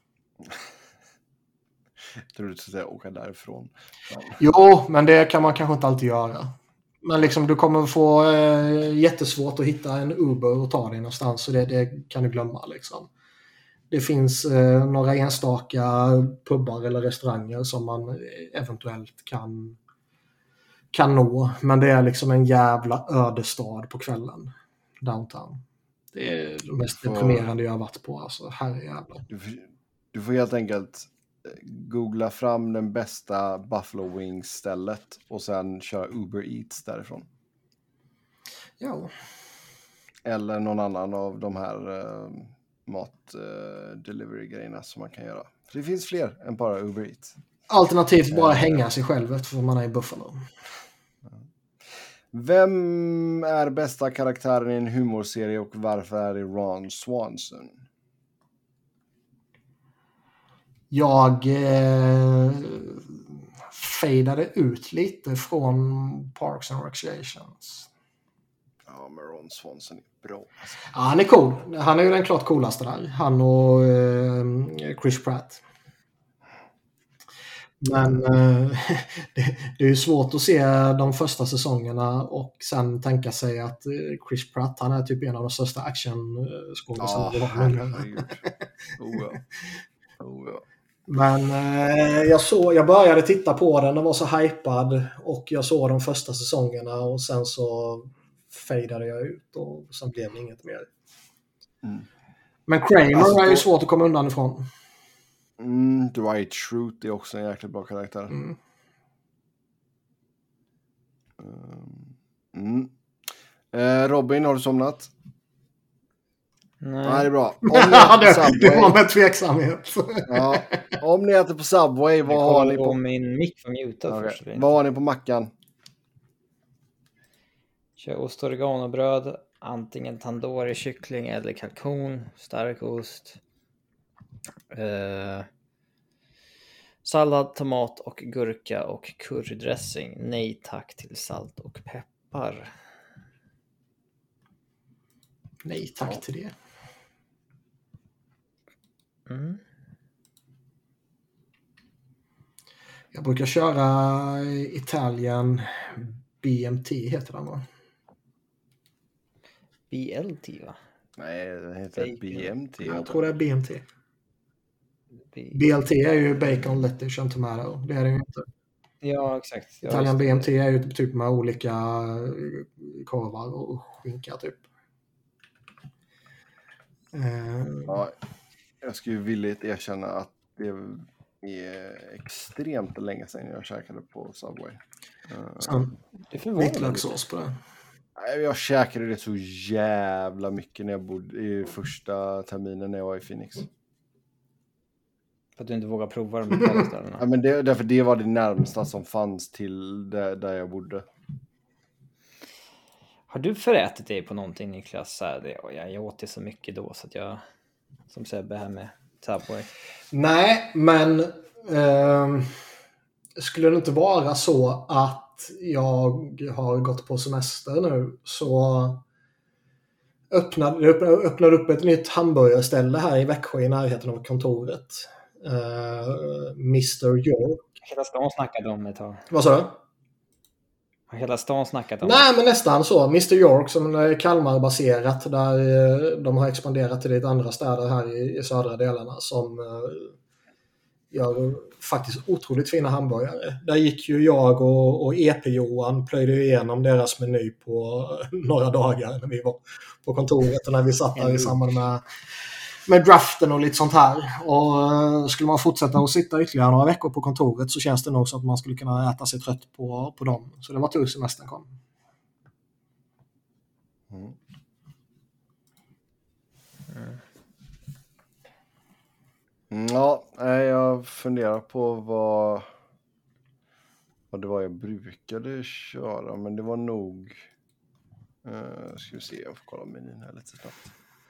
Jag tror du skulle säga åka därifrån. Jo, men det kan man kanske inte alltid göra. Men liksom, du kommer få jättesvårt att hitta en Uber och ta dig någonstans, så det kan du glömma liksom. Det finns några enstaka pubbar eller restauranger som man eventuellt kan nå. Men det är liksom en jävla ödestad på kvällen. Downtown. Det är det mest deprimerande jag har varit på. Alltså, herrejävlar. Du får helt enkelt googla fram den bästa Buffalo Wings stället och sen köra Uber Eats därifrån. Ja. Eller någon annan av de här mat-delivery-grejerna som man kan göra. För det finns fler än bara Uber Eats. Alternativt bara hänga sig själv eftersom man är i Buffalo. Vem är bästa karaktären i en humorserie och varför är det Ron Swanson? Jag fejdade ut lite från Parks and Recreations. Ja, men Ron Swanson är bra. Ja, han är cool. Han är ju den klart coolaste där. Han och Chris Pratt. Men det är ju svårt att se de första säsongerna och sen tänka sig att Chris Pratt, han är typ en av de största actionskådespelarna vi har nu. Ja. Men jag började titta på den var så hypad och jag såg de första säsongerna och sen så fejdade jag ut och sen blev det inget mer. Men Kramer är ju svårt att komma undan ifrån. Dwight Schrute är också en jäkligt bra karaktär. Robin, har du somnat? Nej, det är bra. Det var med tveksamhet. Ja. Om ni äter på Subway, vad har ni på? Min mick var mutad först. Vad har ni på mackan? Kör ost och oreganobröd, antingen tandoori, kyckling eller kalkon, stark ost. Sallad, tomat och gurka och currydressing. Nej tack till salt och peppar. Nej tack till det. Mm. Jag brukar köra Italien BMT heter den, va? BLT, va? Nej, det heter BMT. Jag tror det är BMT. BLT är ju Bacon, Lettuce and Tomato. Det är det ju inte. Ja, exakt. Italien BMT är ju typ med olika korvar och skinka typ. Ja, jag skulle villigt erkänna att det är extremt länge sedan jag käkade på Subway. Det förvånar vitlökssås på det. Jag käkade det så jävla mycket när jag bodde i första terminen när jag var i Phoenix. För att du inte vågar prova de lokala ställena. Ja, men därför det var det närmsta som fanns till där jag bodde. Har du förätit dig på någonting, Niklas? Jag åt det så mycket då så att jag, som Sebbe här med Subway. Nej, men skulle det inte vara så att jag har gått på semester nu så öppnar upp ett nytt hamburgerställe här i Växjö i närheten av kontoret. Mr. York. Hela stan snackade om ett tag. Vad sa du? Hela stan snackat om. Nej, men nästan så. Mr. York som är Kalmar-baserat där de har expanderat till lite andra städer här i södra delarna som gör faktiskt otroligt fina hamburgare. Där gick ju jag och EP-Johan plöjde igenom deras meny på några dagar när vi var på kontoret och när vi satt där i samband med draften och lite sånt här. Och skulle man fortsätta att sitta ytterligare några veckor på kontoret så känns det nog så att man skulle kunna äta sig trött på dem. Så det var tur semestern kom. Ja, jag funderar på vad det var jag brukade köra, men det var nog ska vi se, jag får kolla menyn här lite snabbt.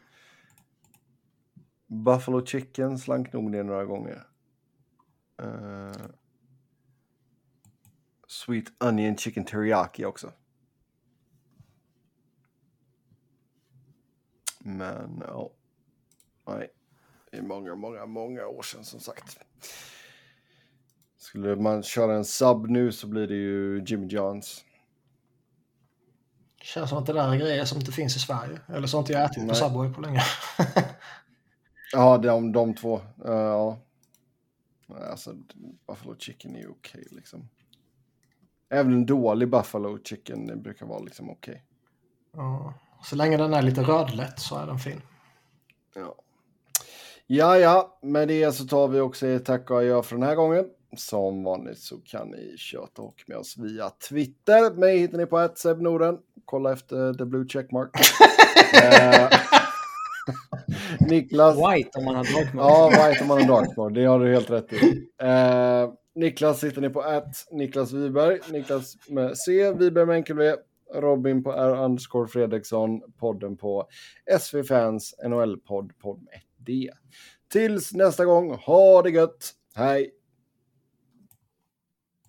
Buffalo chicken slank nog ner några gånger. Sweet onion chicken teriyaki också. Men ja, nej. Det är många år sedan som sagt. Skulle man köra en sub nu så blir det ju Jimmy John's. Känns som att det där är grejer som inte finns i Sverige. Eller så har inte jag ätit på Subway på länge. Ja, de två. Ja. Alltså, Buffalo chicken är okej liksom. Även en dålig Buffalo chicken brukar vara liksom okej. Ja. Så länge den är lite rödlätt så är den fin. Ja, med det så tar vi också ett tack och adjö för den här gången. Som vanligt så kan ni köta och med oss via Twitter. Mig hittar ni på @sebnorden. Kolla efter the blue checkmark. Niklas. White om man har dark mode. Ja, white om man har dark mode. Det har du helt rätt i. Niklas hittar ni på Niklas Wiberg. Niklas med C, Wiberg med enkel V. Robin på R_Fredriksson. Podden på SV Fans NHL-podd med 1D. Tills nästa gång, ha det gött. Hej!